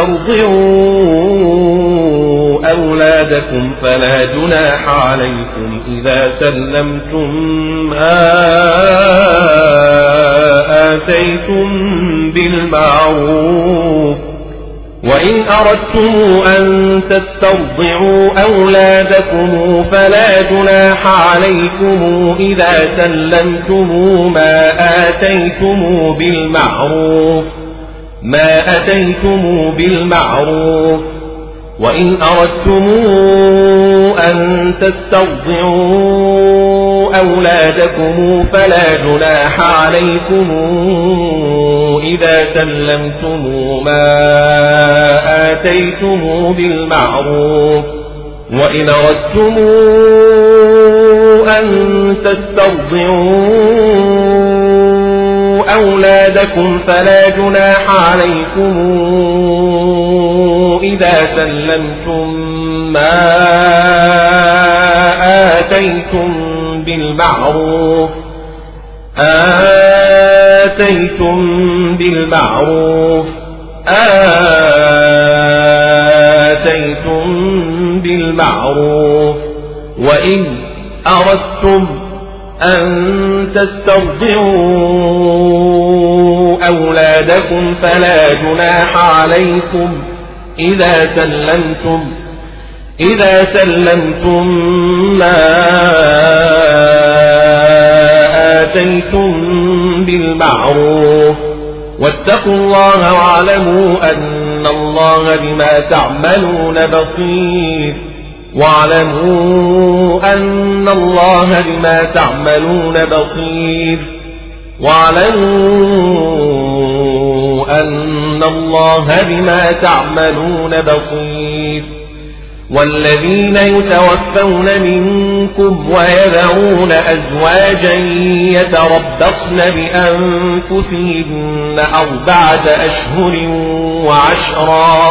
تسترضعوا أولادكم فلا جناح عليكم إذا سلمتم ما آتيتم بالمعروف وإن أردتم أن تسترضعوا أولادكم فلا جناح عليكم إذا سلمتم ما أتيتم بالمعروف وإن أردتم أن تسترضعوا أولادكم فلا جناح عليكم إذا سلمتم ما آتيتم بالمعروف وإن أردتم أن تسترضعوا أولادكم فلا جناح عليكم إذا سلمتم ما آتيتم بالمعروف وإن أردتم أن تسترضعوا أولادكم فلا جناح عليكم إذا سلمتم ما آتيتم بالمعروف واتقوا الله واعلموا أن الله بما تعملون بصير واعلموا أن الله بما تعملون بصير والذين يتوفون منكم ويذرون أزواجا يتربصن بأنفسهن 4 أشهر وعشرا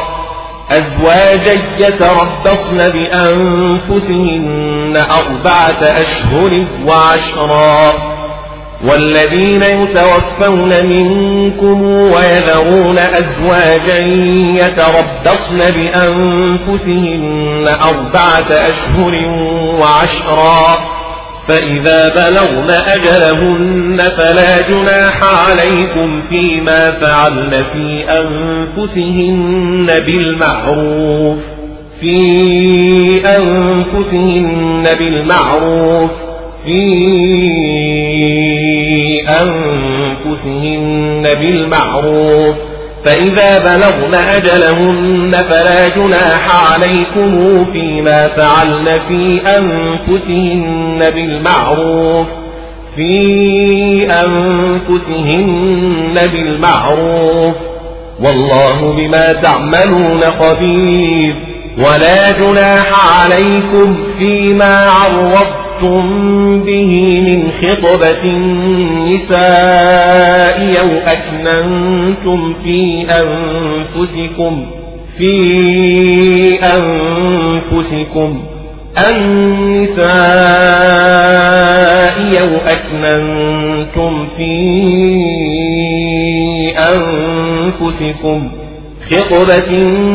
والذين يتوفون منكم ويذرون أزواجا يتربصن بأنفسهن 4 أشهر وعشرا فإذا بلغن أجلهن فلا جناح عليكم فيما فعلن في أنفسهن بالمعروف فإذا بلغن أجلهن فلا جناح عليكم فيما فعلن في أنفسهن بالمعروف والله بما تعملون خبير ولا جناح عليكم فيما عرضتم به من خطبة النساء أو أكننتم في أنفسكم خطبة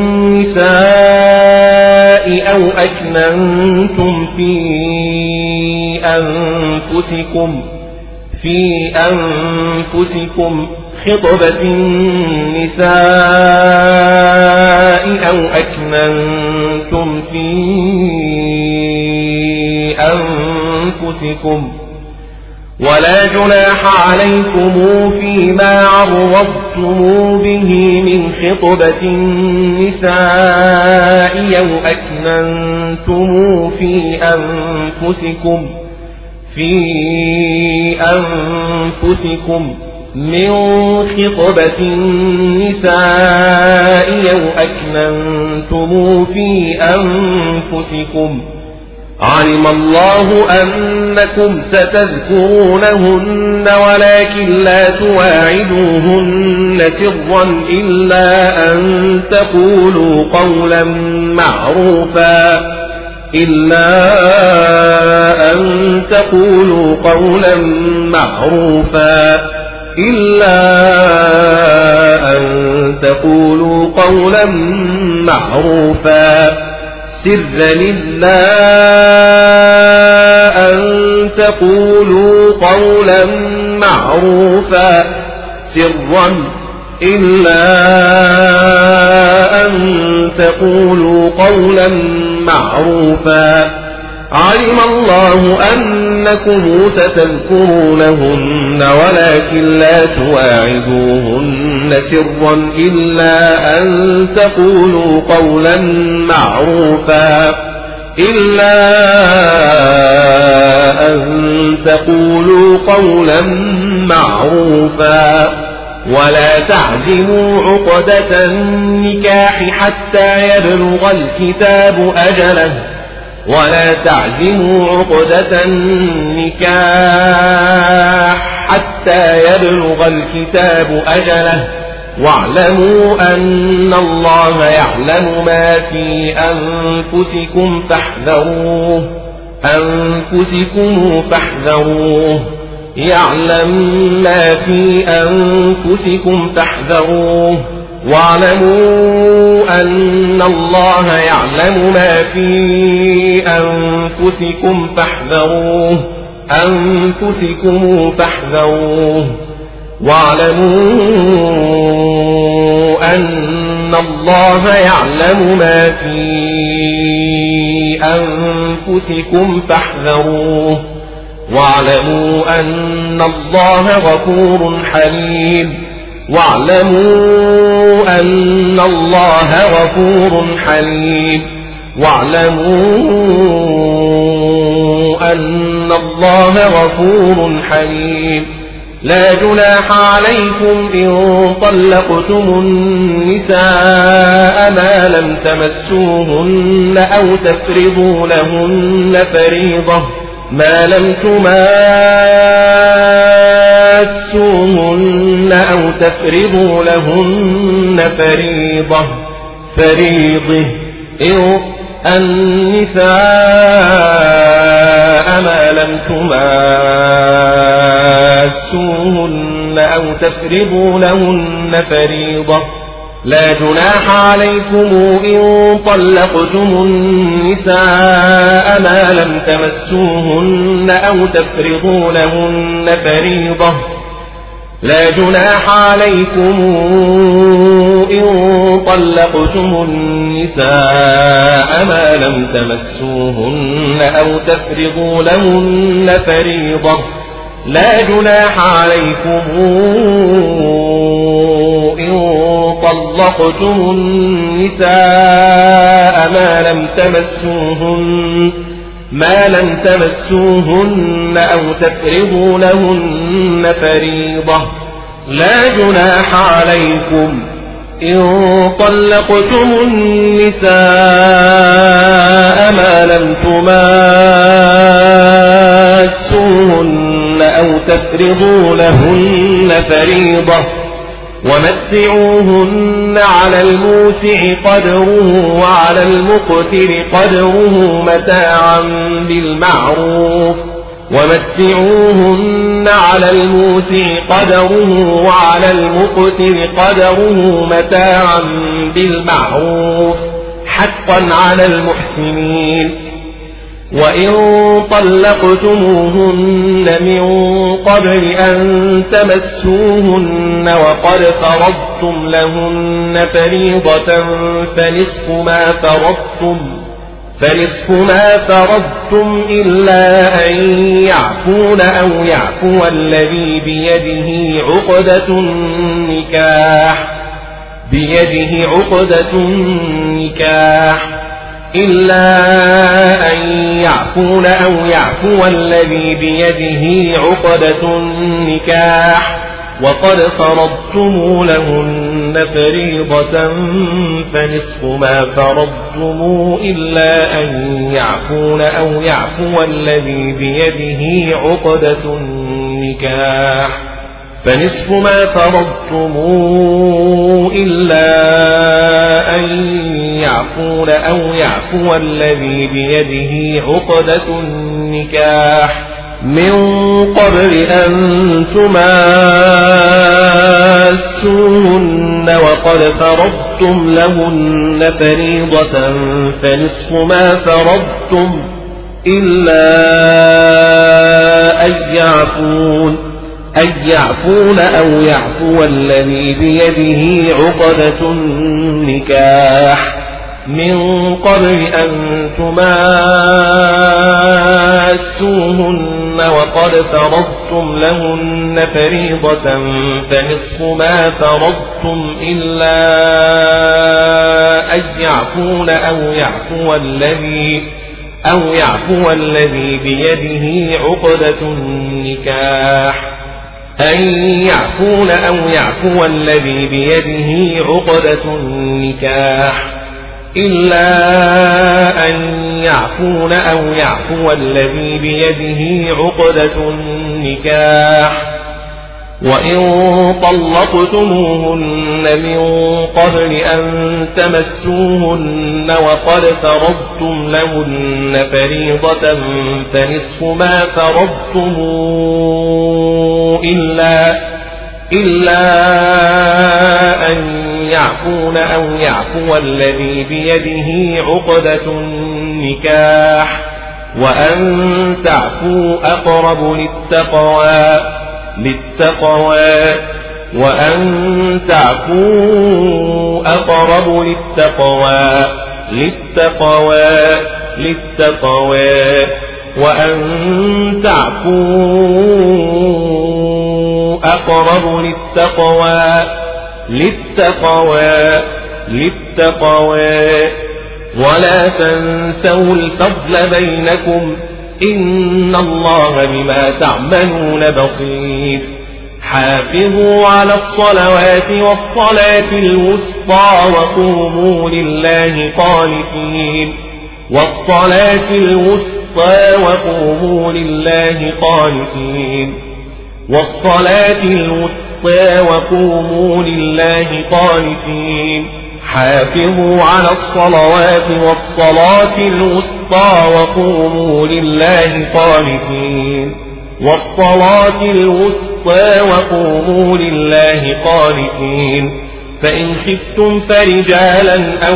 النساء أو أكننتم في أنفسكم خطبة النساء أو أكننتم في أنفسكم ولا جناح عليكم فيما عرضتم به من خطبة النساء أو أكننتم في أنفسكم من خطبة النساء أو أكننتم في أنفسكم علم الله أنكم ستذكرونهن ولكن لا تواعدوهن سرا إلا أن تقولوا قولا معروفا سرا إلا أن تقولوا قولا معروفا علم الله أنكم ستذكرونهن ولكن لا تواعدوهن سرا إلا أن تقولوا قولا معروفا ولا تعزموا عقدة النكاح حتى يبلغ الكتاب أجله واعلموا أن الله يعلم ما في أنفسكم فاحذروه يعلم ما في أنفسكم فاحذروه واعلموا أن الله يعلم ما في أنفسكم فاحذروه واعلموا أن الله يعلم ما في أنفسكم فاحذروه واعلموا أن الله غفور حليم واعلموا أن الله غفور حليم واعلموا أن الله غفور حليم لا جناح عليكم إن طلقتم النساء ما لم تمسوهن أو تفرضوا لهن فريضة ما لم تماسوهن أو تفرضوا لهن فريضة النساء ما لم تماسوهن أو تفرضوا لهن فريضة لا جناح عليكم إن طلقتم النساء ما لم تمسوهن أو تفرضوا لهن فريضة لا جناح عليكم إن طلقتم النساء ما لم تمسوهن أو تفرضوا لهن فريضة لا جناح عليكم إن طلقتم النساء ما لم تمسوهن أو تفرضوا لهن فريضة لا جناح عليكم إن طلقتم النساء ما لم تماسوهن أو تفرضوا لهن فريضة ومتعوهن على الموسع قدره وعلى المقتر قدره متاعا بالمعروف ومتعوهن على الموسع قدره وعلى المقتر قدره متاعا بالمعروف حقا على المحسنين وإن طلقتموهن من قبل أن تمسوهن وقد فرضتم لهن فريضة فنصف ما فرضتم إلا أن يعفون أو يعفو الذي بيده عقدة النكاح إلا أن يعفون أو يعفو الذي بيده عقدة النكاح وقد فرضتم لهن فريضة فنصف ما فرضتم إلا أن يعفون أو يعفو الذي بيده عقدة النكاح فنصف ما فرضتم إلا أن يعفون أو يعفو الذي بيده عقدة النكاح من قبل أن تماسوهن وقد فرضتم لهن فريضة فنصف ما فرضتم إلا أن يعفون أو يعفو الذي بيده عقدة النكاح من قبل أن تماسوهن وقد فرضتم لهن فريضة فنصف ما فرضتم إلا أن يعفون أو يعفو الذي بيده عقدة النكاح أن يعفون أو يعفو الذي بيده عقدة النكاح إلا أن يعفون أو يعفو الذي بيده عقدة النكاح وإن طلقتموهن من قبل أن تمسوهن وقد فرضتم لهن فريضة فنصف ما فرضتم إلا أن يعفون أو يعفو الذي بيده عقدة النكاح وأن تعفوا أقرب للتقوى وأن تعفوا أقرب للتقوى وأن تعفوا أقرب للتقوى ولا تنسوا الفضل بينكم إن الله بما تعملون بصير حافظوا على الصلوات والصلاة الوسطى وقوموا لله قانتين حافظوا على الصلوات والصلاة الوسطى وقوموا لله قانتين فإن خفتم فرجالا أو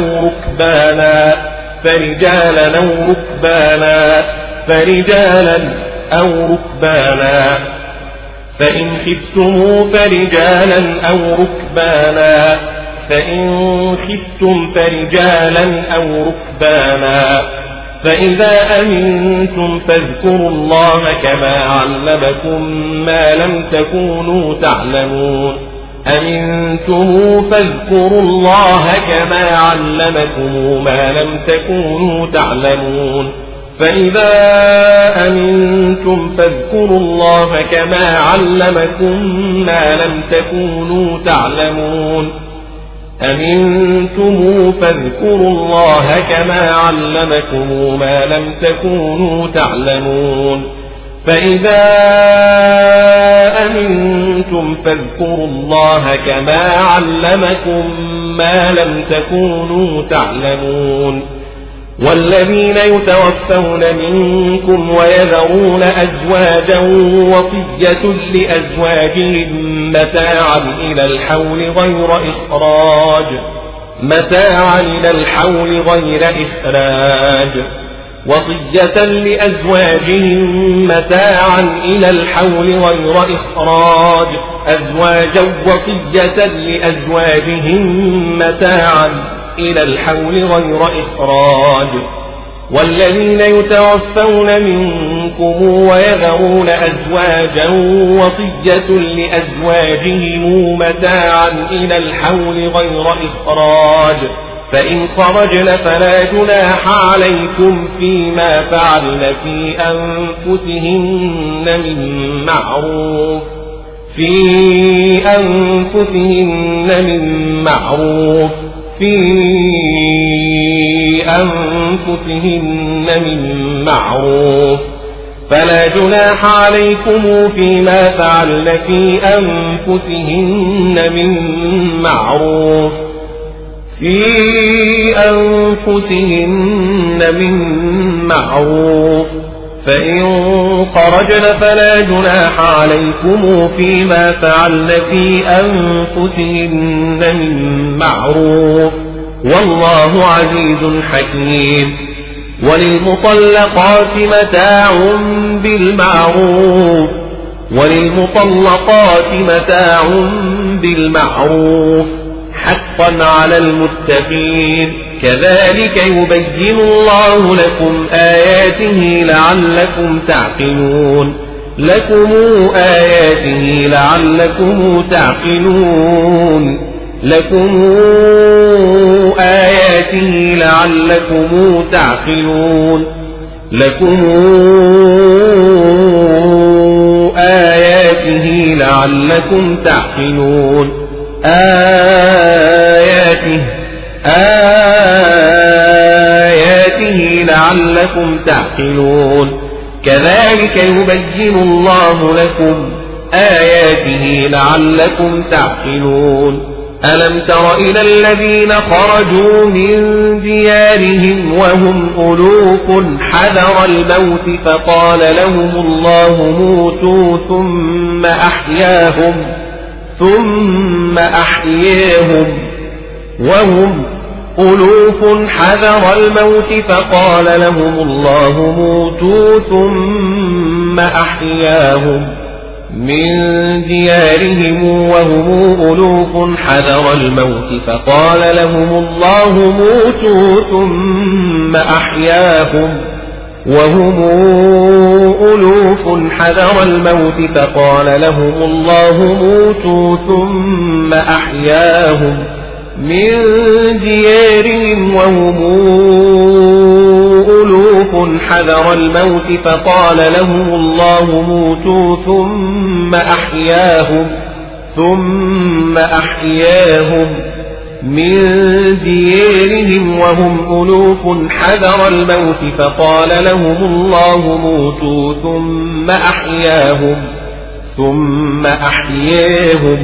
ركبانا فإذا أمنتم فاذكروا الله كما علمكم ما لم تكونوا تعلمون فإذا أمنتم فاذكروا الله كما علمكم ما لم تكونوا تعلمون فإذا أمنتم فاذكروا الله كما علمكم ما لم تكونوا تعلمون والذين يتوفون منكم ويذرون أزواجا وصية لأزواجهم متاعا إلى الحول غير إخراج وصية لأزواجهم متاعا إلى الحول غير إخراج أزواجا وصية لأزواجهم متاعا إلى الحول غير إخراج والذين يتوفون منكم ويذرون أزواجا وصية لأزواجهم متاعا إلى الحول غير إخراج فإن خرجن فلا جناح عليكم فيما فعلن في أنفسهن من معروف فلا جناح عليكم فيما فعلن في أنفسهن من معروف فإن خرجن فلا جناح عليكم فيما فعلن في أنفسهن من معروف والله عزيز حكيم وللمطلقات متاع بالمعروف حقا على المتقين كذلك يبين الله لكم آياته لعلكم تعقلون آياته لعلكم تعقلون كذلك يبين الله لكم آياته لعلكم تعقلون ألم تر إلى الذين خرجوا من ديارهم وهم ألوف حذر الموت فقال لهم الله موتوا ثم أحياهم وهم ألوف حذر الموت فقال لهم الله موتوا ثم أحياهم من ديارهم وهم ألوف حذر الموت فقال لهم الله موتوا ثم أحياهم وهم ألوف حذر الموت فقال لهم الله موتوا ثم أحياهم من ديارهم وهم ألوف حذر الموت فقال لهم الله موتوا ثم أحياهم من ديارهم وهم ألوف حذر الموت فقال لهم الله موتوا ثم أحياهم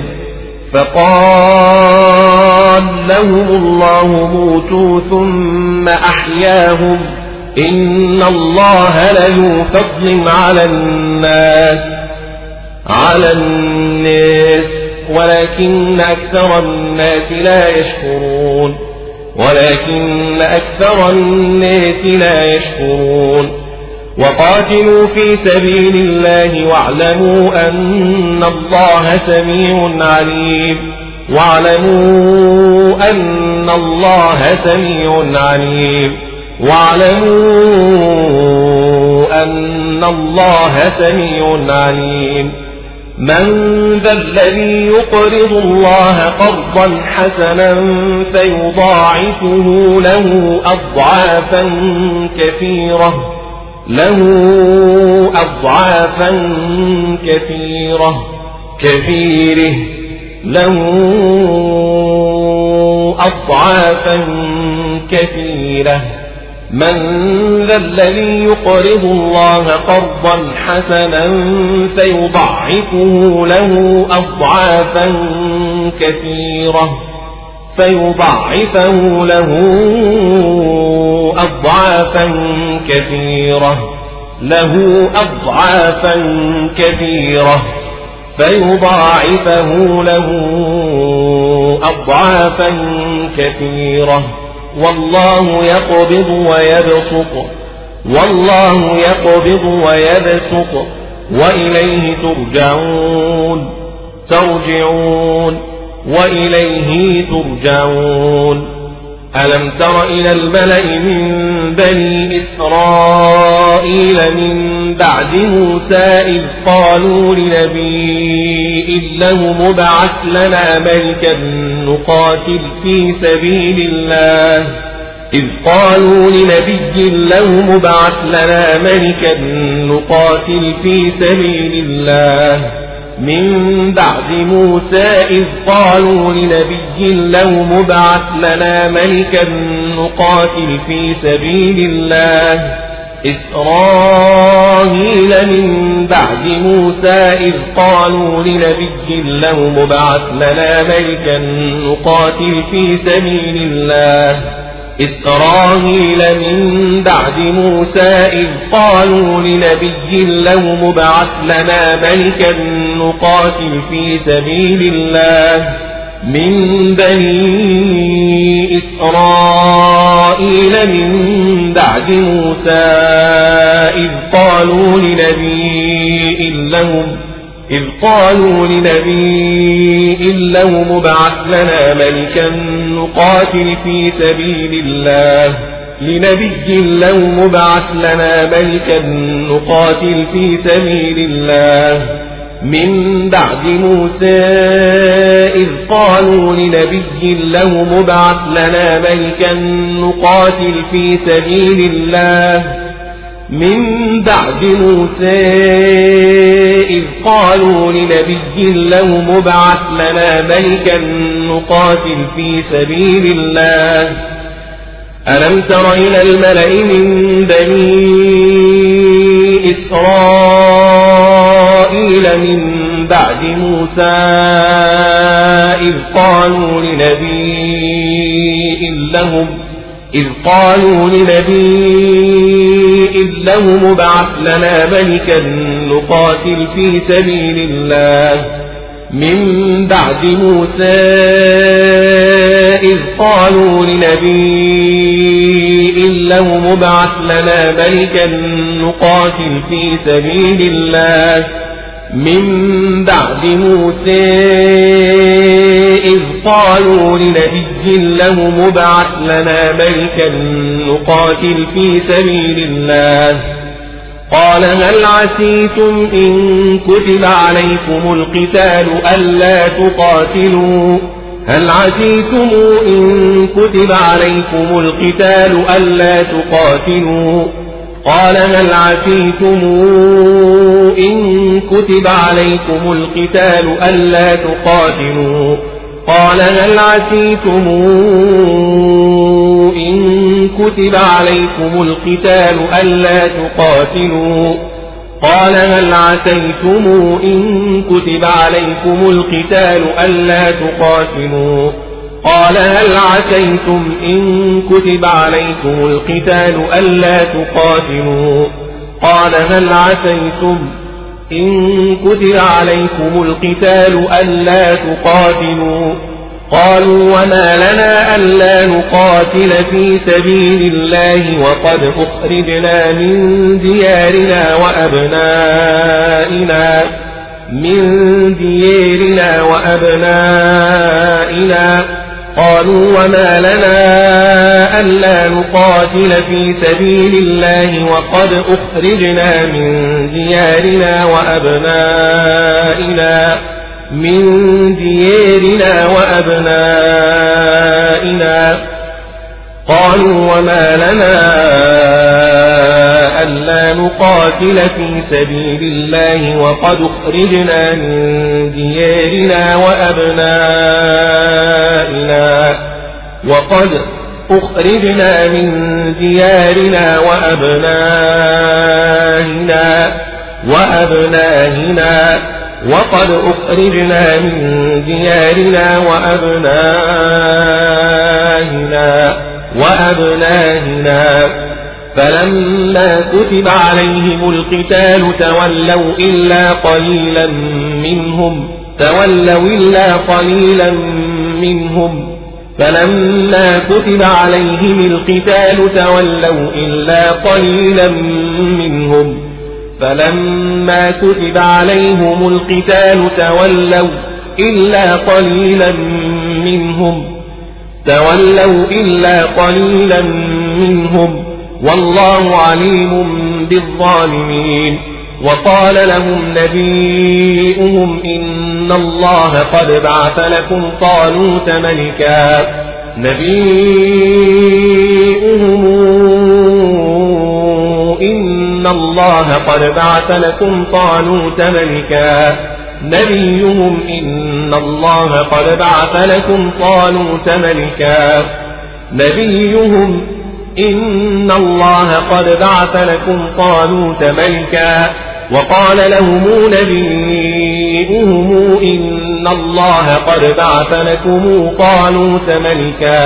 فقال لهم الله موتوا ثم أحياهم إن الله لذو فضل على الناس ولكن أكثر الناس لا يشكرون وقاتلوا في سبيل الله واعلموا أن الله سميع عليم من ذا الذي يقرض الله قرضا حسنا فيضاعفه له أضعافا كثيرة من ذا الذي يقرض الله قرضا حسنا فيضاعفه له أضعافا كثيرة والله يقبض ويبسط وإليه ترجعون ألم تر إلى الملأ من بني إسرائيل من بعد موسى إذ قالوا لنبي له ابعث لنا ملكا نقاتل في سبيل الله من بعد موسى إذ قالوا لنبي له ابعث لنا ملكا نقاتل في سبيل الله إسرائيل من بعد موسى إذ قالوا لنبي له ابعث لنا ملكا نقاتل في سبيل الله إسرائيل من بعد موسى إذ قالوا لنبي له ابعث لنا ملكا نقاتل في سبيل الله من بني إسرائيل من بعد موسى إذ قالوا لنبي لهم ابعث لنا ملكا نقاتل في سبيل الله من بعد موسى إذ قالوا لنبي لهم ابعث لنا ملكا نقاتل في سبيل الله من بعد موسى إذ قالوا لنبي لهم ابعث لنا ملكا نقاتل في سبيل الله ألم تر إلى الملأ من بني إسرائيل من بعد موسى إذ قالوا لنبي لهم ابعث لنا ملكا نقاتل في سبيل الله من بعد موسى إذ قالوا لنبي لهم ابعث لنا ملكا نقاتل في سبيل الله من بعد موسى إذ قالوا لنبي له مبعث لنا ملكا نقاتل في سبيل الله قال هل عسيتم إن كتب عليكم القتال ألا تقاتلوا هل عسيتم إن كتب عليكم القتال ألا تقاتلوا قال هل عسيتم إن كتب عليكم القتال ألا تقاتلوا قال هل عسيتم إن كتب عليكم القتال ألا تقاتلوا قال هل عسيتم إن كتب عليكم القتال ألا تقاتلوا قال هل عسيتم إن كتب عليكم القتال ألا تقاتلوا قال هل عسيتم إن كتب عليكم القتال ألا تقاتلوا قالوا وما لنا ألا نقاتل في سبيل الله وقد أخرجنا من ديارنا وأبنائنا قالوا وما لنا ألا نقاتل في سبيل الله وقد أخرجنا من ديارنا وأبنائنا قالوا وما لنا ألا نقاتل في سبيل الله وقد أخرجنا من ديارنا وأبنائنا فلما كتب عليهم القتال تولوا إلا قليلا منهم فلما كتب عليهم القتال تولوا إلا قليلا منهم فلما كتب عليهم القتال تولوا إلا قليلا منهم والله عليم بالظالمين وقال لهم نبيئهم إن الله قد بعث لكم طالوت ملكا وقال لهم نبيئهم إن الله قد بعث لكم طالوت ملكا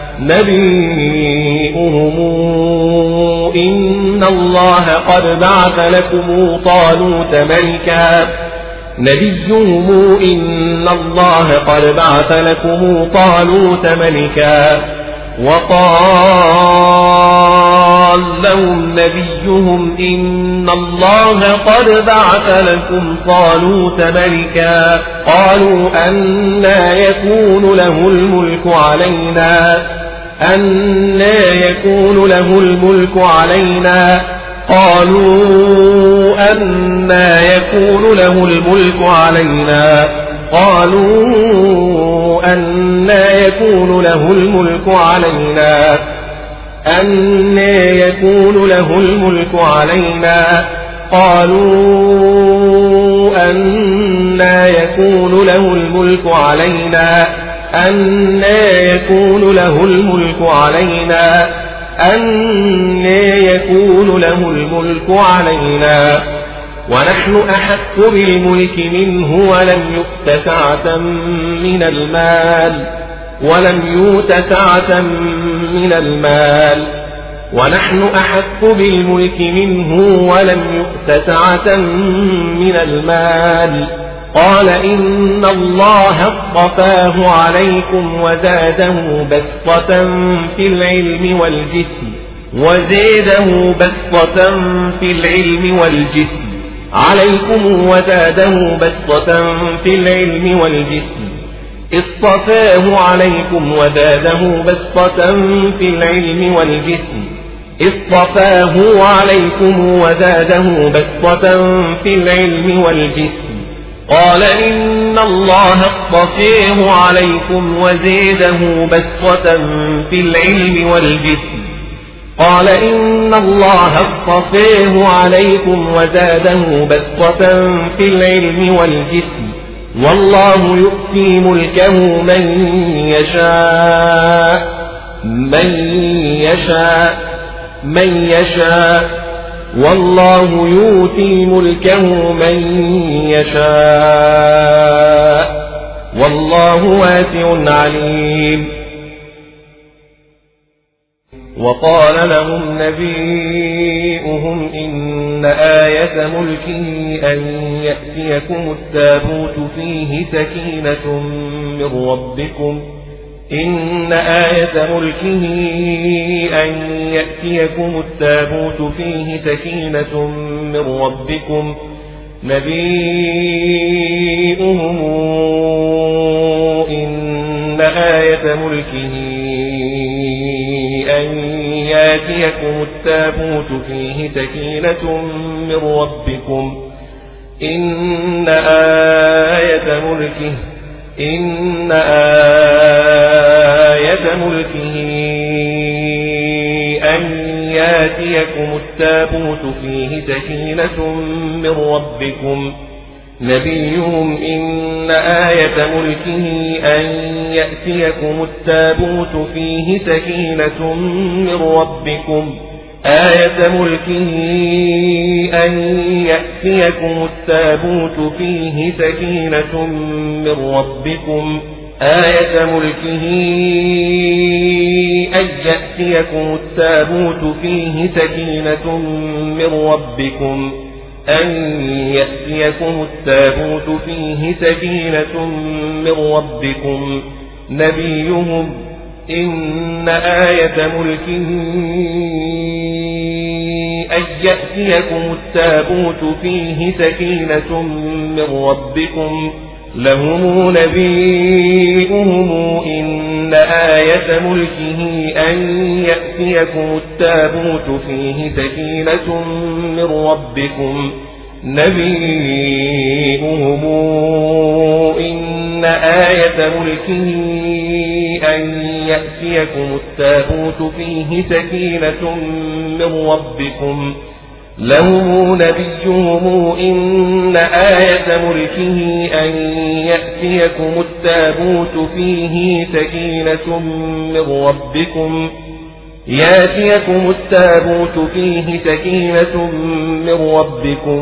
نبيئهم إن الله قد بعث لكم طالوت ملكا وقال لهم نبيهم إن الله قد بعث لكم طالوت ملكا قالوا أنى يكون له الملك علينا قالوا أنى يكون له الملك علينا ونحن أحق بالملك منه ولم يؤت سعة من المال ونحن أحق بالملك منه ولم يؤت سعة من المال قال إن الله اصطفاه عليكم وزاده بسطة في العلم والجسم عليكم وزاده بسطة في العلم والجسم اصطفاه عليكم وزاده بسطة في العلم والجسم اصطفاه عليكم وزاده بسطة في العلم والجسم قال إن الله اصطفاه عليكم وزاده بسطة في العلم والجسم قال إن الله اصطفاه عليكم وزاده بسطة في العلم والجسم والله يؤتي ملكه من يشاء والله يؤتي ملكه من يشاء والله واسع عليم وقال لهم نبيئهم إن آية ملكه أن يأتيكم التابوت فيه سكينة من ربكم إن آية ملكه أن يأتيكم التابوت فيه سكينة من ربكم نبيئهم إن آية ملكه أن يأتيكم التابوت فيه سكينة من ربكم إن آية ملكه أن يأتيكم التابوت فيه سكينة من ربكم نبيهم إن آية ملكه أن يأتيكم التابوت فيه سكينة من ربكم آية ملكه أن يأتيكم التابوت فيه سكينة من ربكم آية ملكه أن يأتيكم التابوت فيه سكينة من ربكم أن يأتيكم التابوت فيه سكينة من ربكم نبيهم إن آية ملكه أن يأتيكم التابوت فيه سكينة من ربكم لهم نبيئهم إن آية ملكه أن يأتيكم التابوت فيه سكينة من ربكم نبيئهم إن آية ملكه أن يأتيكم التابوت فيه سكينة من ربكم لهم نبيهم إن آية ملكه أن يأتيكم التابوت فيه سكينة من ربكم يأتيكم التابوت فيه سكينة من ربكم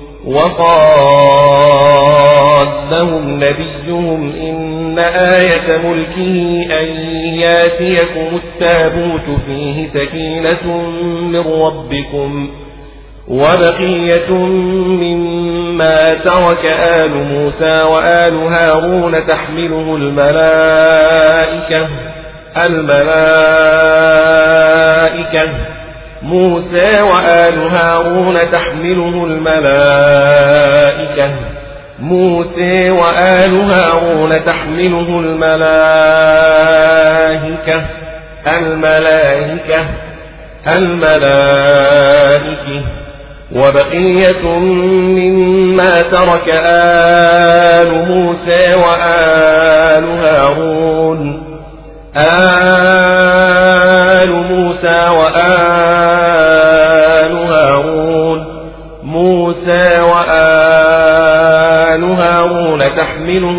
وقال لهم نبيهم إن آية ملكه أن يأتيكم التابوت فيه سكينة من ربكم وبقية مما ترك آل موسى وآل هارون تحمله الملائكة موسى وآل هارون تحمله الملائكة موسى وآل هارون تحمله الملائكة وبقية مما ترك آل موسى وآل هارون موسى وآل هارون تحمله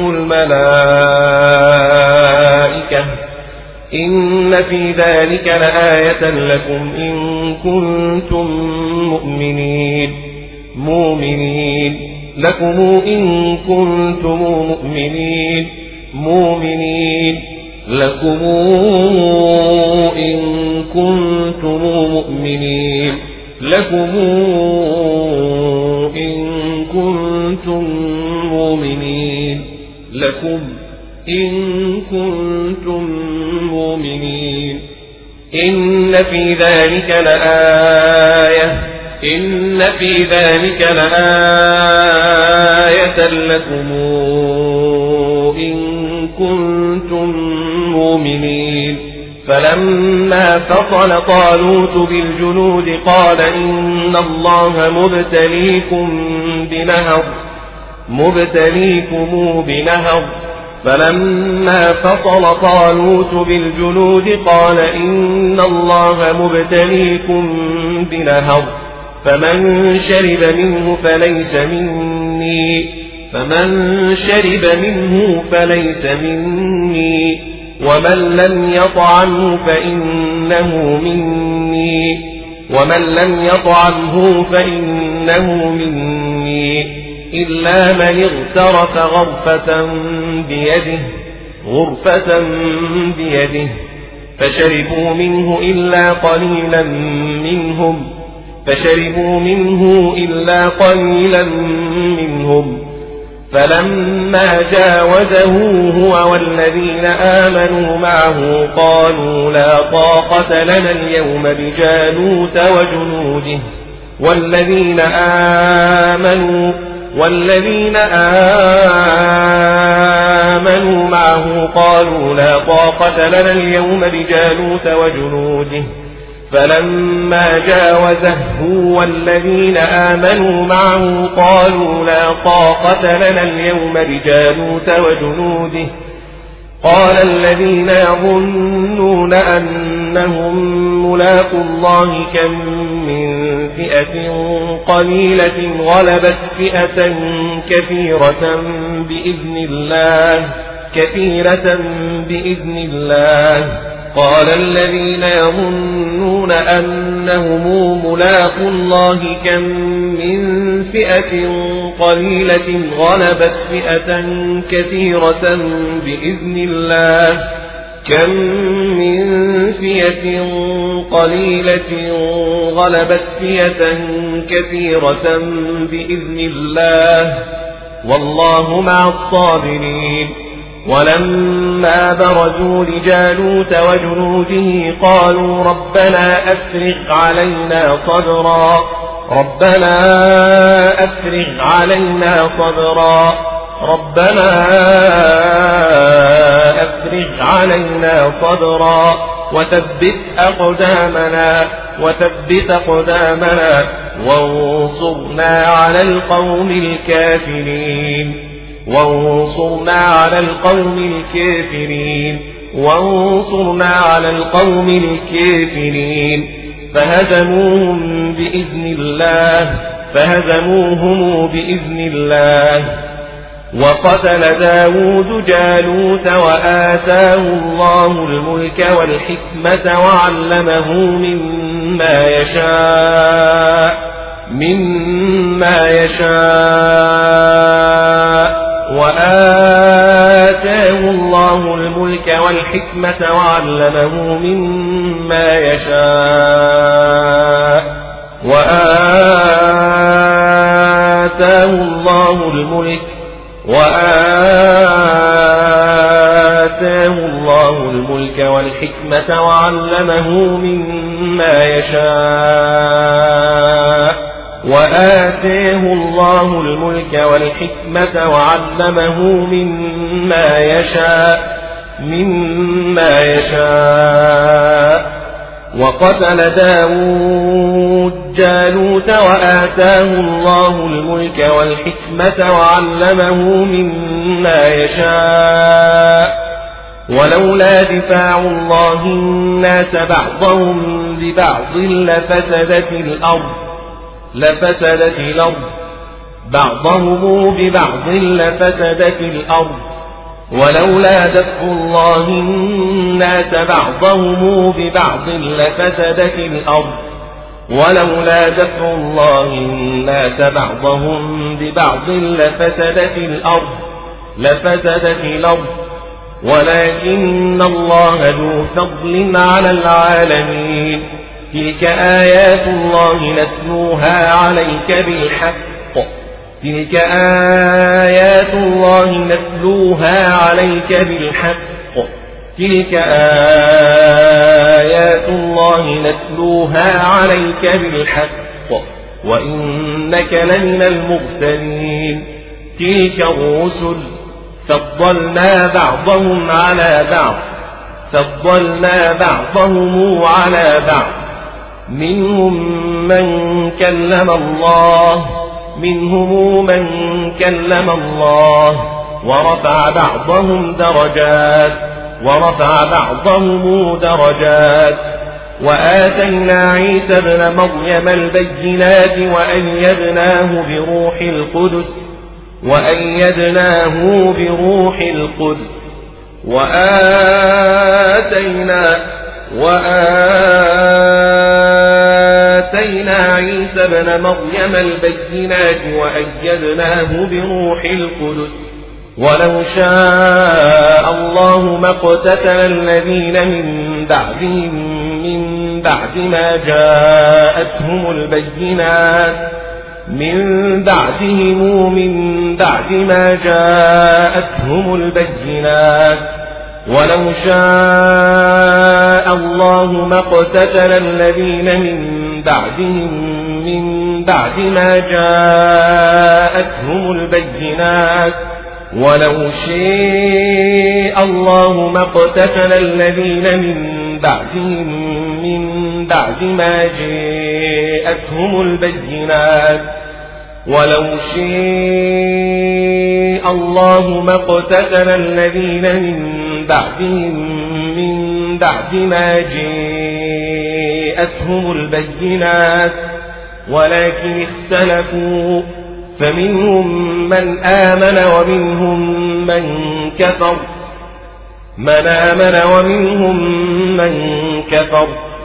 الملائكة إن في ذلك لآية لكم إن كنتم مؤمنين لكم إن كنتم مؤمنين لكم إن كنتم مؤمنين لكم إن كنتم مؤمنين لكم إن كنتم مؤمنين إن في ذلك لآية إن في ذلك لآية لكم إن كنتم مؤمنين فلما فصل طالوت بالجنود قال إن الله مبتليكم بنهر فلما فصل طالوت بالجنود قال إن الله مبتليكم بنهر فمن شرب منه فليس مني ومن لم يطعمه فإنه مني إلا من اغترف غرفة بيده فشربوا منه إلا قليلا منهم فلما جاوزه هو والذين آمنوا معه قالوا لا طاقة لنا اليوم بجالوت وجنوده والذين آمنوا معه قالوا لا طاقة لنا اليوم بجالوت وجنوده فلما جاوزه والذين آمنوا معه قالوا لا طاقة لنا اليوم بجالوت وجنوده قال الذين يظنون أنهم ملاقو الله كم من فئة قليلة غلبت فئة كثيرة بإذن الله قال الذين يظنون أنهم ملاقو الله كم من فئة قليلة غلبت فئة كثيرة بإذن الله والله مع الصابرين ولما برزوا لجالوت وجنوده قالوا ربنا أفرغ علينا صبرا وثبت أقدامنا وانصرنا على القوم الكافرين فهزموهم بإذن الله وقتل داود جالوت وآتاه الله الملك والحكمة وعلمه مما يشاء وآتاه الله الملك والحكمة وعلمه مما يشاء وقتل داود جالوت وآتاه الله الملك والحكمة وعلمه مما يشاء ولولا دفاع الله الناس بعضهم ببعض لفسدت الأرض ولولا دفع الله الناس بعضهم ببعض لفسدت الأرض ولكن الله ذو فضل على العالمين تلك آيات الله نتلوها عليك بالحق وإنك لمن المرسلين تلك الرسل فضلنا بعضهم على بعض منهم من كلم الله ورفع بعضهم درجات وآتينا عيسى ابن مريم البينات وأيدناه بروح القدس وآتينا عيسى ابن مريم البينات وأيدناه بروح القدس ولو شاء الله ما اقتتل الذين من بعد ما جاءتهم البينات ولو شاء الله ما اقتتل الذين من بعد ما جاءتهم البينات ولو شاء الله ما اقتتل الذين من بعد ما جاءتهم البينات ولو شاء الله ما اقتتل الذين من بعد ما جاءتهم البينات ولكن اختلفوا فمنهم من آمن ومنهم من كفر من آمن ومنهم من كفر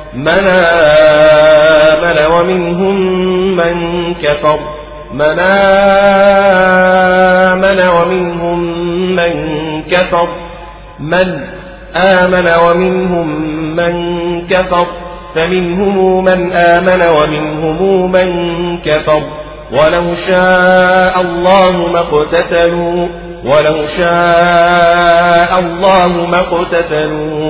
فمنهم من آمن ومنهم من كفر ولو شاء الله ما اقتتلوا ولو شاء الله ما اقتتلوا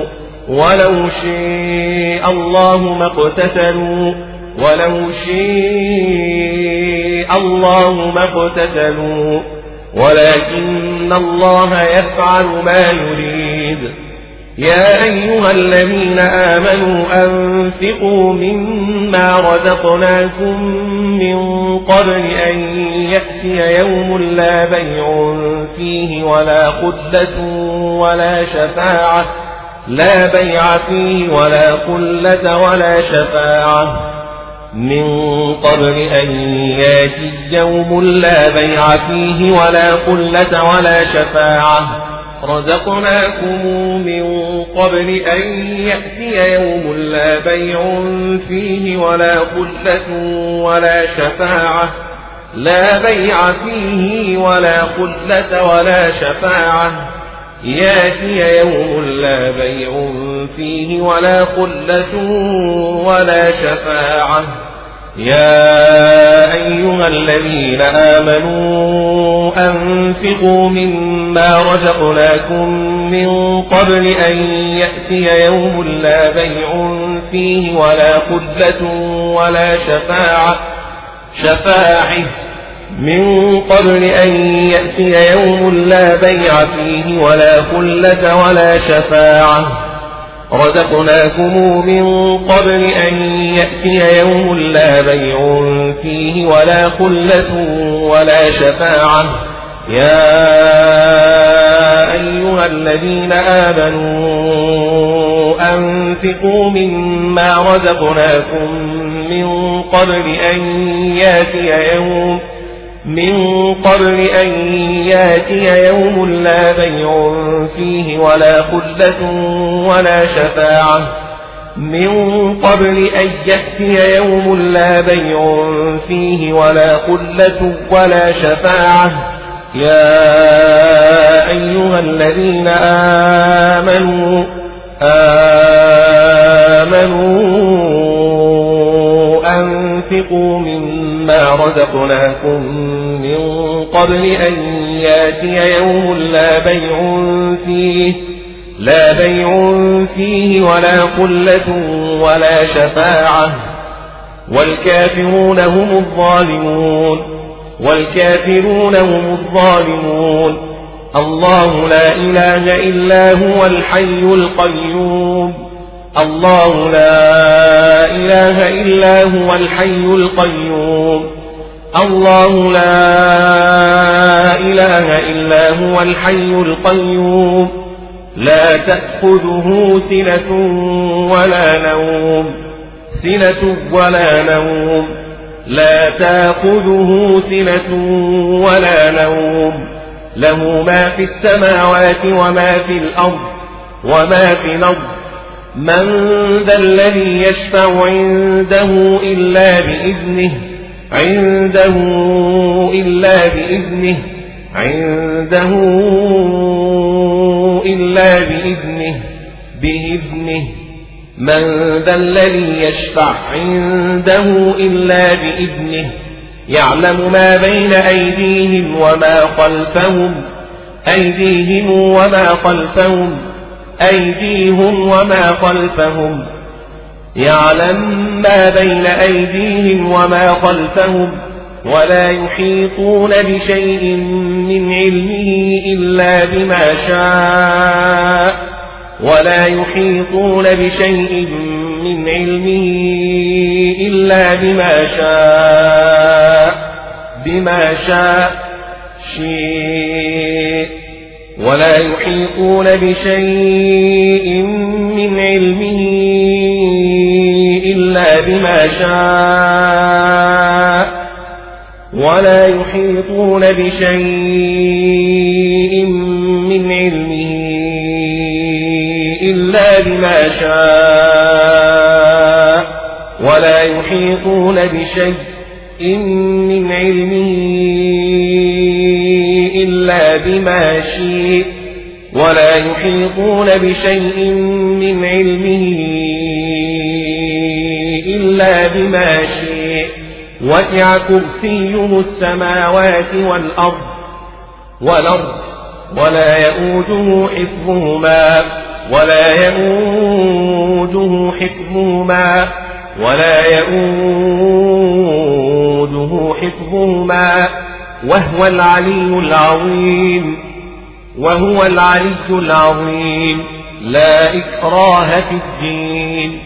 ولكن الله يفعل ما يريد. يا أيها الذين آمنوا أنفقوا مما رزقناكم من قبل أن يأتي يوم لا بيع فيه ولا خلة ولا شفاعة من قبل أن يأتي يوم لا بيع فيه ولا خلة ولا شفاعة رزقناكم من قبل أن يأتي يوم لا بيع فيه ولا خلة ولا شفاعة يأتي يوم لا بيع فيه ولا خلة ولا شفاعة. يا أيها الذين آمنوا أنفقوا مما رزقناكم من قبل أن يأتي يوم لا بيع فيه ولا خلة ولا شفاعة من قبل أن يأتي يوم لا بيع فيه ولا خلة ولا شفاعة رزقناكم من قبل أن يأتي يوم لا بيع فيه ولا خلة ولا شفاعة. يا أيها الذين آمنوا أنفقوا مما رزقناكم من قبل أن يأتي يوم لا بيع فيه ولا خلة ولا شفاعة من قبل أن يأتي يوم لا بيع فيه ولا خلة ولا شفاعة. يا أيها الذين آمنوا أنفقوا مما رزقناكم من قبل أن يأتي يوم لا بيع فيه ولا خلة ولا شفاعة والكافرون هم الظالمون والكافرون هم الظالمون. الله لا إله إلا هو الحي القيوم الله لا إله إلا هو الحي القيوم الله لا إله إلا هو الحي القيوم لا تأخذه سنة ولا نوم سنة ولا نوم لا تأخذه سنة ولا نوم له ما في السماوات وما في الأرض وما في الأرض من ذا الذي يشفع عنده إلا بإذنه عنده إلا بإذنه عنده إلا بإذنه بإذنه من ذا الذي يشفع عنده إلا بإذنه يعلم ما بين أيديهم وما خلفهم أيديهم وما خلفهم أيديهم وما خلفهم يعلم ما بين أيديهم وما خلفهم ولا يحيطون بشيء من علمه إلا بما شاء ولا يحيطون بشيء من علمه إلا بما شاء شيء ولا يحيطون بشيء من علمه إلا بما شاء ولا يحيطون بشيء من علمه إلا بما شاء ولا يحيطون بشيء من علمه إلا بما شاء ولا يحيطون بشيء من علمه إلا بما شاء وسع كرسيه السماوات والأرض ولا يؤوده حفظهما وهو العلي العظيم لا إكراه في الدين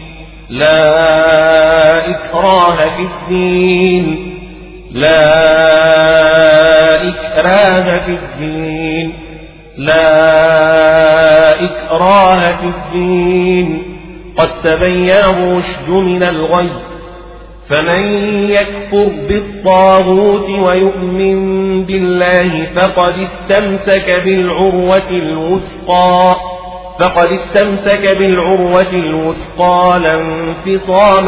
قد تبين الرشد من الغي فمن يكفر بالطاغوت ويؤمن بالله فقد استمسك بالعروة الوثقى لا انفصام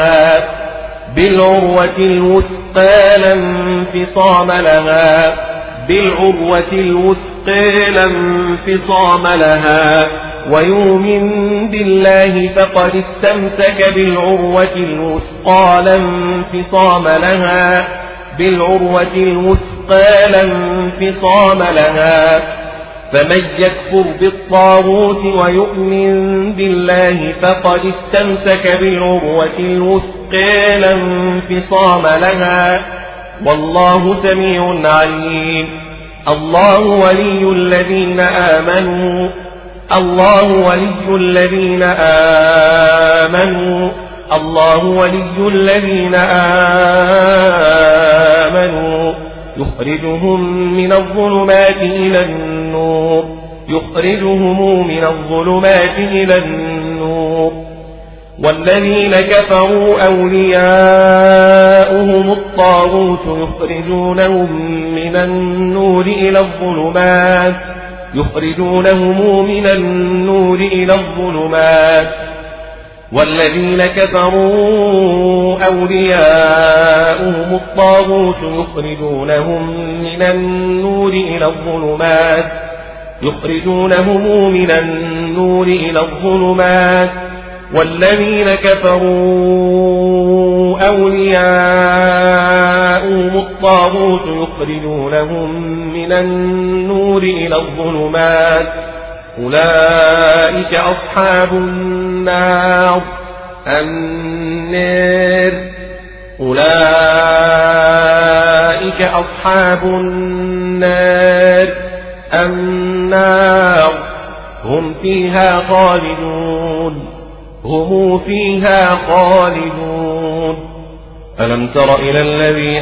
لها ويؤمن بالله فقد استمسك بالعروة الوثقى لا انفصام لها فمن يكفر بالطاغوت ويؤمن بالله فقد استمسك بالعروة الوثقى لا انفصام لها والله سميع عليم. الله ولي الذين آمنوا يخرجهم من الظلمات إلى النور والذين كفروا أولياؤهم الطاغوت يخرجونهم من النور إلى الظلمات والذين كفروا أولياؤهم الطاغوت يخرجونهم من النور إلى الظلمات والذين كفروا أولياؤهم الطاغوت يخرجونهم من النور إلى الظلمات أولئك أصحاب النار أولئك أصحاب النار هم فيها خالدون ألم تر إلى الذي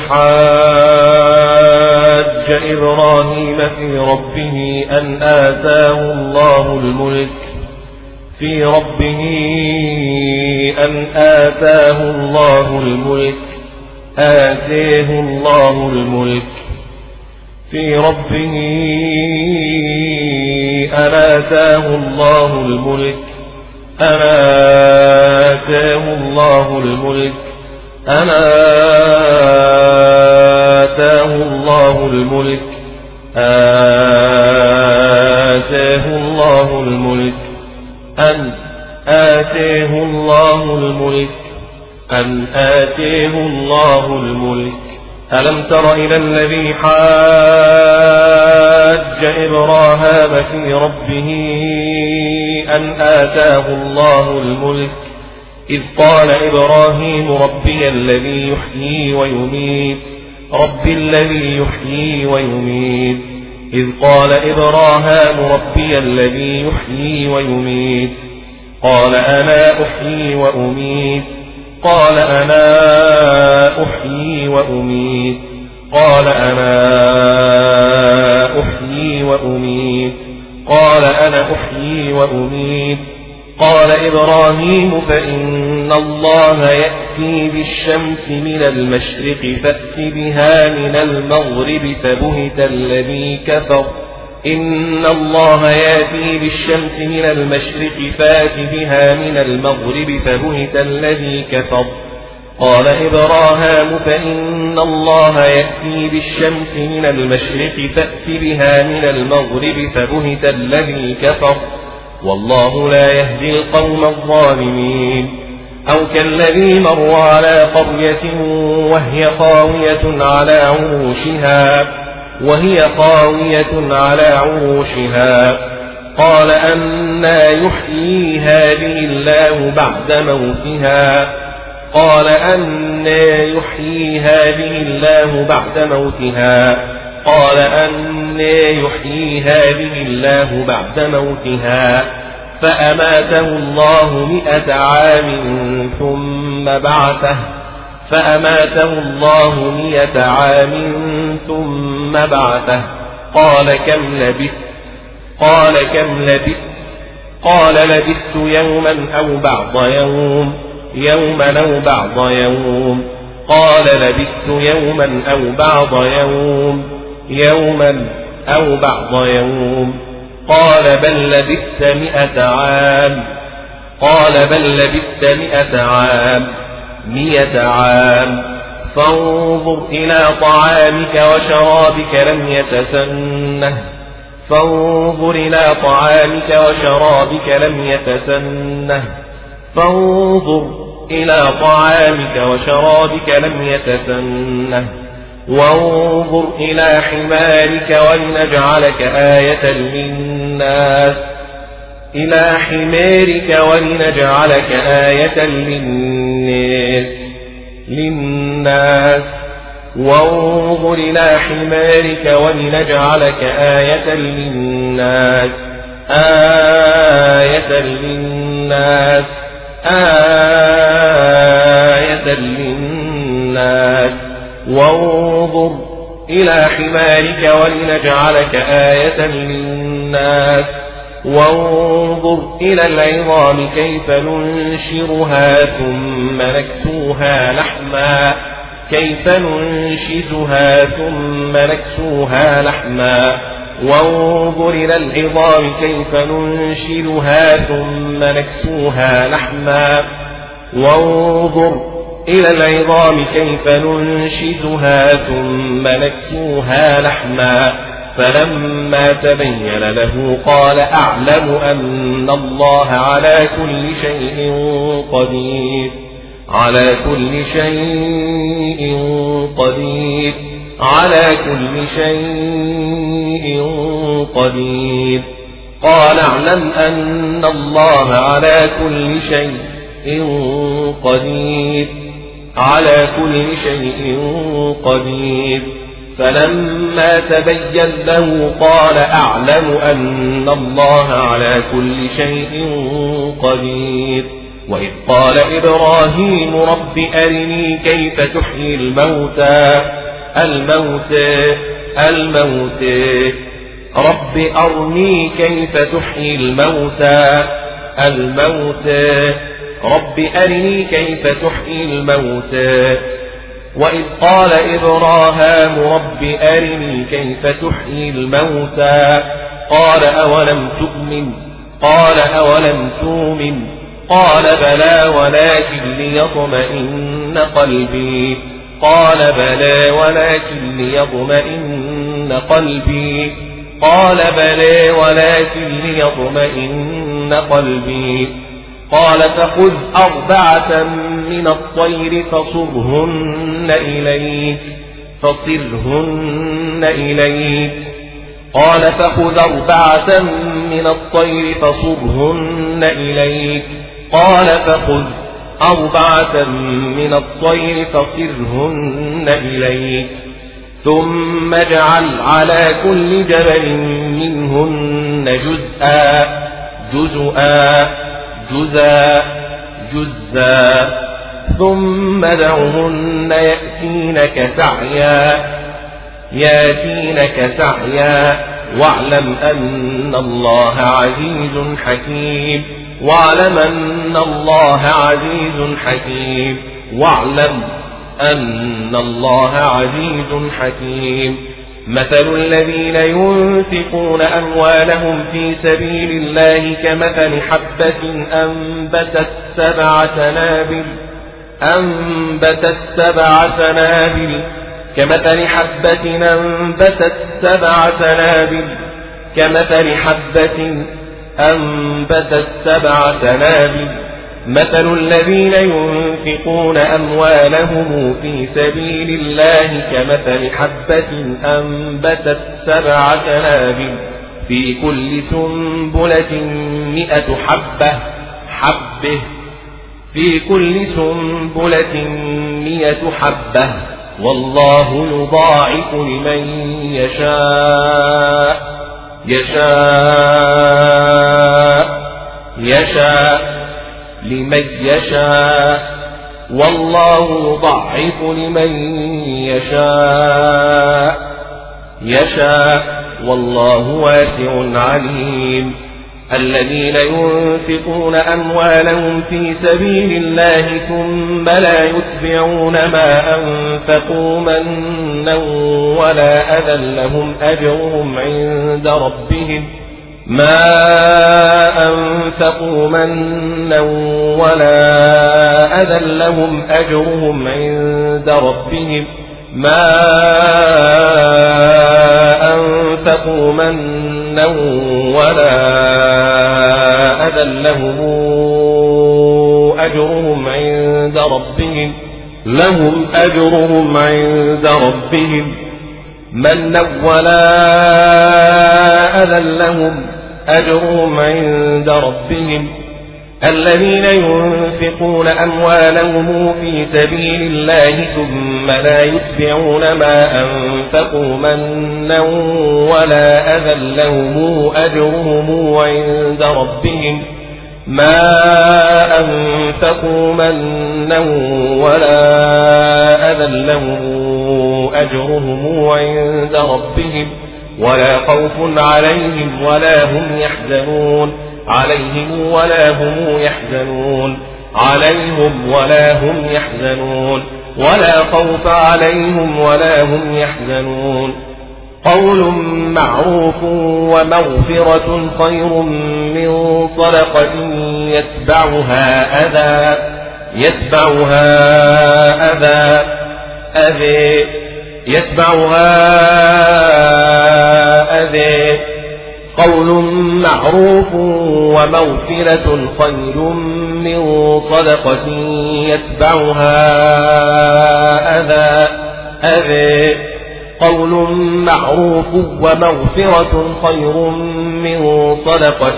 حاج إبراهيم في ربه أن آتاه الله الملك آتاه الله الملك في ربه أن آتاه الله الملك ألم تر إلى الذي حاج إبراهيم في ربه أن آتاه الله الملك إذ قال إبراهيم ربي الذي يحيي ويميت إذ قال إبراهيم ربي الذي يحيي ويميت قال أنا أحيي وأميت قال أنا أحيي وأميت قال أنا أحيي وأميت قال أنا أحيي وأميت قال إبراهيم فإن الله يأتي بالشمس من المشرق فأت بها من المغرب فبهت الذي كفر إن الله يأتي بالشمس من المشرق فأت بها من المغرب فبهت الذي كفر قال إبراهيم فإن الله يأتي بالشمس من المشرق فأت بها من المغرب فبهت الذي كفر والله لا يهدي القوم الظالمين أو كالذي مر على قرية وهي خاوية على عروشها قال أنى يحيي هذه الله بعد موتها قال أنى يحيي هذه الله بعد موتها فأماته الله 100 عام ثم بعثه قال كم لبثت قال لبثت يوما أو بعض يوم قال لبثت يوما أو بعض يوم قال بل لبثت 100 عام قال بل لبثت 100 عام فانظر إلى طعامك وشرابك لم يتسنه فانظر إلى طعامك وشرابك لم يتسنه وانظر إلى حمارك ولنجعلك آية للناس وانظر إلى حمارك ولنجعلك آية للناس وانظر إلى حمارك ولنجعلك آية للناس وانظر إلى العظام كيف ننشزها ثم نكسوها لحما وانظر إلى العظام كيف ننشزها ثم نكسوها لحما وانظر إلى العظام كيف ننشزها ثم نكسوها لحما فلما تبين له قال أعلم أن الله على كل شيء قدير قال اعلم أن الله على كل شيء قدير على كل شيء قدير. فلما تبين له قال أعلم أن الله على كل شيء قدير. وإذ قال إبراهيم رب أرني كيف تحيي الموتى رب أرني كيف تحيي الموتى رب أرني كيف تحيي الموتى. وإذ قال إبراهام رب أرني كيف تحيي الموتى قال أولم تؤمن قال أولم تؤمن قال بلى ولكن ليطمئن قلبي قال بلى ولكن ليطمئن قلبي قال بلى ولكن ليطمئن قلبي قال فخذ 4 من الطير فصرهن إليك قال فخذ 4 من الطير فصرهن إليك قال فخذ 4 من الطير فصرهن إليك ثم اجعل على كل جبل منهن جزءا ثم دعهن ياتينك سعيا واعلم أن الله عزيز حكيم واعلم أن الله عزيز حكيم. مثل الذين ينفقون أموالهم في سبيل الله كمثل حبة أنبتت 7 سنابل كمثل حبة أنبتت 7 سنابل مثل الذين ينفقون أموالهم في سبيل الله كمثل حبة أنبتت 7 سنابل في كل سنبلة 100 حبة والله يضاعف لمن يشاء والله يضاعف لمن يشاء والله واسع عليم. الذين ينفقون أموالهم في سبيل الله ثم لا يتبعون ما أنفقوا منا ولا أذى لهم أجرهم عند ربهم لهم أجرهم عند ربهم منا ولا أذى لهم أجرهم عند ربهم. الذين ينفقون أموالهم في سبيل الله ثم لا يتبعون ما أنفقوا منا ولا أذى لهم أجرهم عند ربهم ولا خوف عليهم ولا هم يحزنون ولا خوف عليهم ولا هم يحزنون. قول معروف ومغفرة خير من صدقة يتبعها أذى. قول معروف ومغفرة خير من صدقة يتبعها أذى. قول معروف ومغفرة خير من صدقة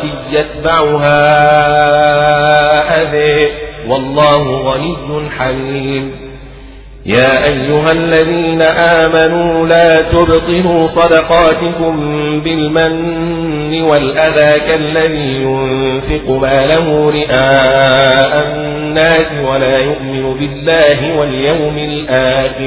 يتبعها أذى والله غني حليم. يا أيها الذين آمنوا لا تبطلوا صدقاتكم بالمن والأذى كالذي ينفق ماله رئاء الناس ولا يؤمن بالله واليوم الآخر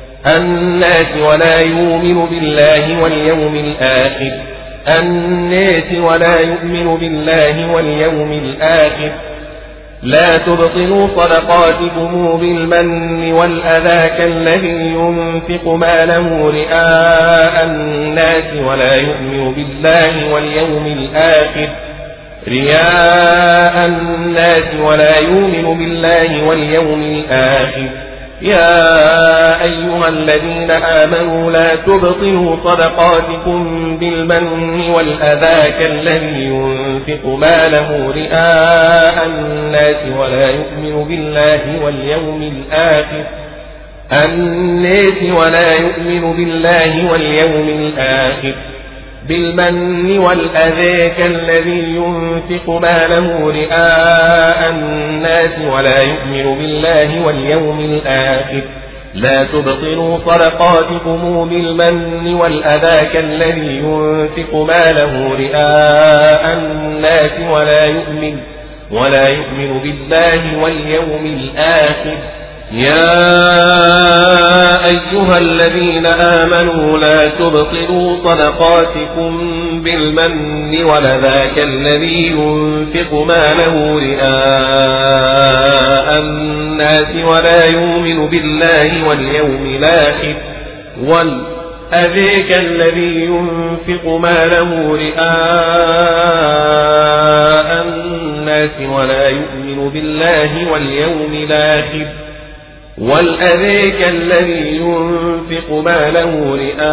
لا تبطلوا صدقاتكم بالمن والأذى كالذي ينفق ماله رئاء الناس ولا يؤمن بالله واليوم الآخر يا أيها الذين آمنوا لا تبطلوا صدقاتكم بالمن والأذى كالذي ينفق ماله رئاء الناس ولا يؤمن بالله واليوم الآخر بالمن والأذى كالذي ينفق ماله رئاء الناس ولا يؤمن بالله واليوم الآخر لا تبطلوا صدقاتكم بالمن والأذى كالذي ينفق ماله رئاء الناس ولا يؤمن بالله واليوم الآخر يا أيها الذين آمنوا لا تبطلوا صدقاتكم بالمن والأذى كالذي ينفق ماله رئاء الناس ولا يؤمن بالله واليوم الآخر والأذى كالذي ينفق ماله رئاء الناس ولا يؤمن بالله واليوم الآخر والأذى كالذي ينفق ماله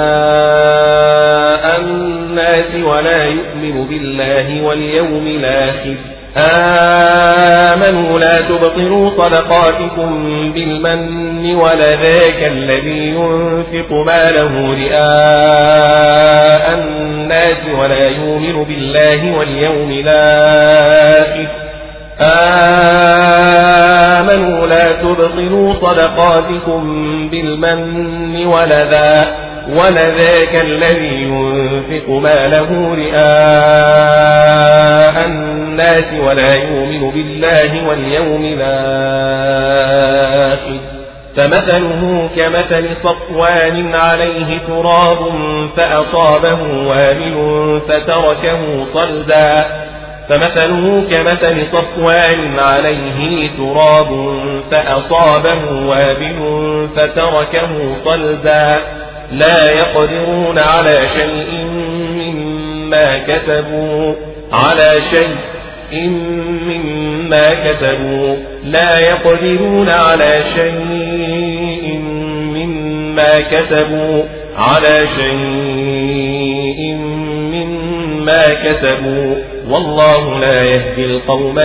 رئاء الناس ولا يؤمن بالله واليوم الآخر آمنوا لا تبطلوا صدقاتكم بالمن والأذى كالذي ينفق ماله رئاء الناس ولا يؤمن بالله واليوم الآخر آمنوا لا تبطلوا صدقاتكم بالمن والأذى كالذي ينفق ماله رئاء الناس ولا يؤمن بالله واليوم الآخر فمثله كمثل صفوان عليه تراب فأصابه وابل فتركه صلدا فمثله كمثل صفوان عليه تراب فأصابه وابل فتركه صلدا لا يقدرون على شيء مما كسبوا لا يقدرون على شيء مما كسبوا والله لا يهدي القوم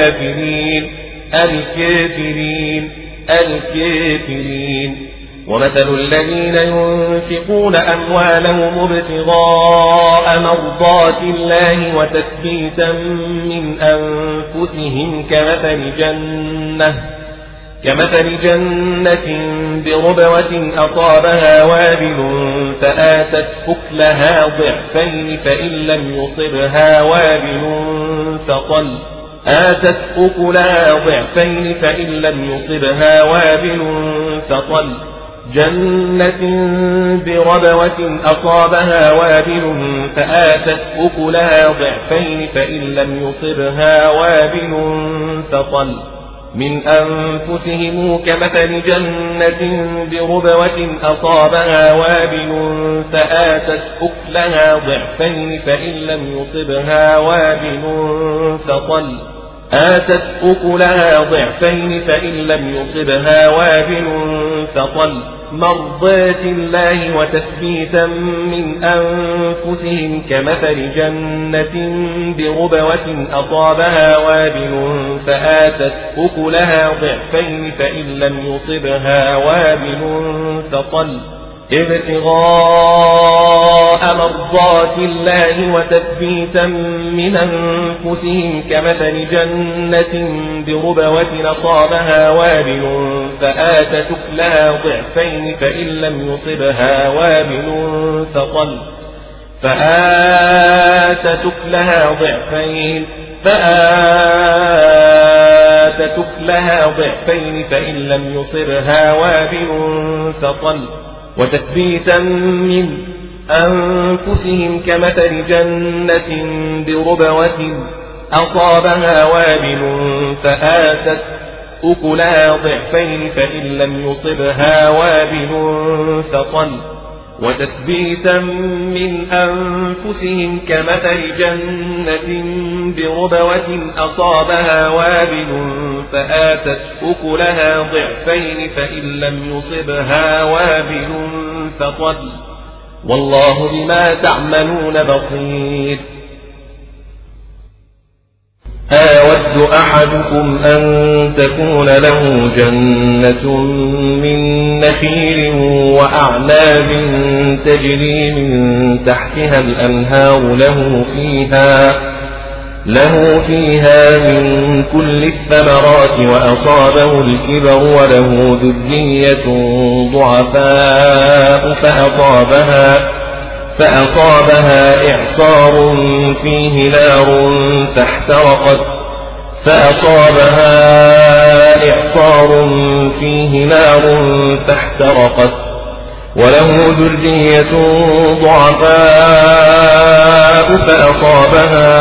الكافرين ومثل الذين ينفقون أموالهم ابتغاء مرضات الله وتثبيتا من أنفسهم كمثل جنة بربوة أصابها وابل فآتت أكلها ضعفين فإن لم يصبها وابل فطل جنة بربوة أصابها وابل فآتت أكلها ضعفين فإن لم يصبها وابل فطل من أنفسهم كمثل جنة بربوة أصابها وابل فآتت أكلها ضعفين فإن لم يصبها وابل فطل مرضات الله وتثبيتا من أنفسهم كمثل جنة بربوة أصابها وابل فآتت أكلها ضعفين فإن لم يصبها وابل فطل ابتغاء مرضات الله وتثبيتا من أنفسهم كمثل جنة بربوة أصابها وابل فآتت أكلها ضعفين فإن لم يصبها وابل فآتت أكلها ضعفين فإن لم يصبها وابل فطل وتثبيتا من أنفسهم كمثل جنة بربوة أصابها وابل فآتت أكلها ضعفين فإن لم يصبها وابل فطل وتثبيتا من أنفسهم كمثل جنة بربوة أصابها وابل فآتت أكلها ضعفين فإن لم يصبها وابل فطل والله بما تعملون بصير أود أحدكم أن تكون له جنة من نخيل وأعناب تجري من تحتها الأنهار له فيها من كل الثمرات وأصابه الكبر وله ذرية ضعفاء فأصابها إعصار فيه نار فاحترقت وله ذرية ضعفاء فأصابها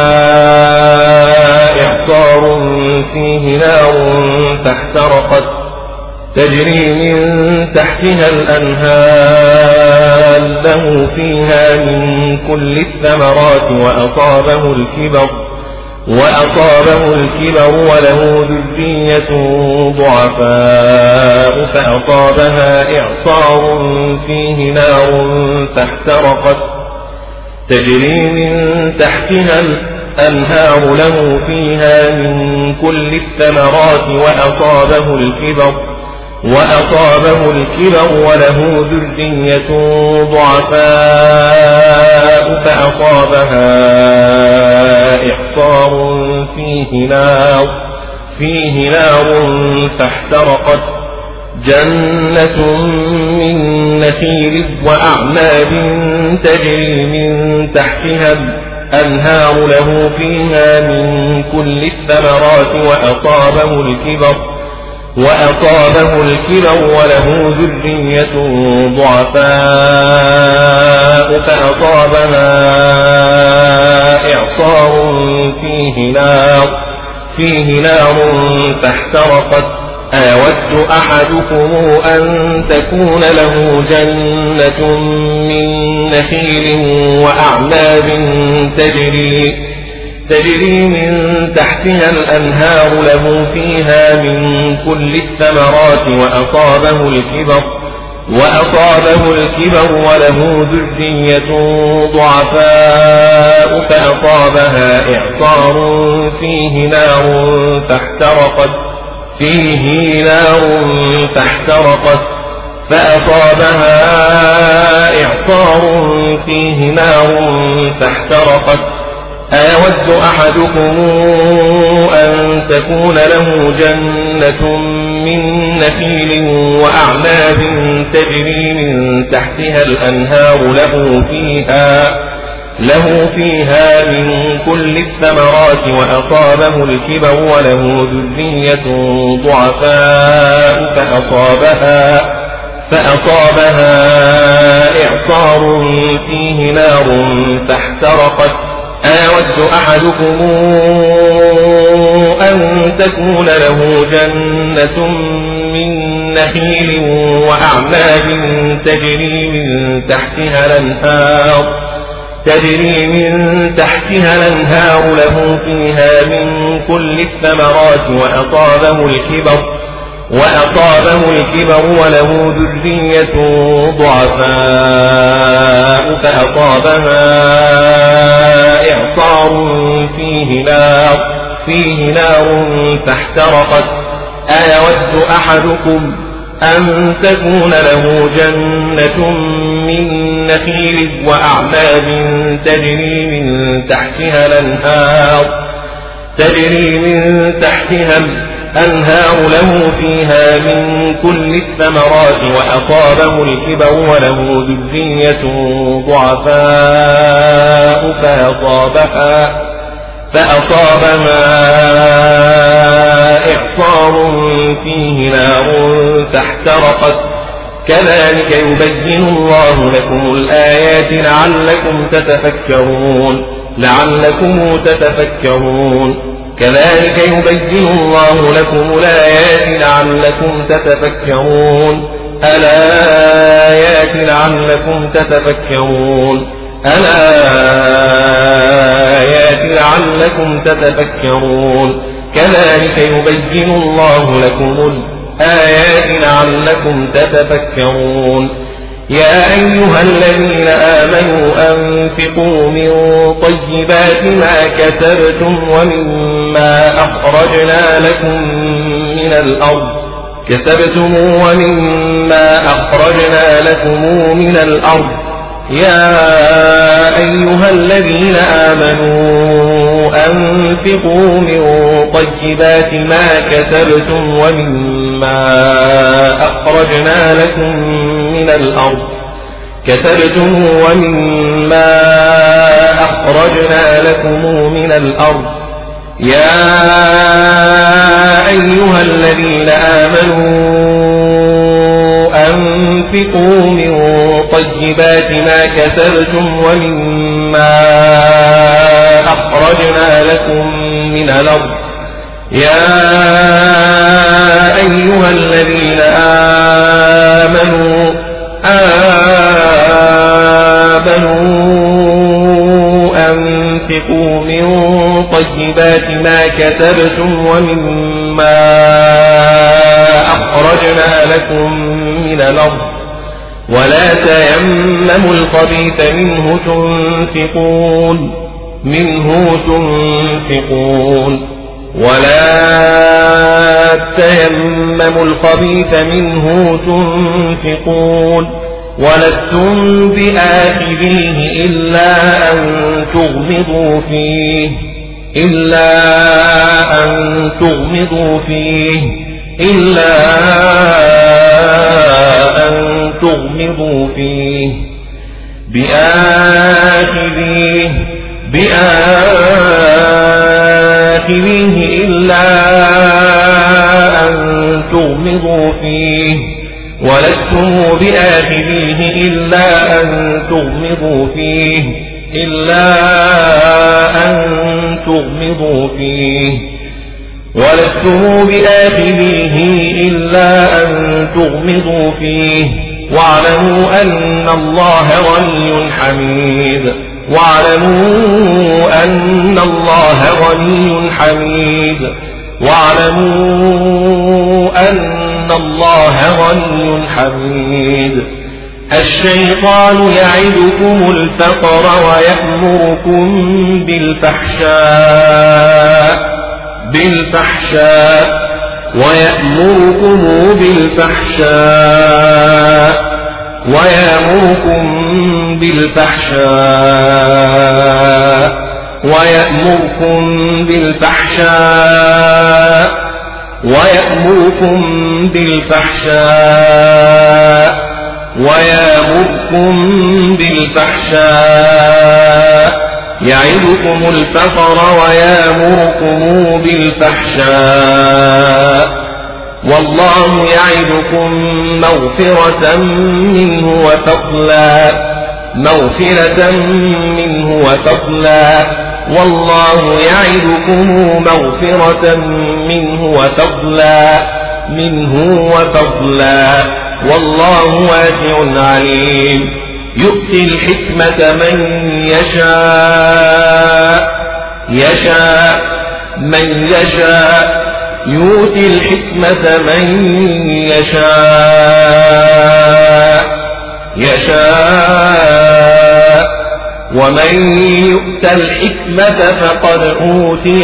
إعصار فيه نار فاحترقت تجري من تحتها الأنهار له فيها من كل الثمرات وأصابه الكبر وله ذرية ضعفاء فأصابها إعصار فيه نار فاحترقت تجري من تحتها الأنهار له فيها من كل الثمرات وأصابه الكبر وله ذرية ضعفاء فأصابها إعصار فيه نار فاحترقت جنة من نخيل وأعناب تجري من تحتها الأنهار له فيها من كل الثمرات وأصابه الكبر وله ذرية ضعفاء فأصابها إعصار فيه نار فاحترقت أود أحدكم أن تكون له جنة من نخيل وأعناب تجري من تحتها الأنهار له فيها من كل الثمرات وأصابه الكبر وله ذرية ضعفاء فأصابها إعصار فيه نار فاحترقت أيود أحدكم أن تكون له جنة من نخيل وأعناب تجري من تحتها الأنهار له فيها من كل الثمرات وأصابه الكبر وله ذرية ضعفاء فأصابها إعصار فيه نار فاحترقت أيود أحدكم أن تكون له جنة من نخيل وأعناب تجري من تحتها الأنهار له فيها من كل الثمرات وأصابه الكبر وله ذرية ضعفاء فأصابها إعصار فيه نار فاحترقت أيود أحدكم أن تكون له جنة جنة من نخيل وأعناب تجري من تحتها الأنهار له فيها من كل الثمرات وأصابه الكبر وله ذرية ضعفاء فأصابها إعصار فيه نار فاحترقت كذلك يبين الله لكم الآيات لعلكم تتفكرون كذلك يبين الله لكم الآيات لعلكم تتفكرون الآيات لعلكم تتفكرون كذلك يبين الله لكم الآيات لعلكم تتفكرون يا أيها الذين آمنوا أنفقوا من طيبات ما كسبتم ومما أخرجنا لكم من الأرض يا أيها الذين آمنوا أنفقوا من طيبات ما كسبتم ومما أخرجنا لكم من الأرض يا أيها الذين آمنوا أنفقوا من طيبات ما كسبتم ومما أخرجنا لكم من الأرض يا أيها الذين آمنوا أنفقوا من طيبات ما كسبتم ومما أخرجنا لكم من الأرض ولا تيمموا الخبيث منه تنفقون ولستم بآخذيه إلا أن تغمضوا فيه بآخذيه إلا أن تغمضوا فيه ولستم بآخذيه إلا أن تغمضوا فيه واعلموا أن الله غني حميد الشيطان يعدكم الفقر ويأمركم بالفحشاء يعدكم الفقر ويأمركم بالفحشاء والله يعدكم مغفرة منه وفضلا والله يعدكم مغفرة منه وفضلا والله واسع عليم يؤتي الحكمة من يشاء يؤتي الحكمة من يشاء ومن يؤت الحكمة فقد أوتي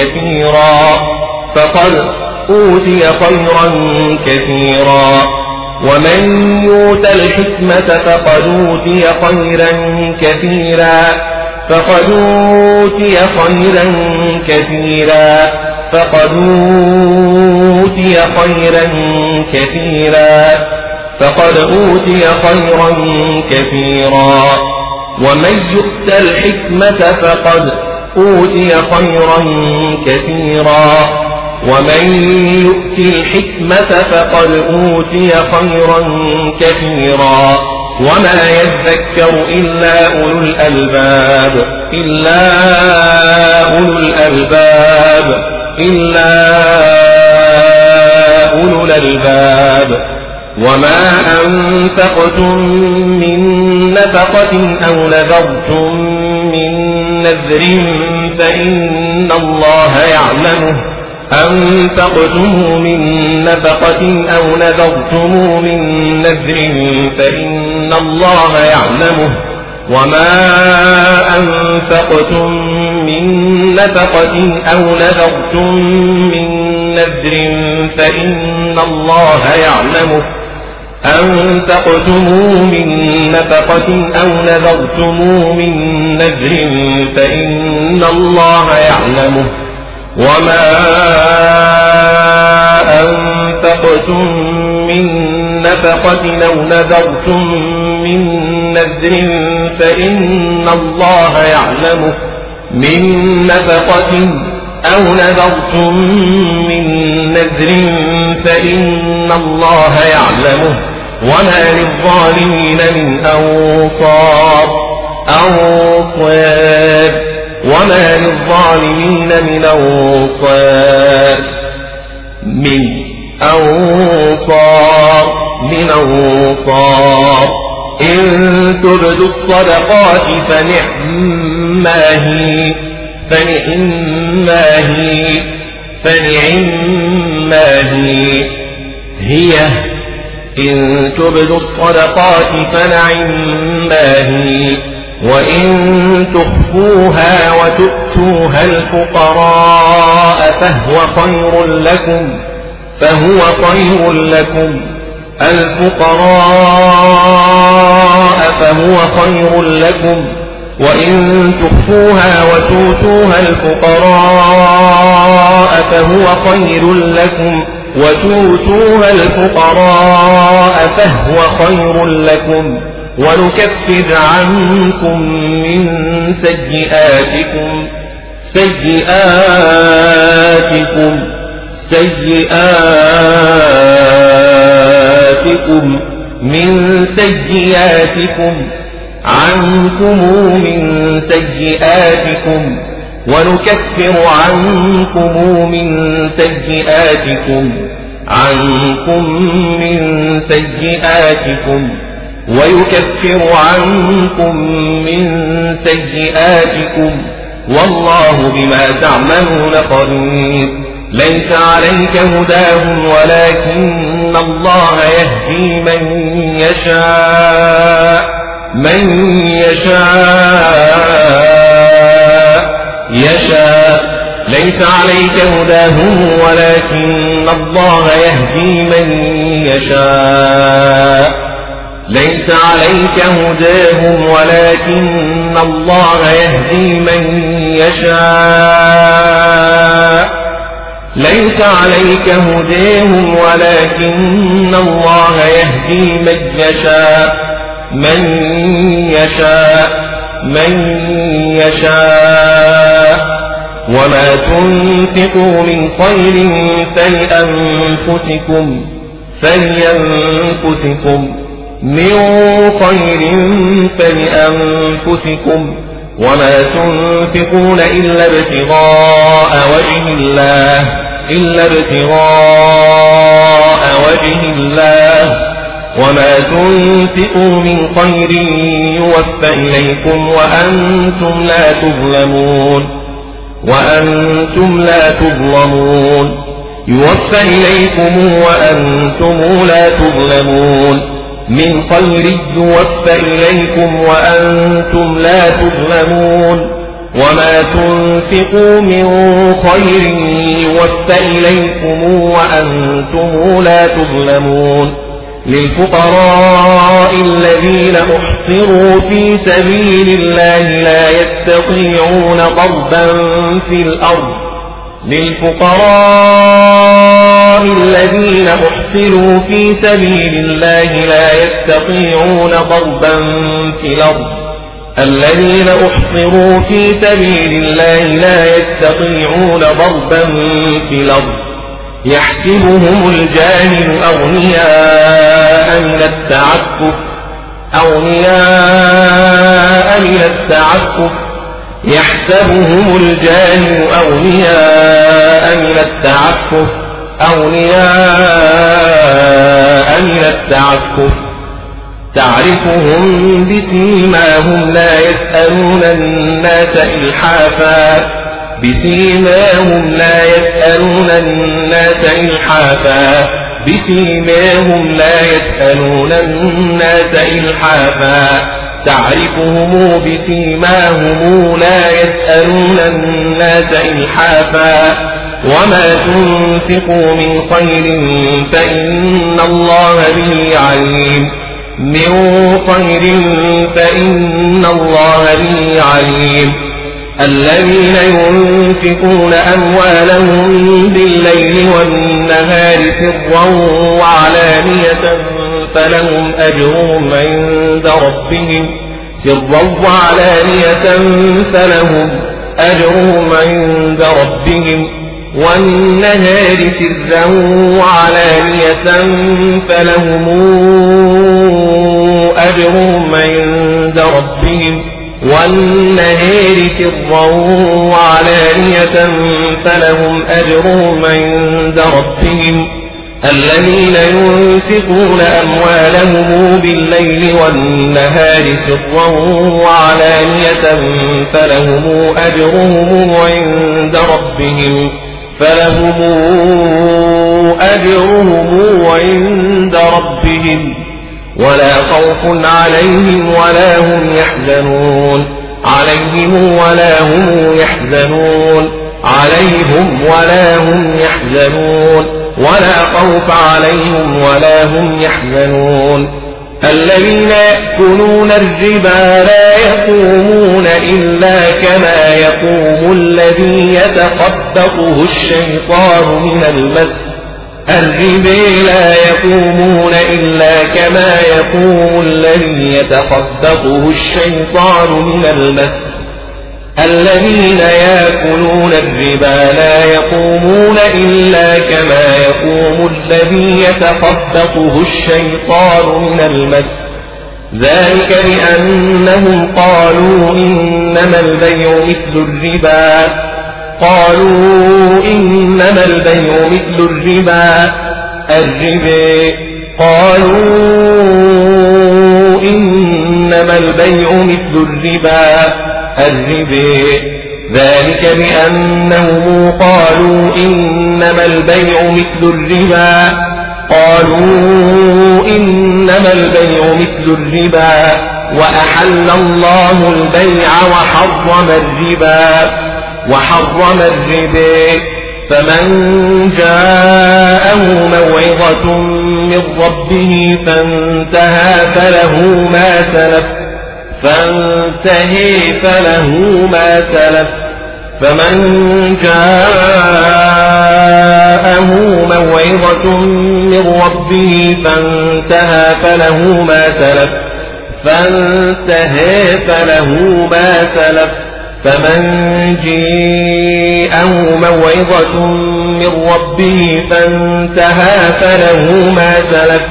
خيرا كثيرا ومن يؤت الحكمة فقد أوتي خيرا كثيرا فقد أوتي خيرا كثيرا فقد أوتي خيرا كثيرا فقد أوتي خيرا كثيرا ومن يؤت الحكمة فقد أوتي خيرا كثيرا ومن يؤت الحكمة فقد أوتي خيرا كثيرا وما يذكر إلا أولو الألباب أولو الألباب وما أنفقتم من نفقة أو نذرتم من نذر فإن الله يعلمه أنفقتم من نفقة أو نذرتم من نذر فإن الله يعلمه وما أنفقتم من نفقة أو نذرتم من نذر فإن الله يعلمه أنفقتم من نفقة أو نذرتم من نذر فإن الله يعلمه وما أنفقتم من نفقة أو نذرتم من نذر فإن الله يعلمه من نفقة أو نذرتم من نذر فإن الله يعلمه وما للظالمين من أنصار وما للظالمين من أنصار إن تبدوا الصدقات فنعما هي إن تبدوا الصدقات فنعما هي وإن تخفوها وتؤتوها الفقراء فهو خير لكم وإن تخفوها وتؤتوها الفقراء فهو خير لكم ونكفر عنكم من سيئاتكم ونكفر عنكم من سيئاتكم ويكفر عنكم من سيئاتكم والله بما تعملون خبير ليس عليك هداهم ولكن الله يهدي من يشاء ليس عليك هداهم ولكن الله يهدي من يشاء ليس عليك هداهم ولكن الله يهدي من يشاء ليس عليك هداهم ولكن الله يهدي من يشاء وما تنفقوا من خير فلأنفسكم وما تنفقون إلا ابتغاء وجه الله وما تنفقوا من خير يوفى إليكم وأنتم لا تظلمون من خير يوفى إليكم وأنتم لا تظلمون وما تنفقوا من خير يوفى إليكم وأنتم لا تظلمون للفقراء الذين أحصروا في سبيل الله لا يستطيعون ضربا في الأرض للفقراء الذين أحصروا في سبيل الله لا يستطيعون ضربا في الأرض الذين أحصروا في سبيل الله لا يستطيعون ضربا في الأرض يحسبهم الجاهل أغنياء من التعفف يحسبهم الجاهل أغنياء من التعفف تعرفهم بسيماهم لا يسألون الناس إلحافا تعرفهم بسيماهم لا يسألون الناس إلحافا وما تنفقوا من خير فإن الله به عليم الذين ينفقون أموالهم بالليل والنهار سرا وعلانية فلهم أجرهم عند ربهم والنهار سرا وعلانية فلهم أجرهم عند ربهم الذين ينفقون أموالهم بالليل والنهار سرا وعلانية فلهم أجرهم عند ربهم ولا خوف عليهم ولا هم يحزنون ولا خوف عليهم ولا هم يحزنون الذين يأكلون الربا لا يقومون إلا كما يقوم الذي يتخبطه الشيطان من المس الذين يأكلون الربا لا يقومون إلا كما يقوم الذي يتخبطه الشيطان من المس ذلك بأنهم قالوا إنما البيع مثل الربا وأحل الله البيع وحرم الربا فمن جاءه موعظة من ربه فانتهى فله ما سلف فمن جاءه موعظة من ربه فانتهى فله ما سلف فمن جاءه موعظة من ربه فانتهى فله ما سلف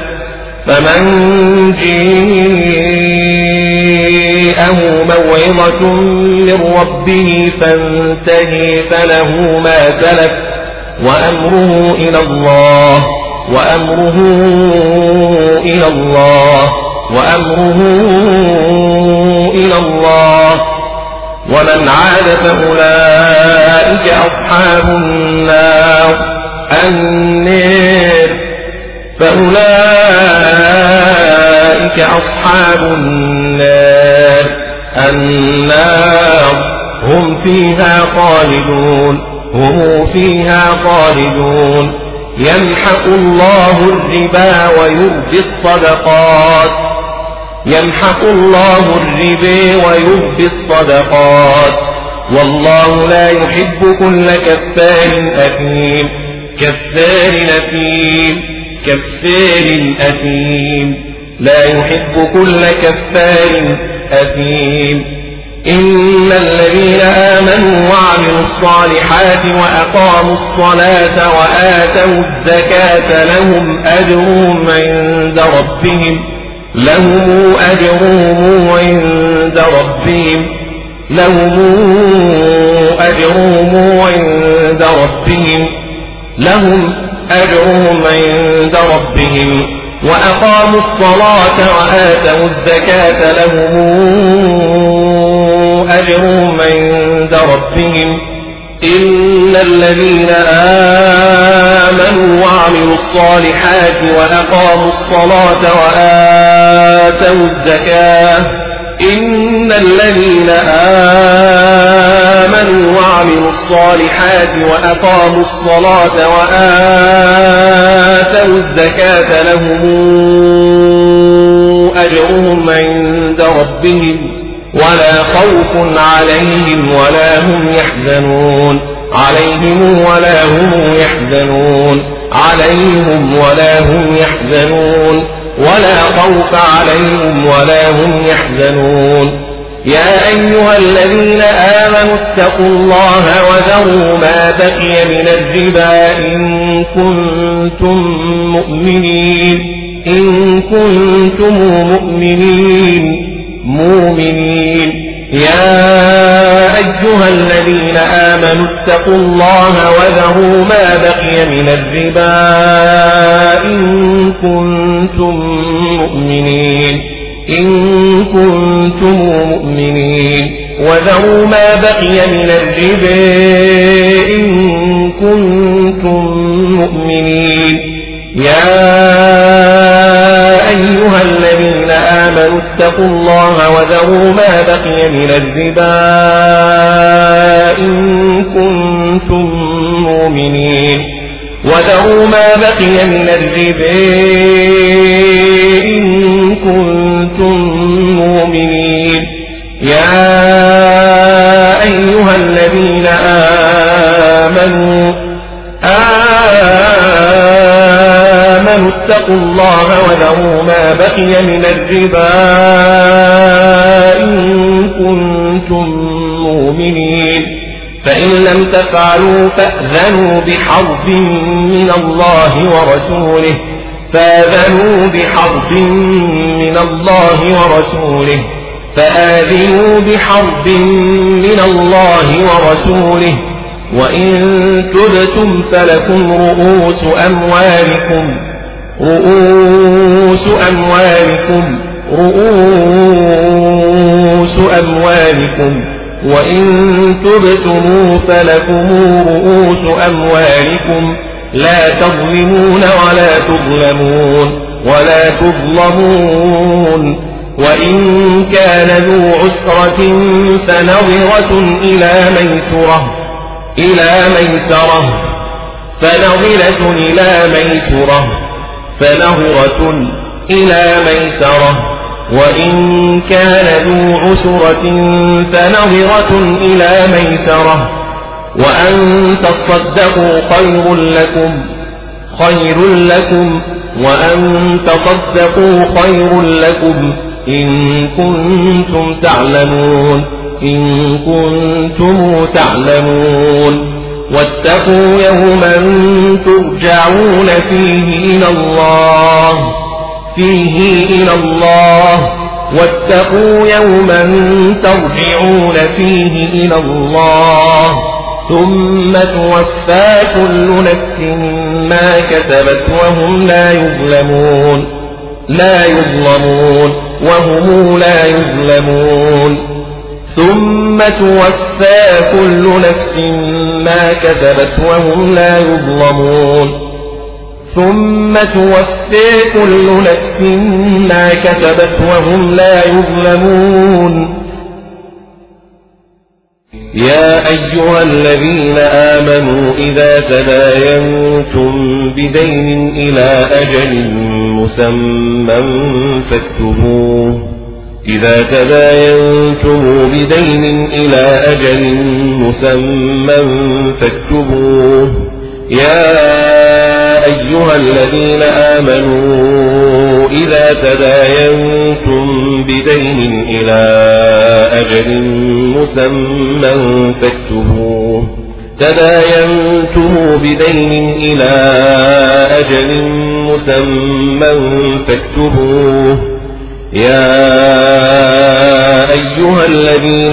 وأمره إلى الله ومن عاد فأولئك أصحاب النار هم فيها خالدون يمحق الله الربا ويربي الصدقات يمحق الله الربا ويربي الصدقات والله لا يحب كل كفار أثيم كفار أثيم لا يحب كل كفار أثيم إن الذين آمنوا وعملوا الصالحات وأقاموا الصلاة وآتوا الزكاة لهم أجرهم عند ربهم لهم أجرهم عند ربهم وأقاموا الصلاة وآتوا الزكاة لهم أجرهم عند ربهم إن الذين آمنوا وعملوا الصالحات وأقاموا الصلاة وآتوا الزكاة إن الذين آمنوا وعملوا الصالحات وأقاموا الصلاة وآتوا الزكاة لهم أجرهم عند ربهم ولا خوف عليهم ولا هم يحزنون ولا خوف عليهم ولا هم يحزنون يا أيها الذين آمنوا اتقوا الله وذروا ما بقي من الربا إن كنتم مؤمنين يا أيها الذين آمنوا اتقوا الله وذروا ما بقي من الربا إن كنتم مؤمنين وذروا ما بقي من الربا إن كنتم مؤمنين يا أيها الذين آمنوا اتقوا الله وذروا ما بقي من الربا إن كنتم مؤمنين يا أيها الذين آمنوا اتقوا الله وذروا ما بقي من الربا إن كنتم مؤمنين فإن لم تفعلوا فآذنوا بحرب من الله ورسوله وإن تبتم فلكم رؤوس أموالكم وإن تبتموا فلكم رؤوس أموالكم لا تظلمون ولا تظلمون وإن كان ذو عسرة فنظرة إلى ميسرة وإن كان ذو عسرة فنظرة إلى ميسرة وأن تصدقوا خير لكم إن كنتم تعلمون واتقوا يوما ترجعون فيه إلى الله ثم توفى كل نفس ما كسبت وهم لا يظلمون ثم توفى كل نفس ما كسبت وهم لا يظلمون يا أيها الذين آمنوا إذا تداينتم بدين إلى أجل مسمى فاكتبوه إذا تداينتم بدين إلى أجل مسمى فاكتبوه يا أيها الذين آمنوا إذا تداينتم بدين إلى أجل مسمى فاكتبوه تداينتم بدين إلى أجل مسمى فاكتبوه يا أيها الذين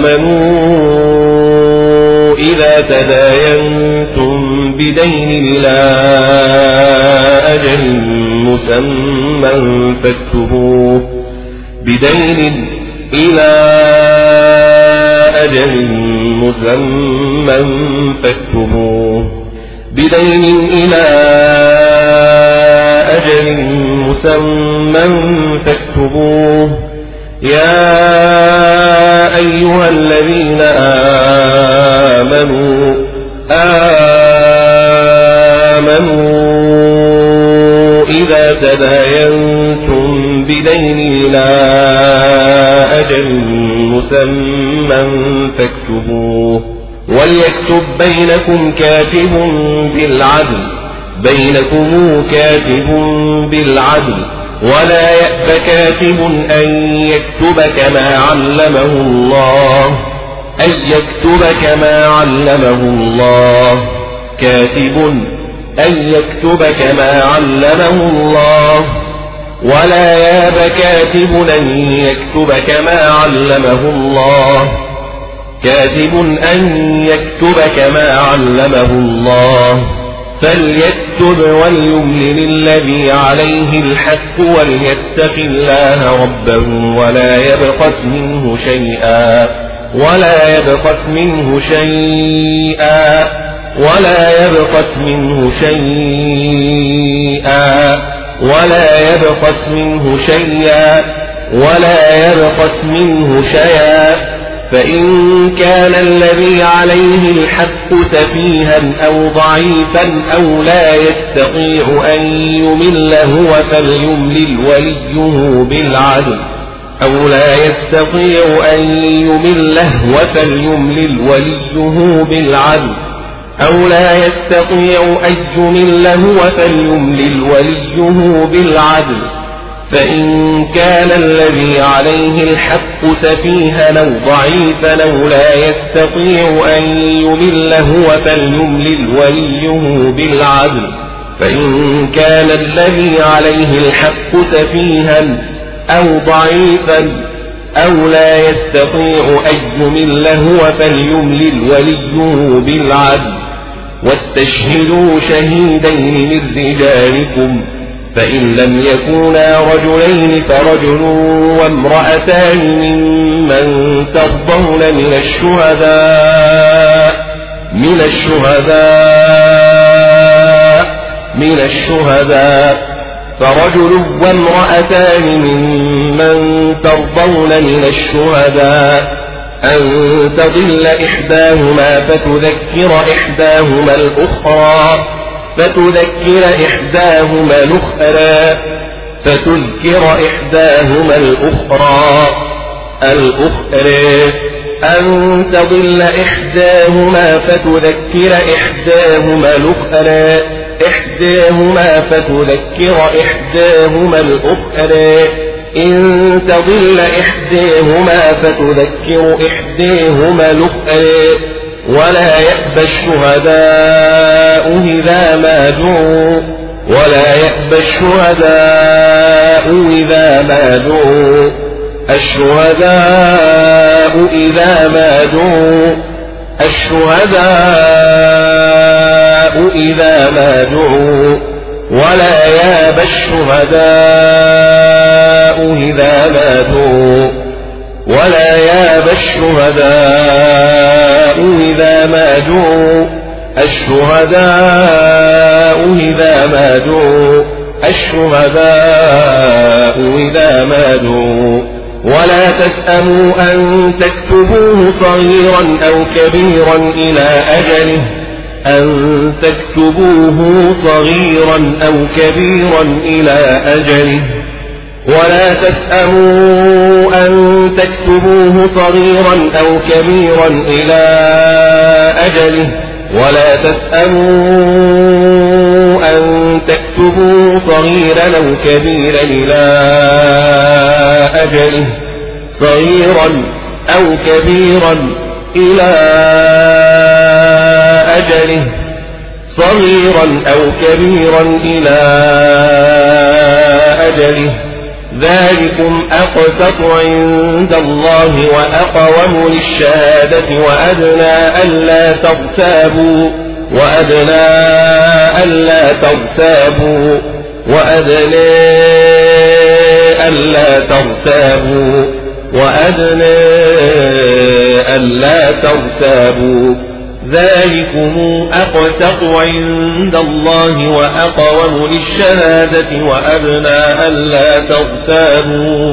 آمنوا إذا تداينتم بدين إلى أجل مسمى فاكتبوه بدين إلى أجل مسمى فاكتبوه بدين إلى أجل مسمى فاكتبوه يا أيها الذين آمنوا إذا تداينتم بدين إلى أجل مسمى فاكتبوه وليكتب بينكم كاتب بالعدل ولا يأب كاتب أن يكتب كما علمه الله كاتب أن يكتب كما علمه الله ولا يأب كاتب أن يكتب كما علمه الله فليكتب وليملل الذي عليه الحق وليتق الله ربه ولا يبخس منه شيئا فإن كان الذي عليه الحق سفيها أو ضعيفا أو لا يستطيع أن يمل هو فليملل وليه بالعدل فإن كان الذي عليه الحق سفيها أو ضعيفا أو لا يستطيع أن يمل هو فليملل وليه بالعدل فإن كان الذي عليه الحق سفيها أو ضعيفا أو لا يستطيع أن يمل هو فليملل وليه بالعدل واستشهدوا شهيدين من رجالكم فإن لم يكونا رجلين فرجل وامرأتان ممن ترضون من الشهداء فرجل وامرأتان ممن ترضون من الشهداء أن تضل إحداهما فتذكر إحداهما الأخرى أن تضل إحداهما فتذكر إحداهما الأخرى إن تضل إحداهما فتذكر إحداهما الأخرى ولا يأبى الشهداء إذا ما دعوا ولا يأبى الشهداء إذا ما دعوا ولا تسأموا أن تكتبوه صغيرا أو كبيرا إلى أجله ولا تسأموا أن تكتبوه صغيرا أو كبيرا إلى أجله ولا تسأموا أن تكتبوه صغيرا أو كبيرا إلى أجله ذلكم أقسط عند الله وأقوم للشهادة وأدنى ألا ترتابوا ذلكم أقسط عند الله وأقوم للشهادة وأدنى ألا ترتابوا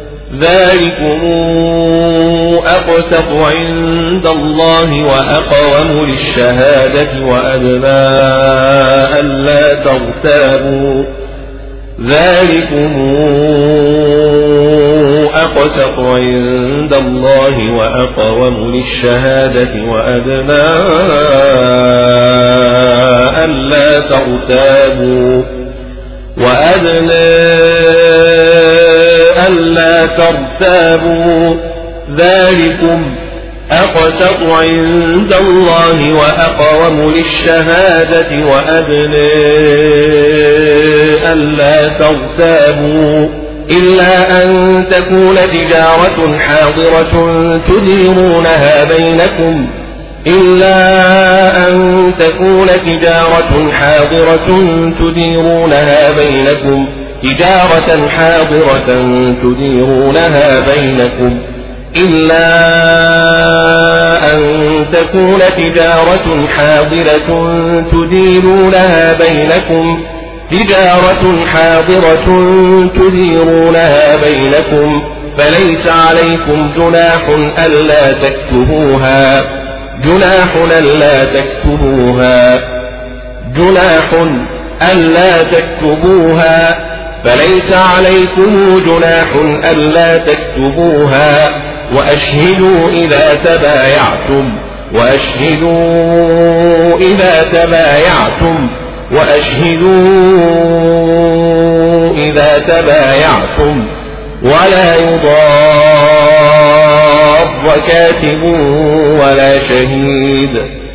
ذلكم أقسط عند الله وأقوم للشهادة وأدنى ألا ترتابوا إلا أن تكون تجارة حاضرة تديرونها بينكم فليس عليكم جناح ألا تكتبوها وأشهدوا إذا تبايعتم ولا يضار كاتب ولا شهيد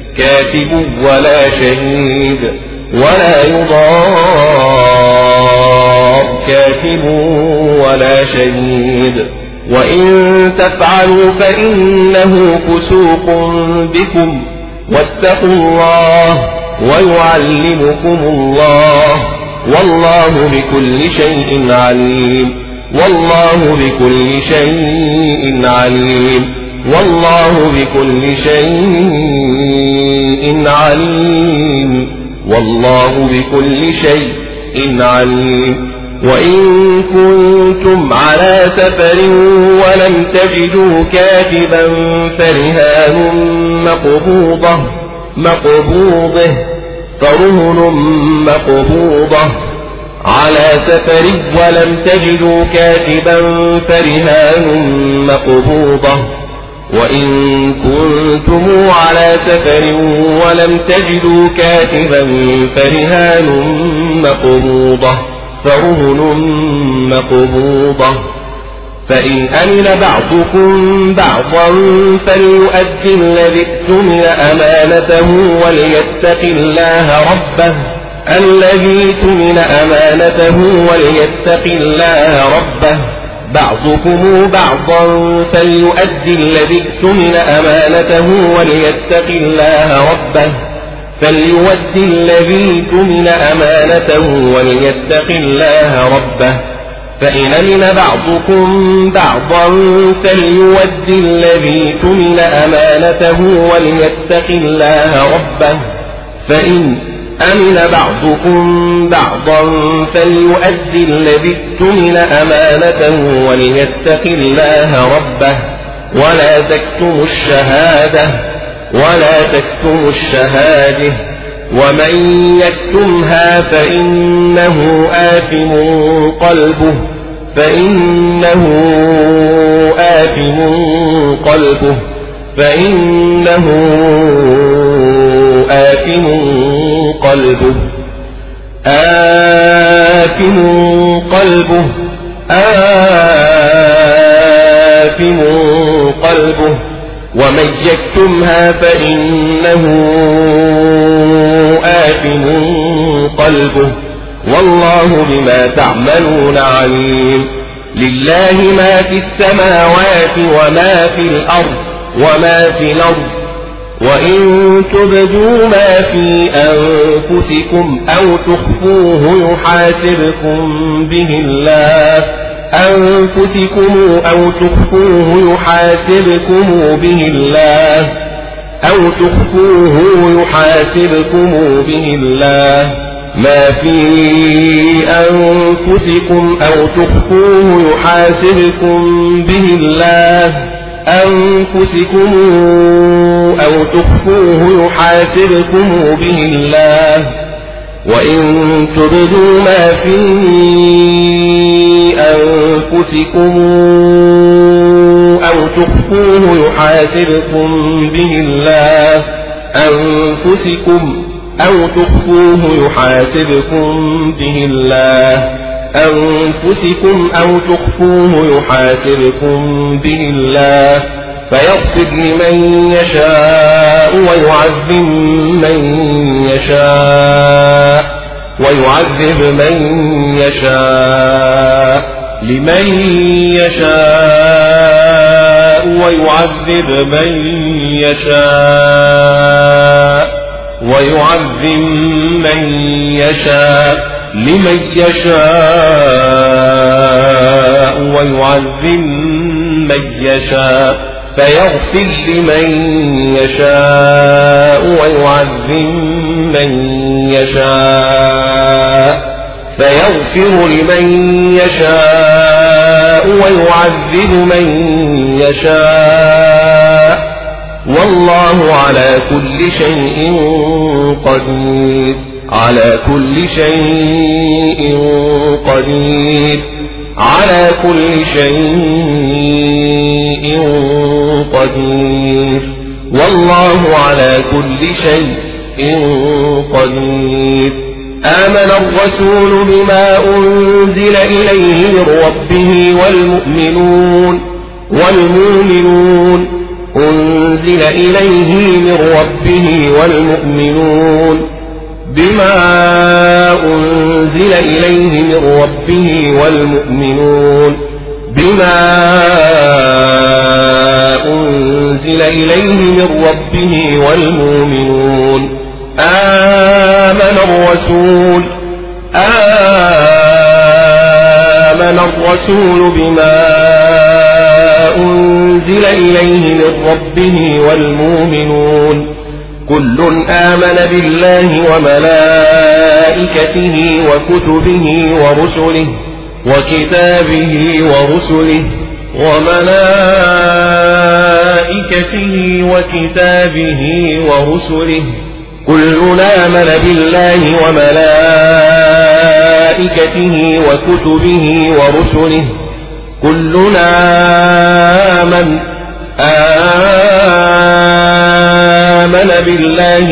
وإن تفعلوا فإنه فسوق بكم واتقوا الله ويعلمكم الله والله بكل شيء عليم وإن كنتم على سفر ولم تجدوا كاتبا فرهان مقبوضة على سفر ولم تجدوا كاتبا فرهان مقبوضة وإن كنتم على سفر ولم تجدوا كاتبا فرهان مقبوضة فإن أمن بعضكم بعضا فليؤدي الذي اؤتمن أمانته وليتق الله ربه بعضكم بعضا فليؤدي الذي اؤتمن أمانته وليتق الله ربه فإن أمن بعضكم بعضا فليؤدي الذي اؤتمن أمانته وليتق الله ربه فإن أمن بعضكم بعضا فليؤدي الذي اؤتمن أمانته وليتق الله ربه ولا تكتموا الشهادة ومن يكتمها فإنه آثم قلبه ومن يكتمها فإنه آثم قلبه والله بما تعملون عليم. لله ما في السماوات وما في الأرض وإن تبدوا ما في أنفسكم أو تخفوه يحاسبكم به الله ما في أنفسكم أو تخفوه يحاسبكم به الله وإن تبدوا ما في أنفسكم أو تخفوه يحاسبكم به الله فيغفر لمن يشاء ويعذب من يشاء لمن يشاء ويعذب من يشاء فيغفر لمن يشاء ويعذب من يشاء والله على كل شيء قدير والله على كل شيء قدير. آمن الرسول بما أنزل إليه من ربه والمؤمنون آمن الرسول بما أنزل إليه من ربه والمؤمنون كل آمن بالله وملائكته وكتبه ورسله كل آمن بالله وملائكته وكتبه ورسله كلنا آمن بالله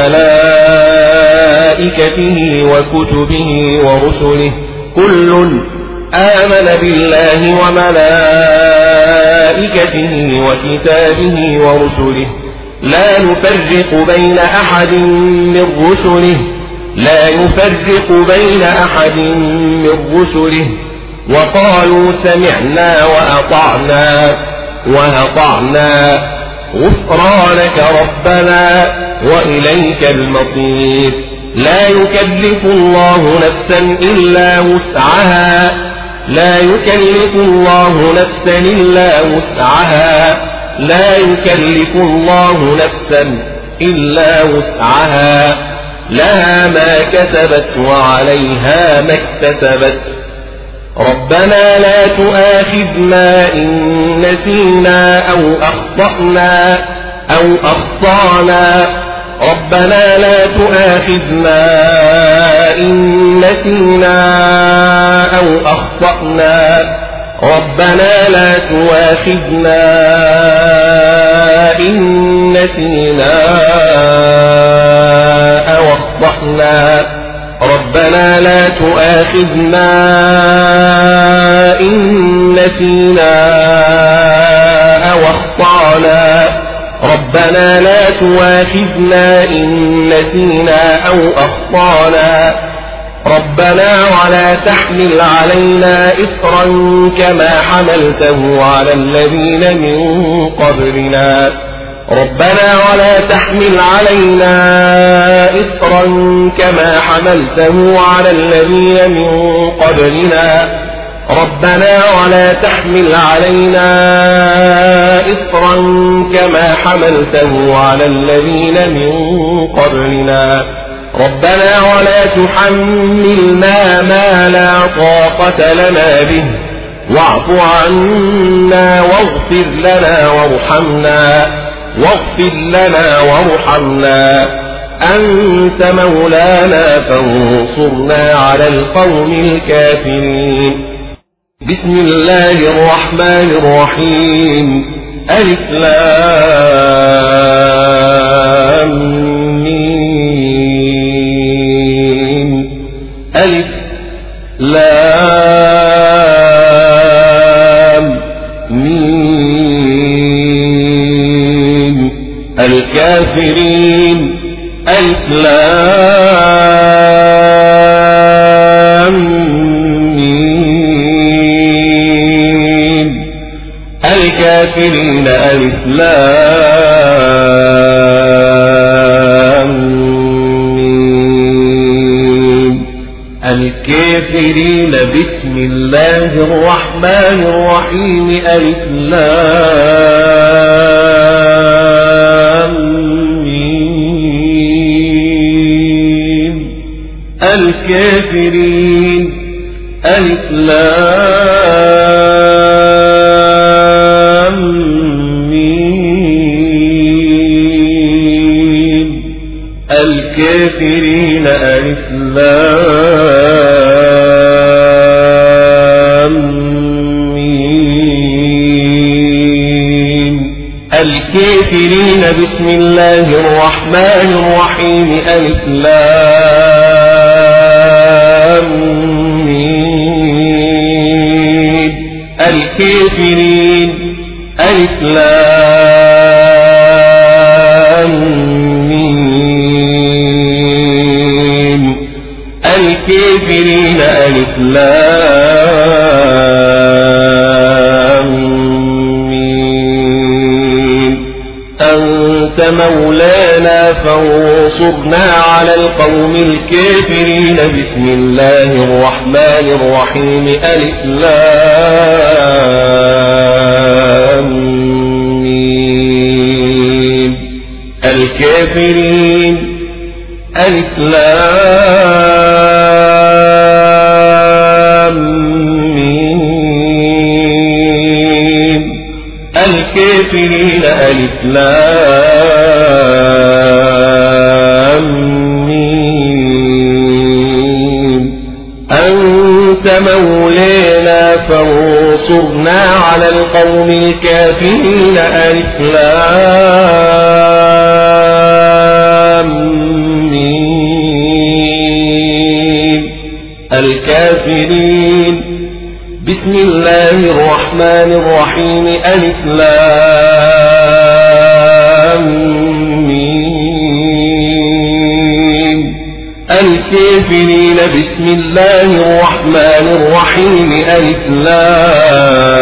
وملائكته وكتبه ورسله كل آمن بالله وملائكته وكتابه ورسله لا نفرق بين أحد من رسله وقالوا سمعنا وأطعنا غفرانك ربنا وإليك المصير. لا يكلف الله نفسا إلا وسعها لها ما كسبت وعليها ما اكتسبت. ربنا لا تؤاخذنا إن نسينا أو أخطأنا ربنا لا تؤاخذنا إن نسينا أو أخطأنا ربنا لا تؤاخذنا إن نسينا أو أخطأنا ربنا لا تؤاخذنا إن نسينا أو أخطأنا ربنا لا تؤاخذنا إن نسينا أو أخطأنا ربنا ولا تحمل علينا إصرا كما حملته على الذين من قبلنا ربنا ولا تحمل علينا إصرا كما حملته على الذين من قبلنا ربنا ولا تحمل علينا إصرا كما حملته على الذين من قبلنا ربنا ولا تحملنا ما لا طاقة لنا به واعف عنا واغفر لنا وارحمنا أنت مولانا فانصرنا على القوم الكافرين. بسم الله الرحمن الرحيم. ألف لام ميم. ألف لام ميم. الكافرين. ألف لام ميم. الكافرين. ألف لام ميم. الكافرين. بسم الله الرحمن الرحيم. ألف لام ميم. الكافرين. ألف لام ميم. الكافرين. ألف لام ميم. الكافرين. بسم الله الرحمن الرحيم. ألف لام ميم. الكافرين. ألف لام ميم. الكافرين. ألف لام ميم. أنت مولانا فانصرنا على القوم الكافرين. بسم الله الرحمن الرحيم. ألف لام ميم. الكافرين. ألف لام ميم. الكافرين. ألف لام ميم. أنت مولانا فانصرنا على القوم الكافرين. ألف لام ميم. الكافرين. بسم الله الرحمن الرحيم. ألف لام ميم. الكافرين. بسم الله الرحمن الرحيم. ألف لام